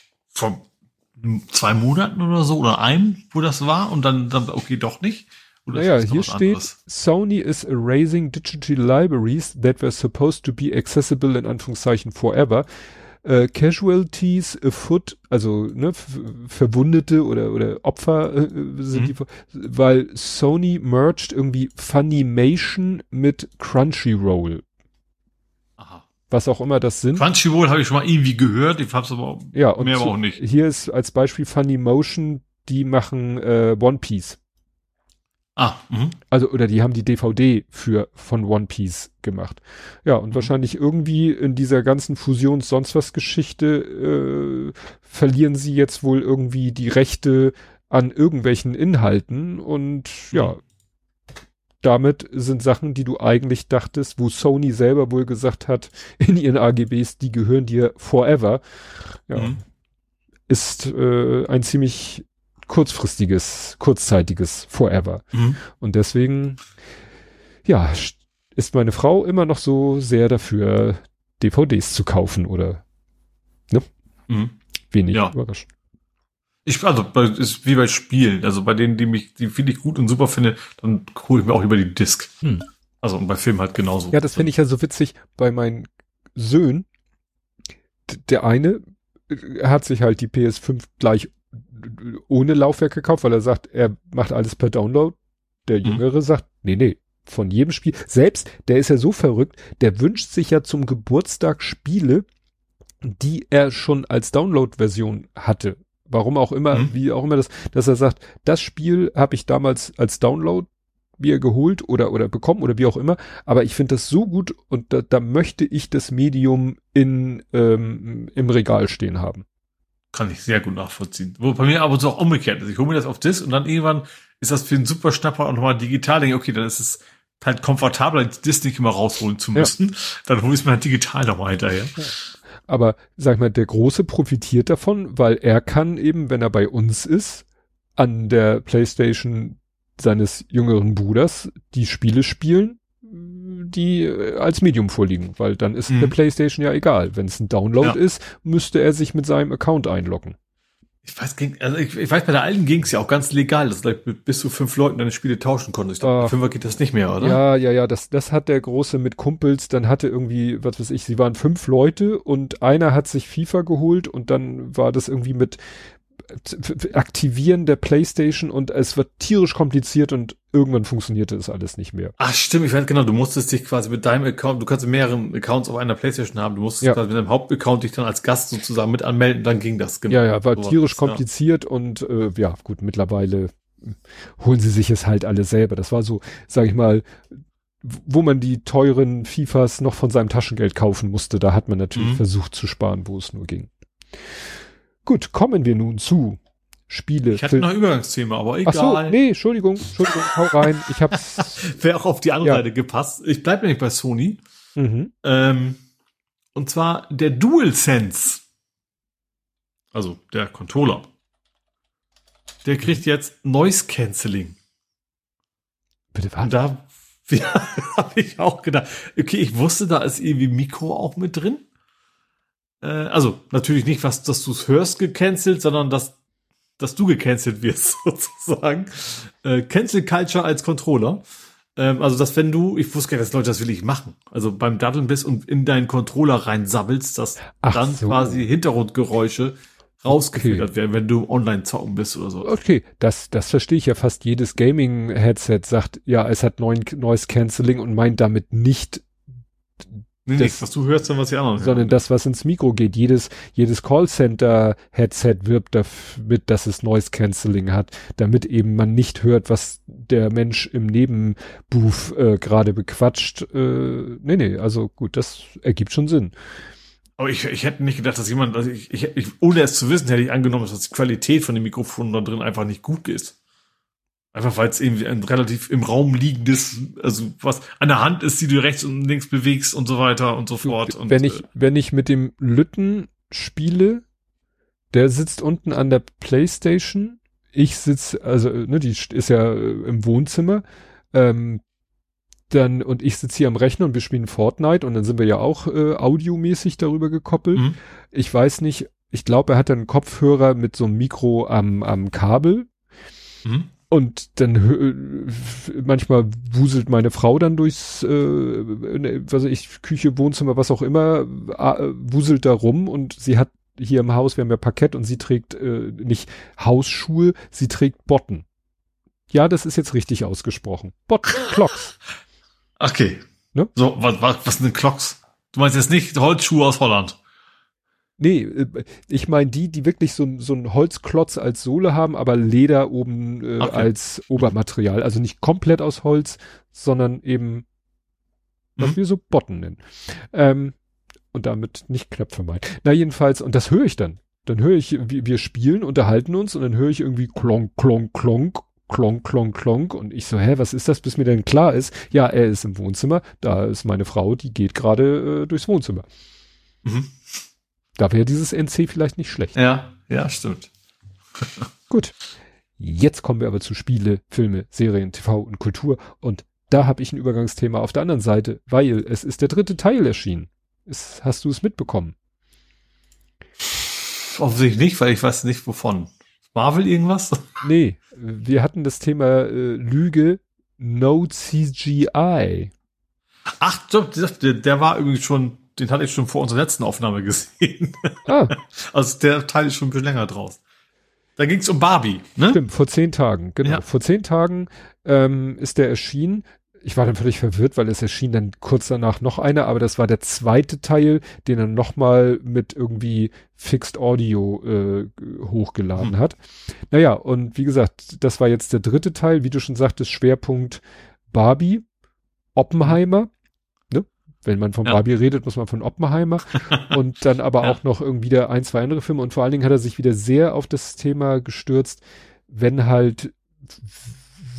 2 Monaten oder so oder einem, wo das war und dann okay, doch nicht. Oder naja, hier steht, Sony is erasing digital libraries that were supposed to be accessible in Anführungszeichen forever. Casualties afoot, also Verwundete oder Opfer sind die, weil Sony merged irgendwie Funimation mit Crunchyroll. Aha. Was auch immer das sind. Crunchyroll habe ich schon mal irgendwie gehört, ich hab's aber mehr aber auch nicht. Hier ist als Beispiel Funimation, die machen One Piece. Also, oder die haben die DVD von One Piece gemacht. Ja, und wahrscheinlich irgendwie in dieser ganzen Fusions-Sonst-was-Geschichte verlieren sie jetzt wohl irgendwie die Rechte an irgendwelchen Inhalten und ja, damit sind Sachen, die du eigentlich dachtest, wo Sony selber wohl gesagt hat, in ihren AGBs, die gehören dir forever. Ja, ist ein ziemlich kurzzeitiges Forever. Und deswegen, ja, ist meine Frau immer noch so sehr dafür, DVDs zu kaufen oder, wenig überraschend. Ist wie bei Spielen, also bei denen, die finde ich gut und super finde, dann hole ich mir auch über die Disc. Also und bei Filmen halt genauso. Ja, das finde ich ja so witzig bei meinen Söhnen. Der eine hat sich halt die PS5 gleich ohne Laufwerk gekauft, weil er sagt, er macht alles per Download. Der Jüngere sagt, nee, von jedem Spiel. Selbst, der ist ja so verrückt, der wünscht sich ja zum Geburtstag Spiele, die er schon als Download-Version hatte. Warum auch immer, wie auch immer dass er sagt, das Spiel habe ich damals als Download mir geholt oder bekommen oder wie auch immer, aber ich finde das so gut und da möchte ich das Medium im Regal stehen haben. Kann ich sehr gut nachvollziehen. Wo bei mir aber so auch umgekehrt ist. Ich hole mir das auf Disc und dann irgendwann ist das für einen Superschnapper auch nochmal digital. Denke ich, okay, dann ist es halt komfortabler, die Disc nicht immer rausholen zu müssen. Ja. Dann hole ich es mir halt digital nochmal hinterher. Ja. Aber, sag ich mal, der Große profitiert davon, weil er kann eben, wenn er bei uns ist, an der PlayStation seines jüngeren Bruders die Spiele spielen, die als Medium vorliegen, weil dann ist der PlayStation ja egal. Wenn es ein Download ist, müsste er sich mit seinem Account einloggen. Ich weiß, bei der alten ging es ja auch ganz legal, dass du bis zu 5 Leuten deine Spiele tauschen konntest. Ich glaube, bei 5er geht das nicht mehr, oder? Ja, das hat der Große mit Kumpels, dann hatte irgendwie, was weiß ich, sie waren 5 Leute und einer hat sich FIFA geholt und dann war das irgendwie mit Aktivieren der PlayStation und es wird tierisch kompliziert und irgendwann funktionierte es alles nicht mehr. Ach stimmt, ich weiß genau, du musstest dich quasi mit deinem Account, du kannst mehrere Accounts auf einer PlayStation haben, du musstest quasi mit deinem Hauptaccount dich dann als Gast sozusagen mit anmelden, dann ging das, genau. Ja, war tierisch kompliziert und ja, gut, mittlerweile holen sie sich es halt alle selber. Das war so, sag ich mal, wo man die teuren FIFAs noch von seinem Taschengeld kaufen musste, da hat man natürlich versucht zu sparen, wo es nur ging. Gut, kommen wir nun zu Spiele. Ich hatte noch ein Übergangsthema, aber egal. Ach so, nee, Entschuldigung, hau rein. Ich hab's. Wäre auch auf die andere Seite gepasst. Ich bleib nämlich bei Sony. Und zwar der DualSense. Also der Controller. Der kriegt jetzt Noise Cancelling. Bitte was? Und da habe ich auch gedacht, okay, ich wusste, da ist irgendwie Mikro auch mit drin. Also natürlich nicht, dass du es hörst gecancelt, sondern dass du gecancelt wirst, sozusagen. Cancel Culture als Controller. Also, dass wenn ich wusste gar nicht, dass Leute das wirklich machen. Also beim Daddeln bist und in deinen Controller reinsabbelst, dass dann quasi Hintergrundgeräusche rausgefiltert werden, wenn du online zocken bist oder so. Okay, das verstehe ich ja fast. Jedes Gaming-Headset sagt, ja, es hat Noise Cancelling und meint damit nicht nichts, was du hörst, sondern was die anderen hören. Sondern das, was ins Mikro geht. Jedes Callcenter-Headset wirbt damit, dass es Noise Cancelling hat, damit eben man nicht hört, was der Mensch im Nebenbooth gerade bequatscht. Nee, also gut, das ergibt schon Sinn. Aber ich hätte nicht gedacht, dass jemand, ohne es zu wissen, hätte ich angenommen, dass die Qualität von den Mikrofonen da drin einfach nicht gut ist. Einfach weil es irgendwie ein relativ im Raum liegendes, also was an der Hand ist, die du rechts und links bewegst und so weiter und so fort. Und, wenn ich mit dem Lütten spiele, der sitzt unten an der PlayStation, ich sitze, also die ist ja im Wohnzimmer, und ich sitze hier am Rechner und wir spielen Fortnite und dann sind wir ja auch audiomäßig darüber gekoppelt. Ich weiß nicht, ich glaube, er hat einen Kopfhörer mit so einem Mikro am Kabel. Und dann manchmal wuselt meine Frau dann durchs, Küche, Wohnzimmer, was auch immer, wuselt da rum und sie hat hier im Haus, wir haben ja Parkett und sie trägt nicht Hausschuhe, sie trägt Botten. Ja, das ist jetzt richtig ausgesprochen. Clocks. Okay. Ne? So, was sind Clocks? Du meinst jetzt nicht Holzschuhe aus Holland? Nee, ich meine die wirklich so ein Holzklotz als Sohle haben, aber Leder oben als Obermaterial. Also nicht komplett aus Holz, sondern eben, was wir so Botten nennen. Und damit nicht Knöpfe meinen. Na jedenfalls, und das höre ich dann. Dann höre ich, wir spielen, unterhalten uns und dann höre ich irgendwie klonk, klonk, klonk, klonk, klonk, klonk. Und ich so, was ist das, bis mir denn klar ist, ja, er ist im Wohnzimmer, da ist meine Frau, die geht gerade durchs Wohnzimmer. Da wäre dieses NC vielleicht nicht schlecht. Ja, stimmt. Gut. Jetzt kommen wir aber zu Spiele, Filme, Serien, TV und Kultur. Und da habe ich ein Übergangsthema auf der anderen Seite, weil es ist der 3. Teil erschienen. Hast du es mitbekommen? Offensichtlich nicht, weil ich weiß nicht wovon. Marvel irgendwas? Nee, wir hatten das Thema Lüge, no CGI. Ach, der war irgendwie schon, den hatte ich schon vor unserer letzten Aufnahme gesehen. Also der Teil ist schon ein bisschen länger draus. Da ging es um Barbie, ne? Stimmt, vor 10 Tagen, genau. Ja. Vor 10 Tagen ist der erschienen. Ich war dann völlig verwirrt, weil es erschien dann kurz danach noch einer, aber das war der 2. Teil, den er nochmal mit irgendwie Fixed Audio hochgeladen hat. Naja, und wie gesagt, das war jetzt der 3. Teil, wie du schon sagtest, Schwerpunkt Barbie, Oppenheimer. Wenn man von Barbie redet, muss man von Oppenheimer und dann aber auch noch irgendwie wieder 1, 2 andere Filme und vor allen Dingen hat er sich wieder sehr auf das Thema gestürzt, wenn halt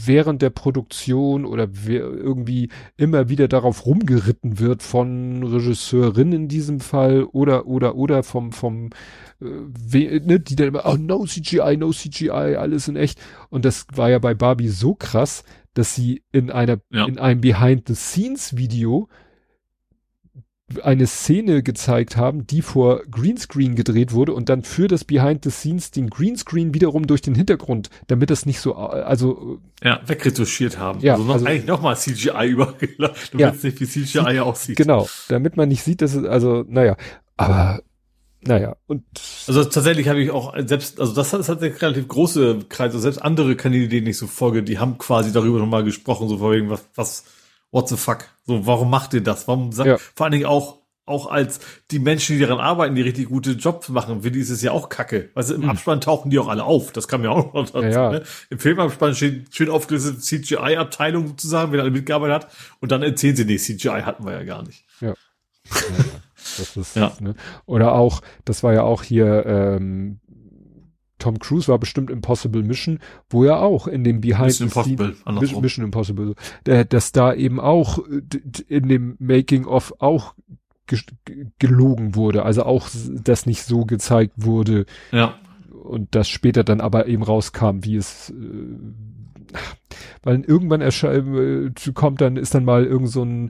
während der Produktion oder irgendwie immer wieder darauf rumgeritten wird von Regisseurin in diesem Fall oder vom die dann immer, oh, no CGI, alles in echt. Und das war ja bei Barbie so krass, dass sie in einem Behind-the-Scenes-Video eine Szene gezeigt haben, die vor Greenscreen gedreht wurde und dann für das Behind the Scenes den Greenscreen wiederum durch den Hintergrund, damit das nicht so, also wegretuschiert haben. Ja, also eigentlich nochmal CGI übergelassen. Du willst nicht, wie CGI aussieht. Genau, damit man nicht sieht, dass es, also, aber und also tatsächlich habe ich auch selbst, also das hat eine relativ große Kreise, selbst andere Kanäle, denen ich so folge, die haben quasi darüber nochmal gesprochen, so vor wegen, what the fuck? So, warum macht ihr das? Warum sagt, vor allen Dingen auch als die Menschen, die daran arbeiten, die richtig gute Jobs machen, für die ist es ja auch kacke. Weißt du, im Abspann tauchen die auch alle auf. Das kam ja auch noch dazu, ne? Im Filmabspann steht schön aufgelistet CGI-Abteilung sozusagen, wer alle mitgearbeitet hat. Und dann erzählen sie, nee, CGI hatten wir ja gar nicht. Ja. Das ist, ne? Oder auch, das war ja auch hier, Tom Cruise war bestimmt Impossible Mission, wo er auch in dem Mission Impossible, dass da eben auch in dem Making of auch gelogen wurde, also auch das nicht so gezeigt wurde. Ja. Und das später dann aber eben rauskam, wie es, weil irgendwann kommt dann, ist dann mal irgend so ein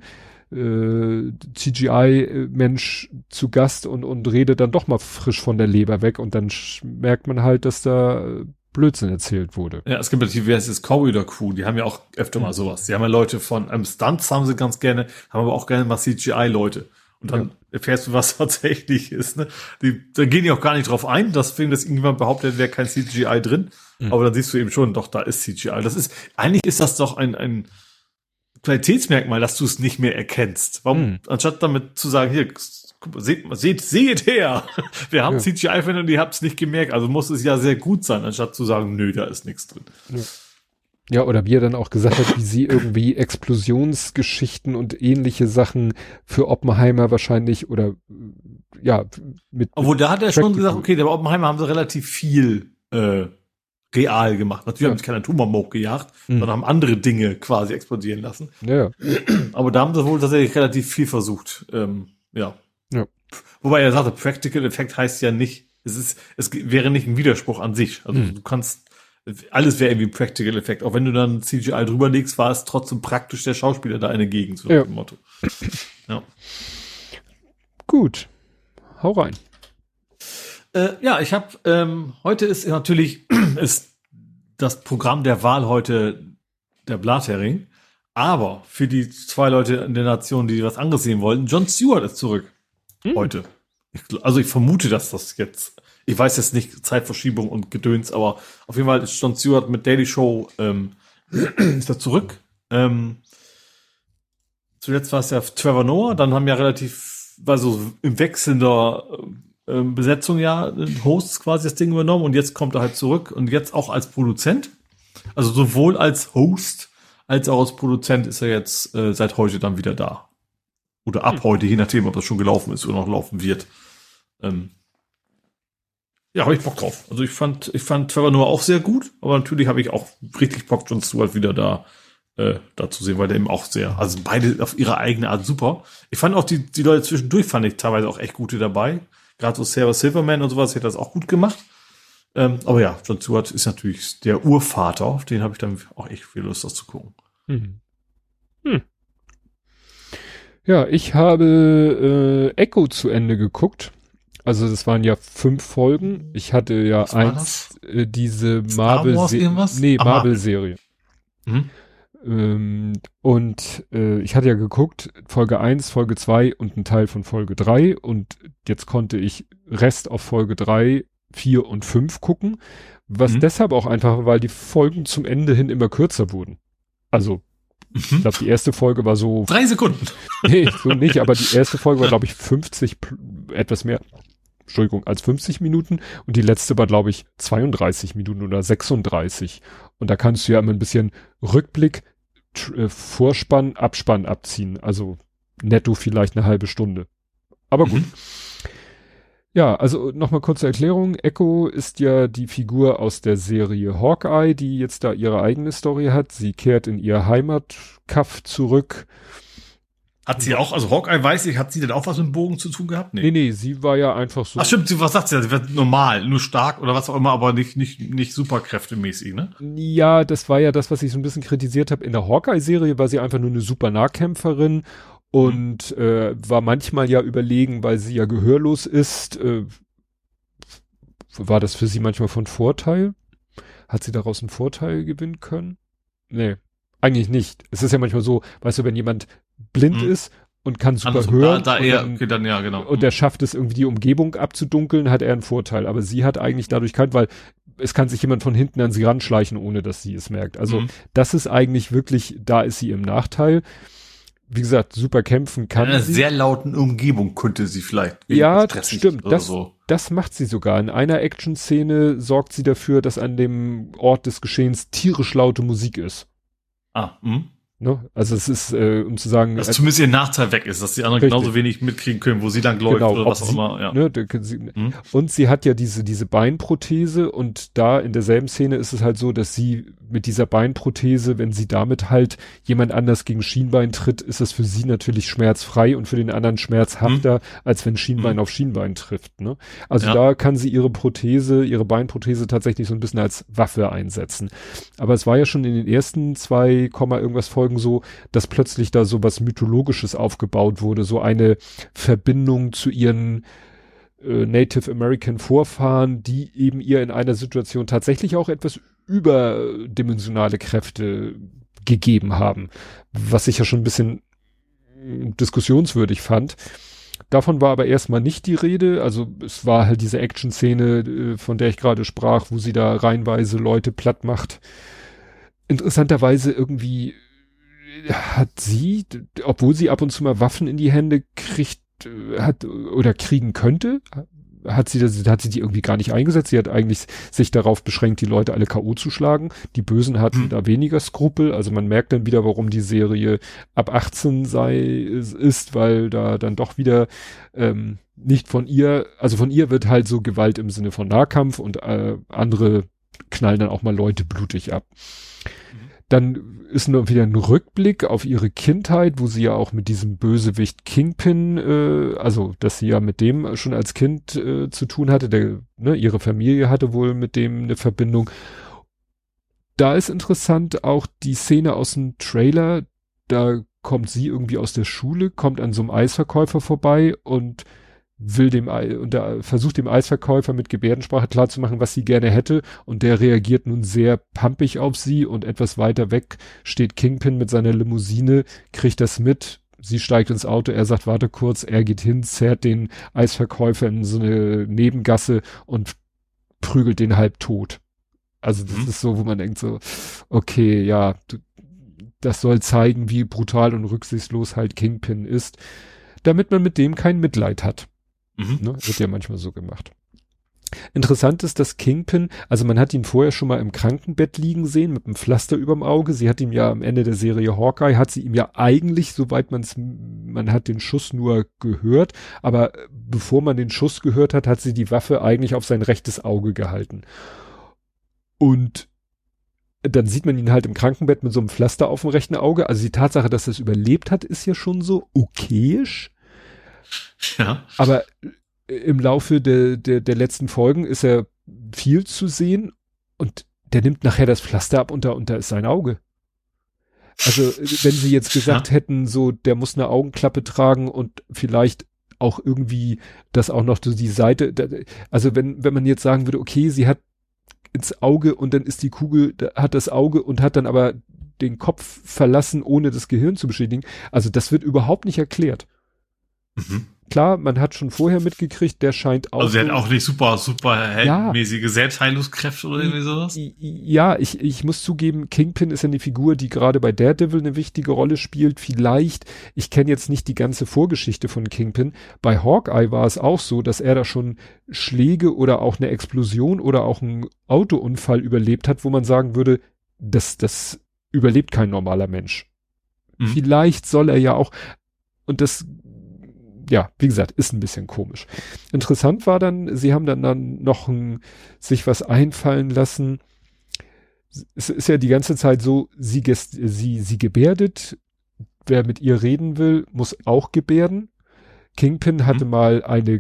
CGI-Mensch zu Gast und redet dann doch mal frisch von der Leber weg und dann merkt man halt, dass da Blödsinn erzählt wurde. Ja, es gibt natürlich, wie heißt es, Corridor Crew, die haben ja auch öfter mal sowas. Die haben ja Leute von Stunts haben sie ganz gerne, haben aber auch gerne mal CGI-Leute. Und dann erfährst du, was tatsächlich ist, ne? Da gehen die auch gar nicht drauf ein, deswegen, dass irgendjemand behauptet, wäre kein CGI drin. Aber dann siehst du eben schon, doch, da ist CGI. Eigentlich ist das doch ein Qualitätsmerkmal, dass du es nicht mehr erkennst. Warum, anstatt damit zu sagen, hier, seht her, wir haben CGI-Fan und ihr habt es nicht gemerkt, also muss es ja sehr gut sein, anstatt zu sagen, nö, da ist nichts drin. Ja, oder wie er dann auch gesagt hat, wie sie irgendwie Explosionsgeschichten und ähnliche Sachen für Oppenheimer wahrscheinlich oder Obwohl, da hat er schon gesagt, okay, bei Oppenheimer haben sie relativ viel real gemacht. Natürlich haben sie keinen Tumormog gejagt, sondern haben andere Dinge quasi explodieren lassen. Ja. Aber da haben sie wohl tatsächlich relativ viel versucht. Ja. Wobei er sagte, Practical Effect heißt ja nicht, es wäre nicht ein Widerspruch an sich. Also du kannst, alles wäre irgendwie ein Practical Effect. Auch wenn du dann CGI drüber legst, war es trotzdem praktisch der Schauspieler da eine Gegend, so nach dem Motto. Ja. Gut. Hau rein. Ich habe, heute ist natürlich ist das Programm der Wahl heute der Blathering, aber für die 2 Leute in der Nation, die was anderes sehen wollten, Jon Stewart ist zurück heute. Ich vermute, dass das jetzt, ich weiß jetzt nicht, Zeitverschiebung und Gedöns, aber auf jeden Fall ist Jon Stewart mit Daily Show ist er zurück. Zuletzt war es ja Trevor Noah, dann haben ja war so im wechselnder Besetzung Hosts quasi das Ding übernommen und jetzt kommt er halt zurück und jetzt auch als Produzent. Also sowohl als Host als auch als Produzent ist er jetzt seit heute dann wieder da. Oder ab heute, je nachdem, ob das schon gelaufen ist oder noch laufen wird. Habe ich Bock drauf. Also ich fand Trevor Noah auch sehr gut, aber natürlich habe ich auch richtig Bock, Jon Stewart wieder da zu sehen, weil der eben auch also beide auf ihre eigene Art super. Ich fand auch die Leute zwischendurch fand ich teilweise auch echt gute dabei. Gerade so Sarah Silverman und sowas, hätte das auch gut gemacht. Aber ja, Jon Stewart ist natürlich der Urvater, auf den habe ich dann auch echt viel Lust, das zu gucken. Ja, ich habe Echo zu Ende geguckt. Also das waren ja 5 Folgen. Ich hatte ja diese Marvel-Serie. Und ich hatte ja geguckt, Folge 1, Folge 2 und ein Teil von Folge 3 und jetzt konnte ich Rest auf Folge 3, 4 und 5 gucken, was deshalb auch einfach, weil die Folgen zum Ende hin immer kürzer wurden. Also, ich glaube, die erste Folge war so 3 Sekunden. Nee, so nicht, aber die erste Folge war, glaube ich, etwas mehr, als 50 Minuten und die letzte war, glaube ich, 32 Minuten oder 36. Und da kannst du ja immer ein bisschen Rückblick, Vorspann, Abspann abziehen. Also netto vielleicht eine halbe Stunde. Aber gut. Ja, also nochmal kurze Erklärung. Echo ist ja die Figur aus der Serie Hawkeye, die jetzt da ihre eigene Story hat. Sie kehrt in ihr Heimatkaff zurück. Hat sie auch, also Hawkeye weiß ich, hat sie denn auch was mit dem Bogen zu tun gehabt? Nee, sie war ja einfach so. Ach stimmt, was sagt sie? Sie wird normal, nur stark oder was auch immer, aber nicht superkräftemäßig, ne? Ja, das war ja das, was ich so ein bisschen kritisiert habe. In der Hawkeye-Serie war sie einfach nur eine super Nahkämpferin und war manchmal ja überlegen, weil sie ja gehörlos ist. War das für sie manchmal von Vorteil? Hat sie daraus einen Vorteil gewinnen können? Nee, eigentlich nicht. Es ist ja manchmal so, weißt du, wenn jemand blind ist und kann super hören und der schafft es irgendwie die Umgebung abzudunkeln, hat er einen Vorteil. Aber sie hat eigentlich dadurch keinen, weil es kann sich jemand von hinten an sie ranschleichen, ohne dass sie es merkt. Also das ist eigentlich wirklich, da ist sie im Nachteil. Wie gesagt, super kämpfen kann sie. In einer sehr lauten Umgebung könnte sie vielleicht. Ja, stimmt. Das macht sie sogar. In einer Action-Szene sorgt sie dafür, dass an dem Ort des Geschehens tierisch laute Musik ist. Ne? Also es ist, um zu sagen... Dass zumindest ihr Nachteil weg ist, dass die anderen genauso wenig mitkriegen können, wo sie lang läuft oder was auch immer. Ja. Ne, und sie hat ja diese Beinprothese und da in derselben Szene ist es halt so, dass sie mit dieser Beinprothese, wenn sie damit halt jemand anders gegen Schienbein tritt, ist es für sie natürlich schmerzfrei und für den anderen schmerzhafter, als wenn Schienbein auf Schienbein trifft. Ne? Also da kann sie ihre Beinprothese tatsächlich so ein bisschen als Waffe einsetzen. Aber es war ja schon in den ersten 2, irgendwas Folgen so, dass plötzlich da so was Mythologisches aufgebaut wurde, so eine Verbindung zu ihren Native American Vorfahren, die eben ihr in einer Situation tatsächlich auch etwas überdimensionale Kräfte gegeben haben, was ich ja schon ein bisschen diskussionswürdig fand. Davon war aber erstmal nicht die Rede, also es war halt diese Action-Szene, von der ich gerade sprach, wo sie da reihenweise Leute platt macht. Interessanterweise irgendwie hat sie, obwohl sie ab und zu mal Waffen in die Hände kriegt, hat oder kriegen könnte, hat sie die irgendwie gar nicht eingesetzt. Sie hat eigentlich sich darauf beschränkt, die Leute alle K.O. zu schlagen. Die Bösen hatten da weniger Skrupel. Also man merkt dann wieder, warum die Serie ab 18 ist, weil da dann doch wieder nicht von ihr, also von ihr wird halt so Gewalt im Sinne von Nahkampf und andere knallen dann auch mal Leute blutig ab. Dann ist nur wieder ein Rückblick auf ihre Kindheit, wo sie ja auch mit diesem Bösewicht Kingpin, also dass sie ja mit dem schon als Kind zu tun hatte, ihre Familie hatte wohl mit dem eine Verbindung. Da ist interessant auch die Szene aus dem Trailer, da kommt sie irgendwie aus der Schule, kommt an so einem Eisverkäufer vorbei und versucht dem Eisverkäufer mit Gebärdensprache klarzumachen, was sie gerne hätte, und der reagiert nun sehr pampig auf sie, und etwas weiter weg steht Kingpin mit seiner Limousine, kriegt das mit, sie steigt ins Auto, er sagt, warte kurz, er geht hin, zerrt den Eisverkäufer in so eine Nebengasse und prügelt den halb tot. Also das ist so, wo man denkt so, okay, ja, das soll zeigen, wie brutal und rücksichtslos halt Kingpin ist, damit man mit dem kein Mitleid hat. Ne, wird ja manchmal so gemacht. Interessant ist, dass Kingpin, also man hat ihn vorher schon mal im Krankenbett liegen sehen, mit einem Pflaster überm Auge. Sie hat ihm ja am Ende der Serie Hawkeye, hat sie ihm ja eigentlich, soweit man hat den Schuss nur gehört, aber bevor man den Schuss gehört hat, hat sie die Waffe eigentlich auf sein rechtes Auge gehalten. Und dann sieht man ihn halt im Krankenbett mit so einem Pflaster auf dem rechten Auge. Also die Tatsache, dass er es überlebt hat, ist ja schon so okayisch. Ja. Aber im Laufe der letzten Folgen ist er viel zu sehen und der nimmt nachher das Pflaster ab und da ist sein Auge. Also wenn sie jetzt gesagt hätten, so der muss eine Augenklappe tragen und vielleicht auch irgendwie das auch noch so die Seite, also wenn man jetzt sagen würde, okay, sie hat ins Auge und dann ist die Kugel, hat das Auge und hat dann aber den Kopf verlassen, ohne das Gehirn zu beschädigen. Also das wird überhaupt nicht erklärt. Klar, man hat schon vorher mitgekriegt, der scheint auch. Also der hat auch nicht super heldenmäßige Selbstheilungskräfte oder irgendwie sowas? Ja, ich muss zugeben, Kingpin ist ja eine Figur, die gerade bei Daredevil eine wichtige Rolle spielt. Vielleicht, ich kenne jetzt nicht die ganze Vorgeschichte von Kingpin. Bei Hawkeye war es auch so, dass er da schon Schläge oder auch eine Explosion oder auch einen Autounfall überlebt hat, wo man sagen würde, das überlebt kein normaler Mensch. Vielleicht soll er ja auch, und das ja, wie gesagt, ist ein bisschen komisch. Interessant war dann, sie haben dann noch sich was einfallen lassen. Es ist ja die ganze Zeit so, sie gebärdet, wer mit ihr reden will, muss auch gebärden. Kingpin hatte mal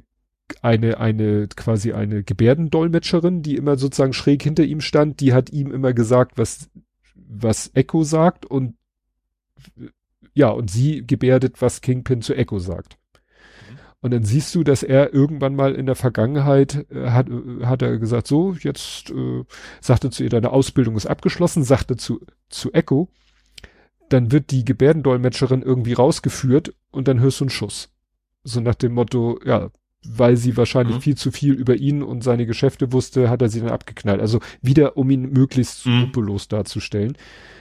quasi eine Gebärdendolmetscherin, die immer sozusagen schräg hinter ihm stand, die hat ihm immer gesagt, was Echo sagt und ja, und sie gebärdet, was Kingpin zu Echo sagt. Und dann siehst du, dass er irgendwann mal in der Vergangenheit hat er gesagt, so, jetzt sagte zu ihr, deine Ausbildung ist abgeschlossen, sagte zu Echo, dann wird die Gebärdendolmetscherin irgendwie rausgeführt und dann hörst du einen Schuss. So nach dem Motto, ja, weil sie wahrscheinlich viel zu viel über ihn und seine Geschäfte wusste, hat er sie dann abgeknallt. Also wieder, um ihn möglichst skrupellos darzustellen.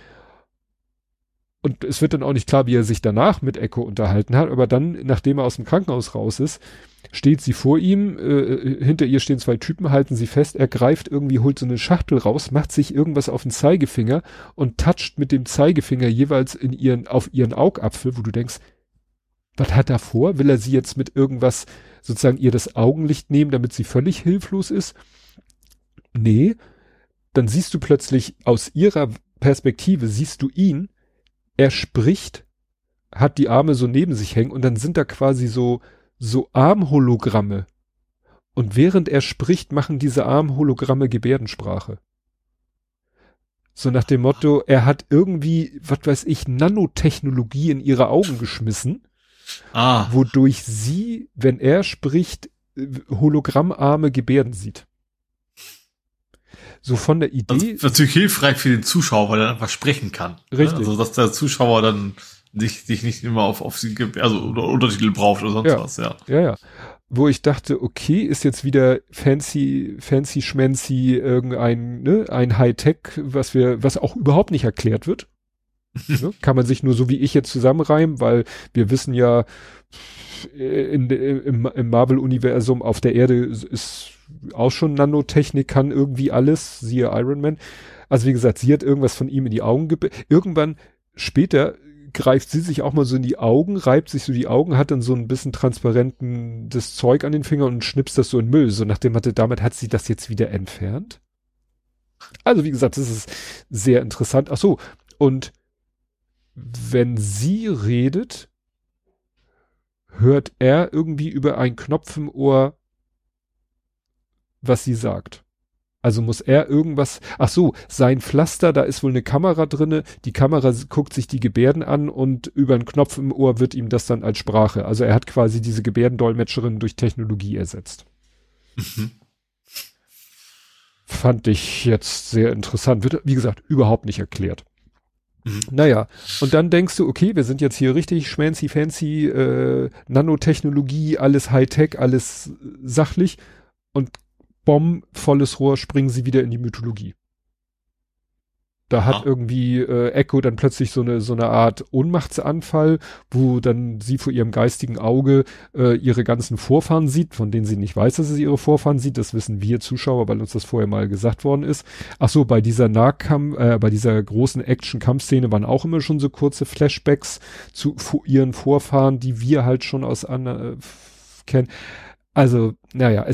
Und es wird dann auch nicht klar, wie er sich danach mit Echo unterhalten hat, aber dann, nachdem er aus dem Krankenhaus raus ist, steht sie vor ihm, hinter ihr stehen 2 Typen, halten sie fest, er greift irgendwie, holt so eine Schachtel raus, macht sich irgendwas auf den Zeigefinger und toucht mit dem Zeigefinger jeweils auf ihren Augapfel, wo du denkst, was hat er vor? Will er sie jetzt mit irgendwas sozusagen ihr das Augenlicht nehmen, damit sie völlig hilflos ist? Nee, dann siehst du plötzlich aus ihrer Perspektive, siehst du ihn, er spricht, hat die Arme so neben sich hängen und dann sind da quasi so Armhologramme. Und während er spricht, machen diese Armhologramme Gebärdensprache. So nach dem Motto, er hat irgendwie, was weiß ich, Nanotechnologie in ihre Augen geschmissen, wodurch sie, wenn er spricht, hologrammarme Gebärden sieht. So von der Idee. Das ist natürlich hilfreich für den Zuschauer, weil er einfach sprechen kann. Richtig. Also, dass der Zuschauer dann sich nicht immer auf sie, also oder Untertitel braucht oder sonst was, ja. Ja. Wo ich dachte, okay, ist jetzt wieder fancy schmancy irgendein, ein Hightech, was auch überhaupt nicht erklärt wird. Ne? Kann man sich nur so wie ich jetzt zusammenreimen, weil wir wissen ja, im Marvel-Universum auf der Erde ist auch schon Nanotechnik, kann irgendwie alles, siehe Iron Man. Also wie gesagt, sie hat irgendwas von ihm in die Augen irgendwann später greift sie sich auch mal so in die Augen, reibt sich so die Augen, hat dann so ein bisschen transparentes Zeug an den Fingern und schnippst das so in Müll. So nach dem Motto, damit hat sie das jetzt wieder entfernt. Also wie gesagt, das ist sehr interessant. Ach so, und wenn sie redet, hört er irgendwie über einen Knopf im Ohr, was sie sagt. Also muss er irgendwas, ach so, sein Pflaster, da ist wohl eine Kamera drinne, die Kamera guckt sich die Gebärden an und über einen Knopf im Ohr wird ihm das dann als Sprache. Also er hat quasi diese Gebärdendolmetscherin durch Technologie ersetzt. Fand ich jetzt sehr interessant. Wird, wie gesagt, überhaupt nicht erklärt. Naja, und dann denkst du, okay, wir sind jetzt hier richtig schmancy, fancy, Nanotechnologie, alles Hightech, alles sachlich und volles Rohr, springen sie wieder in die Mythologie. Da hat irgendwie Echo dann plötzlich so eine Art Ohnmachtsanfall, wo dann sie vor ihrem geistigen Auge ihre ganzen Vorfahren sieht, von denen sie nicht weiß, dass sie ihre Vorfahren sieht. Das wissen wir Zuschauer, weil uns das vorher mal gesagt worden ist. Ach so, bei dieser bei dieser großen Action-Kampfszene waren auch immer schon so kurze Flashbacks zu ihren Vorfahren, die wir halt schon aus kennen. Also, naja,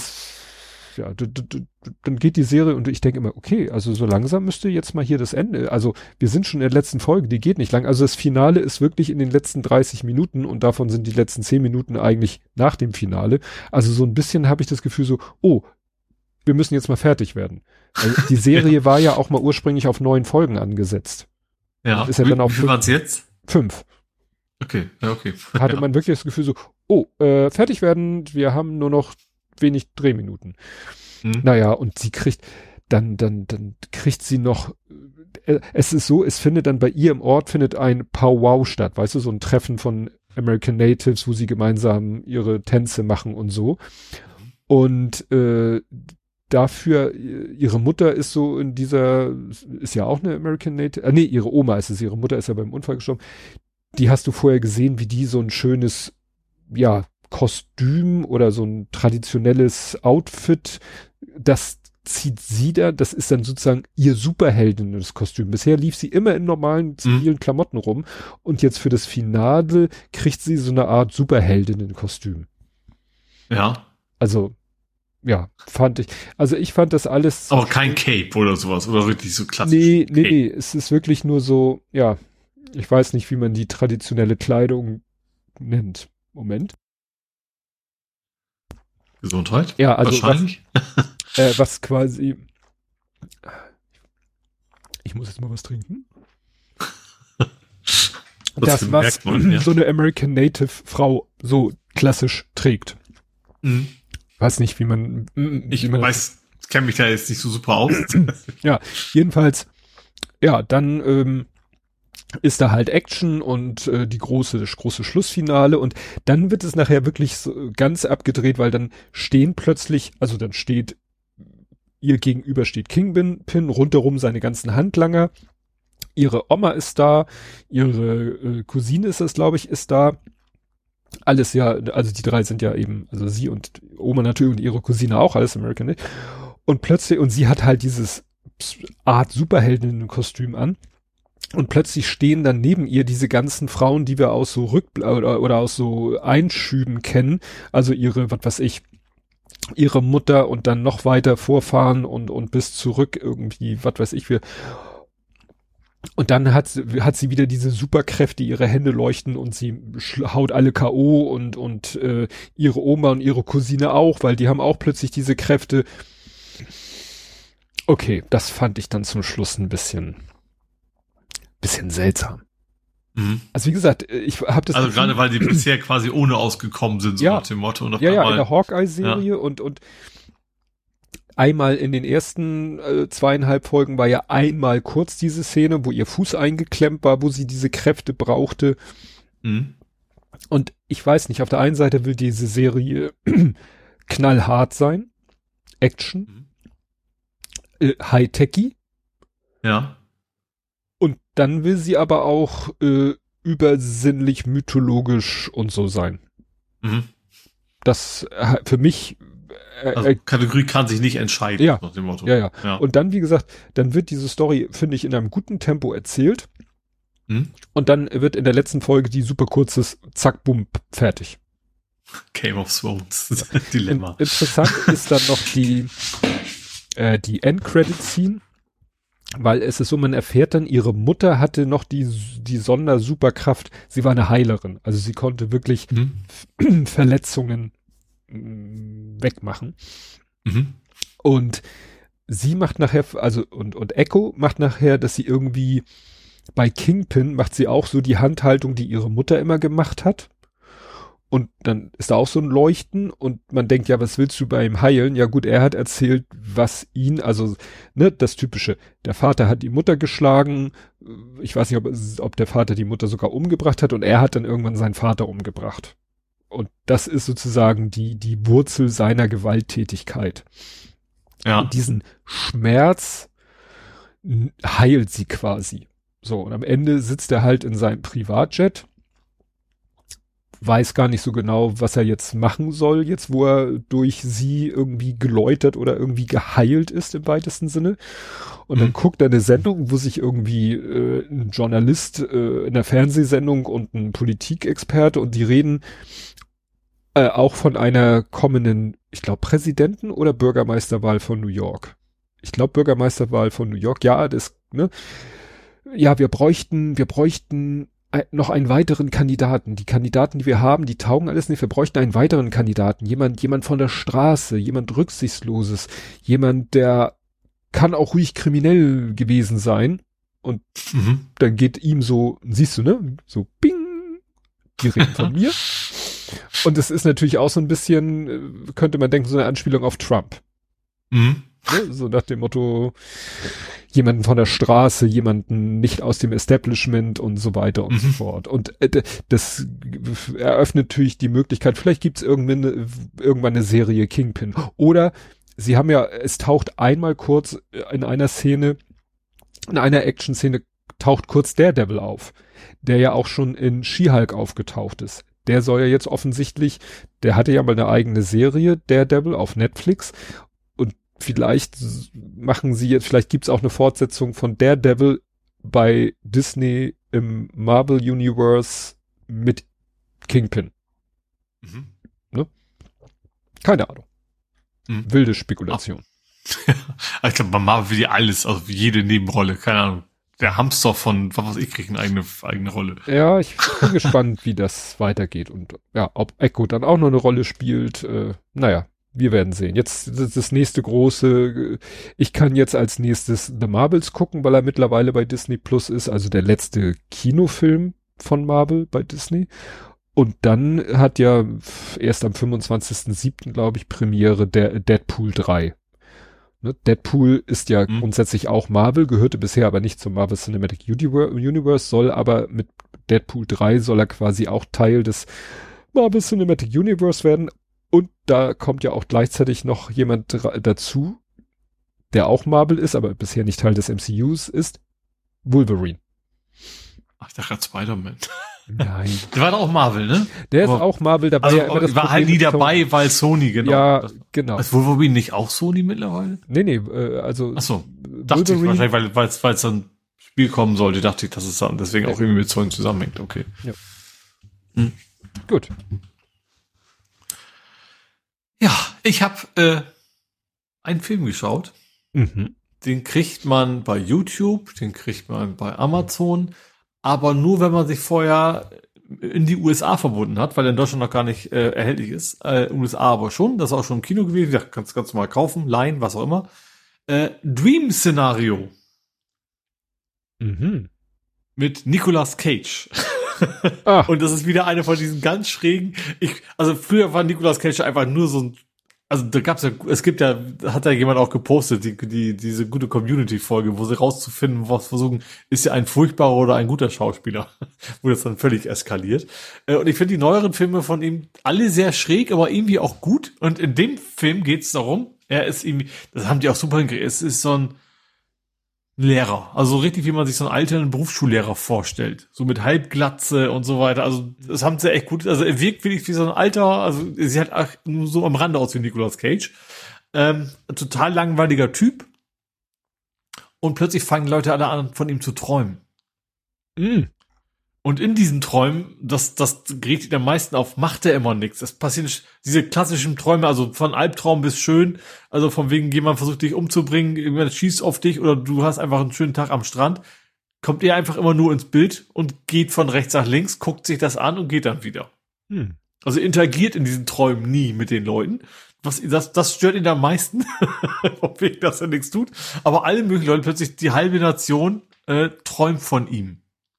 dann geht die Serie und ich denke immer, okay, also so langsam müsste jetzt mal hier das Ende, also wir sind schon in der letzten Folge, die geht nicht lang, also das Finale ist wirklich in den letzten 30 Minuten und davon sind die letzten 10 Minuten eigentlich nach dem Finale, also so ein bisschen habe ich das Gefühl so, oh, wir müssen jetzt mal fertig werden. Also die Serie war ja auch mal ursprünglich auf 9 Folgen angesetzt. Ja, ist ja dann auch wie viel waren es jetzt? 5. Okay, ja, okay. Hatte man wirklich das Gefühl so, oh, fertig werden, wir haben nur noch wenig Drehminuten. Naja, und sie kriegt, dann kriegt sie noch, es ist so, es findet dann bei ihr im Ort ein Powwow statt, weißt du, so ein Treffen von American Natives, wo sie gemeinsam ihre Tänze machen und so. Und dafür, ihre Mutter ist so ist ja auch eine American Native, ihre Oma ist es, ihre Mutter ist ja beim Unfall gestorben. Die hast du vorher gesehen, wie die so ein schönes, ja, Kostüm oder so ein traditionelles Outfit, das zieht sie da, das ist dann sozusagen ihr Superheldinnen-Kostüm. Bisher lief sie immer in normalen zivilen Klamotten rum und jetzt für das Finale kriegt sie so eine Art Superheldinnen-Kostüm. Ja. Also, ja, ich fand das alles. Aber kein Cape oder sowas, oder wirklich so klassisch. Nee, es ist wirklich nur so, ja, ich weiß nicht, wie man die traditionelle Kleidung nennt. Moment. Gesundheit? Ja, also wahrscheinlich. Was quasi. Ich muss jetzt mal was trinken. Das, was so eine American Native Frau so klassisch trägt. Mhm. Weiß nicht, wie man. Ich kenne mich da jetzt nicht so super aus. Ja, jedenfalls, ja, dann ist da halt Action und das große Schlussfinale und dann wird es nachher wirklich so ganz abgedreht, weil dann dann steht ihr gegenüber steht Kingpin, rundherum seine ganzen Handlanger, ihre Oma ist da, ihre Cousine ist es, glaube ich, ist da. Alles ja, also die drei sind ja eben, also sie und Oma natürlich und ihre Cousine auch, alles American, ne? Und plötzlich, und sie hat halt dieses Art Superheldinnen-Kostüm an. Und plötzlich stehen dann neben ihr diese ganzen Frauen, die wir aus so oder aus so Einschüben kennen. Also ihre, was weiß ich, ihre Mutter und dann noch weiter vorfahren und bis zurück irgendwie, was weiß ich, und dann hat sie wieder diese Superkräfte, ihre Hände leuchten und sie haut alle K.O. und ihre Oma und ihre Cousine auch, weil die haben auch plötzlich diese Kräfte. Okay, das fand ich dann zum Schluss ein bisschen seltsam. Mhm. Also wie gesagt, ich habe das. Also gerade weil die bisher quasi ohne ausgekommen sind, so ja, nach dem Motto. Und in der Hawkeye-Serie und einmal in den ersten 2,5 Folgen war ja einmal kurz diese Szene, wo ihr Fuß eingeklemmt war, wo sie diese Kräfte brauchte. Mhm. Und ich weiß nicht, auf der einen Seite will diese Serie knallhart sein, Action, High-Techy. Ja. Und dann will sie aber auch übersinnlich, mythologisch und so sein. Mhm. Das für mich also Kategorie kann sich nicht entscheiden, ja, nach dem Motto. Ja. Und dann, wie gesagt, dann wird diese Story, finde ich, in einem guten Tempo erzählt. Und dann wird in der letzten Folge die super kurzes Zack, bumm, fertig. Game of Thrones. Dilemma. Interessant ist dann noch die End-Credit-Scene, weil es ist so, man erfährt dann, ihre Mutter hatte noch die Sondersuperkraft, sie war eine Heilerin, also sie konnte wirklich Verletzungen wegmachen. Und sie macht nachher, also und Echo macht nachher, dass sie irgendwie bei Kingpin macht sie auch so die Handhaltung, die ihre Mutter immer gemacht hat. Und dann ist da auch so ein Leuchten und man denkt, ja, was willst du bei ihm heilen? Ja gut, er hat erzählt, was ihn, also ne, das Typische, der Vater hat die Mutter geschlagen, ich weiß nicht, ob der Vater die Mutter sogar umgebracht hat und er hat dann irgendwann seinen Vater umgebracht. Und das ist sozusagen die Wurzel seiner Gewalttätigkeit. Ja. Und diesen Schmerz heilt sie quasi. So, und am Ende sitzt er halt in seinem Privatjet, weiß gar nicht so genau, was er jetzt machen soll, jetzt wo er durch sie irgendwie geläutert oder irgendwie geheilt ist im weitesten Sinne. Und dann guckt er eine Sendung, wo sich irgendwie ein Journalist in der Fernsehsendung und ein Politikexperte und die reden auch von einer kommenden, ich glaube, Präsidenten- oder Bürgermeisterwahl von New York. Ich glaube, Bürgermeisterwahl von New York, ja, das, ne? Ja, wir bräuchten noch einen weiteren Kandidaten. Die Kandidaten, die wir haben, die taugen alles nicht. Wir bräuchten einen weiteren Kandidaten. Jemand von der Straße, jemand Rücksichtsloses, jemand, der kann auch ruhig kriminell gewesen sein. Und dann geht ihm so, siehst du, ne? So, bing, die reden von mir. Und es ist natürlich auch so ein bisschen, könnte man denken, so eine Anspielung auf Trump. Ne? So nach dem Motto, jemanden von der Straße, jemanden nicht aus dem Establishment und so weiter und so fort. Und das eröffnet natürlich die Möglichkeit, vielleicht gibt's irgendwann eine Serie Kingpin. Oder sie haben ja, es taucht einmal kurz in einer Szene, in einer Action-Szene taucht kurz Daredevil auf, der ja auch schon in She-Hulk aufgetaucht ist. Der soll ja jetzt offensichtlich, der hatte ja mal eine eigene Serie, Daredevil, auf Netflix. Und vielleicht gibt's auch eine Fortsetzung von Daredevil bei Disney im Marvel Universe mit Kingpin. Mhm. Ne? Keine Ahnung. Mhm. Wilde Spekulation. Ich glaube, bei Marvel will ja alles, also jede Nebenrolle, keine Ahnung. Der Hamster von, was weiß ich, kriegt eine eigene Rolle. Ja, ich bin gespannt, wie das weitergeht und ja, ob Echo dann auch noch eine Rolle spielt. Naja, wir werden sehen. Jetzt das nächste große, ich kann jetzt als nächstes The Marvels gucken, weil er mittlerweile bei Disney Plus ist, also der letzte Kinofilm von Marvel bei Disney. Und dann hat ja erst am 25.07., glaube ich, Premiere der Deadpool 3. Ne? Deadpool ist ja grundsätzlich auch Marvel, gehörte bisher aber nicht zum Marvel Cinematic Universe, soll aber mit Deadpool 3 soll er quasi auch Teil des Marvel Cinematic Universe werden. Und da kommt ja auch gleichzeitig noch jemand dazu, der auch Marvel ist, aber bisher nicht Teil des MCUs ist, Wolverine. Ach, ich dachte gerade Spider-Man. Nein. Der war doch auch Marvel, ne? Der ist auch Marvel dabei. Also ja immer das war Problem halt nie mit dabei, weil Sony, genau. Ja, genau. Ist Wolverine nicht auch Sony mittlerweile? Nee, also. Ach so, dachte ich wahrscheinlich, weil es dann ein Spiel kommen sollte, dachte ich, dass es dann deswegen auch irgendwie mit Sony zusammenhängt, okay. Ja. Gut. Ja, ich habe einen Film geschaut. Mhm. Den kriegt man bei YouTube, den kriegt man bei Amazon, aber nur, wenn man sich vorher in die USA verbunden hat, weil er in Deutschland noch gar nicht erhältlich ist. USA aber schon, das ist auch schon im Kino gewesen. Ja, kannst du mal kaufen, leihen, was auch immer. Dream Szenario. Mhm. Mit Nicolas Cage. Ach. Und das ist wieder eine von diesen ganz schrägen, also früher war Nicolas Cage einfach nur so ein, also da gab's ja, hat ja jemand auch gepostet, diese gute Community-Folge, wo sie rauszufinden, was versuchen, ist ja ein furchtbarer oder ein guter Schauspieler, wo das dann völlig eskaliert. Und ich finde die neueren Filme von ihm alle sehr schräg, aber irgendwie auch gut. Und in dem Film geht's darum, er ist irgendwie, das haben die auch super hingekriegt, es ist so ein Lehrer, also richtig, wie man sich so einen alternden Berufsschullehrer vorstellt. So mit Halbglatze und so weiter. Also das haben sie echt gut, also er wirkt wirklich wie so ein alter, also sie hat auch nur so am Rande aus wie Nicolas Cage. Total langweiliger Typ. Und plötzlich fangen Leute alle an, von ihm zu träumen. Mhm. Und in diesen Träumen, das gerät ihn am meisten auf, macht er immer nichts. Es passieren diese klassischen Träume, also von Albtraum bis schön, also von wegen jemand versucht dich umzubringen, irgendjemand schießt auf dich oder du hast einfach einen schönen Tag am Strand, kommt er einfach immer nur ins Bild und geht von rechts nach links, guckt sich das an und geht dann wieder. Also interagiert in diesen Träumen nie mit den Leuten. Das stört ihn am meisten, von wegen, dass er nichts tut. Aber alle möglichen Leute, plötzlich die halbe Nation träumt von ihm.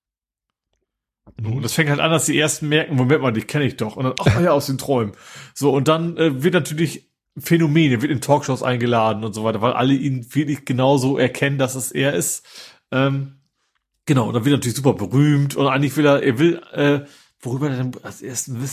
Und das fängt halt an, dass die ersten merken, Moment mal, die kenne ich doch. Und dann, ach ja, aus den Träumen. So, und dann wird natürlich Phänomene, wird in Talkshows eingeladen und so weiter, weil alle ihn wirklich genauso erkennen, dass es er ist. Genau, dann wird er natürlich super berühmt und eigentlich will er worüber er denn, also er ist ein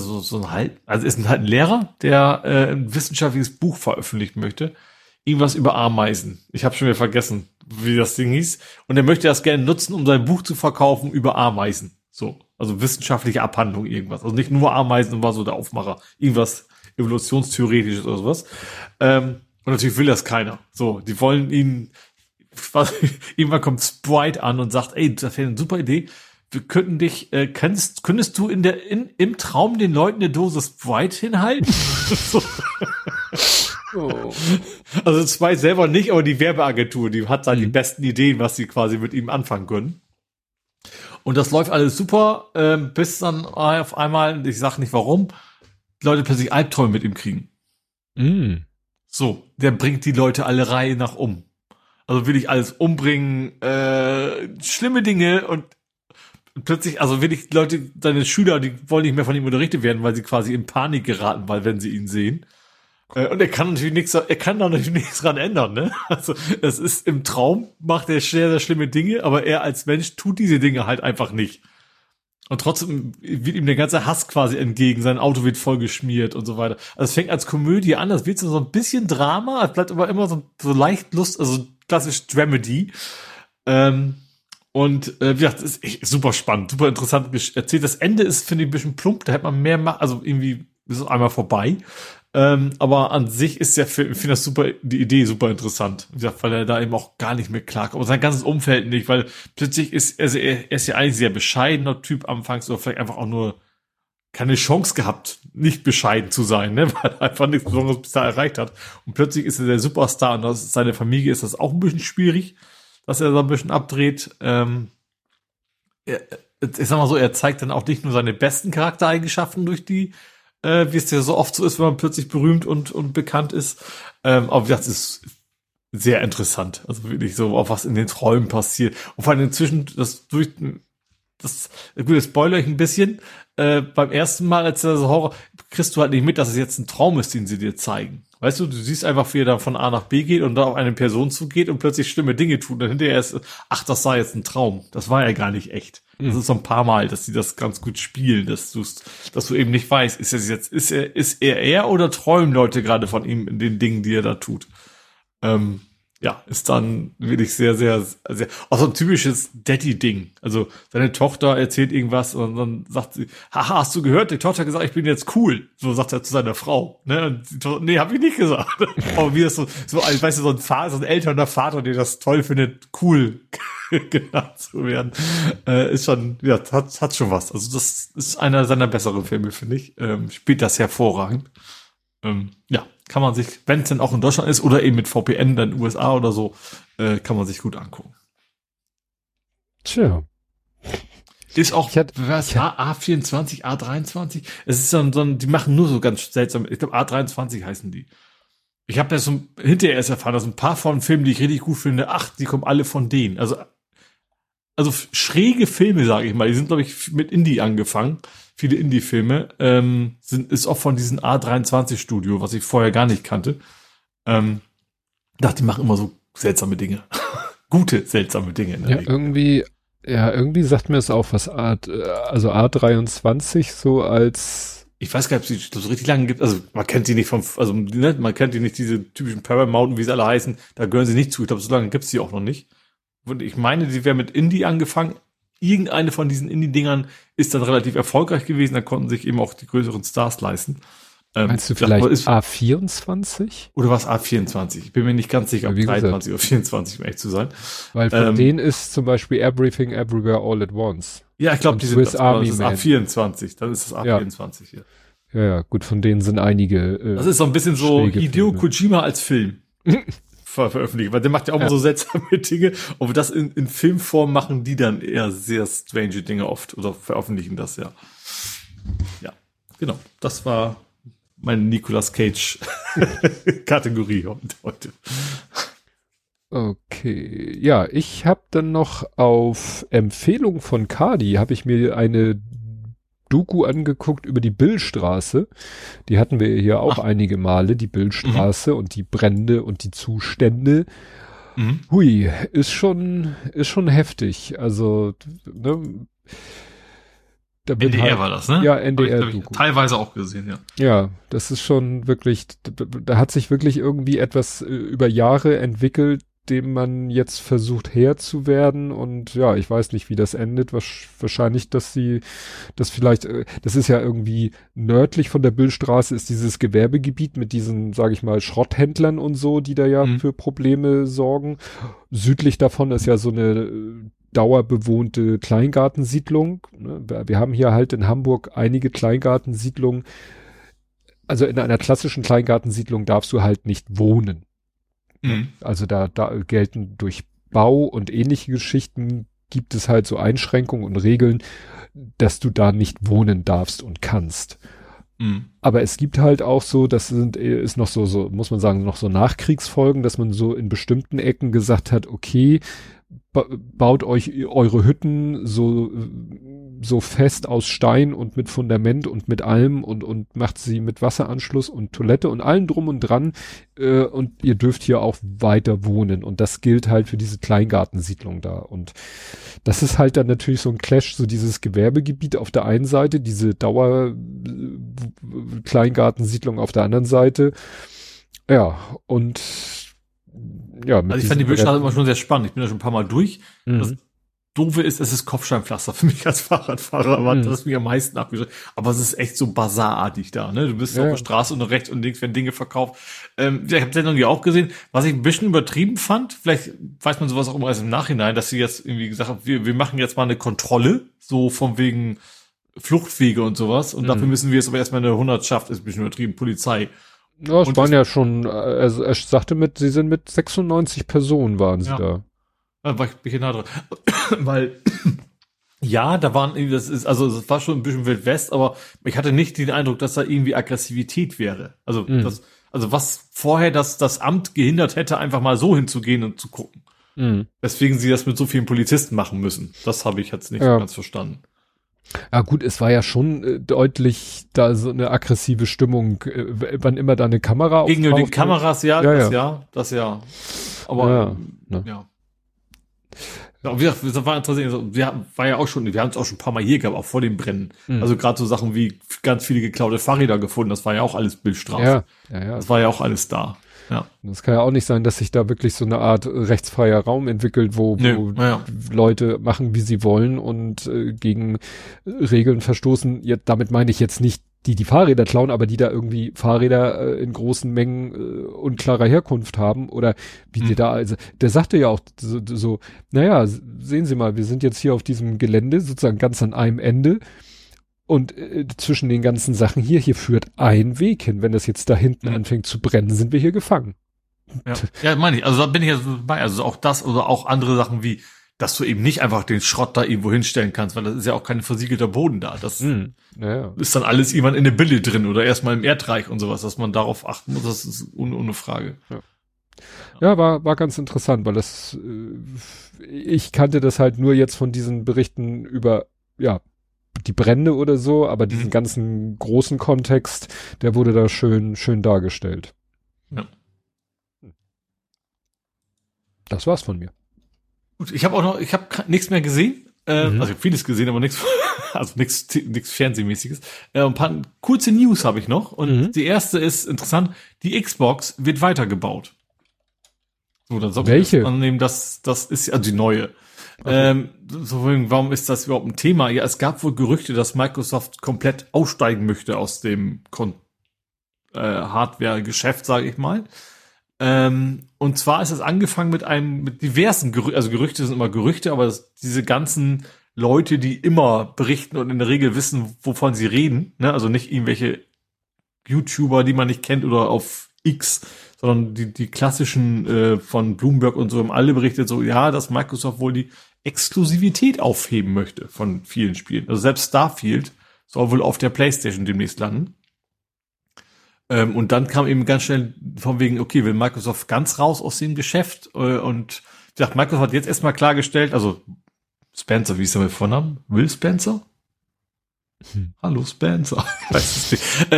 er ist halt ein Lehrer, der ein wissenschaftliches Buch veröffentlichen möchte. Irgendwas über Ameisen. Ich habe schon wieder vergessen, wie das Ding hieß. Und er möchte das gerne nutzen, um sein Buch zu verkaufen über Ameisen. So, also wissenschaftliche Abhandlung, irgendwas. Also nicht nur Ameisen war so der Aufmacher. Irgendwas evolutionstheoretisches oder sowas. Und natürlich will das keiner. So, die wollen ihn, irgendwann kommt Sprite an und sagt, ey, das wäre eine super Idee. Wir könnten dich, könntest du im Traum den Leuten eine Dose Sprite hinhalten? So. Oh. Also Sprite selber nicht, aber die Werbeagentur, die hat dann die besten Ideen, was sie quasi mit ihm anfangen können. Und das läuft alles super, bis dann auf einmal, ich sag nicht warum, Leute plötzlich Albträume mit ihm kriegen. So, der bringt die Leute alle Reihe nach um. Also will ich alles umbringen, schlimme Dinge und plötzlich, also wirklich Leute, seine Schüler, die wollen nicht mehr von ihm unterrichtet werden, weil sie quasi in Panik geraten, weil wenn sie ihn sehen. Und er kann da natürlich nichts dran ändern, ne? Also, es ist im Traum, macht er sehr, sehr schlimme Dinge, aber er als Mensch tut diese Dinge halt einfach nicht. Und trotzdem wird ihm der ganze Hass quasi entgegen, sein Auto wird vollgeschmiert und so weiter. Also, es fängt als Komödie an, das wird so ein bisschen Drama, es bleibt aber immer so leicht Lust, also klassisch Dramedy. Und wie gesagt, es ist echt super spannend, super interessant erzählt. Das Ende ist, finde ich, ein bisschen plump, da hätte man mehr machen, also irgendwie ist es einmal vorbei. Aber an sich ist der Film, ich finde das super, die Idee super interessant. Wie gesagt, weil er da eben auch gar nicht mehr klarkommt. Aber sein ganzes Umfeld nicht, weil plötzlich ist, also er ist ja eigentlich sehr bescheidener Typ anfangs oder vielleicht einfach auch nur keine Chance gehabt, nicht bescheiden zu sein, ne, weil er einfach nichts Besonderes bis da erreicht hat. Und plötzlich ist er der Superstar und das ist seine Familie, ist das auch ein bisschen schwierig, dass er so ein bisschen abdreht. Ich sag mal so, er zeigt dann auch nicht nur seine besten Charaktereigenschaften durch die, wie es ja so oft so ist, wenn man plötzlich berühmt und bekannt ist. Aber wie gesagt, es ist sehr interessant. Also wirklich so, auf was in den Träumen passiert. Und vor allem inzwischen, gut, spoilere ich ein bisschen. Beim ersten Mal, als er so Horror, kriegst du halt nicht mit, dass es jetzt ein Traum ist, den sie dir zeigen. Weißt du siehst einfach, wie er dann von A nach B geht und da auf eine Person zugeht und plötzlich schlimme Dinge tut. Und dann hinterher ist, ach, das war jetzt ein Traum. Das war ja gar nicht echt. Das ist so ein paar Mal, dass sie das ganz gut spielen, dass du eben nicht weißt, ist er oder träumen Leute gerade von ihm in den Dingen, die er da tut. Ja, ist dann wirklich sehr, sehr, sehr, auch so ein typisches Daddy-Ding. Also seine Tochter erzählt irgendwas und dann sagt sie, haha, hast du gehört? Die Tochter hat gesagt, ich bin jetzt cool. So sagt er zu seiner Frau. Ne? Und die Tochter, nee, hab ich nicht gesagt. Aber wie das so weißt du, so ein älterer Vater, der das toll findet, cool genannt zu werden, ist schon, ja, hat schon was. Also das ist einer seiner besseren Filme, finde ich. Spielt das hervorragend. Ja, kann man sich, wenn es denn auch in Deutschland ist oder eben mit VPN dann USA oder so, kann man sich gut angucken. Tja. Ist auch, A24, A23? Es ist so ein, die machen nur so ganz seltsam, ich glaube A23 heißen die. Ich habe das so hinterher erst erfahren, dass ein paar von Filmen, die ich richtig gut finde, die kommen alle von denen. Also schräge Filme, sage ich mal, die sind, glaube ich, mit Indie angefangen. Viele Indie-Filme ist auch von diesem A23-Studio, was ich vorher gar nicht kannte. Dachte, die machen immer so seltsame Dinge. Gute, seltsame Dinge. In der Regel. Irgendwie sagt mir es auch was also A23 so als... Ich weiß gar nicht, ob es die so richtig lange gibt. Also man kennt die nicht man kennt die nicht, diese typischen Paramount, wie sie alle heißen. Da gehören sie nicht zu. Ich glaube, so lange gibt es die auch noch nicht. Und ich meine, die wäre mit Indie angefangen. Irgendeine von diesen Indie-Dingern ist dann relativ erfolgreich gewesen. Da konnten sich eben auch die größeren Stars leisten. Meinst du vielleicht A24? Oder was A24? Ich bin mir nicht ganz sicher, ob 23 oder 24, um echt zu sein. Weil von denen ist zum Beispiel Everything Everywhere All at Once. Ja, ich glaube, die sind das A24. Dann ist das A24 hier. Ja, gut, von denen sind einige. Das ist so ein bisschen so Hideo Kojima als Film. Veröffentlichen, weil der macht ja auch mal so seltsame Dinge. Und das in Filmform machen die dann eher sehr strange Dinge oft oder veröffentlichen das, ja. Ja, genau. Das war meine Nicolas Cage Kategorie heute. Okay. Ja, ich habe dann noch auf Empfehlung von Kadi habe ich mir eine Doku angeguckt über die Billstraße. Die hatten wir hier auch einige Male, die Billstraße und die Brände und die Zustände. Hui, ist schon heftig. Also, ne, da NDR war das, ne? Ja, NDR-Doku. Teilweise auch gesehen, ja. Ja, das ist schon wirklich, da hat sich wirklich irgendwie etwas über Jahre entwickelt, dem man jetzt versucht Herr zu werden und ja, ich weiß nicht, wie das endet. Wahrscheinlich, dass das vielleicht, das ist ja irgendwie nördlich von der Billstraße ist dieses Gewerbegebiet mit diesen, sage ich mal, Schrotthändlern und so, die da ja für Probleme sorgen. Südlich davon ist ja so eine dauerbewohnte Kleingartensiedlung. Wir haben hier halt in Hamburg einige Kleingartensiedlungen. Also in einer klassischen Kleingartensiedlung darfst du halt nicht wohnen. Also da gelten durch Bau und ähnliche Geschichten gibt es halt so Einschränkungen und Regeln, dass du da nicht wohnen darfst und kannst. Aber es gibt halt auch so, ist noch so, muss man sagen, noch so Nachkriegsfolgen, dass man so in bestimmten Ecken gesagt hat, okay, baut euch eure Hütten so fest aus Stein und mit Fundament und mit allem und macht sie mit Wasseranschluss und Toilette und allem drum und dran und ihr dürft hier auch weiter wohnen und das gilt halt für diese Kleingartensiedlung da und das ist halt dann natürlich so ein Clash, so dieses Gewerbegebiet auf der einen Seite, diese Dauer Kleingartensiedlung auf der anderen Seite, ja und ja, also ich fand die Bildstraße immer schon sehr spannend. Ich bin da schon ein paar Mal durch. Doofe ist, es ist Kopfsteinpflaster für mich als Fahrradfahrer, aber das ist mich am meisten abgeschreckt. Aber es ist echt so basarartig da, ne? Du bist auf der Straße und rechts und links werden Dinge verkauft. Ich habe Sendung ja auch gesehen, was ich ein bisschen übertrieben fand, vielleicht weiß man sowas auch immer erst im Nachhinein, dass sie jetzt irgendwie gesagt haben, wir machen jetzt mal eine Kontrolle, so von wegen Fluchtwege und sowas, und dafür müssen wir jetzt aber erstmal eine Hundertschaft, ist ein bisschen übertrieben, Polizei. Ja, es waren ja schon, also er sagte sie sind mit 96 Personen waren sie da. Da war ich ein bisschen nah dran. Weil, ja, da waren irgendwie, es war schon ein bisschen Wild West, aber ich hatte nicht den Eindruck, dass da irgendwie Aggressivität wäre. Also, was vorher das Amt gehindert hätte, einfach mal so hinzugehen und zu gucken. Deswegen sie das mit so vielen Polizisten machen müssen. Das habe ich jetzt nicht so ganz verstanden. Ja gut, es war ja schon deutlich da so eine aggressive Stimmung, wann immer da eine Kamera auftaucht. Gegen die Kameras, das ja. Aber, ja, das war interessant. Wir haben es auch schon ein paar Mal hier gehabt, auch vor dem Brennen. Also gerade so Sachen wie ganz viele geklaute Fahrräder gefunden, das war ja auch alles Bildstrafe. Ja. Das war ja auch alles da. Ja. Das kann ja auch nicht sein, dass sich da wirklich so eine Art rechtsfreier Raum entwickelt, wo Leute machen, wie sie wollen und gegen Regeln verstoßen. Ja, damit meine ich jetzt nicht die Fahrräder klauen, aber die da irgendwie Fahrräder in großen Mengen unklarer Herkunft haben oder wie die da, also der sagte ja auch so, naja, sehen Sie mal, wir sind jetzt hier auf diesem Gelände, sozusagen ganz an einem Ende und zwischen den ganzen Sachen hier führt ein Weg hin. Wenn das jetzt da hinten anfängt zu brennen, sind wir hier gefangen. Ja, meine ich, also da bin ich jetzt dabei, also auch das oder auch andere Sachen wie, dass du eben nicht einfach den Schrott da irgendwo hinstellen kannst, weil das ist ja auch kein versiegelter Boden da. Das ist dann alles irgendwann in der Bille drin oder erstmal im Erdreich und sowas, dass man darauf achten muss, das ist ohne Frage. Ja, war ganz interessant, weil das, ich kannte das halt nur jetzt von diesen Berichten über, die Brände oder so, aber diesen ganzen großen Kontext, der wurde da schön dargestellt. Ja. Das war's von mir. Gut, ich habe nichts mehr gesehen. Also ich habe vieles gesehen, aber nichts Fernsehmäßiges. Ein paar kurze News habe ich noch. Und die erste ist interessant, die Xbox wird weitergebaut. So, dann soll ich annehmen, das ist also die neue. Okay. Warum ist das überhaupt ein Thema? Ja, es gab wohl Gerüchte, dass Microsoft komplett aussteigen möchte aus dem Hardware-Geschäft, sage ich mal. Und zwar ist es angefangen mit diversen Gerüchten, also Gerüchte sind immer Gerüchte, aber diese ganzen Leute, die immer berichten und in der Regel wissen, wovon sie reden, ne? Also nicht irgendwelche YouTuber, die man nicht kennt oder auf X, sondern die klassischen von Bloomberg und so haben alle berichtet so, ja, dass Microsoft wohl die Exklusivität aufheben möchte von vielen Spielen. Also selbst Starfield soll wohl auf der PlayStation demnächst landen. Und dann kam eben ganz schnell von wegen, okay, will Microsoft ganz raus aus dem Geschäft und ich dachte, Microsoft hat jetzt erstmal klargestellt, also Spencer, wie ist der mit Vornamen? Will Spencer? Hallo Spencer. Ich weiß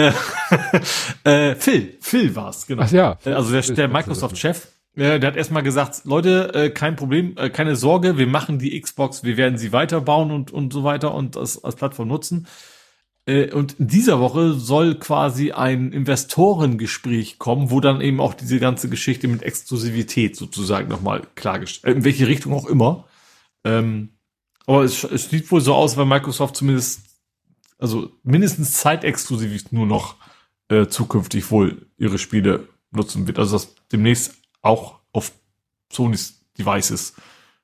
es nicht. Phil war's, genau. Ach ja. Also der Microsoft-Chef, der hat erstmal gesagt, Leute, kein Problem, keine Sorge, wir machen die Xbox, wir werden sie weiterbauen und so weiter und das als Plattform nutzen. Und in dieser Woche soll quasi ein Investorengespräch kommen, wo dann eben auch diese ganze Geschichte mit Exklusivität sozusagen nochmal klargestellt, in welche Richtung auch immer. Aber es sieht wohl so aus, weil Microsoft zumindest, also mindestens zeitexklusiv nur noch zukünftig wohl ihre Spiele nutzen wird. Also das demnächst auch auf Sonys Devices,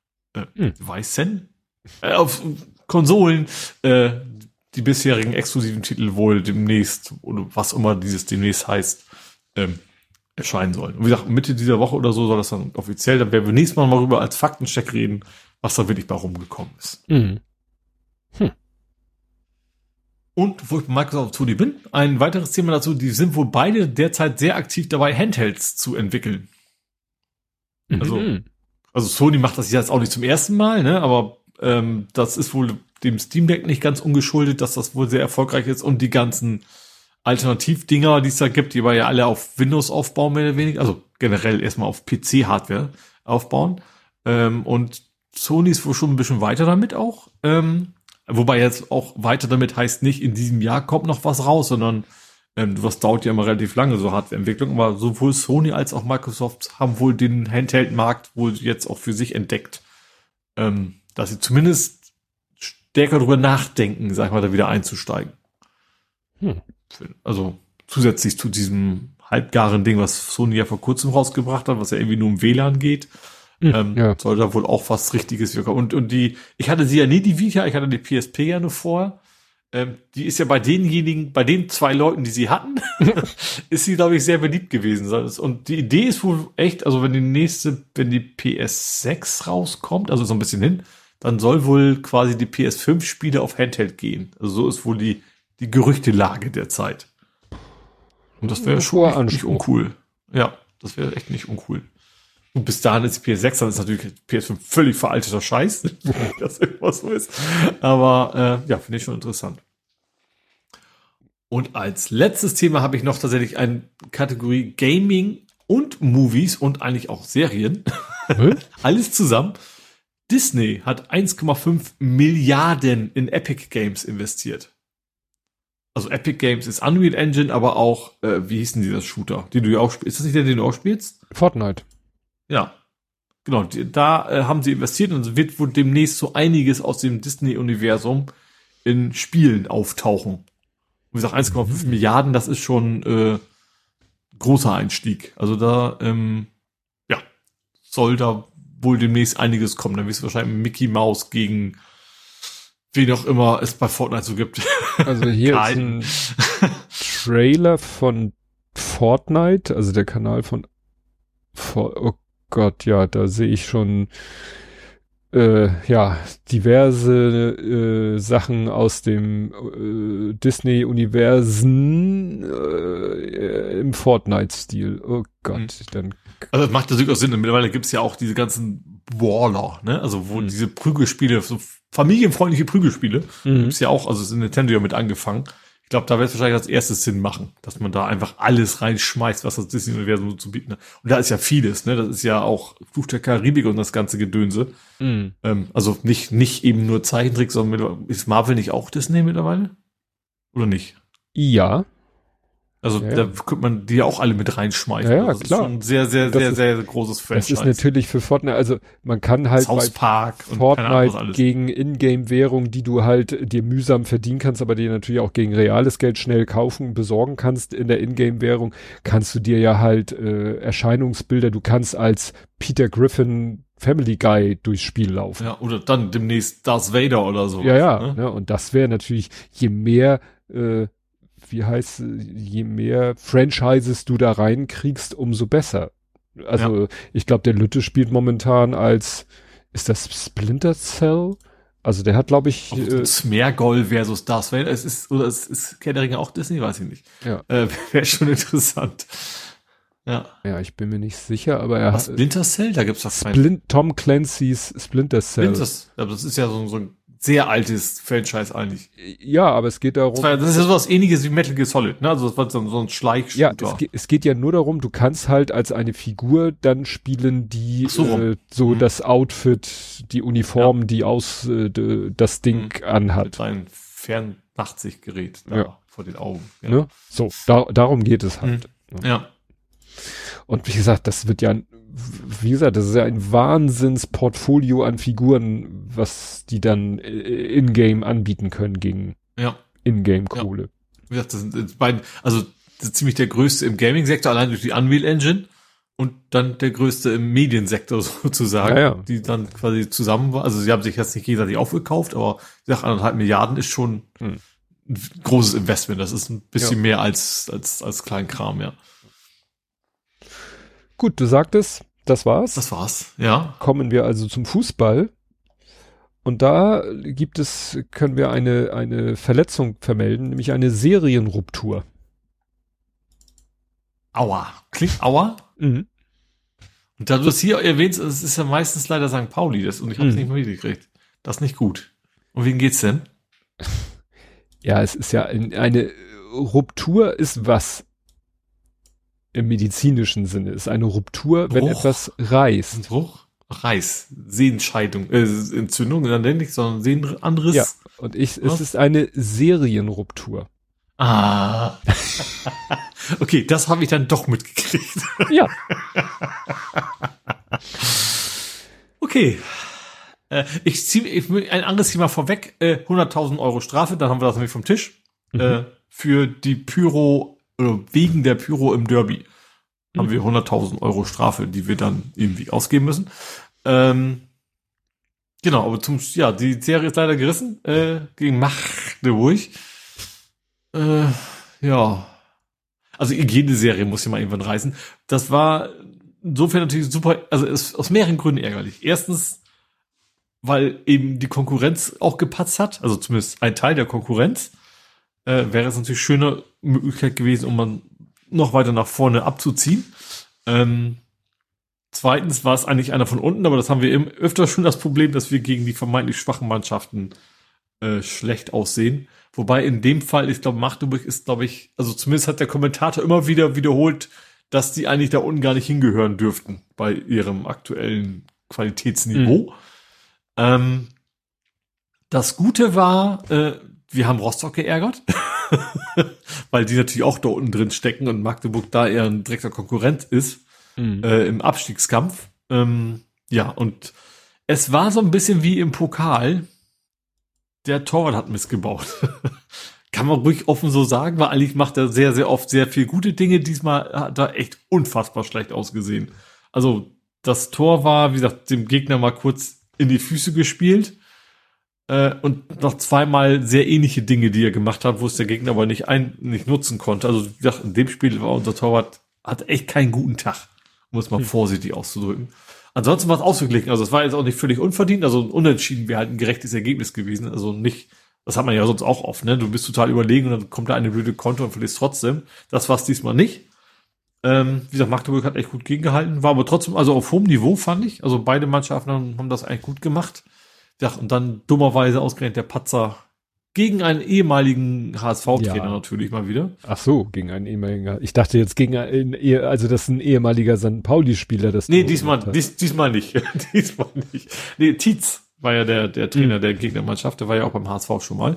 auf Konsolen, die bisherigen exklusiven Titel wohl demnächst, oder was immer dieses demnächst heißt, erscheinen sollen. Und wie gesagt, Mitte dieser Woche oder so soll das dann offiziell, dann werden wir nächstes Mal darüber als Faktencheck reden, was da wirklich bei rumgekommen ist. Und wo ich bei Microsoft Sony bin, ein weiteres Thema dazu, die sind wohl beide derzeit sehr aktiv dabei, Handhelds zu entwickeln. Also Sony macht das jetzt auch nicht zum ersten Mal, ne, aber das ist wohl dem Steam Deck nicht ganz ungeschuldet, dass das wohl sehr erfolgreich ist und die ganzen Alternativdinger, die es da gibt, die aber ja alle auf Windows aufbauen, mehr oder weniger, also generell erstmal auf PC-Hardware aufbauen. Und Sony ist wohl schon ein bisschen weiter damit auch. Wobei jetzt auch weiter damit heißt nicht, in diesem Jahr kommt noch was raus, sondern was dauert ja immer relativ lange, so Hardwareentwicklung. Aber sowohl Sony als auch Microsoft haben wohl den Handheld-Markt wohl jetzt auch für sich entdeckt. dass sie zumindest stärker drüber nachdenken, sag ich mal, da wieder einzusteigen. Also zusätzlich zu diesem halbgaren Ding, was Sony ja vor kurzem rausgebracht hat, was ja irgendwie nur um WLAN geht, soll da wohl auch was Richtiges wirken. Und ich hatte sie ja nie, die Vita, ich hatte die PSP ja nur vorher. Die ist ja bei den 2 Leuten, die sie hatten, ist sie, glaube ich, sehr beliebt gewesen. Und die Idee ist wohl echt, also wenn die PS6 rauskommt, also so ein bisschen hin, dann soll wohl quasi die PS5-Spiele auf Handheld gehen. Also so ist wohl die Gerüchtelage der Zeit. Und das wäre schon nicht uncool. Ja, das wäre echt nicht uncool. Und bis dahin ist die PS6, dann ist natürlich PS5 völlig veralteter Scheiß, wenn das irgendwas so ist. Aber ja, finde ich schon interessant. Und als letztes Thema habe ich noch tatsächlich eine Kategorie Gaming und Movies und eigentlich auch Serien. Alles zusammen. Disney hat 1,5 Milliarden in Epic Games investiert. Also Epic Games ist Unreal Engine, aber auch, wie hießen die das Shooter, den du ja auch spielst? Ist das nicht der, den du auch spielst? Fortnite. Ja, genau. Da haben sie investiert und es wird wohl demnächst so einiges aus dem Disney-Universum in Spielen auftauchen. Und wie gesagt, 1,5 Milliarden, das ist schon großer Einstieg. Also da, soll da wohl demnächst einiges kommen. Dann wirst du wahrscheinlich Mickey Mouse gegen wen auch immer es bei Fortnite so gibt. Also hier ist ein Trailer von Fortnite, also der Kanal von oh Gott, ja, da sehe ich schon diverse Sachen aus dem Disney-Universen im Fortnite-Stil. Oh Gott, dann. Also das macht ja durchaus Sinn. Und mittlerweile gibt es ja auch diese ganzen Brawler, ne? Also wo diese Prügelspiele, so familienfreundliche Prügelspiele, gibt's ja auch, also ist Nintendo ja mit angefangen. Ich glaube, da wird es wahrscheinlich als erstes Sinn machen, dass man da einfach alles reinschmeißt, was das Disney-Universum so zu bieten hat. Und da ist ja vieles, ne? Das ist ja auch Fluch der Karibik und das ganze Gedönse. Also nicht eben nur Zeichentrick, sondern ist Marvel nicht auch Disney mittlerweile? Oder nicht? Ja. Also da könnte man die ja auch alle mit reinschmeißen. Ja, also klar. Das ist schon ein sehr, sehr, sehr, sehr großes Franchise. Das ist natürlich für Fortnite, also man kann halt South Park bei Fortnite gegen Ingame-Währung, die du halt dir mühsam verdienen kannst, aber die natürlich auch gegen reales Geld schnell kaufen, besorgen kannst in der Ingame-Währung, kannst du dir ja halt Erscheinungsbilder, du kannst als Peter Griffin Family Guy durchs Spiel laufen. Ja, oder dann demnächst Darth Vader oder so. Ja, ne? Und das wäre natürlich, je mehr je mehr Franchises du da reinkriegst, umso besser. Also ich glaube, der Lütte spielt momentan ist das Splinter Cell? Also der hat, glaube ich... Smeargol versus Darth Vader. Es ist Herr der Ringe auch Disney? Weiß ich nicht. Ja. Wäre schon interessant. Ja. Ja, ich bin mir nicht sicher, aber er hat... Splinter Cell? Da gibt's doch keinen. Tom Clancy's Splinter Cell. Das ist ja so ein sehr altes Franchise eigentlich. Ja, aber es geht darum... Das ist ja sowas Ähnliches wie Metal Gear Solid, ne? Also das war so ein Schleichshooter. Ja, es geht ja nur darum, du kannst halt als eine Figur dann spielen, die das Outfit, die Uniform, die das Ding anhat. Mit seinem Fernnachtsichtgerät vor den Augen. Ja. Ne? So, darum geht es halt. Ja. Und wie gesagt, das ist ja ein Wahnsinnsportfolio an Figuren, was die dann in-game anbieten können gegen In-game-Kohle. Ja. Wie gesagt, das sind beiden, also das ist ziemlich der größte im Gaming-Sektor, allein durch die Unreal Engine und dann der größte im Mediensektor sozusagen, die dann quasi zusammen war. Also sie haben sich jetzt nicht gegenseitig aufgekauft, aber ich sag, 1,5 Milliarden ist schon ein großes Investment. Das ist ein bisschen mehr als Kleinkram, ja. Gut, du sagtest, das war's. Das war's, ja. Kommen wir also zum Fußball. Und da können wir eine Verletzung vermelden, nämlich eine Serienruptur. Aua. Klingt Aua? Mhm. Und da du es hier erwähnst, es ist ja meistens leider St. Pauli, und ich habe es nicht mehr mitgekriegt. Das ist nicht gut. Und wen geht's denn? Ja, es ist ja eine Ruptur ist was? Im medizinischen Sinne ist eine Ruptur, wenn etwas reißt. Ein Bruch? Reiß. Sehenscheidung. Entzündung, dann nicht, sondern Sehnenanriss. Ja, und es ist eine Serienruptur. Ah. Okay, das habe ich dann doch mitgekriegt. Ja. Okay. Ein anderes Thema vorweg, 100.000 Euro Strafe, dann haben wir das nämlich vom Tisch, für die Pyro, oder wegen der Pyro im Derby. Haben wir 100.000 Euro Strafe, die wir dann irgendwie ausgeben müssen. Genau, aber die Serie ist leider gerissen, gegen Magdeburg. Ja. Also jede Serie muss ja mal irgendwann reißen. Das war insofern natürlich super, also ist aus mehreren Gründen ärgerlich. Erstens, weil eben die Konkurrenz auch gepatzt hat, also zumindest ein Teil der Konkurrenz. Wäre es natürlich schöne Möglichkeit gewesen, um man noch weiter nach vorne abzuziehen. Zweitens war es eigentlich einer von unten, aber das haben wir öfter schon das Problem, dass wir gegen die vermeintlich schwachen Mannschaften schlecht aussehen. Wobei in dem Fall, ich glaube, Magdeburg ist, also zumindest hat der Kommentator immer wieder wiederholt, dass die eigentlich da unten gar nicht hingehören dürften bei ihrem aktuellen Qualitätsniveau. Das Gute war, wir haben Rostock geärgert, weil die natürlich auch da unten drin stecken und Magdeburg da eher ein direkter Konkurrent ist im Abstiegskampf. Ja, und es war so ein bisschen wie im Pokal. Der Torwart hat missgebaut. Kann man ruhig offen so sagen, weil eigentlich macht er sehr, sehr oft sehr viel gute Dinge. Diesmal hat er echt unfassbar schlecht ausgesehen. Also das Tor war, wie gesagt, dem Gegner mal kurz in die Füße gespielt und noch zweimal sehr ähnliche Dinge, die er gemacht hat, wo es der Gegner aber nicht nutzen konnte. Also wie gesagt, in dem Spiel war unser Torwart, hat echt keinen guten Tag, um es mal vorsichtig auszudrücken. Ansonsten war es ausgeglichen. Also es war jetzt auch nicht völlig unverdient. Also unentschieden wäre halt ein gerechtes Ergebnis gewesen. Also nicht, das hat man ja sonst auch oft, ne? Du bist total überlegen und dann kommt da eine blöde Konto und verlierst trotzdem. Das war es diesmal nicht. Wie gesagt, Magdeburg hat echt gut gegengehalten, war aber trotzdem, also auf hohem Niveau fand ich. Also beide Mannschaften haben das eigentlich gut gemacht. Ja, und dann dummerweise ausgerechnet der Patzer gegen einen ehemaligen HSV-Trainer natürlich mal wieder. Ach so, gegen einen ehemaligen. Ich dachte jetzt gegen also das ist ein ehemaliger St. Pauli-Spieler. Nee, diesmal nicht. Diesmal nicht. Nee, Tietz war ja der Trainer der Gegnermannschaft. Der war ja auch beim HSV schon mal.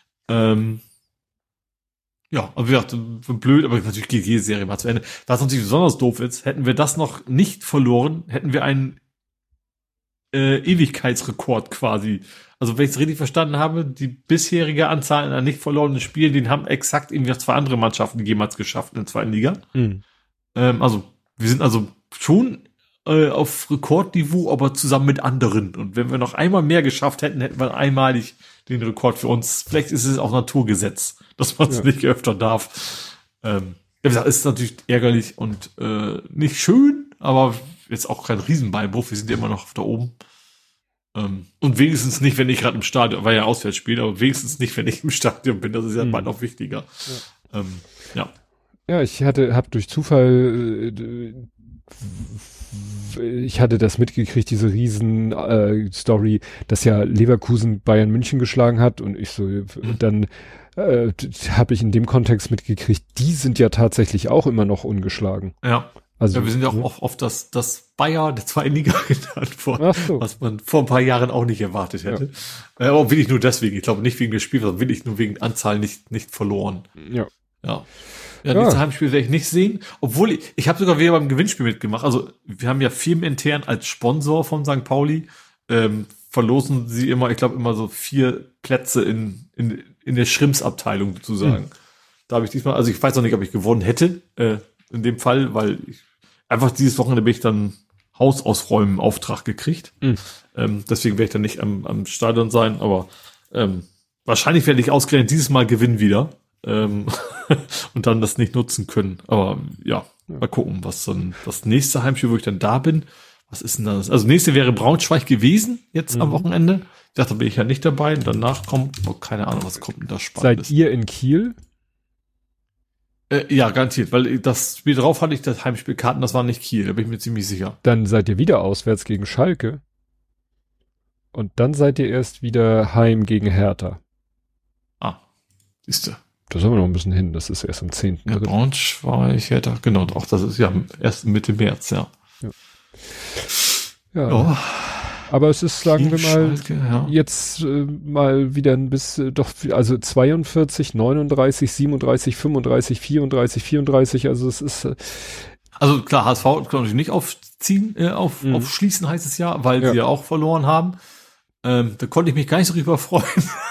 Ja, aber wie gesagt, blöd, aber natürlich geht jede Serie mal zu Ende. Was natürlich besonders doof ist, hätten wir das noch nicht verloren, hätten wir einen Ewigkeitsrekord quasi. Also wenn ich es richtig verstanden habe, die bisherige Anzahl an nicht verlorenen Spielen, den haben exakt irgendwie zwei andere Mannschaften jemals geschafft in der zweiten Liga. Also wir sind also schon auf Rekordniveau, aber zusammen mit anderen. Und wenn wir noch einmal mehr geschafft hätten, hätten wir einmalig den Rekord für uns. Vielleicht ist es auch Naturgesetz, dass man es nicht öfter darf. Wie gesagt, ist natürlich ärgerlich und nicht schön, aber jetzt auch kein Riesenbeinbruch. Wir sind ja immer noch da oben. Und wenigstens nicht, wenn ich gerade im Stadion, war ja Auswärtsspiel, aber wenigstens nicht, wenn ich im Stadion bin. Das ist ja bald noch wichtiger. Ja. Ja, ich habe durch Zufall ich hatte das mitgekriegt, diese riesen Story, dass ja Leverkusen Bayern München geschlagen hat und ich so, dann habe ich in dem Kontext mitgekriegt, die sind ja tatsächlich auch immer noch ungeschlagen. Ja. Also ja, wir sind ja auch oft das Bayer der zweiten Liga genannt worden, was man vor ein paar Jahren auch nicht erwartet hätte. Ja. Aber will ich nur deswegen, ich glaube nicht wegen des Spiels, sondern will ich nur wegen Anzahl nicht verloren. Ja. Nächstes Heimspiel werde ich nicht sehen, obwohl ich habe sogar wieder beim Gewinnspiel mitgemacht. Also wir haben ja firmenintern als Sponsor von St. Pauli verlosen sie immer, ich glaube immer so 4 Plätze in der Schrimpsabteilung sozusagen. Da habe ich diesmal, also ich weiß noch nicht, ob ich gewonnen hätte in dem Fall, weil einfach dieses Wochenende bin ich dann Haus ausräumen Auftrag gekriegt. Deswegen werde ich dann nicht am Stadion sein, aber wahrscheinlich werde ich ausgerechnet dieses Mal gewinnen wieder. Und dann das nicht nutzen können. Aber ja, mal gucken, was dann das nächste Heimspiel, wo ich dann da bin. Was ist denn das? Also nächste wäre Braunschweig gewesen, jetzt am Wochenende. Ich dachte, da bin ich ja nicht dabei. Und danach kommt, keine Ahnung, was kommt denn da Spannendes. Seid ihr in Kiel? Ja, garantiert, weil das Spiel drauf hatte ich das Heimspielkarten, das war nicht Kiel, da bin ich mir ziemlich sicher. Dann seid ihr wieder auswärts gegen Schalke. Und dann seid ihr erst wieder heim gegen Hertha. Siehst du. Das haben wir noch ein bisschen hin, das ist erst am 10. Ja, Braunschweig, Hertha, genau, auch das ist ja erst Mitte März, ja. Ja. Aber es ist, sagen wir mal, Schalke, jetzt mal wieder also 42, 39, 37, 35, 34, 34, also es ist... Also klar, HSV kann natürlich nicht aufziehen, aufschließen heißt es ja, weil sie ja auch verloren haben. Da konnte ich mich gar nicht so drüber freuen.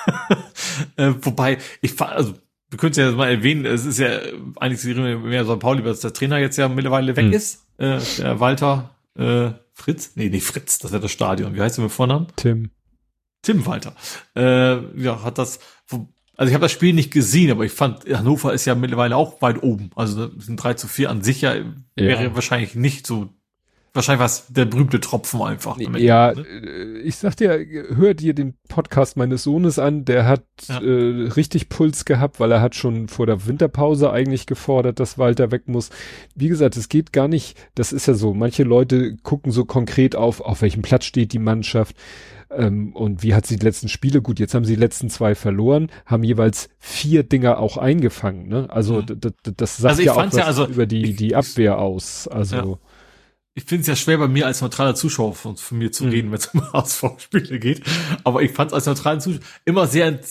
Wobei, also wir können es ja mal erwähnen, es ist ja eigentlich mehr St. Pauli, dass der Trainer jetzt ja mittlerweile weg ist. Der Walter Fritz? Nee, nicht Fritz, das ist ja das Stadion. Wie heißt er mit Vornamen? Tim Walter. Hat das, also ich habe das Spiel nicht gesehen, aber ich fand, Hannover ist ja mittlerweile auch weit oben. Also sind 3-4 an sich wäre wahrscheinlich nicht so. Wahrscheinlich war es der berühmte Tropfen einfach. Ja, ich sag dir, hör dir den Podcast meines Sohnes an, der hat richtig Puls gehabt, weil er hat schon vor der Winterpause eigentlich gefordert, dass Walter weg muss. Wie gesagt, es geht gar nicht, das ist ja so, manche Leute gucken so konkret auf welchem Platz steht die Mannschaft und wie hat sie die letzten Spiele, gut, jetzt haben sie die letzten 2 verloren, haben jeweils 4 Dinger auch eingefangen, ne? Also das sagt also ja auch was über die Abwehr aus, also. Ja. Ich finde es ja schwer, bei mir als neutraler Zuschauer von mir zu reden, wenn es um HSV-Spiele geht. Aber ich fand es als neutralen Zuschauer immer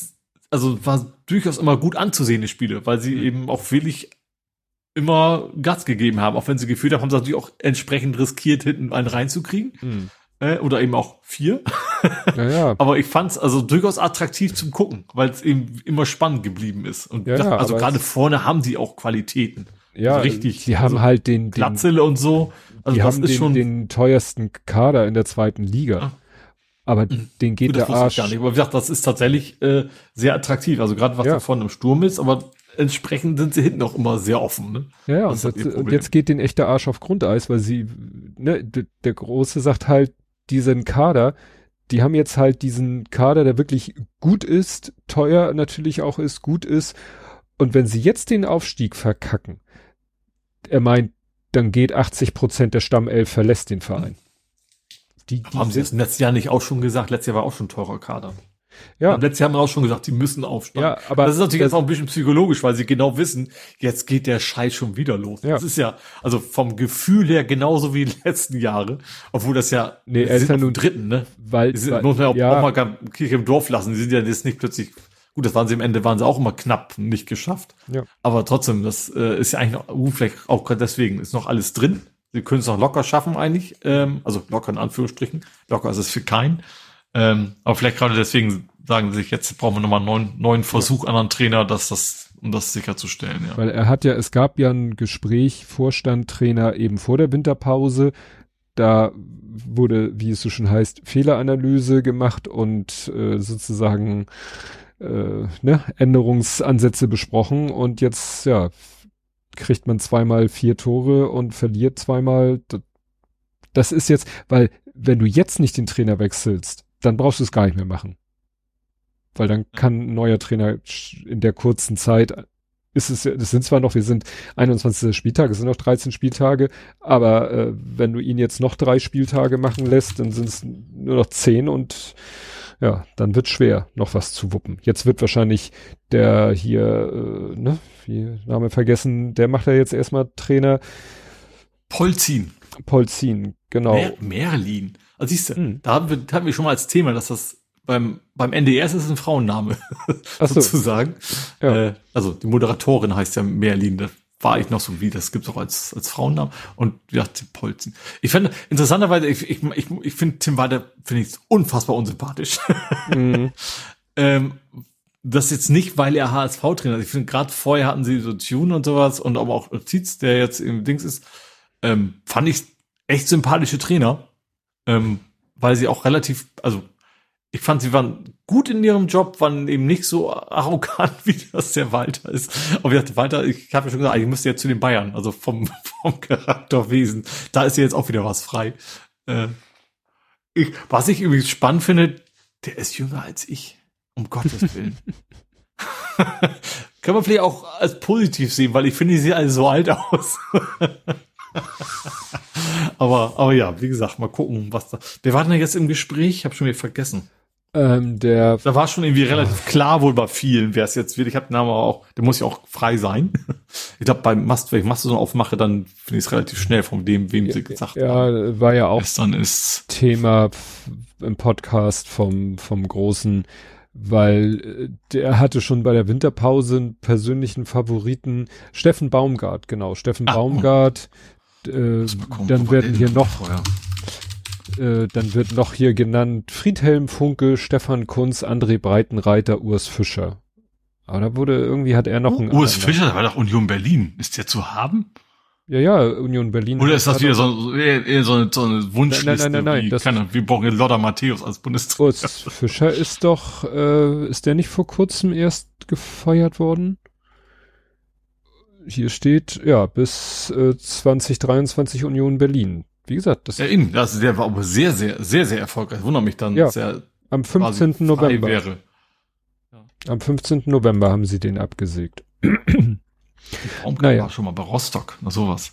war durchaus immer gut anzusehende Spiele, weil sie eben auch wirklich immer Gas gegeben haben. Auch wenn sie gefühlt haben, haben sie natürlich auch entsprechend riskiert, hinten einen reinzukriegen. Oder eben auch 4. Ja. Aber ich fand es also durchaus attraktiv zum Gucken, weil es eben immer spannend geblieben ist. Und also gerade vorne haben die auch Qualitäten. Ja, also richtig. Die haben halt den Glatzel und so. Also die das haben ist schon den teuersten Kader in der 2. Liga. Ja. Aber den geht der Arsch. Gar nicht. Aber wie gesagt, das ist tatsächlich sehr attraktiv. Also gerade was da vorne im Sturm ist, aber entsprechend sind sie hinten auch immer sehr offen. Ne? Ja, und jetzt geht den echt der Arsch auf Grundeis, weil sie, ne, der Große sagt halt, diesen Kader, die haben jetzt halt diesen Kader, der wirklich gut ist, teuer natürlich auch ist, gut ist. Und wenn sie jetzt den Aufstieg verkacken, er meint, dann geht 80% der Stammelf verlässt den Verein. Die haben sie das letztes Jahr nicht auch schon gesagt? Letztes Jahr war auch schon ein teurer Kader. Ja. Und letztes Jahr haben wir auch schon gesagt, die müssen aufsteigen. Ja, aber das ist natürlich jetzt auch ein bisschen psychologisch, weil sie genau wissen, jetzt geht der Scheiß schon wieder los. Ja. Das ist ja, also vom Gefühl her genauso wie die letzten Jahre, obwohl das ja, nee, er ist ja nun Dritten, ne? Weil, muss man auch mal Kirche im Dorf lassen. Die sind ja jetzt nicht plötzlich, gut, das waren sie am Ende, waren sie auch immer knapp nicht geschafft. Ja. Aber trotzdem, das ist ja eigentlich noch, vielleicht auch gerade deswegen, ist noch alles drin. Sie können es noch locker schaffen eigentlich, also locker in Anführungsstrichen. Locker ist es für keinen. Aber vielleicht gerade deswegen sagen sie sich, jetzt brauchen wir nochmal einen neuen Versuch an einen Trainer, um das sicherzustellen. Ja. Weil es gab ja ein Gespräch, Vorstand, Trainer eben vor der Winterpause. Da wurde, wie es so schon heißt, Fehleranalyse gemacht und sozusagen Änderungsansätze besprochen. Und jetzt, ja, kriegt man 2-mal 4 Tore und verliert 2-mal. Das ist jetzt, weil wenn du jetzt nicht den Trainer wechselst, dann brauchst du es gar nicht mehr machen. Weil dann kann ein neuer Trainer in der kurzen Zeit, das sind zwar noch, wir sind 21. Spieltag, es sind noch 13 Spieltage, aber wenn du ihn jetzt noch 3 Spieltage machen lässt, dann sind es nur noch 10 und ja, dann wird schwer, noch was zu wuppen. Jetzt wird wahrscheinlich der hier, Name vergessen, der macht ja jetzt erstmal Trainer. Polzin, genau. Merlin. Also siehst du, da hatten wir schon mal als Thema, dass das beim NDR ist es ein Frauenname, sozusagen. Ja. Also die Moderatorin heißt ja Merlin, da war ich noch so wie, das gibt's auch als Frauennamen. Und ja, Tim Polzin. Ich finde, interessanterweise, ich finde Tim Walter, finde ich unfassbar unsympathisch. Das jetzt nicht, weil er HSV-Trainer ist. Ich finde, gerade vorher hatten sie so Tune und sowas und aber auch Tietz, der jetzt im Dings ist, fand ich echt sympathische Trainer, weil sie auch relativ, also ich fand, sie waren gut in ihrem Job, waren eben nicht so arrogant, wie das der Walter ist. Aber ich dachte, Walter, ich habe ja schon gesagt, ich müsste jetzt zu den Bayern, also vom Charakterwesen. Da ist ja jetzt auch wieder was frei. Was ich übrigens spannend finde, der ist jünger als ich. Um Gottes Willen. Kann man vielleicht auch als positiv sehen, weil ich finde, die sehen alle so alt aus. aber ja, wie gesagt, mal gucken, was da. Wer war denn jetzt im Gespräch? Ich habe schon wieder vergessen. Da war schon irgendwie relativ klar wohl bei vielen, wer es jetzt wird. Ich habe den Namen auch, der muss ja auch frei sein. Ich glaube, wenn ich Mastodon aufmache, dann finde ich es relativ schnell von dem, wem sie gesagt haben. Ja, war ja auch Gestern ist Thema im Podcast vom Großen, weil der hatte schon bei der Winterpause einen persönlichen Favoriten, Steffen Baumgart, genau, Baumgart. Dann werden hier noch Dann wird noch hier genannt Friedhelm Funke, Stefan Kunz, André Breitenreiter, Urs Fischer. Aber da wurde irgendwie, hat er noch einen Urs Fischer, der war doch Union Berlin. Ist der zu haben? Ja, Union Berlin. Oder ist das wieder so eine Wunschliste? Nein. Wir brauchen Lothar Matthäus als Bundestrainer. Urs Fischer ist doch, ist der nicht vor kurzem erst gefeuert worden? Hier steht, ja, bis 2023 Union Berlin. Wie gesagt, der war aber sehr, sehr, sehr, sehr erfolgreich. Wundert mich dann, dass er am 15. November wäre. Ja. Am 15. November haben sie den abgesägt. Baumgart war schon mal bei Rostock, na sowas.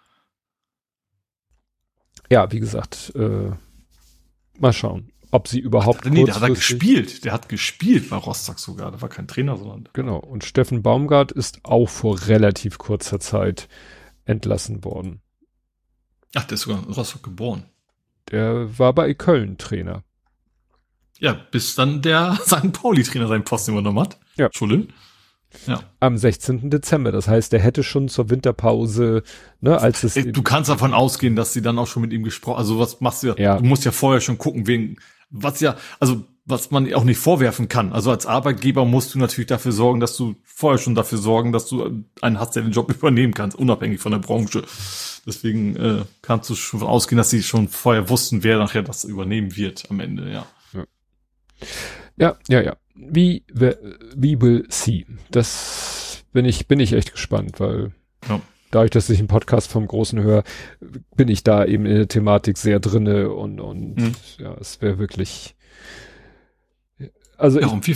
Ja, wie gesagt, mal schauen, ob sie überhaupt der hat gespielt. Der hat gespielt bei Rostock sogar. Der war kein Trainer, sondern... Genau. Und Steffen Baumgart ist auch vor relativ kurzer Zeit entlassen worden. Ach, der ist sogar in Rostock geboren. Der war bei Köln Trainer. Ja, bis dann der St. Pauli-Trainer seinen Posten übernommen hat. Ja. Entschuldigung. Ja. Am 16. Dezember. Das heißt, der hätte schon zur Winterpause, ne, als es... Du kannst davon ausgehen, dass sie dann auch schon mit ihm gesprochen... Also was machst du ja? Du musst ja vorher schon gucken, was man auch nicht vorwerfen kann. Also als Arbeitgeber musst du natürlich dafür sorgen, dass du einen hast, der den Job übernehmen kannst, unabhängig von der Branche. Deswegen kannst du schon ausgehen, dass sie schon vorher wussten, wer nachher das übernehmen wird am Ende, ja. Ja. We will see. Das bin ich echt gespannt, weil dadurch, dass ich einen Podcast vom Großen höre, bin ich da eben in der Thematik sehr drinne und ja, es wäre wirklich, also und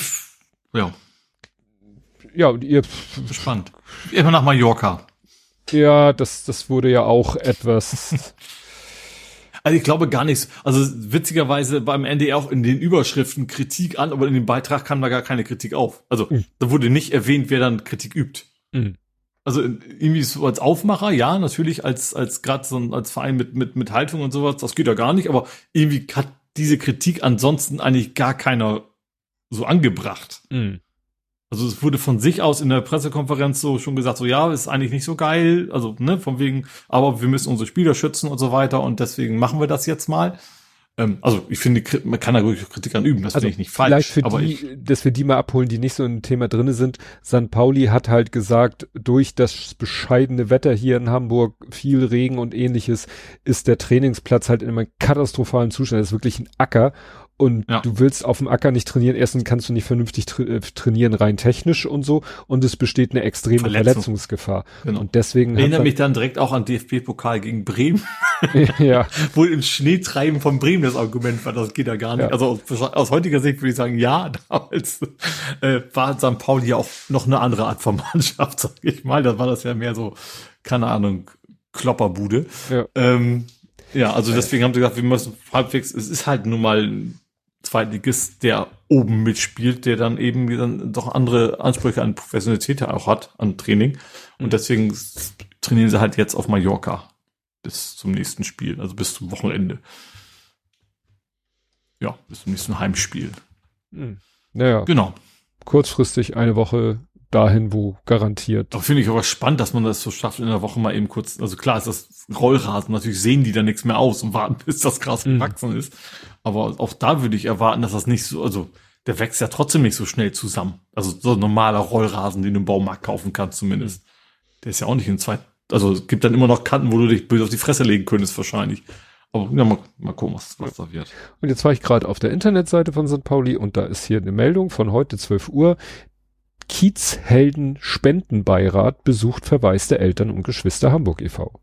ihr gespannt. Immer nach Mallorca. Ja, das wurde ja auch etwas. Also ich glaube gar nichts. Also witzigerweise beim NDR auch in den Überschriften Kritik an, aber in dem Beitrag kam da gar keine Kritik auf. Also da wurde nicht erwähnt, wer dann Kritik übt. Also irgendwie so als Aufmacher, ja, natürlich als gerade so als Verein mit Haltung und sowas, das geht ja gar nicht, aber irgendwie hat diese Kritik ansonsten eigentlich gar keiner so angebracht. Also es wurde von sich aus in der Pressekonferenz so schon gesagt, so ja, ist eigentlich nicht so geil, also ne, von wegen, aber wir müssen unsere Spieler schützen und so weiter und deswegen machen wir das jetzt mal. Also ich finde, man kann da wirklich Kritik an üben, das finde ich nicht falsch. Vielleicht dass wir die mal abholen, die nicht so im Thema drinne sind. St. Pauli hat halt gesagt, durch das bescheidene Wetter hier in Hamburg, viel Regen und ähnliches, ist der Trainingsplatz halt in einem katastrophalen Zustand. Das ist wirklich ein Acker. Und du willst auf dem Acker nicht trainieren. Erstens kannst du nicht vernünftig trainieren, rein technisch und so. Und es besteht eine extreme Verletzungsgefahr. Genau. Und deswegen erinnert mich dann direkt auch an DFB-Pokal gegen Bremen. Ja. Wo im Schneetreiben von Bremen das Argument war, das geht ja gar nicht. Ja. Also aus heutiger Sicht würde ich sagen, ja, damals war St. Pauli ja auch noch eine andere Art von Mannschaft, sag ich mal. Da war das ja mehr so, keine Ahnung, Klopperbude. Ja. Also deswegen haben sie gesagt, wir müssen halbwegs, es ist halt nun mal Zweitligist, der oben mitspielt, der dann eben dann doch andere Ansprüche an Professionalität auch hat, an Training. Und deswegen trainieren sie halt jetzt auf Mallorca bis zum nächsten Spiel, also bis zum Wochenende. Ja, bis zum nächsten Heimspiel. Naja. Genau. Kurzfristig eine Woche dahin, wo garantiert. Da finde ich aber spannend, dass man das so schafft, in der Woche mal eben kurz, also klar ist das Rollrasen, natürlich sehen die da nichts mehr aus und warten, bis das Gras gewachsen ist. Aber auch da würde ich erwarten, dass das nicht so, also der wächst ja trotzdem nicht so schnell zusammen. Also so ein normaler Rollrasen, den du im Baumarkt kaufen kannst zumindest. Der ist ja auch nicht also es gibt dann immer noch Kanten, wo du dich böse auf die Fresse legen könntest wahrscheinlich. Aber ja, mal gucken, was da wird. Und jetzt war ich gerade auf der Internetseite von St. Pauli und da ist hier eine Meldung von heute 12 Uhr. Kiezhelden Spendenbeirat besucht verwaiste Eltern und Geschwister Hamburg e.V.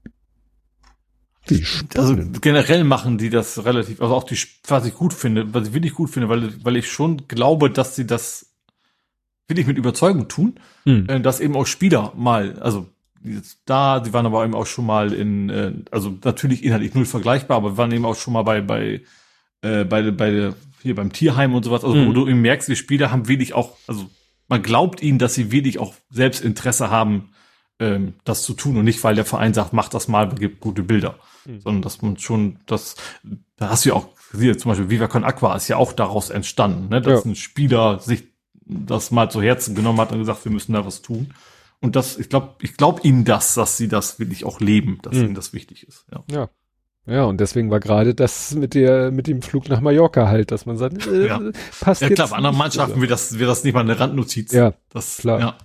Also generell machen die das relativ, also auch was ich wirklich gut finde, weil ich schon glaube, dass sie das wirklich mit Überzeugung tun, dass eben auch Spieler mal, also die waren aber eben auch schon mal also natürlich inhaltlich null vergleichbar, aber wir waren eben auch schon mal bei hier beim Tierheim und sowas, also wo du eben merkst, die Spieler haben wirklich auch, also man glaubt ihnen, dass sie wirklich auch selbst Interesse haben, das zu tun und nicht, weil der Verein sagt, mach das mal, gibt gute Bilder, sondern dass man schon da hast du ja auch, zum Beispiel Viva Con Aqua ist ja auch daraus entstanden, ne, dass ein Spieler sich das mal zu Herzen genommen hat und gesagt, wir müssen da was tun. Und ich glaube ihnen dass sie das wirklich auch leben, dass ihnen das wichtig ist. Ja. Ja, und deswegen war gerade das mit dem Flug nach Mallorca halt, dass man sagt, passt ja, jetzt. Klar, bei anderen Mannschaften wäre das nicht mal eine Randnotiz. Ja, das, klar. Ja.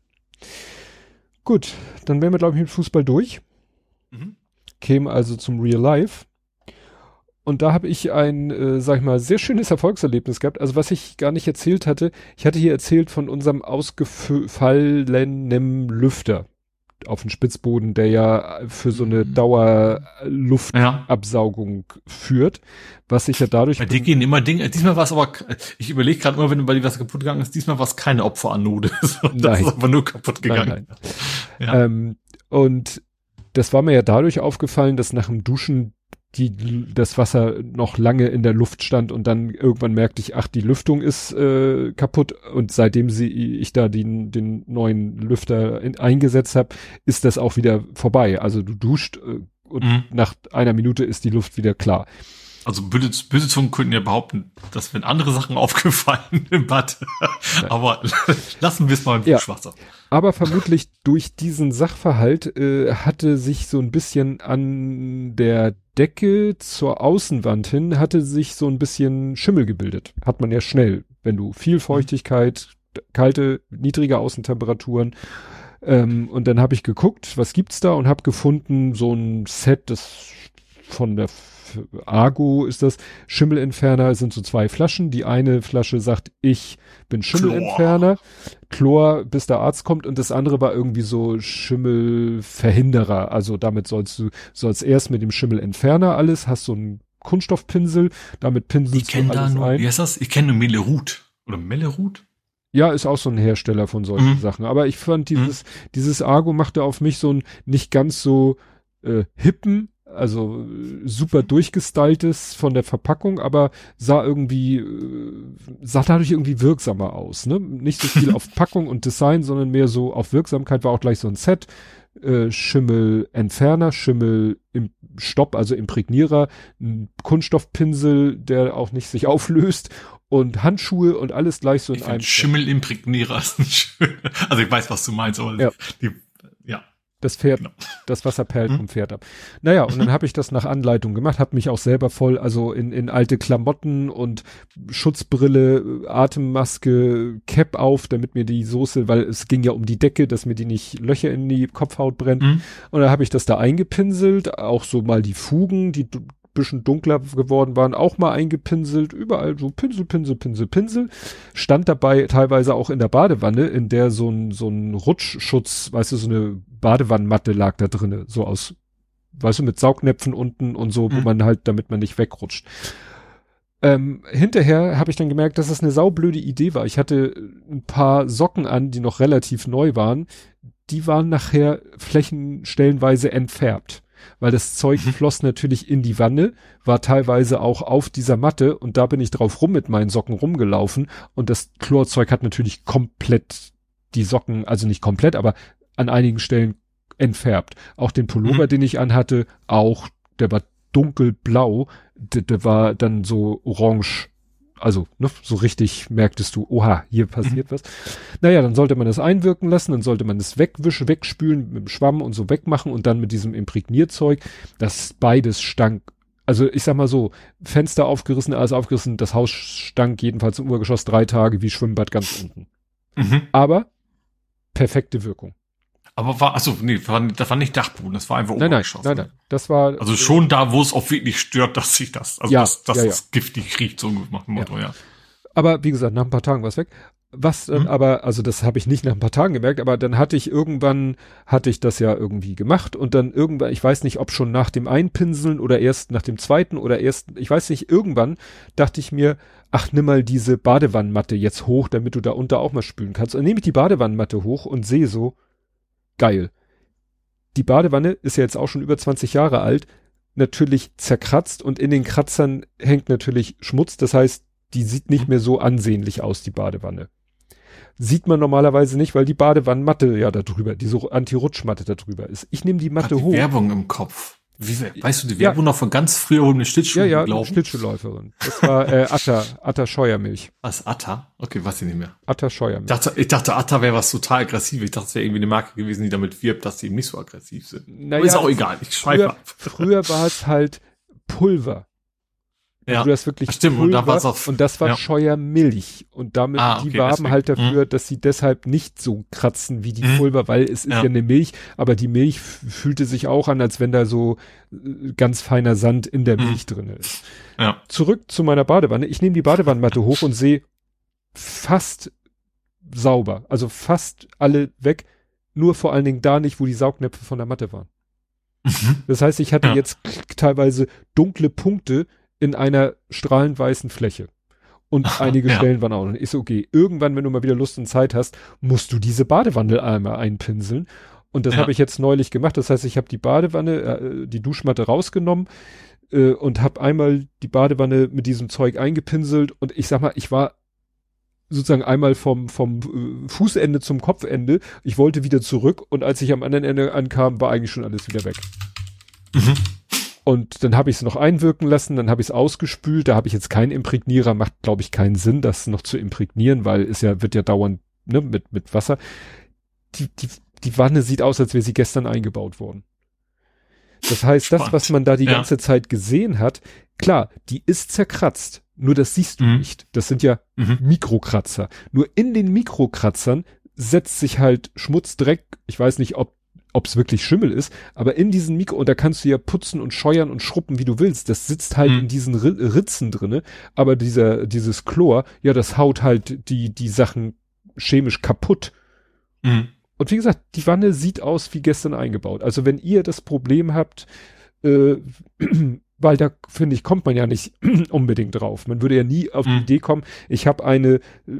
Gut, dann wären wir, glaube ich, mit Fußball durch. Kämen also zum Real Life. Und da habe ich ein, sag ich mal, sehr schönes Erfolgserlebnis gehabt. Also was ich gar nicht erzählt hatte, ich hatte hier erzählt von unserem ausgefallenen Lüfter auf dem Spitzboden, der ja für so eine Dauerluftabsaugung führt, was sich ja dadurch... Bei dir gehen immer Dinge, diesmal war es aber, ich überlege gerade immer, wenn bei dir was kaputt gegangen ist, diesmal war es keine Opferanode, das ist aber nur kaputt gegangen. Nein. Und das war mir ja dadurch aufgefallen, dass nach dem Duschen das Wasser noch lange in der Luft stand und dann irgendwann merkte ich, ach, die Lüftung ist kaputt und seitdem ich da den neuen Lüfter eingesetzt habe, ist das auch wieder vorbei. Also du duscht und nach einer Minute ist die Luft wieder klar. Also böse Zungen könnten ja behaupten, dass wenn andere Sachen aufgefallen im Bad, aber lassen wir es mal im Schwarzer. Aber vermutlich durch diesen Sachverhalt hatte sich so ein bisschen an der Decke zur Außenwand hin, hatte sich so ein bisschen Schimmel gebildet. Hat man ja schnell, wenn du viel Feuchtigkeit, kalte, niedrige Außentemperaturen. Und dann habe ich geguckt, was gibt's da und habe gefunden, so ein Set, das von der Argo ist das, Schimmelentferner, es sind so 2 Flaschen. Die eine Flasche sagt, ich bin Schimmelentferner, Chlor, bis der Arzt kommt, und das andere war irgendwie so Schimmelverhinderer. Also damit sollst erst mit dem Schimmelentferner alles, hast so einen Kunststoffpinsel, damit pinselst du alles ein. Wie heißt das? Ich kenne nur Mellerut. Oder Mellerut? Ja, ist auch so ein Hersteller von solchen Sachen. Aber ich fand dieses Argo machte auf mich so ein nicht ganz so hippen, also super durchgestyltes von der Verpackung, aber sah dadurch irgendwie wirksamer aus, ne? Nicht so viel auf Packung und Design, sondern mehr so auf Wirksamkeit. War auch gleich so ein Set, Schimmelentferner, Schimmel im Stopp, also Imprägnierer, ein Kunststoffpinsel, der auch nicht sich auflöst, und Handschuhe und alles gleich so in einem. Schimmelimprägnierer ist ein schön. Also ich weiß, was du meinst, aber das Pferd, das Wasser perlt vom Pferd ab. Naja, und dann habe ich das nach Anleitung gemacht, habe mich auch selber voll, also in alte Klamotten und Schutzbrille, Atemmaske, Cap auf, damit mir die Soße, weil es ging ja um die Decke, dass mir die nicht Löcher in die Kopfhaut brennt. Und dann habe ich das da eingepinselt, auch so mal die Fugen, die bisschen dunkler geworden waren, auch mal eingepinselt, überall so Pinsel, stand dabei teilweise auch in der Badewanne, in der so ein Rutschschutz, weißt du, so eine Badewannenmatte lag da drinne, so aus, weißt du, mit Saugnäpfen unten und so, wo man halt, damit man nicht wegrutscht. Hinterher habe ich dann gemerkt, dass es eine saublöde Idee war. Ich hatte ein paar Socken an, die noch relativ neu waren, die waren nachher stellenweise entfärbt. Weil das Zeug floss natürlich in die Wanne, war teilweise auch auf dieser Matte, und da bin ich drauf mit meinen Socken rumgelaufen, und das Chlorzeug hat natürlich komplett die Socken, also nicht komplett, aber an einigen Stellen entfärbt. Auch den Pullover, den ich anhatte, der war dunkelblau, der war dann so orange. Also, ne, so richtig merktest du, oha, hier passiert was. Naja, dann sollte man das einwirken lassen, dann sollte man das wegspülen mit dem Schwamm und so wegmachen und dann mit diesem Imprägnierzeug. Das beides stank. Also, ich sag mal so, Fenster aufgerissen, alles aufgerissen, das Haus stank jedenfalls im Obergeschoss 3 Tage wie Schwimmbad ganz unten. Aber perfekte Wirkung. Aber das war nicht Dachboden, das war einfach Obergeschoss. Nein, das war. Also schon da, wo es auch wirklich stört, dass sich das, also dass es giftig riecht, so nach dem Motto, ja. Aber wie gesagt, nach ein paar Tagen war es weg. Was dann aber, also das habe ich nicht nach ein paar Tagen gemerkt, aber dann hatte ich das ja irgendwie gemacht, und dann irgendwann, ich weiß nicht, ob schon nach dem Einpinseln oder erst nach dem zweiten oder erst, ich weiß nicht, irgendwann dachte ich mir, ach, nimm mal diese Badewannenmatte jetzt hoch, damit du da unter auch mal spülen kannst. Und dann nehme ich die Badewannenmatte hoch und sehe so, geil. Die Badewanne ist ja jetzt auch schon über 20 Jahre alt, natürlich zerkratzt, und in den Kratzern hängt natürlich Schmutz, das heißt, die sieht nicht mehr so ansehnlich aus, die Badewanne. Sieht man normalerweise nicht, weil die Badewannenmatte ja da drüber, diese Anti-Rutschmatte da drüber ist. Ich nehme die Matte hoch. Werbung im Kopf. Weißt du, die Werbung noch von ganz früher um eine Schlittschuh gelaufen? Schlittschuhläuferin. Das war Atta Scheuermilch. Was, Atta? Okay, weiß ich nicht mehr. Atta Scheuermilch. Ich dachte, Atta wäre was total aggressives. Ich dachte, es wäre irgendwie eine Marke gewesen, die damit wirbt, dass sie eben nicht so aggressiv sind. Naja, ist auch egal. Ich schweife ab. Früher war es halt Pulver. Also du hast wirklich stimmt, Pulver und das war Scheuermilch. Und damit, die warben halt dafür, dass sie deshalb nicht so kratzen wie die Pulver, weil es ist ja eine Milch, aber die Milch fühlte sich auch an, als wenn da so ganz feiner Sand in der Milch drin ist. Ja. Zurück zu meiner Badewanne. Ich nehme die Badewannenmatte hoch und sehe fast sauber. Also fast alle weg. Nur vor allen Dingen da nicht, wo die Saugnäpfe von der Matte waren. Das heißt, ich hatte jetzt teilweise dunkle Punkte in einer strahlend weißen Fläche. Und einige Stellen waren auch noch. Ich so, okay, irgendwann, wenn du mal wieder Lust und Zeit hast, musst du diese Badewanne einmal einpinseln. Und das habe ich jetzt neulich gemacht. Das heißt, ich habe die Badewanne, die Duschmatte rausgenommen und habe einmal die Badewanne mit diesem Zeug eingepinselt. Und ich sag mal, ich war sozusagen einmal vom Fußende zum Kopfende. Ich wollte wieder zurück und als ich am anderen Ende ankam, war eigentlich schon alles wieder weg. Und dann habe ich es noch einwirken lassen, dann habe ich es ausgespült, da habe ich jetzt keinen Imprägnierer, macht glaube ich keinen Sinn, das noch zu imprägnieren, weil es wird ja dauernd mit Wasser. Die Wanne sieht aus, als wäre sie gestern eingebaut worden. Das heißt, spannend. Das, was man da die ganze Zeit gesehen hat, klar, die ist zerkratzt. Nur das siehst du nicht. Das sind ja Mikrokratzer. Nur in den Mikrokratzern setzt sich halt Schmutz, Dreck, ich weiß nicht, ob es wirklich Schimmel ist, aber in diesen und da kannst du ja putzen und scheuern und schruppen, wie du willst. Das sitzt halt in diesen Ritzen drinne, aber dieses Chlor, ja, das haut halt die Sachen chemisch kaputt. Und wie gesagt, die Wanne sieht aus wie gestern eingebaut. Also wenn ihr das Problem habt, weil da, finde ich, kommt man ja nicht unbedingt drauf. Man würde ja nie auf die Idee kommen, ich habe eine,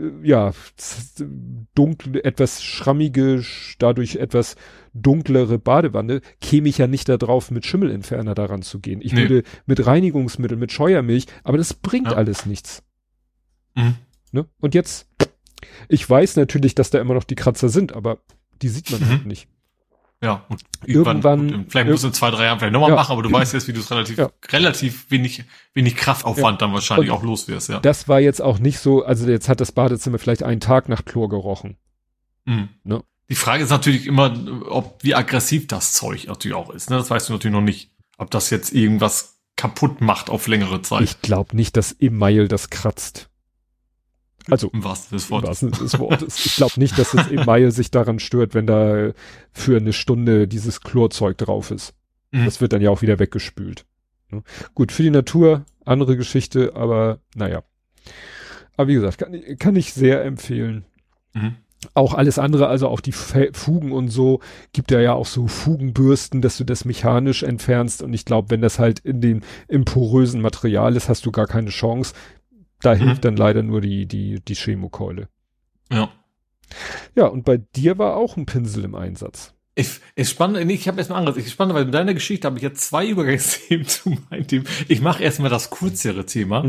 dunkle, etwas schrammige, dadurch etwas dunklere Badewanne, käme ich ja nicht da drauf, mit Schimmelentferner daran zu gehen. Ich würde mit Reinigungsmittel, mit Scheuermilch, aber das bringt alles nichts. Ne? Und jetzt, ich weiß natürlich, dass da immer noch die Kratzer sind, aber die sieht man halt nicht. Ja, und irgendwann vielleicht musst du in 2-3 Jahren vielleicht nochmal machen, aber du weißt jetzt, wie du es relativ wenig Kraftaufwand dann wahrscheinlich auch los wirst, Das war jetzt auch nicht so, also jetzt hat das Badezimmer vielleicht einen Tag nach Chlor gerochen. Ne? Die Frage ist natürlich immer, wie aggressiv das Zeug natürlich auch ist, ne? Das weißt du natürlich noch nicht, ob das jetzt irgendwas kaputt macht auf längere Zeit. Ich glaube nicht, dass Email das kratzt. Also, im wahrsten Sinne des Wortes. Ich glaube nicht, dass das Email sich daran stört, wenn da für eine Stunde dieses Chlorzeug drauf ist. Das wird dann ja auch wieder weggespült. Ne? Gut, für die Natur, andere Geschichte, aber naja. Aber wie gesagt, kann ich sehr empfehlen. Auch alles andere, also auch die Fugen und so, gibt ja auch so Fugenbürsten, dass du das mechanisch entfernst. Und ich glaube, wenn das halt im porösen Material ist, hast du gar keine Chance. Da hilft dann leider nur die Chemokeule. Ja. Ja, und bei dir war auch ein Pinsel im Einsatz. Ich habe erstmal anderes. Ich spannend, weil in deiner Geschichte habe ich jetzt 2 Übergangsthemen zu meinem Thema. Ich mache erstmal das kürzere Thema.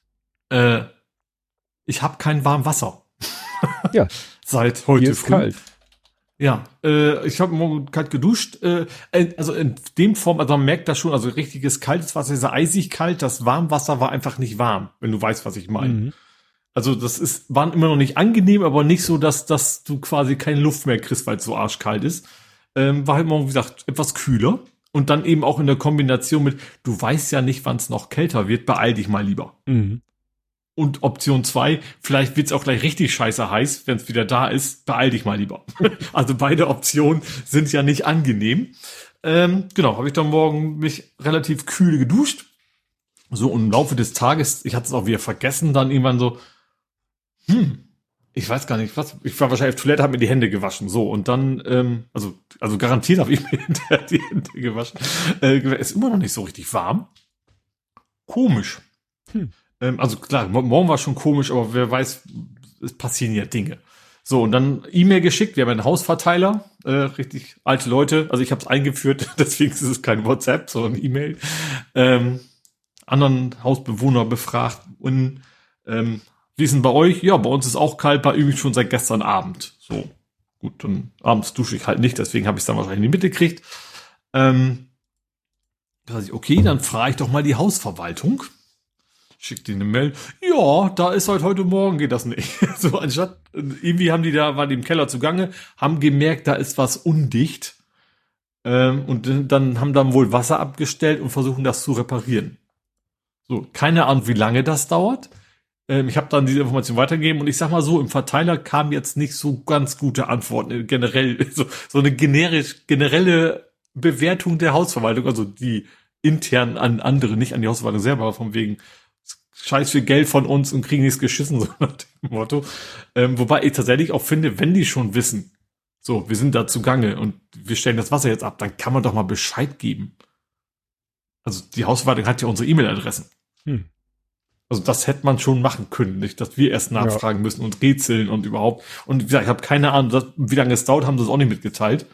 Ich habe kein warmes Wasser. Ja. Seit heute hier ist früh. Kalt. Ja, ich habe morgen kalt geduscht. Also in dem Form, also man merkt das schon, also richtiges kaltes Wasser ist eisig kalt. Das Warmwasser war einfach nicht warm, wenn du weißt, was ich meine. Also das war immer noch nicht angenehm, aber nicht so, dass du quasi keine Luft mehr kriegst, weil es so arschkalt ist. War halt morgen, wie gesagt, etwas kühler. Und dann eben auch in der Kombination mit, du weißt ja nicht, wann es noch kälter wird, beeil dich mal lieber. Und Option 2, vielleicht wird's auch gleich richtig scheiße heiß, wenn es wieder da ist, beeil dich mal lieber. Also beide Optionen sind ja nicht angenehm. Genau, habe ich dann morgen mich relativ kühl geduscht. So und im Laufe des Tages, ich hatte es auch wieder vergessen, dann irgendwann so, ich weiß gar nicht, was, ich war wahrscheinlich auf Toilette, habe mir die Hände gewaschen. So, und dann, also garantiert habe ich mir hinterher die Hände gewaschen. Ist immer noch nicht so richtig warm. Komisch. Also klar, morgen war schon komisch, aber wer weiß, es passieren ja Dinge. So, und dann E-Mail geschickt, wir haben einen Hausverteiler, richtig alte Leute, also ich habe es eingeführt, deswegen ist es kein WhatsApp, sondern E-Mail. Anderen Hausbewohner befragt und wie ist denn bei euch? Ja, bei uns ist auch kalt, bei übrigens schon seit gestern Abend. So, gut, dann abends dusche ich halt nicht, deswegen habe ich es dann wahrscheinlich in die Mitte gekriegt. Okay, dann frage ich doch mal die Hausverwaltung. Schickt die eine Mail. Ja, da ist heute Morgen geht das nicht. So anstatt, irgendwie waren die im Keller zugange, haben gemerkt, da ist was undicht. Und dann haben wohl Wasser abgestellt und versuchen das zu reparieren. So, keine Ahnung, wie lange das dauert. Ich habe dann diese Information weitergegeben und ich sag mal so, im Verteiler kamen jetzt nicht so ganz gute Antworten. Generell, so eine generelle Bewertung der Hausverwaltung, also die intern an andere, nicht an die Hausverwaltung selber, aber von wegen Scheiß viel Geld von uns und kriegen nichts geschissen, so nach dem Motto. Wobei ich tatsächlich auch finde, wenn die schon wissen, so, wir sind da zugange und wir stellen das Wasser jetzt ab, dann kann man doch mal Bescheid geben. Also die Hausverwaltung hat ja unsere E-Mail-Adressen. Also das hätte man schon machen können, nicht, dass wir erst nachfragen müssen und rätseln und überhaupt. Und wie gesagt, ich habe keine Ahnung, wie lange es dauert, haben sie es auch nicht mitgeteilt.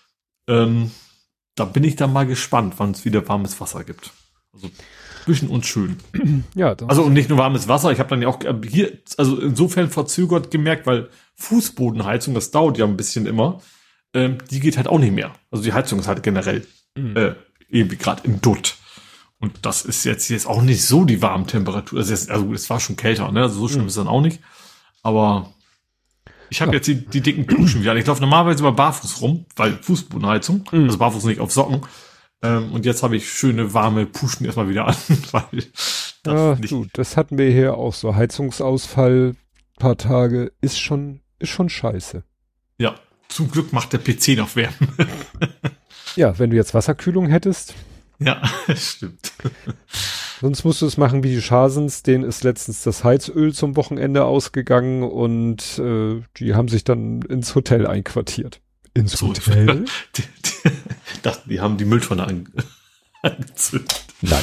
Da bin ich dann mal gespannt, wann es wieder warmes Wasser gibt. Also zwischen uns schön. Ja. Also und nicht nur warmes Wasser, ich habe dann ja auch hier, also insofern verzögert gemerkt, weil Fußbodenheizung, das dauert ja ein bisschen immer, die geht halt auch nicht mehr. Also die Heizung ist halt generell irgendwie gerade im Dutt. Und das ist jetzt auch nicht so die warme Temperatur. Also es war schon kälter, ne? Also so schlimm ist es dann auch nicht. Aber ich habe jetzt die dicken Puschen wieder. Ich laufe normalerweise immer barfuß rum, weil Fußbodenheizung, also barfuß nicht auf Socken. Und jetzt habe ich schöne warme Puschen erstmal wieder an, weil das hatten wir hier auch so. Heizungsausfall, paar Tage, ist schon scheiße. Ja, zum Glück macht der PC noch Wärme. Ja, wenn du jetzt Wasserkühlung hättest. Ja, stimmt. Sonst musst du es machen wie die Schasens, denen ist letztens das Heizöl zum Wochenende ausgegangen und die haben sich dann ins Hotel einquartiert. Ins Hotel? Die haben die Mülltonne angezündet. Nein.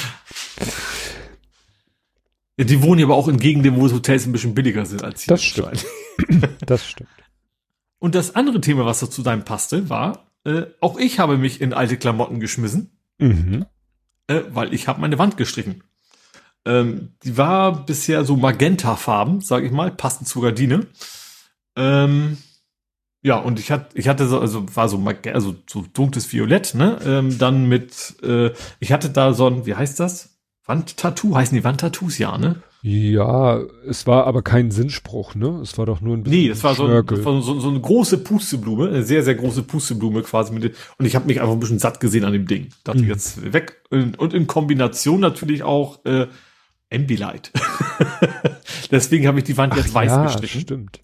Ja, die wohnen ja aber auch in Gegenden, wo Hotels ein bisschen billiger sind als hier. Das stimmt. Das stimmt. Und das andere Thema, was da zu deinem passte, war, auch ich habe mich in alte Klamotten geschmissen. Weil ich habe meine Wand gestrichen. Die war bisher so Magentafarben, sage ich mal, passend zur Gardine. Ja, und ich hatte war so dunkles Violett, ne? Dann mit, ich hatte da so ein, wie heißt das? Wandtattoo? Heißen die Wandtattoos? Ja, ne? Ja, es war aber kein Sinnspruch, ne? Es war doch nur ein bisschen. Nee, das war so eine große Pusteblume, eine sehr, sehr große Pusteblume quasi und ich habe mich einfach ein bisschen satt gesehen an dem Ding. Dachte ich jetzt weg. Und in Kombination natürlich auch Ambilight. Deswegen habe ich die Wand jetzt weiß gestrichen. Stimmt.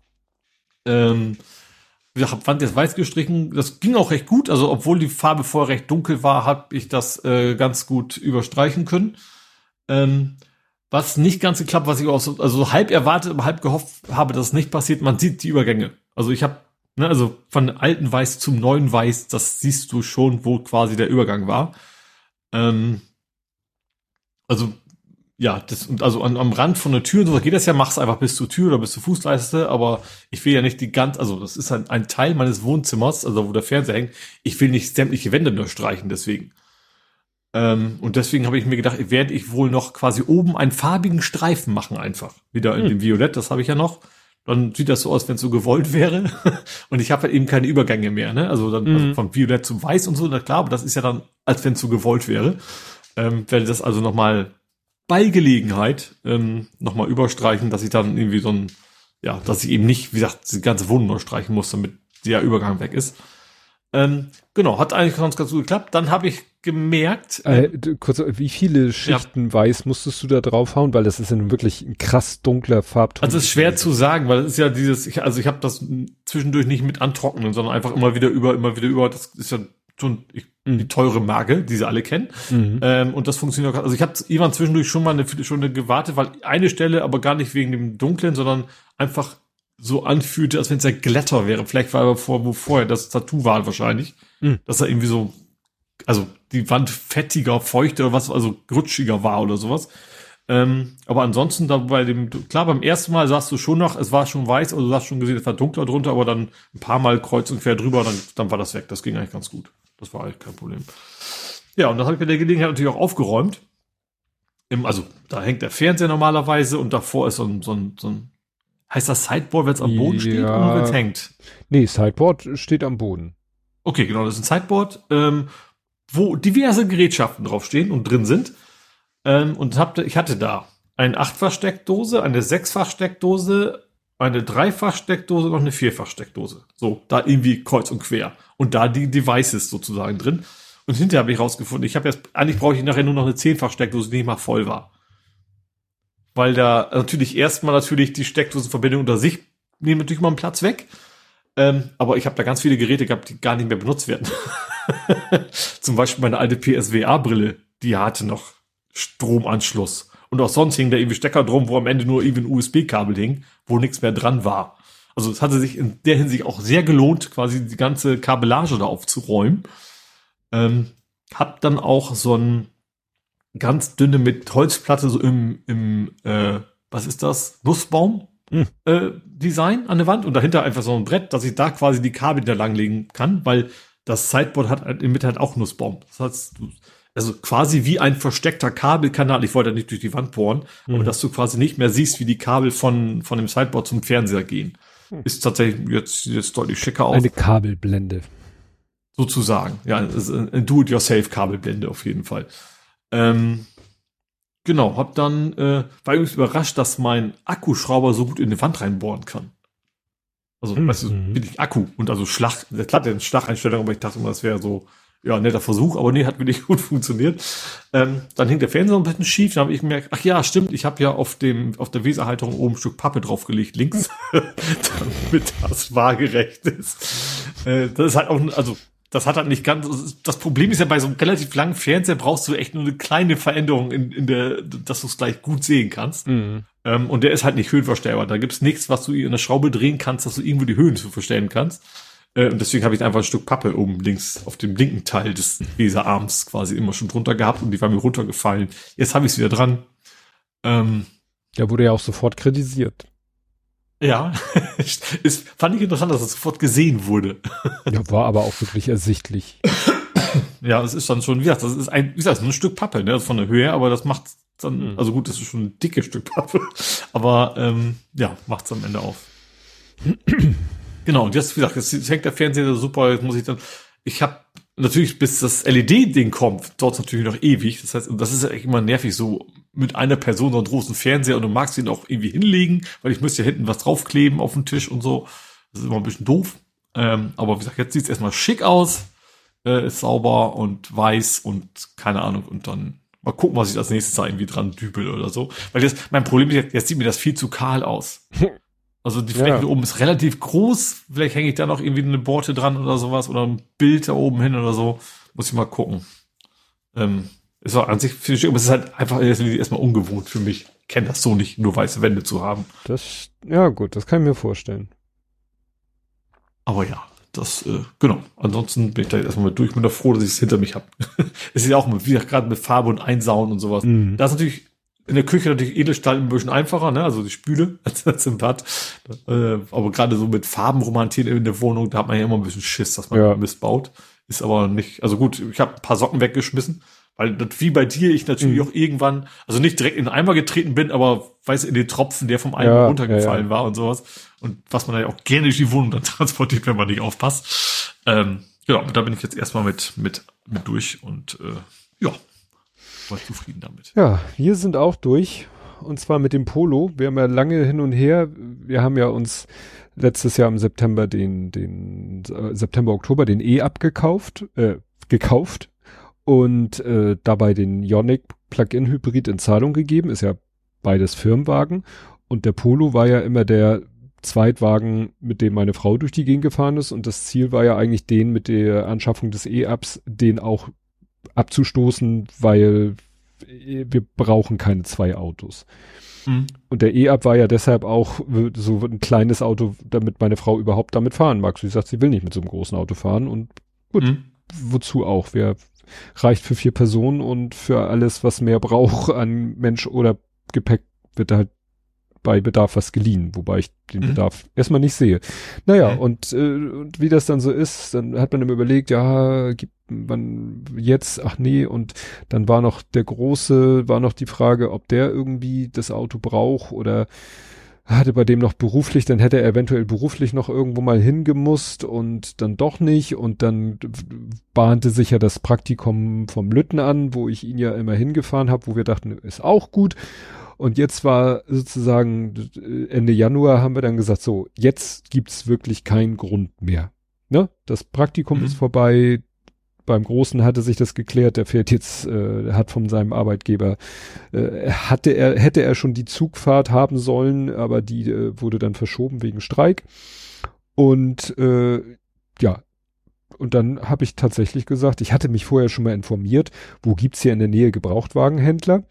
Ich habe Wand jetzt weiß gestrichen. Das ging auch recht gut. Also obwohl die Farbe vorher recht dunkel war, habe ich das ganz gut überstreichen können. Was nicht ganz geklappt, was ich auch so halb erwartet, aber halb gehofft habe, dass es nicht passiert. Man sieht die Übergänge. Also ich habe, also von alten Weiß zum neuen Weiß, das siehst du schon, wo quasi der Übergang war. Also ja, am Rand von der Tür, so geht das ja, mach's einfach bis zur Tür oder bis zur Fußleiste, aber ich will ja nicht das ist ein Teil meines Wohnzimmers, also wo der Fernseher hängt. Ich will nicht sämtliche Wände nur streichen, deswegen. Und deswegen habe ich mir gedacht, werde ich wohl noch quasi oben einen farbigen Streifen machen einfach. Wieder in dem Violett, das habe ich ja noch. Dann sieht das so aus, wenn es so gewollt wäre. Und ich habe halt eben keine Übergänge mehr, ne? Also dann also von Violett zum Weiß und so, na klar, aber das ist ja dann, als wenn es so gewollt wäre. Werde das also nochmal bei Gelegenheit nochmal überstreichen, dass ich dann irgendwie dass ich eben nicht, wie gesagt, die ganze Wohnung neu streichen muss, damit der Übergang weg ist. Genau, hat eigentlich ganz gut geklappt. Dann habe ich gemerkt... kurz, wie viele Schichten Weiß musstest du da draufhauen? Weil das ist ja nun wirklich ein krass dunkler Farbton. Also es ist schwer zu sagen, weil es ist ja ich habe das zwischendurch nicht mit antrocknen, sondern einfach immer wieder über. Das ist ja schon die teure Marke, die sie alle kennen. Und das funktioniert auch. Also ich habe irgendwann zwischendurch schon mal eine Viertelstunde gewartet, weil eine Stelle, aber gar nicht wegen dem Dunklen, sondern einfach so anfühlte, als wenn es ja glatter wäre. Vielleicht war aber vorher das Tattoo war wahrscheinlich, dass er irgendwie so, also die Wand fettiger, feuchter oder was, also rutschiger war oder sowas. Aber ansonsten da beim ersten Mal sahst du schon noch, es war schon weiß, also du hast schon gesehen, es war dunkler drunter, aber dann ein paar Mal kreuz und quer drüber, dann war das weg. Das ging eigentlich ganz gut. Das war eigentlich kein Problem. Ja, und dann habe ich bei der Gelegenheit natürlich auch aufgeräumt. Also da hängt der Fernseher normalerweise und davor ist so ein heißt das Sideboard, wenn es am Boden steht oder wenn es hängt? Nee, Sideboard steht am Boden. Okay, genau, das ist ein Sideboard, wo diverse Gerätschaften draufstehen und drin sind. Und ich hatte da eine 8-fach-Steckdose, eine 6-fach-Steckdose, eine 3-fach-Steckdose und noch eine 4-fach-Steckdose. So, da irgendwie kreuz und quer. Und da die Devices sozusagen drin. Und hinterher habe ich rausgefunden, eigentlich brauche ich nachher nur noch eine 10-fach-Steckdose, die nicht mal voll war. weil da natürlich erstmal die Steckdosenverbindung unter sich nehmen natürlich mal einen Platz weg. Aber ich habe da ganz viele Geräte gehabt, die gar nicht mehr benutzt werden. Zum Beispiel meine alte PSVR-Brille, die hatte noch Stromanschluss. Und auch sonst hing da irgendwie Stecker drum, wo am Ende nur irgendwie ein USB-Kabel hing, wo nichts mehr dran war. Also es hatte sich in der Hinsicht auch sehr gelohnt, quasi die ganze Kabellage da aufzuräumen. Hab dann auch so ein ganz dünne mit Holzplatte so im was ist das? Nussbaum? Design an der Wand und dahinter einfach so ein Brett, dass ich da quasi die Kabel da langlegen kann, weil das Sideboard hat in der Mitte halt auch Nussbaum. Das heißt, also quasi wie ein versteckter Kabelkanal. Ich wollte ja nicht durch die Wand bohren, aber dass du quasi nicht mehr siehst, wie die Kabel von dem Sideboard zum Fernseher gehen. Ist tatsächlich jetzt deutlich schicker aus. Eine Kabelblende. Sozusagen. Ja, eine Do-it-yourself-Kabelblende auf jeden Fall. Genau, hab dann, war übrigens überrascht, dass mein Akkuschrauber so gut in die Wand reinbohren kann. Also, weißt du, bin ich Akku und also Schlag, der hat ja eine Schlageinstellung, aber ich dachte immer, das wäre so, ja, netter Versuch, aber nee, hat wirklich gut funktioniert. Dann hing der Fernseher ein bisschen schief, dann habe ich gemerkt, ach ja, stimmt, ich habe ja auf der Weserhalterung oben ein Stück Pappe draufgelegt, links, damit das waagerecht ist. Das ist halt auch, also, das hat halt nicht ganz, das Problem ist ja bei so einem relativ langen Fernseher brauchst du echt nur eine kleine Veränderung in der, dass du es gleich gut sehen kannst. Und der ist halt nicht höhenverstellbar. Da gibt's nichts, was du in der Schraube drehen kannst, dass du irgendwo die Höhen zu verstellen kannst. Und deswegen habe ich einfach ein Stück Pappe oben links auf dem linken Teil des Weserarms quasi immer schon drunter gehabt und die war mir runtergefallen. Jetzt habe ich es wieder dran. Der wurde ja auch sofort kritisiert. Ja, fand ich interessant, dass es sofort gesehen wurde. Ja, war aber auch wirklich ersichtlich. Ja, es ist dann schon, wie gesagt, das ist ein Stück Pappe, ne, von der Höhe her, aber das macht dann, also gut, das ist schon ein dickes Stück Pappe, aber ja, macht's am Ende auf. Genau, und jetzt, wie gesagt, jetzt hängt der Fernseher super, jetzt muss ich dann, ich habe natürlich, bis das LED-Ding kommt, dauert es natürlich noch ewig, das heißt, das ist ja echt immer nervig, so mit einer Person so einen großen Fernseher und du magst ihn auch irgendwie hinlegen, weil ich müsste ja hinten was draufkleben auf den Tisch und so, das ist immer ein bisschen doof, aber wie gesagt, jetzt sieht's erstmal schick aus, ist sauber und weiß und keine Ahnung und dann mal gucken, was ich als nächstes da irgendwie dran dübel oder so, weil mein Problem ist, jetzt sieht mir das viel zu kahl aus. Also die Fläche da oben ist relativ groß. Vielleicht hänge ich da noch irgendwie eine Borte dran oder sowas oder ein Bild da oben hin oder so. Muss ich mal gucken. Ist auch an sich finde ich, aber es ist halt einfach erstmal ungewohnt für mich. Ich kenne das so nicht, nur weiße Wände zu haben. Ja gut, das kann ich mir vorstellen. Aber ja, das, genau. Ansonsten bin ich da jetzt erstmal mit durch. Bin da froh, dass ich es hinter mich habe. Es ist ja auch wie gerade mit Farbe und Einsauen und sowas. Da ist natürlich in der Küche natürlich Edelstahl ein bisschen einfacher, ne? Also die Spüle als im Bad. Aber gerade so mit Farben romantieren in der Wohnung, da hat man ja immer ein bisschen Schiss, dass man Mist baut. Ist aber nicht, also gut, ich habe ein paar Socken weggeschmissen, weil das, wie bei dir, ich natürlich auch irgendwann, also nicht direkt in den Eimer getreten bin, aber weiß in den Tropfen, der vom Eimer runtergefallen war und sowas. Und was man dann ja auch gerne durch die Wohnung dann transportiert, wenn man nicht aufpasst. Genau, da bin ich jetzt erstmal mit durch und ja. War zufrieden damit. Ja, wir sind auch durch. Und zwar mit dem Polo. Wir haben ja lange hin und her. Wir haben ja uns letztes Jahr im September Oktober den E-Up gekauft und dabei den Ioniq Plug-in Hybrid in Zahlung gegeben. Ist ja beides Firmenwagen. Und der Polo war ja immer der Zweitwagen, mit dem meine Frau durch die Gegend gefahren ist. Und das Ziel war ja eigentlich den mit der Anschaffung des E-Ups, den auch abzustoßen, weil wir brauchen keine zwei Autos. Und der E-Up war ja deshalb auch so ein kleines Auto, damit meine Frau überhaupt damit fahren mag. Sie sagt, sie will nicht mit so einem großen Auto fahren und gut, wozu auch? Reicht für 4 Personen und für alles, was mehr braucht an Mensch oder Gepäck, wird halt bei Bedarf was geliehen, wobei ich den Bedarf erstmal nicht sehe. Naja, und wie das dann so ist, dann hat man immer überlegt, ja, gibt man jetzt, ach nee, und dann war noch die Frage, ob der irgendwie das Auto braucht oder hatte bei dem noch beruflich, dann hätte er eventuell beruflich noch irgendwo mal hingemusst und dann doch nicht und dann bahnte sich ja das Praktikum vom Lütten an, wo ich ihn ja immer hingefahren habe, wo wir dachten, ist auch gut. Und jetzt war sozusagen Ende Januar haben wir dann gesagt, so, jetzt gibt's wirklich keinen Grund mehr. Ne? Das Praktikum ist vorbei, beim Großen hatte sich das geklärt, der fährt jetzt, hat von seinem Arbeitgeber, hätte er schon die Zugfahrt haben sollen, aber die wurde dann verschoben wegen Streik. Und ja, und dann habe ich tatsächlich gesagt, ich hatte mich vorher schon mal informiert, wo gibt's hier in der Nähe Gebrauchtwagenhändler?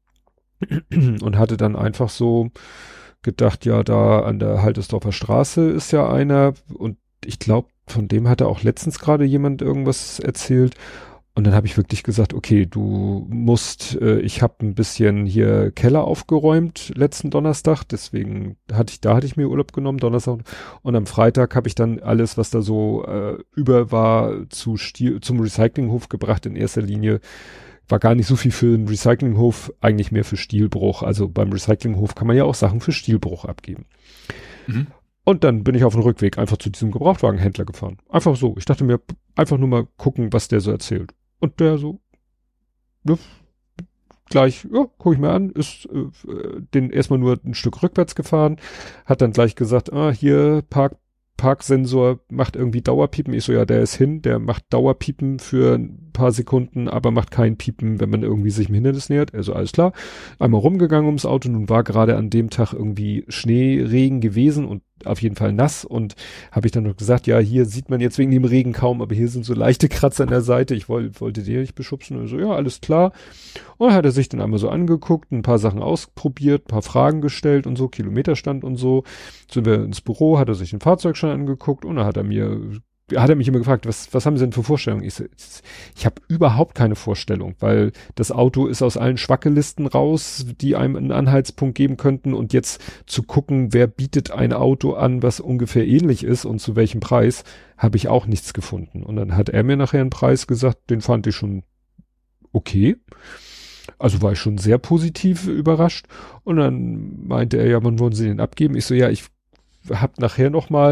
Und hatte dann einfach so gedacht, ja, da an der Haltesdorfer Straße ist ja einer und ich glaube, von dem hatte auch letztens gerade jemand irgendwas erzählt. Und dann habe ich wirklich gesagt, okay, du musst, ich habe ein bisschen hier Keller aufgeräumt letzten Donnerstag, deswegen hatte ich mir Urlaub genommen, Donnerstag. Und am Freitag habe ich dann alles, was da so über war, zum Recyclinghof gebracht. In erster Linie war gar nicht so viel für den Recyclinghof, eigentlich mehr für Stilbruch. Also beim Recyclinghof kann man ja auch Sachen für Stilbruch abgeben. Mhm. Und dann bin ich auf dem Rückweg einfach zu diesem Gebrauchtwagenhändler gefahren. Einfach so. Ich dachte mir, einfach nur mal gucken, was der so erzählt. Und der so, ja, gleich, ja, guck ich mir an, ist den erstmal nur ein Stück rückwärts gefahren, hat dann gleich gesagt, hier Parksensor macht irgendwie Dauerpiepen. Ich so, ja, der ist hin, der macht Dauerpiepen für ein paar Sekunden, aber macht kein Piepen, wenn man irgendwie sich dem Hindernis nähert. Also alles klar. Einmal rumgegangen ums Auto, nun war gerade an dem Tag irgendwie Schneeregen gewesen und auf jeden Fall nass und habe ich dann noch gesagt, ja, hier sieht man jetzt wegen dem Regen kaum, aber hier sind so leichte Kratzer an der Seite. Ich wollte den nicht beschubsen und so, ja, alles klar. Und hat er sich dann einmal so angeguckt, ein paar Sachen ausprobiert, ein paar Fragen gestellt und so, Kilometerstand und so. Sind wir ins Büro, hat er sich den Fahrzeugschein angeguckt und dann hat er mich immer gefragt, was haben Sie denn für Vorstellungen? Ich habe überhaupt keine Vorstellung, weil das Auto ist aus allen Schwackelisten raus, die einem einen Anhaltspunkt geben könnten und jetzt zu gucken, wer bietet ein Auto an, was ungefähr ähnlich ist und zu welchem Preis, habe ich auch nichts gefunden. Und dann hat er mir nachher einen Preis gesagt, den fand ich schon okay. Also war ich schon sehr positiv überrascht. Und dann meinte er, ja, wann wollen Sie den abgeben? Ich so, ja, ich hab nachher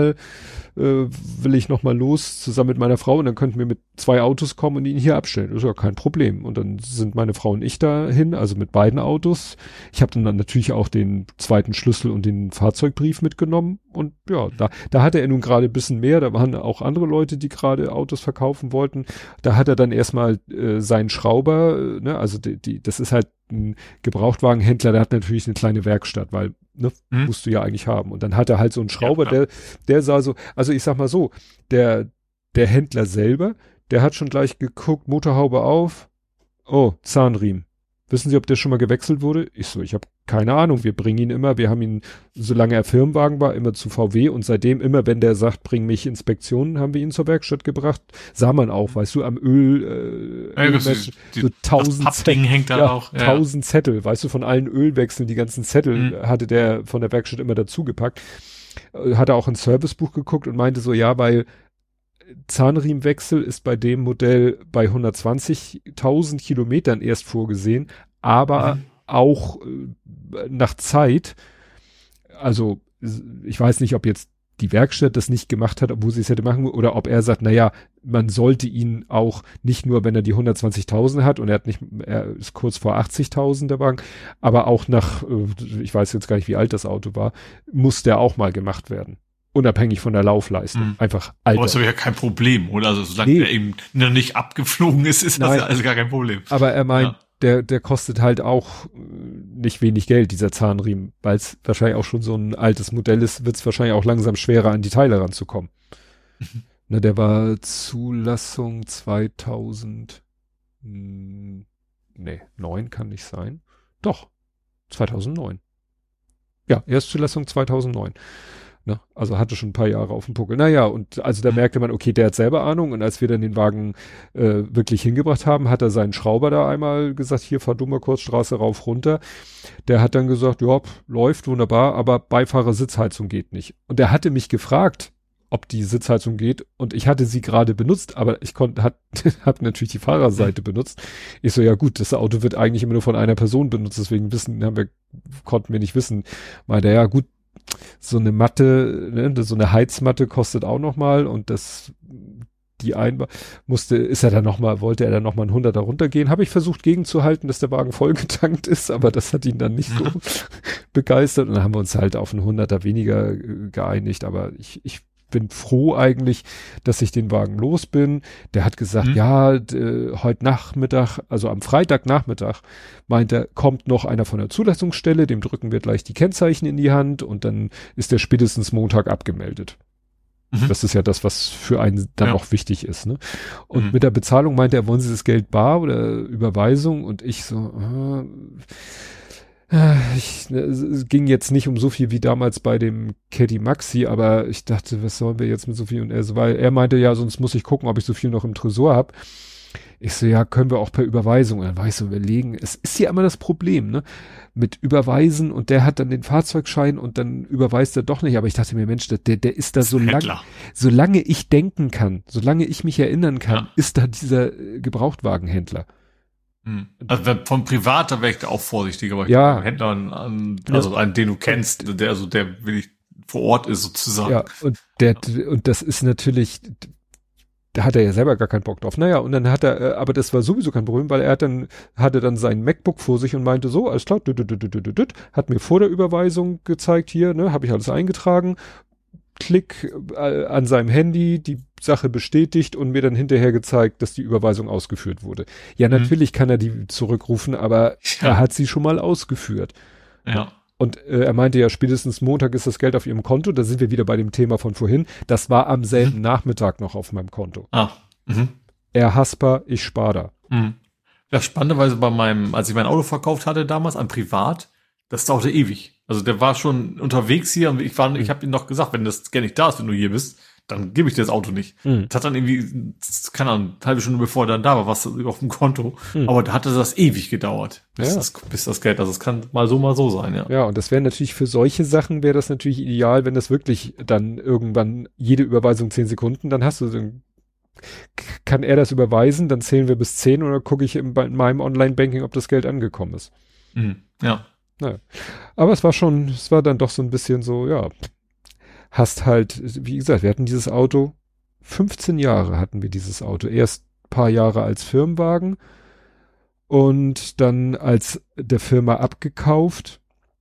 will ich noch mal los zusammen mit meiner Frau und dann könnten wir mit 2 Autos kommen und ihn hier abstellen. Das ist ja kein Problem. Und dann sind meine Frau und ich dahin, also mit beiden Autos. Ich habe dann natürlich auch den zweiten Schlüssel und den Fahrzeugbrief mitgenommen und ja, da hatte er nun gerade ein bisschen mehr. Da waren auch andere Leute, die gerade Autos verkaufen wollten. Da hat er dann erstmal seinen Schrauber, ne, also das ist halt ein Gebrauchtwagenhändler, der hat natürlich eine kleine Werkstatt, weil musst du ja eigentlich haben. Und dann hat er halt so einen Schrauber, ja, der sah so, also ich sag mal so, der Händler selber, der hat schon gleich geguckt, Motorhaube auf, oh, Zahnriemen. Wissen Sie, ob der schon mal gewechselt wurde? Ich so, ich habe keine Ahnung, wir bringen ihn immer, wir haben ihn, solange er Firmenwagen war, immer zu VW und seitdem immer, wenn der sagt, bring mich Inspektionen, haben wir ihn zur Werkstatt gebracht. Sah man auch, weißt du, am Öl, so 1000 Zettel hängt da auch. Ja. 1000 Zettel, weißt du, von allen Ölwechseln, die ganzen Zettel hatte der von der Werkstatt immer dazu gepackt. Hat er auch ins Servicebuch geguckt und meinte so, ja, weil Zahnriemenwechsel ist bei dem Modell bei 120.000 Kilometern erst vorgesehen, aber auch nach Zeit, also ich weiß nicht, ob jetzt die Werkstatt das nicht gemacht hat, obwohl sie es hätte machen, oder ob er sagt, naja, man sollte ihn auch nicht nur, wenn er die 120.000 hat und er ist kurz vor 80.000 der Wagen, aber auch nach, ich weiß jetzt gar nicht, wie alt das Auto war, muss der auch mal gemacht werden. Unabhängig von der Laufleistung. Einfach Alter. Aber ist aber ja kein Problem, oder? Also solange der eben noch nicht abgeflogen ist, ist das ja also gar kein Problem. Aber er meint, der kostet halt auch nicht wenig Geld, dieser Zahnriemen, weil es wahrscheinlich auch schon so ein altes Modell ist, wird es wahrscheinlich auch langsam schwerer, an die Teile ranzukommen. Na, der war Zulassung 2009 kann nicht sein. Doch, 2009. Ja, Erstzulassung 2009. Ne? Also hatte schon ein paar Jahre auf dem Puckel. Naja, und also da merkte man, okay, der hat selber Ahnung. Und als wir dann den Wagen wirklich hingebracht haben, hat er seinen Schrauber da einmal gesagt, hier fahr du mal kurz Straße rauf, runter. Der hat dann gesagt, ja, läuft wunderbar, aber Beifahrerssitzheizung geht nicht. Und der hatte mich gefragt, ob die Sitzheizung geht. Und ich hatte sie gerade benutzt, aber ich hab natürlich die Fahrerseite benutzt. Ich so, ja gut, das Auto wird eigentlich immer nur von einer Person benutzt, deswegen konnten wir nicht wissen. Meinte, ja gut, so eine Matte, ne, so eine Heizmatte kostet auch noch mal und wollte er dann noch mal einen 100er runtergehen. Habe ich versucht gegenzuhalten, dass der Wagen vollgetankt ist, aber das hat ihn dann nicht so begeistert und dann haben wir uns halt auf einen 100er weniger geeinigt, aber ich bin froh eigentlich, dass ich den Wagen los bin. Der hat gesagt, heute Nachmittag, also am Freitagnachmittag, meint er, kommt noch einer von der Zulassungsstelle, dem drücken wir gleich die Kennzeichen in die Hand und dann ist der spätestens Montag abgemeldet. Das ist ja das, was für einen dann auch wichtig ist, ne? Und mit der Bezahlung meinte er, wollen Sie das Geld bar oder Überweisung? Und ich so, es ging jetzt nicht um so viel wie damals bei dem Caddy Maxi, aber ich dachte, was sollen wir jetzt mit so viel? Und weil er meinte, ja, sonst muss ich gucken, ob ich so viel noch im Tresor habe. Ich so, ja, können wir auch per Überweisung. Und dann war ich so überlegen, es ist ja immer das Problem, ne? Mit Überweisen und der hat dann den Fahrzeugschein und dann überweist er doch nicht. Aber ich dachte mir, Mensch, der ist da so lange, solange ich denken kann, solange ich mich erinnern kann, ist da dieser Gebrauchtwagenhändler. Also vom Privater wäre ich da auch vorsichtiger, aber Händler, also einen, den du kennst, der wirklich vor Ort ist sozusagen. Ja, und das ist natürlich, da hat er ja selber gar keinen Bock drauf. Naja, und dann hat er, aber das war sowieso kein Problem, weil er hatte dann sein MacBook vor sich und meinte so, alles klar, hat mir vor der Überweisung gezeigt, hier, ne, habe ich alles eingetragen, Klick an seinem Handy, die Sache bestätigt und mir dann hinterher gezeigt, dass die Überweisung ausgeführt wurde. Ja, natürlich kann er die zurückrufen, aber er hat sie schon mal ausgeführt. Ja. Und er meinte ja, spätestens Montag ist das Geld auf ihrem Konto. Da sind wir wieder bei dem Thema von vorhin. Das war am selben Nachmittag noch auf meinem Konto. Er Hasper, ich spar da. Das Spannenderweise als ich mein Auto verkauft hatte damals an Privat, das dauerte ewig. Also der war schon unterwegs hier und ich habe ihm noch gesagt, wenn das Geld nicht da ist, wenn du hier bist, dann gebe ich dir das Auto nicht. Das hat dann irgendwie, keine Ahnung, eine halbe Stunde bevor er dann da war, was auf dem Konto. Aber da hatte das ewig gedauert, bis das Geld, also es kann mal so sein, ja. Ja, und das wäre natürlich für solche Sachen, wäre das natürlich ideal, wenn das wirklich dann irgendwann jede Überweisung 10 Sekunden, dann hast du so kann er das überweisen, dann zählen wir bis 10 oder gucke ich in meinem Online-Banking, ob das Geld angekommen ist. Ja. Naja. Aber es war dann doch so ein bisschen so, ja, hast halt, wie gesagt, wir hatten dieses Auto, 15 Jahre hatten wir dieses Auto. Erst ein paar Jahre als Firmenwagen und dann als der Firma abgekauft,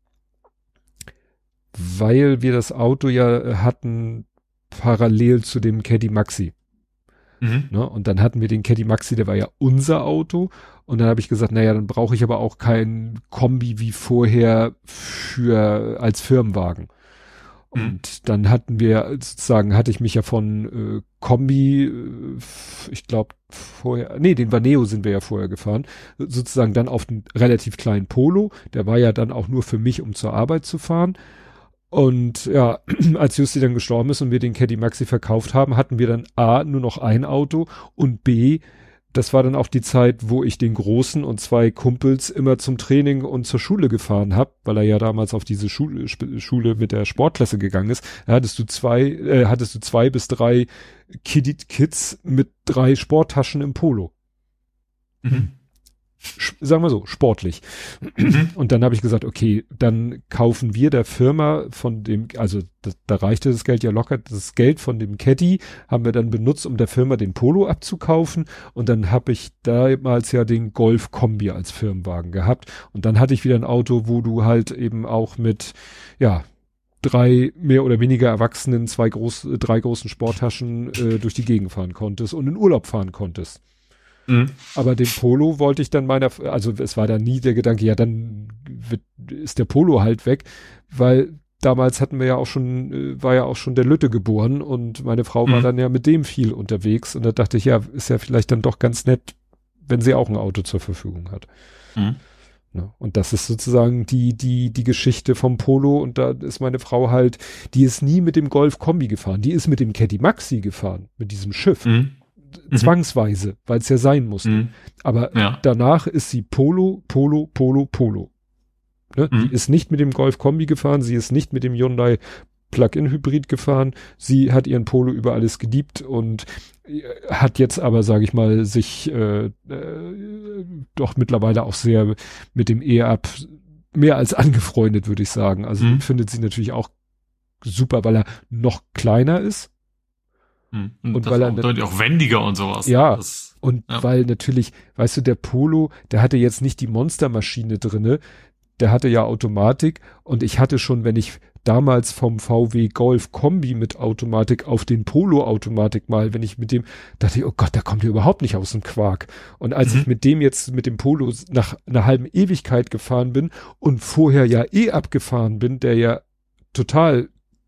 weil wir das Auto ja hatten parallel zu dem Caddy Maxi. Ne? Und dann hatten wir den Caddy Maxi, der war ja unser Auto. Und dann habe ich gesagt, naja, dann brauche ich aber auch kein Kombi wie vorher als Firmenwagen. Und dann hatte ich mich ja von Kombi, ich glaube den Vaneo sind wir ja vorher gefahren, sozusagen dann auf den relativ kleinen Polo. Der war ja dann auch nur für mich, um zur Arbeit zu fahren. Und ja, als Justi dann gestorben ist und wir den Caddy Maxi verkauft haben, hatten wir dann A, nur noch ein Auto und B, das war dann auch die Zeit, wo ich den Großen und 2 Kumpels immer zum Training und zur Schule gefahren habe, weil er ja damals auf diese Schule mit der Sportklasse gegangen ist. Da hattest du 2 bis 3 Kids mit 3 Sporttaschen im Polo. Sagen wir so, sportlich. Und dann habe ich gesagt, okay, dann kaufen wir der Firma von dem, also da reichte das Geld ja locker, das Geld von dem Caddy haben wir dann benutzt, um der Firma den Polo abzukaufen und dann habe ich damals ja den Golf Kombi als Firmenwagen gehabt und dann hatte ich wieder ein Auto, wo du halt eben auch mit, ja, 3 mehr oder weniger Erwachsenen, 3 großen Sporttaschen durch die Gegend fahren konntest und in Urlaub fahren konntest. Aber den Polo wollte ich dann also es war dann nie der Gedanke, ja, dann ist der Polo halt weg, weil damals war ja auch schon der Lütte geboren und meine Frau war dann ja mit dem viel unterwegs und da dachte ich, ja, ist ja vielleicht dann doch ganz nett, wenn sie auch ein Auto zur Verfügung hat. Ja, und das ist sozusagen die Geschichte vom Polo und da ist meine Frau halt, die ist nie mit dem Golf Kombi gefahren, die ist mit dem Caddy Maxi gefahren, mit diesem Schiff. Zwangsweise, weil es ja sein musste. Aber danach ist sie Polo. Ne? Die ist nicht mit dem Golf Kombi gefahren, sie ist nicht mit dem Hyundai Plug-in-Hybrid gefahren, sie hat ihren Polo über alles geliebt und hat jetzt aber, sage ich mal, sich doch mittlerweile auch sehr mit dem E-Up mehr als angefreundet, würde ich sagen. Also findet sie natürlich auch super, weil er noch kleiner ist. Und weil er deutlich auch wendiger und sowas. Ja, weil natürlich, weißt du, der Polo, der hatte jetzt nicht die Monstermaschine drinne, der hatte ja Automatik und ich hatte schon, wenn ich damals vom VW Golf Kombi mit Automatik auf den Polo-Automatik mal, wenn ich mit dem, dachte ich, oh Gott, der kommt ja überhaupt nicht aus dem Quark. Und als ich mit dem jetzt, mit dem Polo nach einer halben Ewigkeit gefahren bin und vorher ja abgefahren bin, der ja total,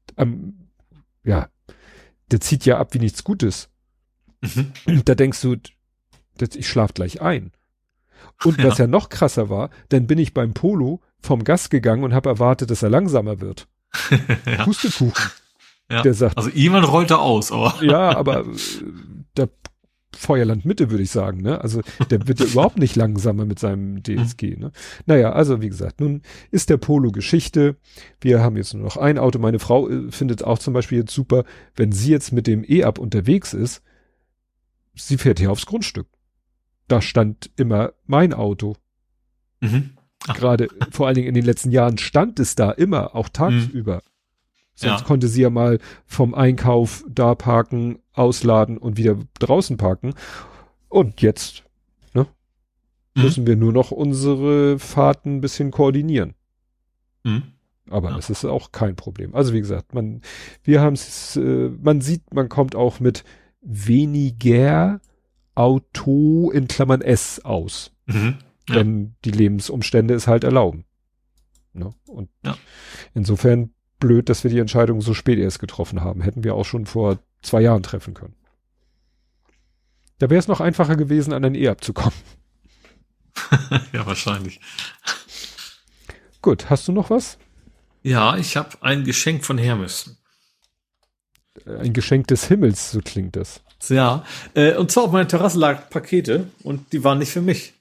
der zieht ja ab wie nichts Gutes. Da denkst du, ich schlaf gleich ein. Und was ja noch krasser war, dann bin ich beim Polo vom Gas gegangen und habe erwartet, dass er langsamer wird. Ja. Pustekuchen. Ja. Der sagt, also jemand rollt da aus, aber. Ja, aber der Feuerland Mitte würde ich sagen, ne? Also der wird ja überhaupt nicht langsamer mit seinem DSG, ne? Naja, also wie gesagt, nun ist der Polo Geschichte. Wir haben jetzt nur noch ein Auto. Meine Frau findet auch zum Beispiel jetzt super, wenn sie jetzt mit dem E-Up unterwegs ist, sie fährt hier aufs Grundstück. Da stand immer mein Auto. Gerade vor allen Dingen in den letzten Jahren stand es da immer, auch tagsüber. Sonst konnte sie ja mal vom Einkauf da parken, ausladen und wieder draußen parken. Und jetzt müssen wir nur noch unsere Fahrten ein bisschen koordinieren. Aber das ist auch kein Problem. Also wie gesagt, man sieht, man kommt auch mit weniger Auto in Klammern S aus. Wenn die Lebensumstände es halt erlauben. Ne? Und insofern blöd, dass wir die Entscheidung so spät erst getroffen haben. Hätten wir auch schon vor 2 Jahren treffen können. Da wäre es noch einfacher gewesen, an ein E-Up zu kommen. Ja, wahrscheinlich. Gut, hast du noch was? Ja, ich habe ein Geschenk von Hermes. Ein Geschenk des Himmels, so klingt das. Ja, und zwar auf meiner Terrasse lagen Pakete und die waren nicht für mich.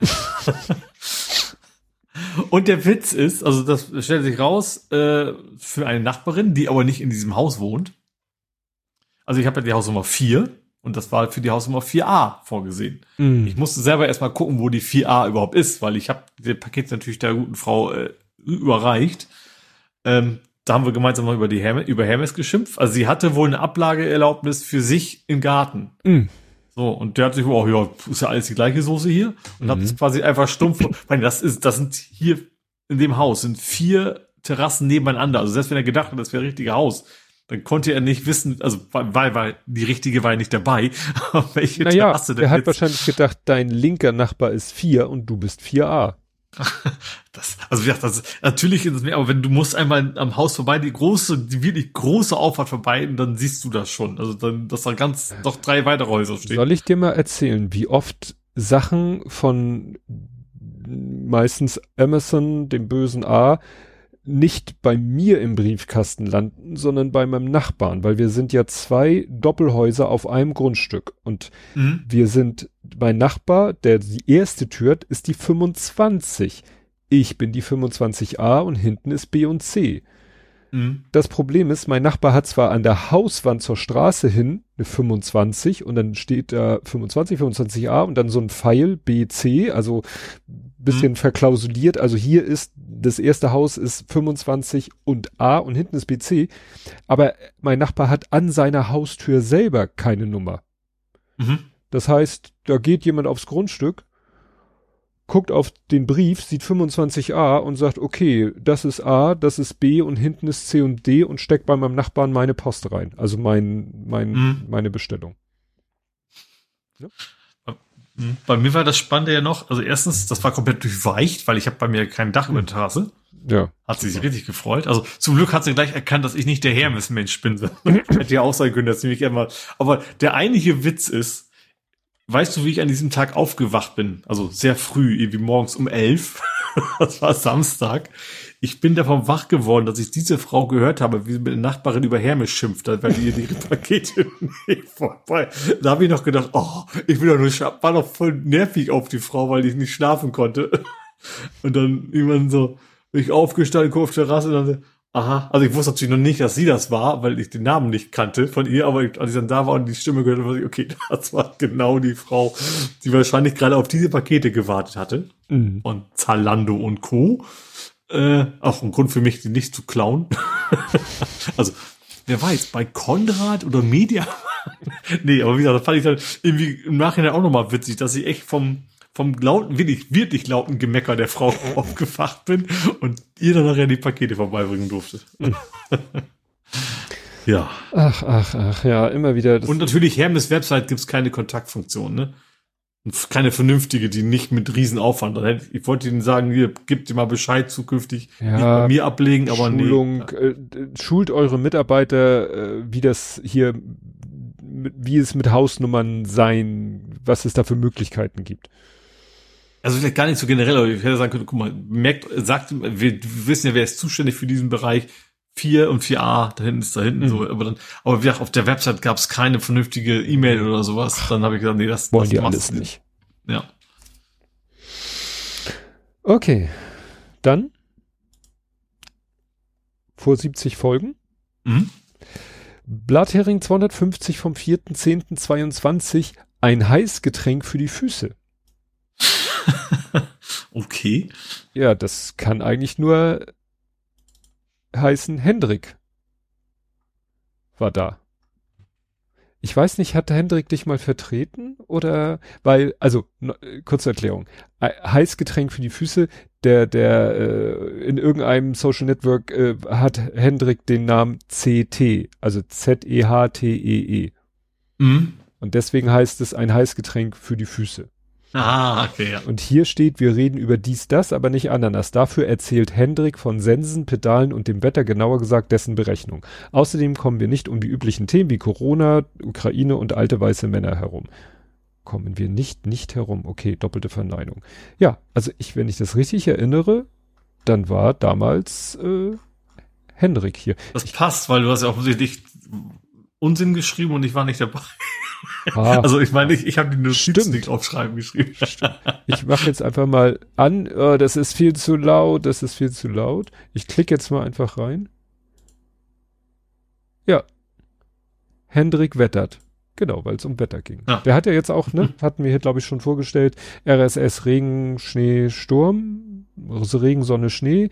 Und der Witz ist, also das stellt sich raus, für eine Nachbarin, die aber nicht in diesem Haus wohnt. Also ich habe ja die Hausnummer 4 und das war für die Hausnummer 4a vorgesehen. Ich musste selber erstmal gucken, wo die 4a überhaupt ist, weil ich habe das Paket natürlich der guten Frau überreicht. Da haben wir gemeinsam mal über Hermes geschimpft. Also sie hatte wohl eine Ablageerlaubnis für sich im Garten. So, und der hat sich, oh ja, ist ja alles die gleiche Soße hier. Und hat es quasi einfach stumpf, weil das sind hier in dem Haus, sind 4 Terrassen nebeneinander. Also selbst wenn er gedacht hat, das wäre das richtige Haus, dann konnte er nicht wissen, also weil die richtige war ja nicht dabei. Welche Terrasse denn er hat jetzt? wahrscheinlich gedacht, dein linker Nachbar ist 4 und du bist 4a. Also wie gesagt, natürlich ist es mehr, aber wenn du musst einmal am Haus vorbei, die wirklich große Auffahrt vorbei, und dann siehst du das schon. Also dann, dass da noch 3 weitere Häuser stehen. Soll ich dir mal erzählen, wie oft Sachen von meistens Amazon, dem bösen A, nicht bei mir im Briefkasten landen, sondern bei meinem Nachbarn, weil wir sind ja 2 Doppelhäuser auf einem Grundstück und wir sind, mein Nachbar, der die erste Tür hat, ist die 25. Ich bin die 25a und hinten ist B und C. Das Problem ist, mein Nachbar hat zwar an der Hauswand zur Straße hin eine 25 und dann steht da 25, 25a und dann so ein Pfeil B, C, also bisschen verklausuliert. Also hier ist, das erste Haus ist 25 und A und hinten ist BC. Aber mein Nachbar hat an seiner Haustür selber keine Nummer. Das heißt, da geht jemand aufs Grundstück, guckt auf den Brief, sieht 25a und sagt, okay, das ist A, das ist B und hinten ist C und D und steckt bei meinem Nachbarn meine Post rein. Also meine Bestellung. Ja? Bei mir war das Spannende ja noch, also erstens, das war komplett durchweicht, weil ich habe bei mir kein Dach über der Terrasse. Ja. Hat sie sich richtig gefreut. Also zum Glück hat sie gleich erkannt, dass ich nicht der Hermes-Mensch bin. Hätte ja auch sein können, dass sie mich einmal. Aber der eigentliche Witz ist, weißt du, wie ich an diesem Tag aufgewacht bin? Also sehr früh, irgendwie morgens um 11. Das war Samstag. Ich bin davon wach geworden, dass ich diese Frau gehört habe, wie sie mit der Nachbarin über Hermes schimpft, weil ihr ihre Pakete nicht vorbei. Da habe ich noch gedacht, oh, ich will doch nur war doch voll nervig auf die Frau, weil ich nicht schlafen konnte. Und dann irgendwann so, bin ich aufgestanden, guck auf die Terrasse und dann so, aha. Also ich wusste natürlich noch nicht, dass sie das war, weil ich den Namen nicht kannte von ihr, aber als ich dann da war und die Stimme gehört habe, okay, das war genau die Frau, die wahrscheinlich gerade auf diese Pakete gewartet hatte. Und Zalando und Co. Auch ein Grund für mich, die nicht zu klauen. Also, wer weiß, bei Konrad oder Media. Nee, aber wie gesagt, das fand ich dann irgendwie im Nachhinein auch nochmal witzig, dass ich echt vom vom lauten, wirklich lauten Gemecker der Frau aufgewacht bin und ihr dann nachher die Pakete vorbeibringen durfte. Ja. Ach, ja, immer wieder. Und natürlich, Hermes Website gibt's keine Kontaktfunktion, ne? Und keine vernünftige, die nicht mit Riesenaufwand. Ich wollte Ihnen sagen, hier, gebt ihr mal Bescheid zukünftig, nicht bei mir ablegen, aber Schulung, schult eure Mitarbeiter, wie das hier, wie es mit Hausnummern sein, was es da für Möglichkeiten gibt. Also vielleicht gar nicht so generell, aber ich hätte sagen können, guck mal, wir wissen ja, wer ist zuständig für diesen Bereich, 4 und 4a, da hinten so, aber wie gesagt, auf der Website gab es keine vernünftige E-Mail oder sowas, dann habe ich gesagt, nee, das wollen die alles nicht. Ja. Okay, dann vor 70 Folgen. Blathering 250 vom 4.10.22, ein Heißgetränk für die Füße. Okay. Ja, das kann eigentlich nur heißen Hendrik war da. Ich weiß nicht, hat Hendrik dich mal vertreten oder, weil, also, kurze Erklärung. Heißgetränk für die Füße, der in irgendeinem Social Network hat Hendrik den Namen CT, also ZEHTEE. Und deswegen heißt es ein Heißgetränk für die Füße. Ah, okay, ja. Und hier steht, wir reden über dies, das, aber nicht Ananas. Dafür erzählt Hendrik von Sensen, Pedalen und dem Wetter, genauer gesagt dessen Berechnung. Außerdem kommen wir nicht um die üblichen Themen wie Corona, Ukraine und alte weiße Männer herum. Kommen wir nicht herum. Okay, doppelte Verneinung. Ja, also wenn ich das richtig erinnere, dann war damals Hendrik hier. Das passt, weil du hast ja offensichtlich Unsinn geschrieben und ich war nicht dabei. Also ich meine, ich habe die Notizen nicht aufschreiben geschrieben. Ich mache jetzt einfach mal an, das ist viel zu laut, Ich klicke jetzt mal einfach rein. Ja. Hendrik wettert. Genau, weil es um Wetter ging. Ja. Der hat ja jetzt auch, hatten wir hier, glaube ich, schon vorgestellt, RSS Regen, Schnee, Sturm, Regen, Sonne, Schnee,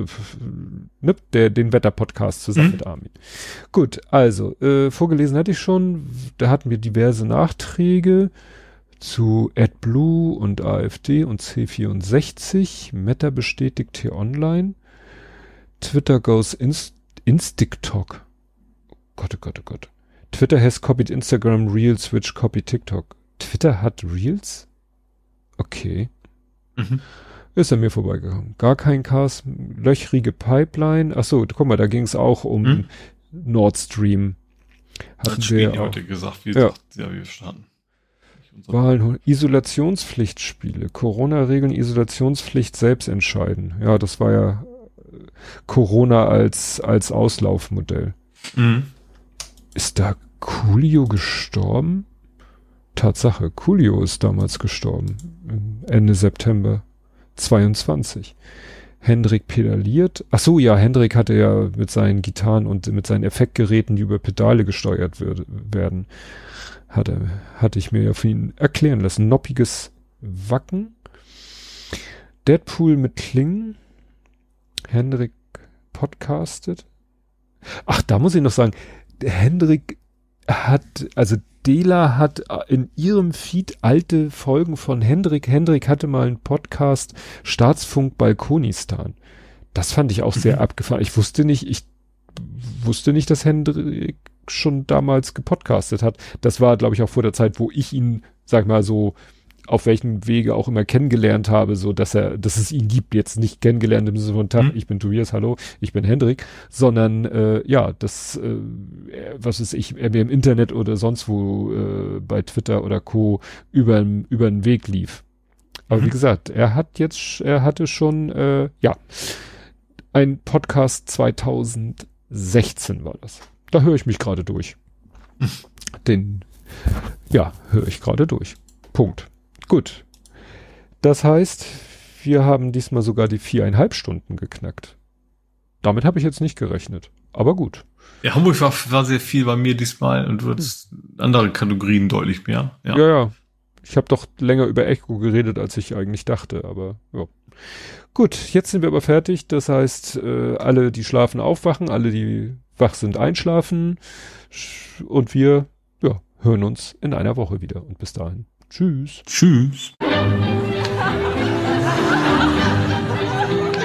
den Wetter-Podcast zusammen mit Armin. Gut, also, vorgelesen hatte ich schon, da hatten wir diverse Nachträge zu AdBlue und AfD und C64, Meta bestätigt T-Online, Twitter goes Instiktok. Oh Gott. Twitter has copied Instagram Reels, which copy TikTok. Twitter hat Reels? Okay. Ist an mir vorbeigegangen. Gar kein Chaos, löchrige Pipeline. Ach so, guck mal, da ging es auch um Nord Stream. Hatten wir heute gesagt, wir standen. Wahlen, Isolationspflichtspiele. Corona-Regeln, Isolationspflicht selbst entscheiden. Ja, das war ja Corona als Auslaufmodell. Ist da Coolio gestorben? Tatsache, Coolio ist damals gestorben. Ende September 22. Hendrik pedaliert. Ach so, ja, Hendrik hatte ja mit seinen Gitarren und mit seinen Effektgeräten, die über Pedale gesteuert werden, hatte ich mir ja von ihm erklären lassen. Noppiges Wacken. Deadpool mit Klingen. Hendrik podcastet. Ach, da muss ich noch sagen, Hendrik Dela hat in ihrem Feed alte Folgen von Hendrik. Hendrik hatte mal einen Podcast, Staatsfunk Balkonistan. Das fand ich auch sehr abgefahren. Ich wusste nicht, dass Hendrik schon damals gepodcastet hat. Das war, glaube ich, auch vor der Zeit, wo ich ihn, sag mal so, auf welchen Wege auch immer kennengelernt habe, so dass es ihn gibt, jetzt nicht kennengelernt im Sinne von Tag, ich bin Tobias, hallo, ich bin Hendrik, sondern was weiß ich, er mir im Internet oder sonst wo bei Twitter oder Co. über den Weg lief. Aber wie gesagt, er hatte schon ein Podcast 2016 war das. Da höre ich mich gerade durch. Höre ich gerade durch. Punkt. Gut. Das heißt, wir haben diesmal sogar die 4,5 Stunden geknackt. Damit habe ich jetzt nicht gerechnet. Aber gut. Ja, Hamburg war sehr viel bei mir diesmal und du hattest andere Kategorien deutlich mehr. Ja. Ich habe doch länger über Echo geredet, als ich eigentlich dachte, aber ja. Gut, jetzt sind wir aber fertig. Das heißt, alle, die schlafen, aufwachen, alle, die wach sind, einschlafen und wir hören uns in einer Woche wieder. Und bis dahin. Tschüss. Tschüss.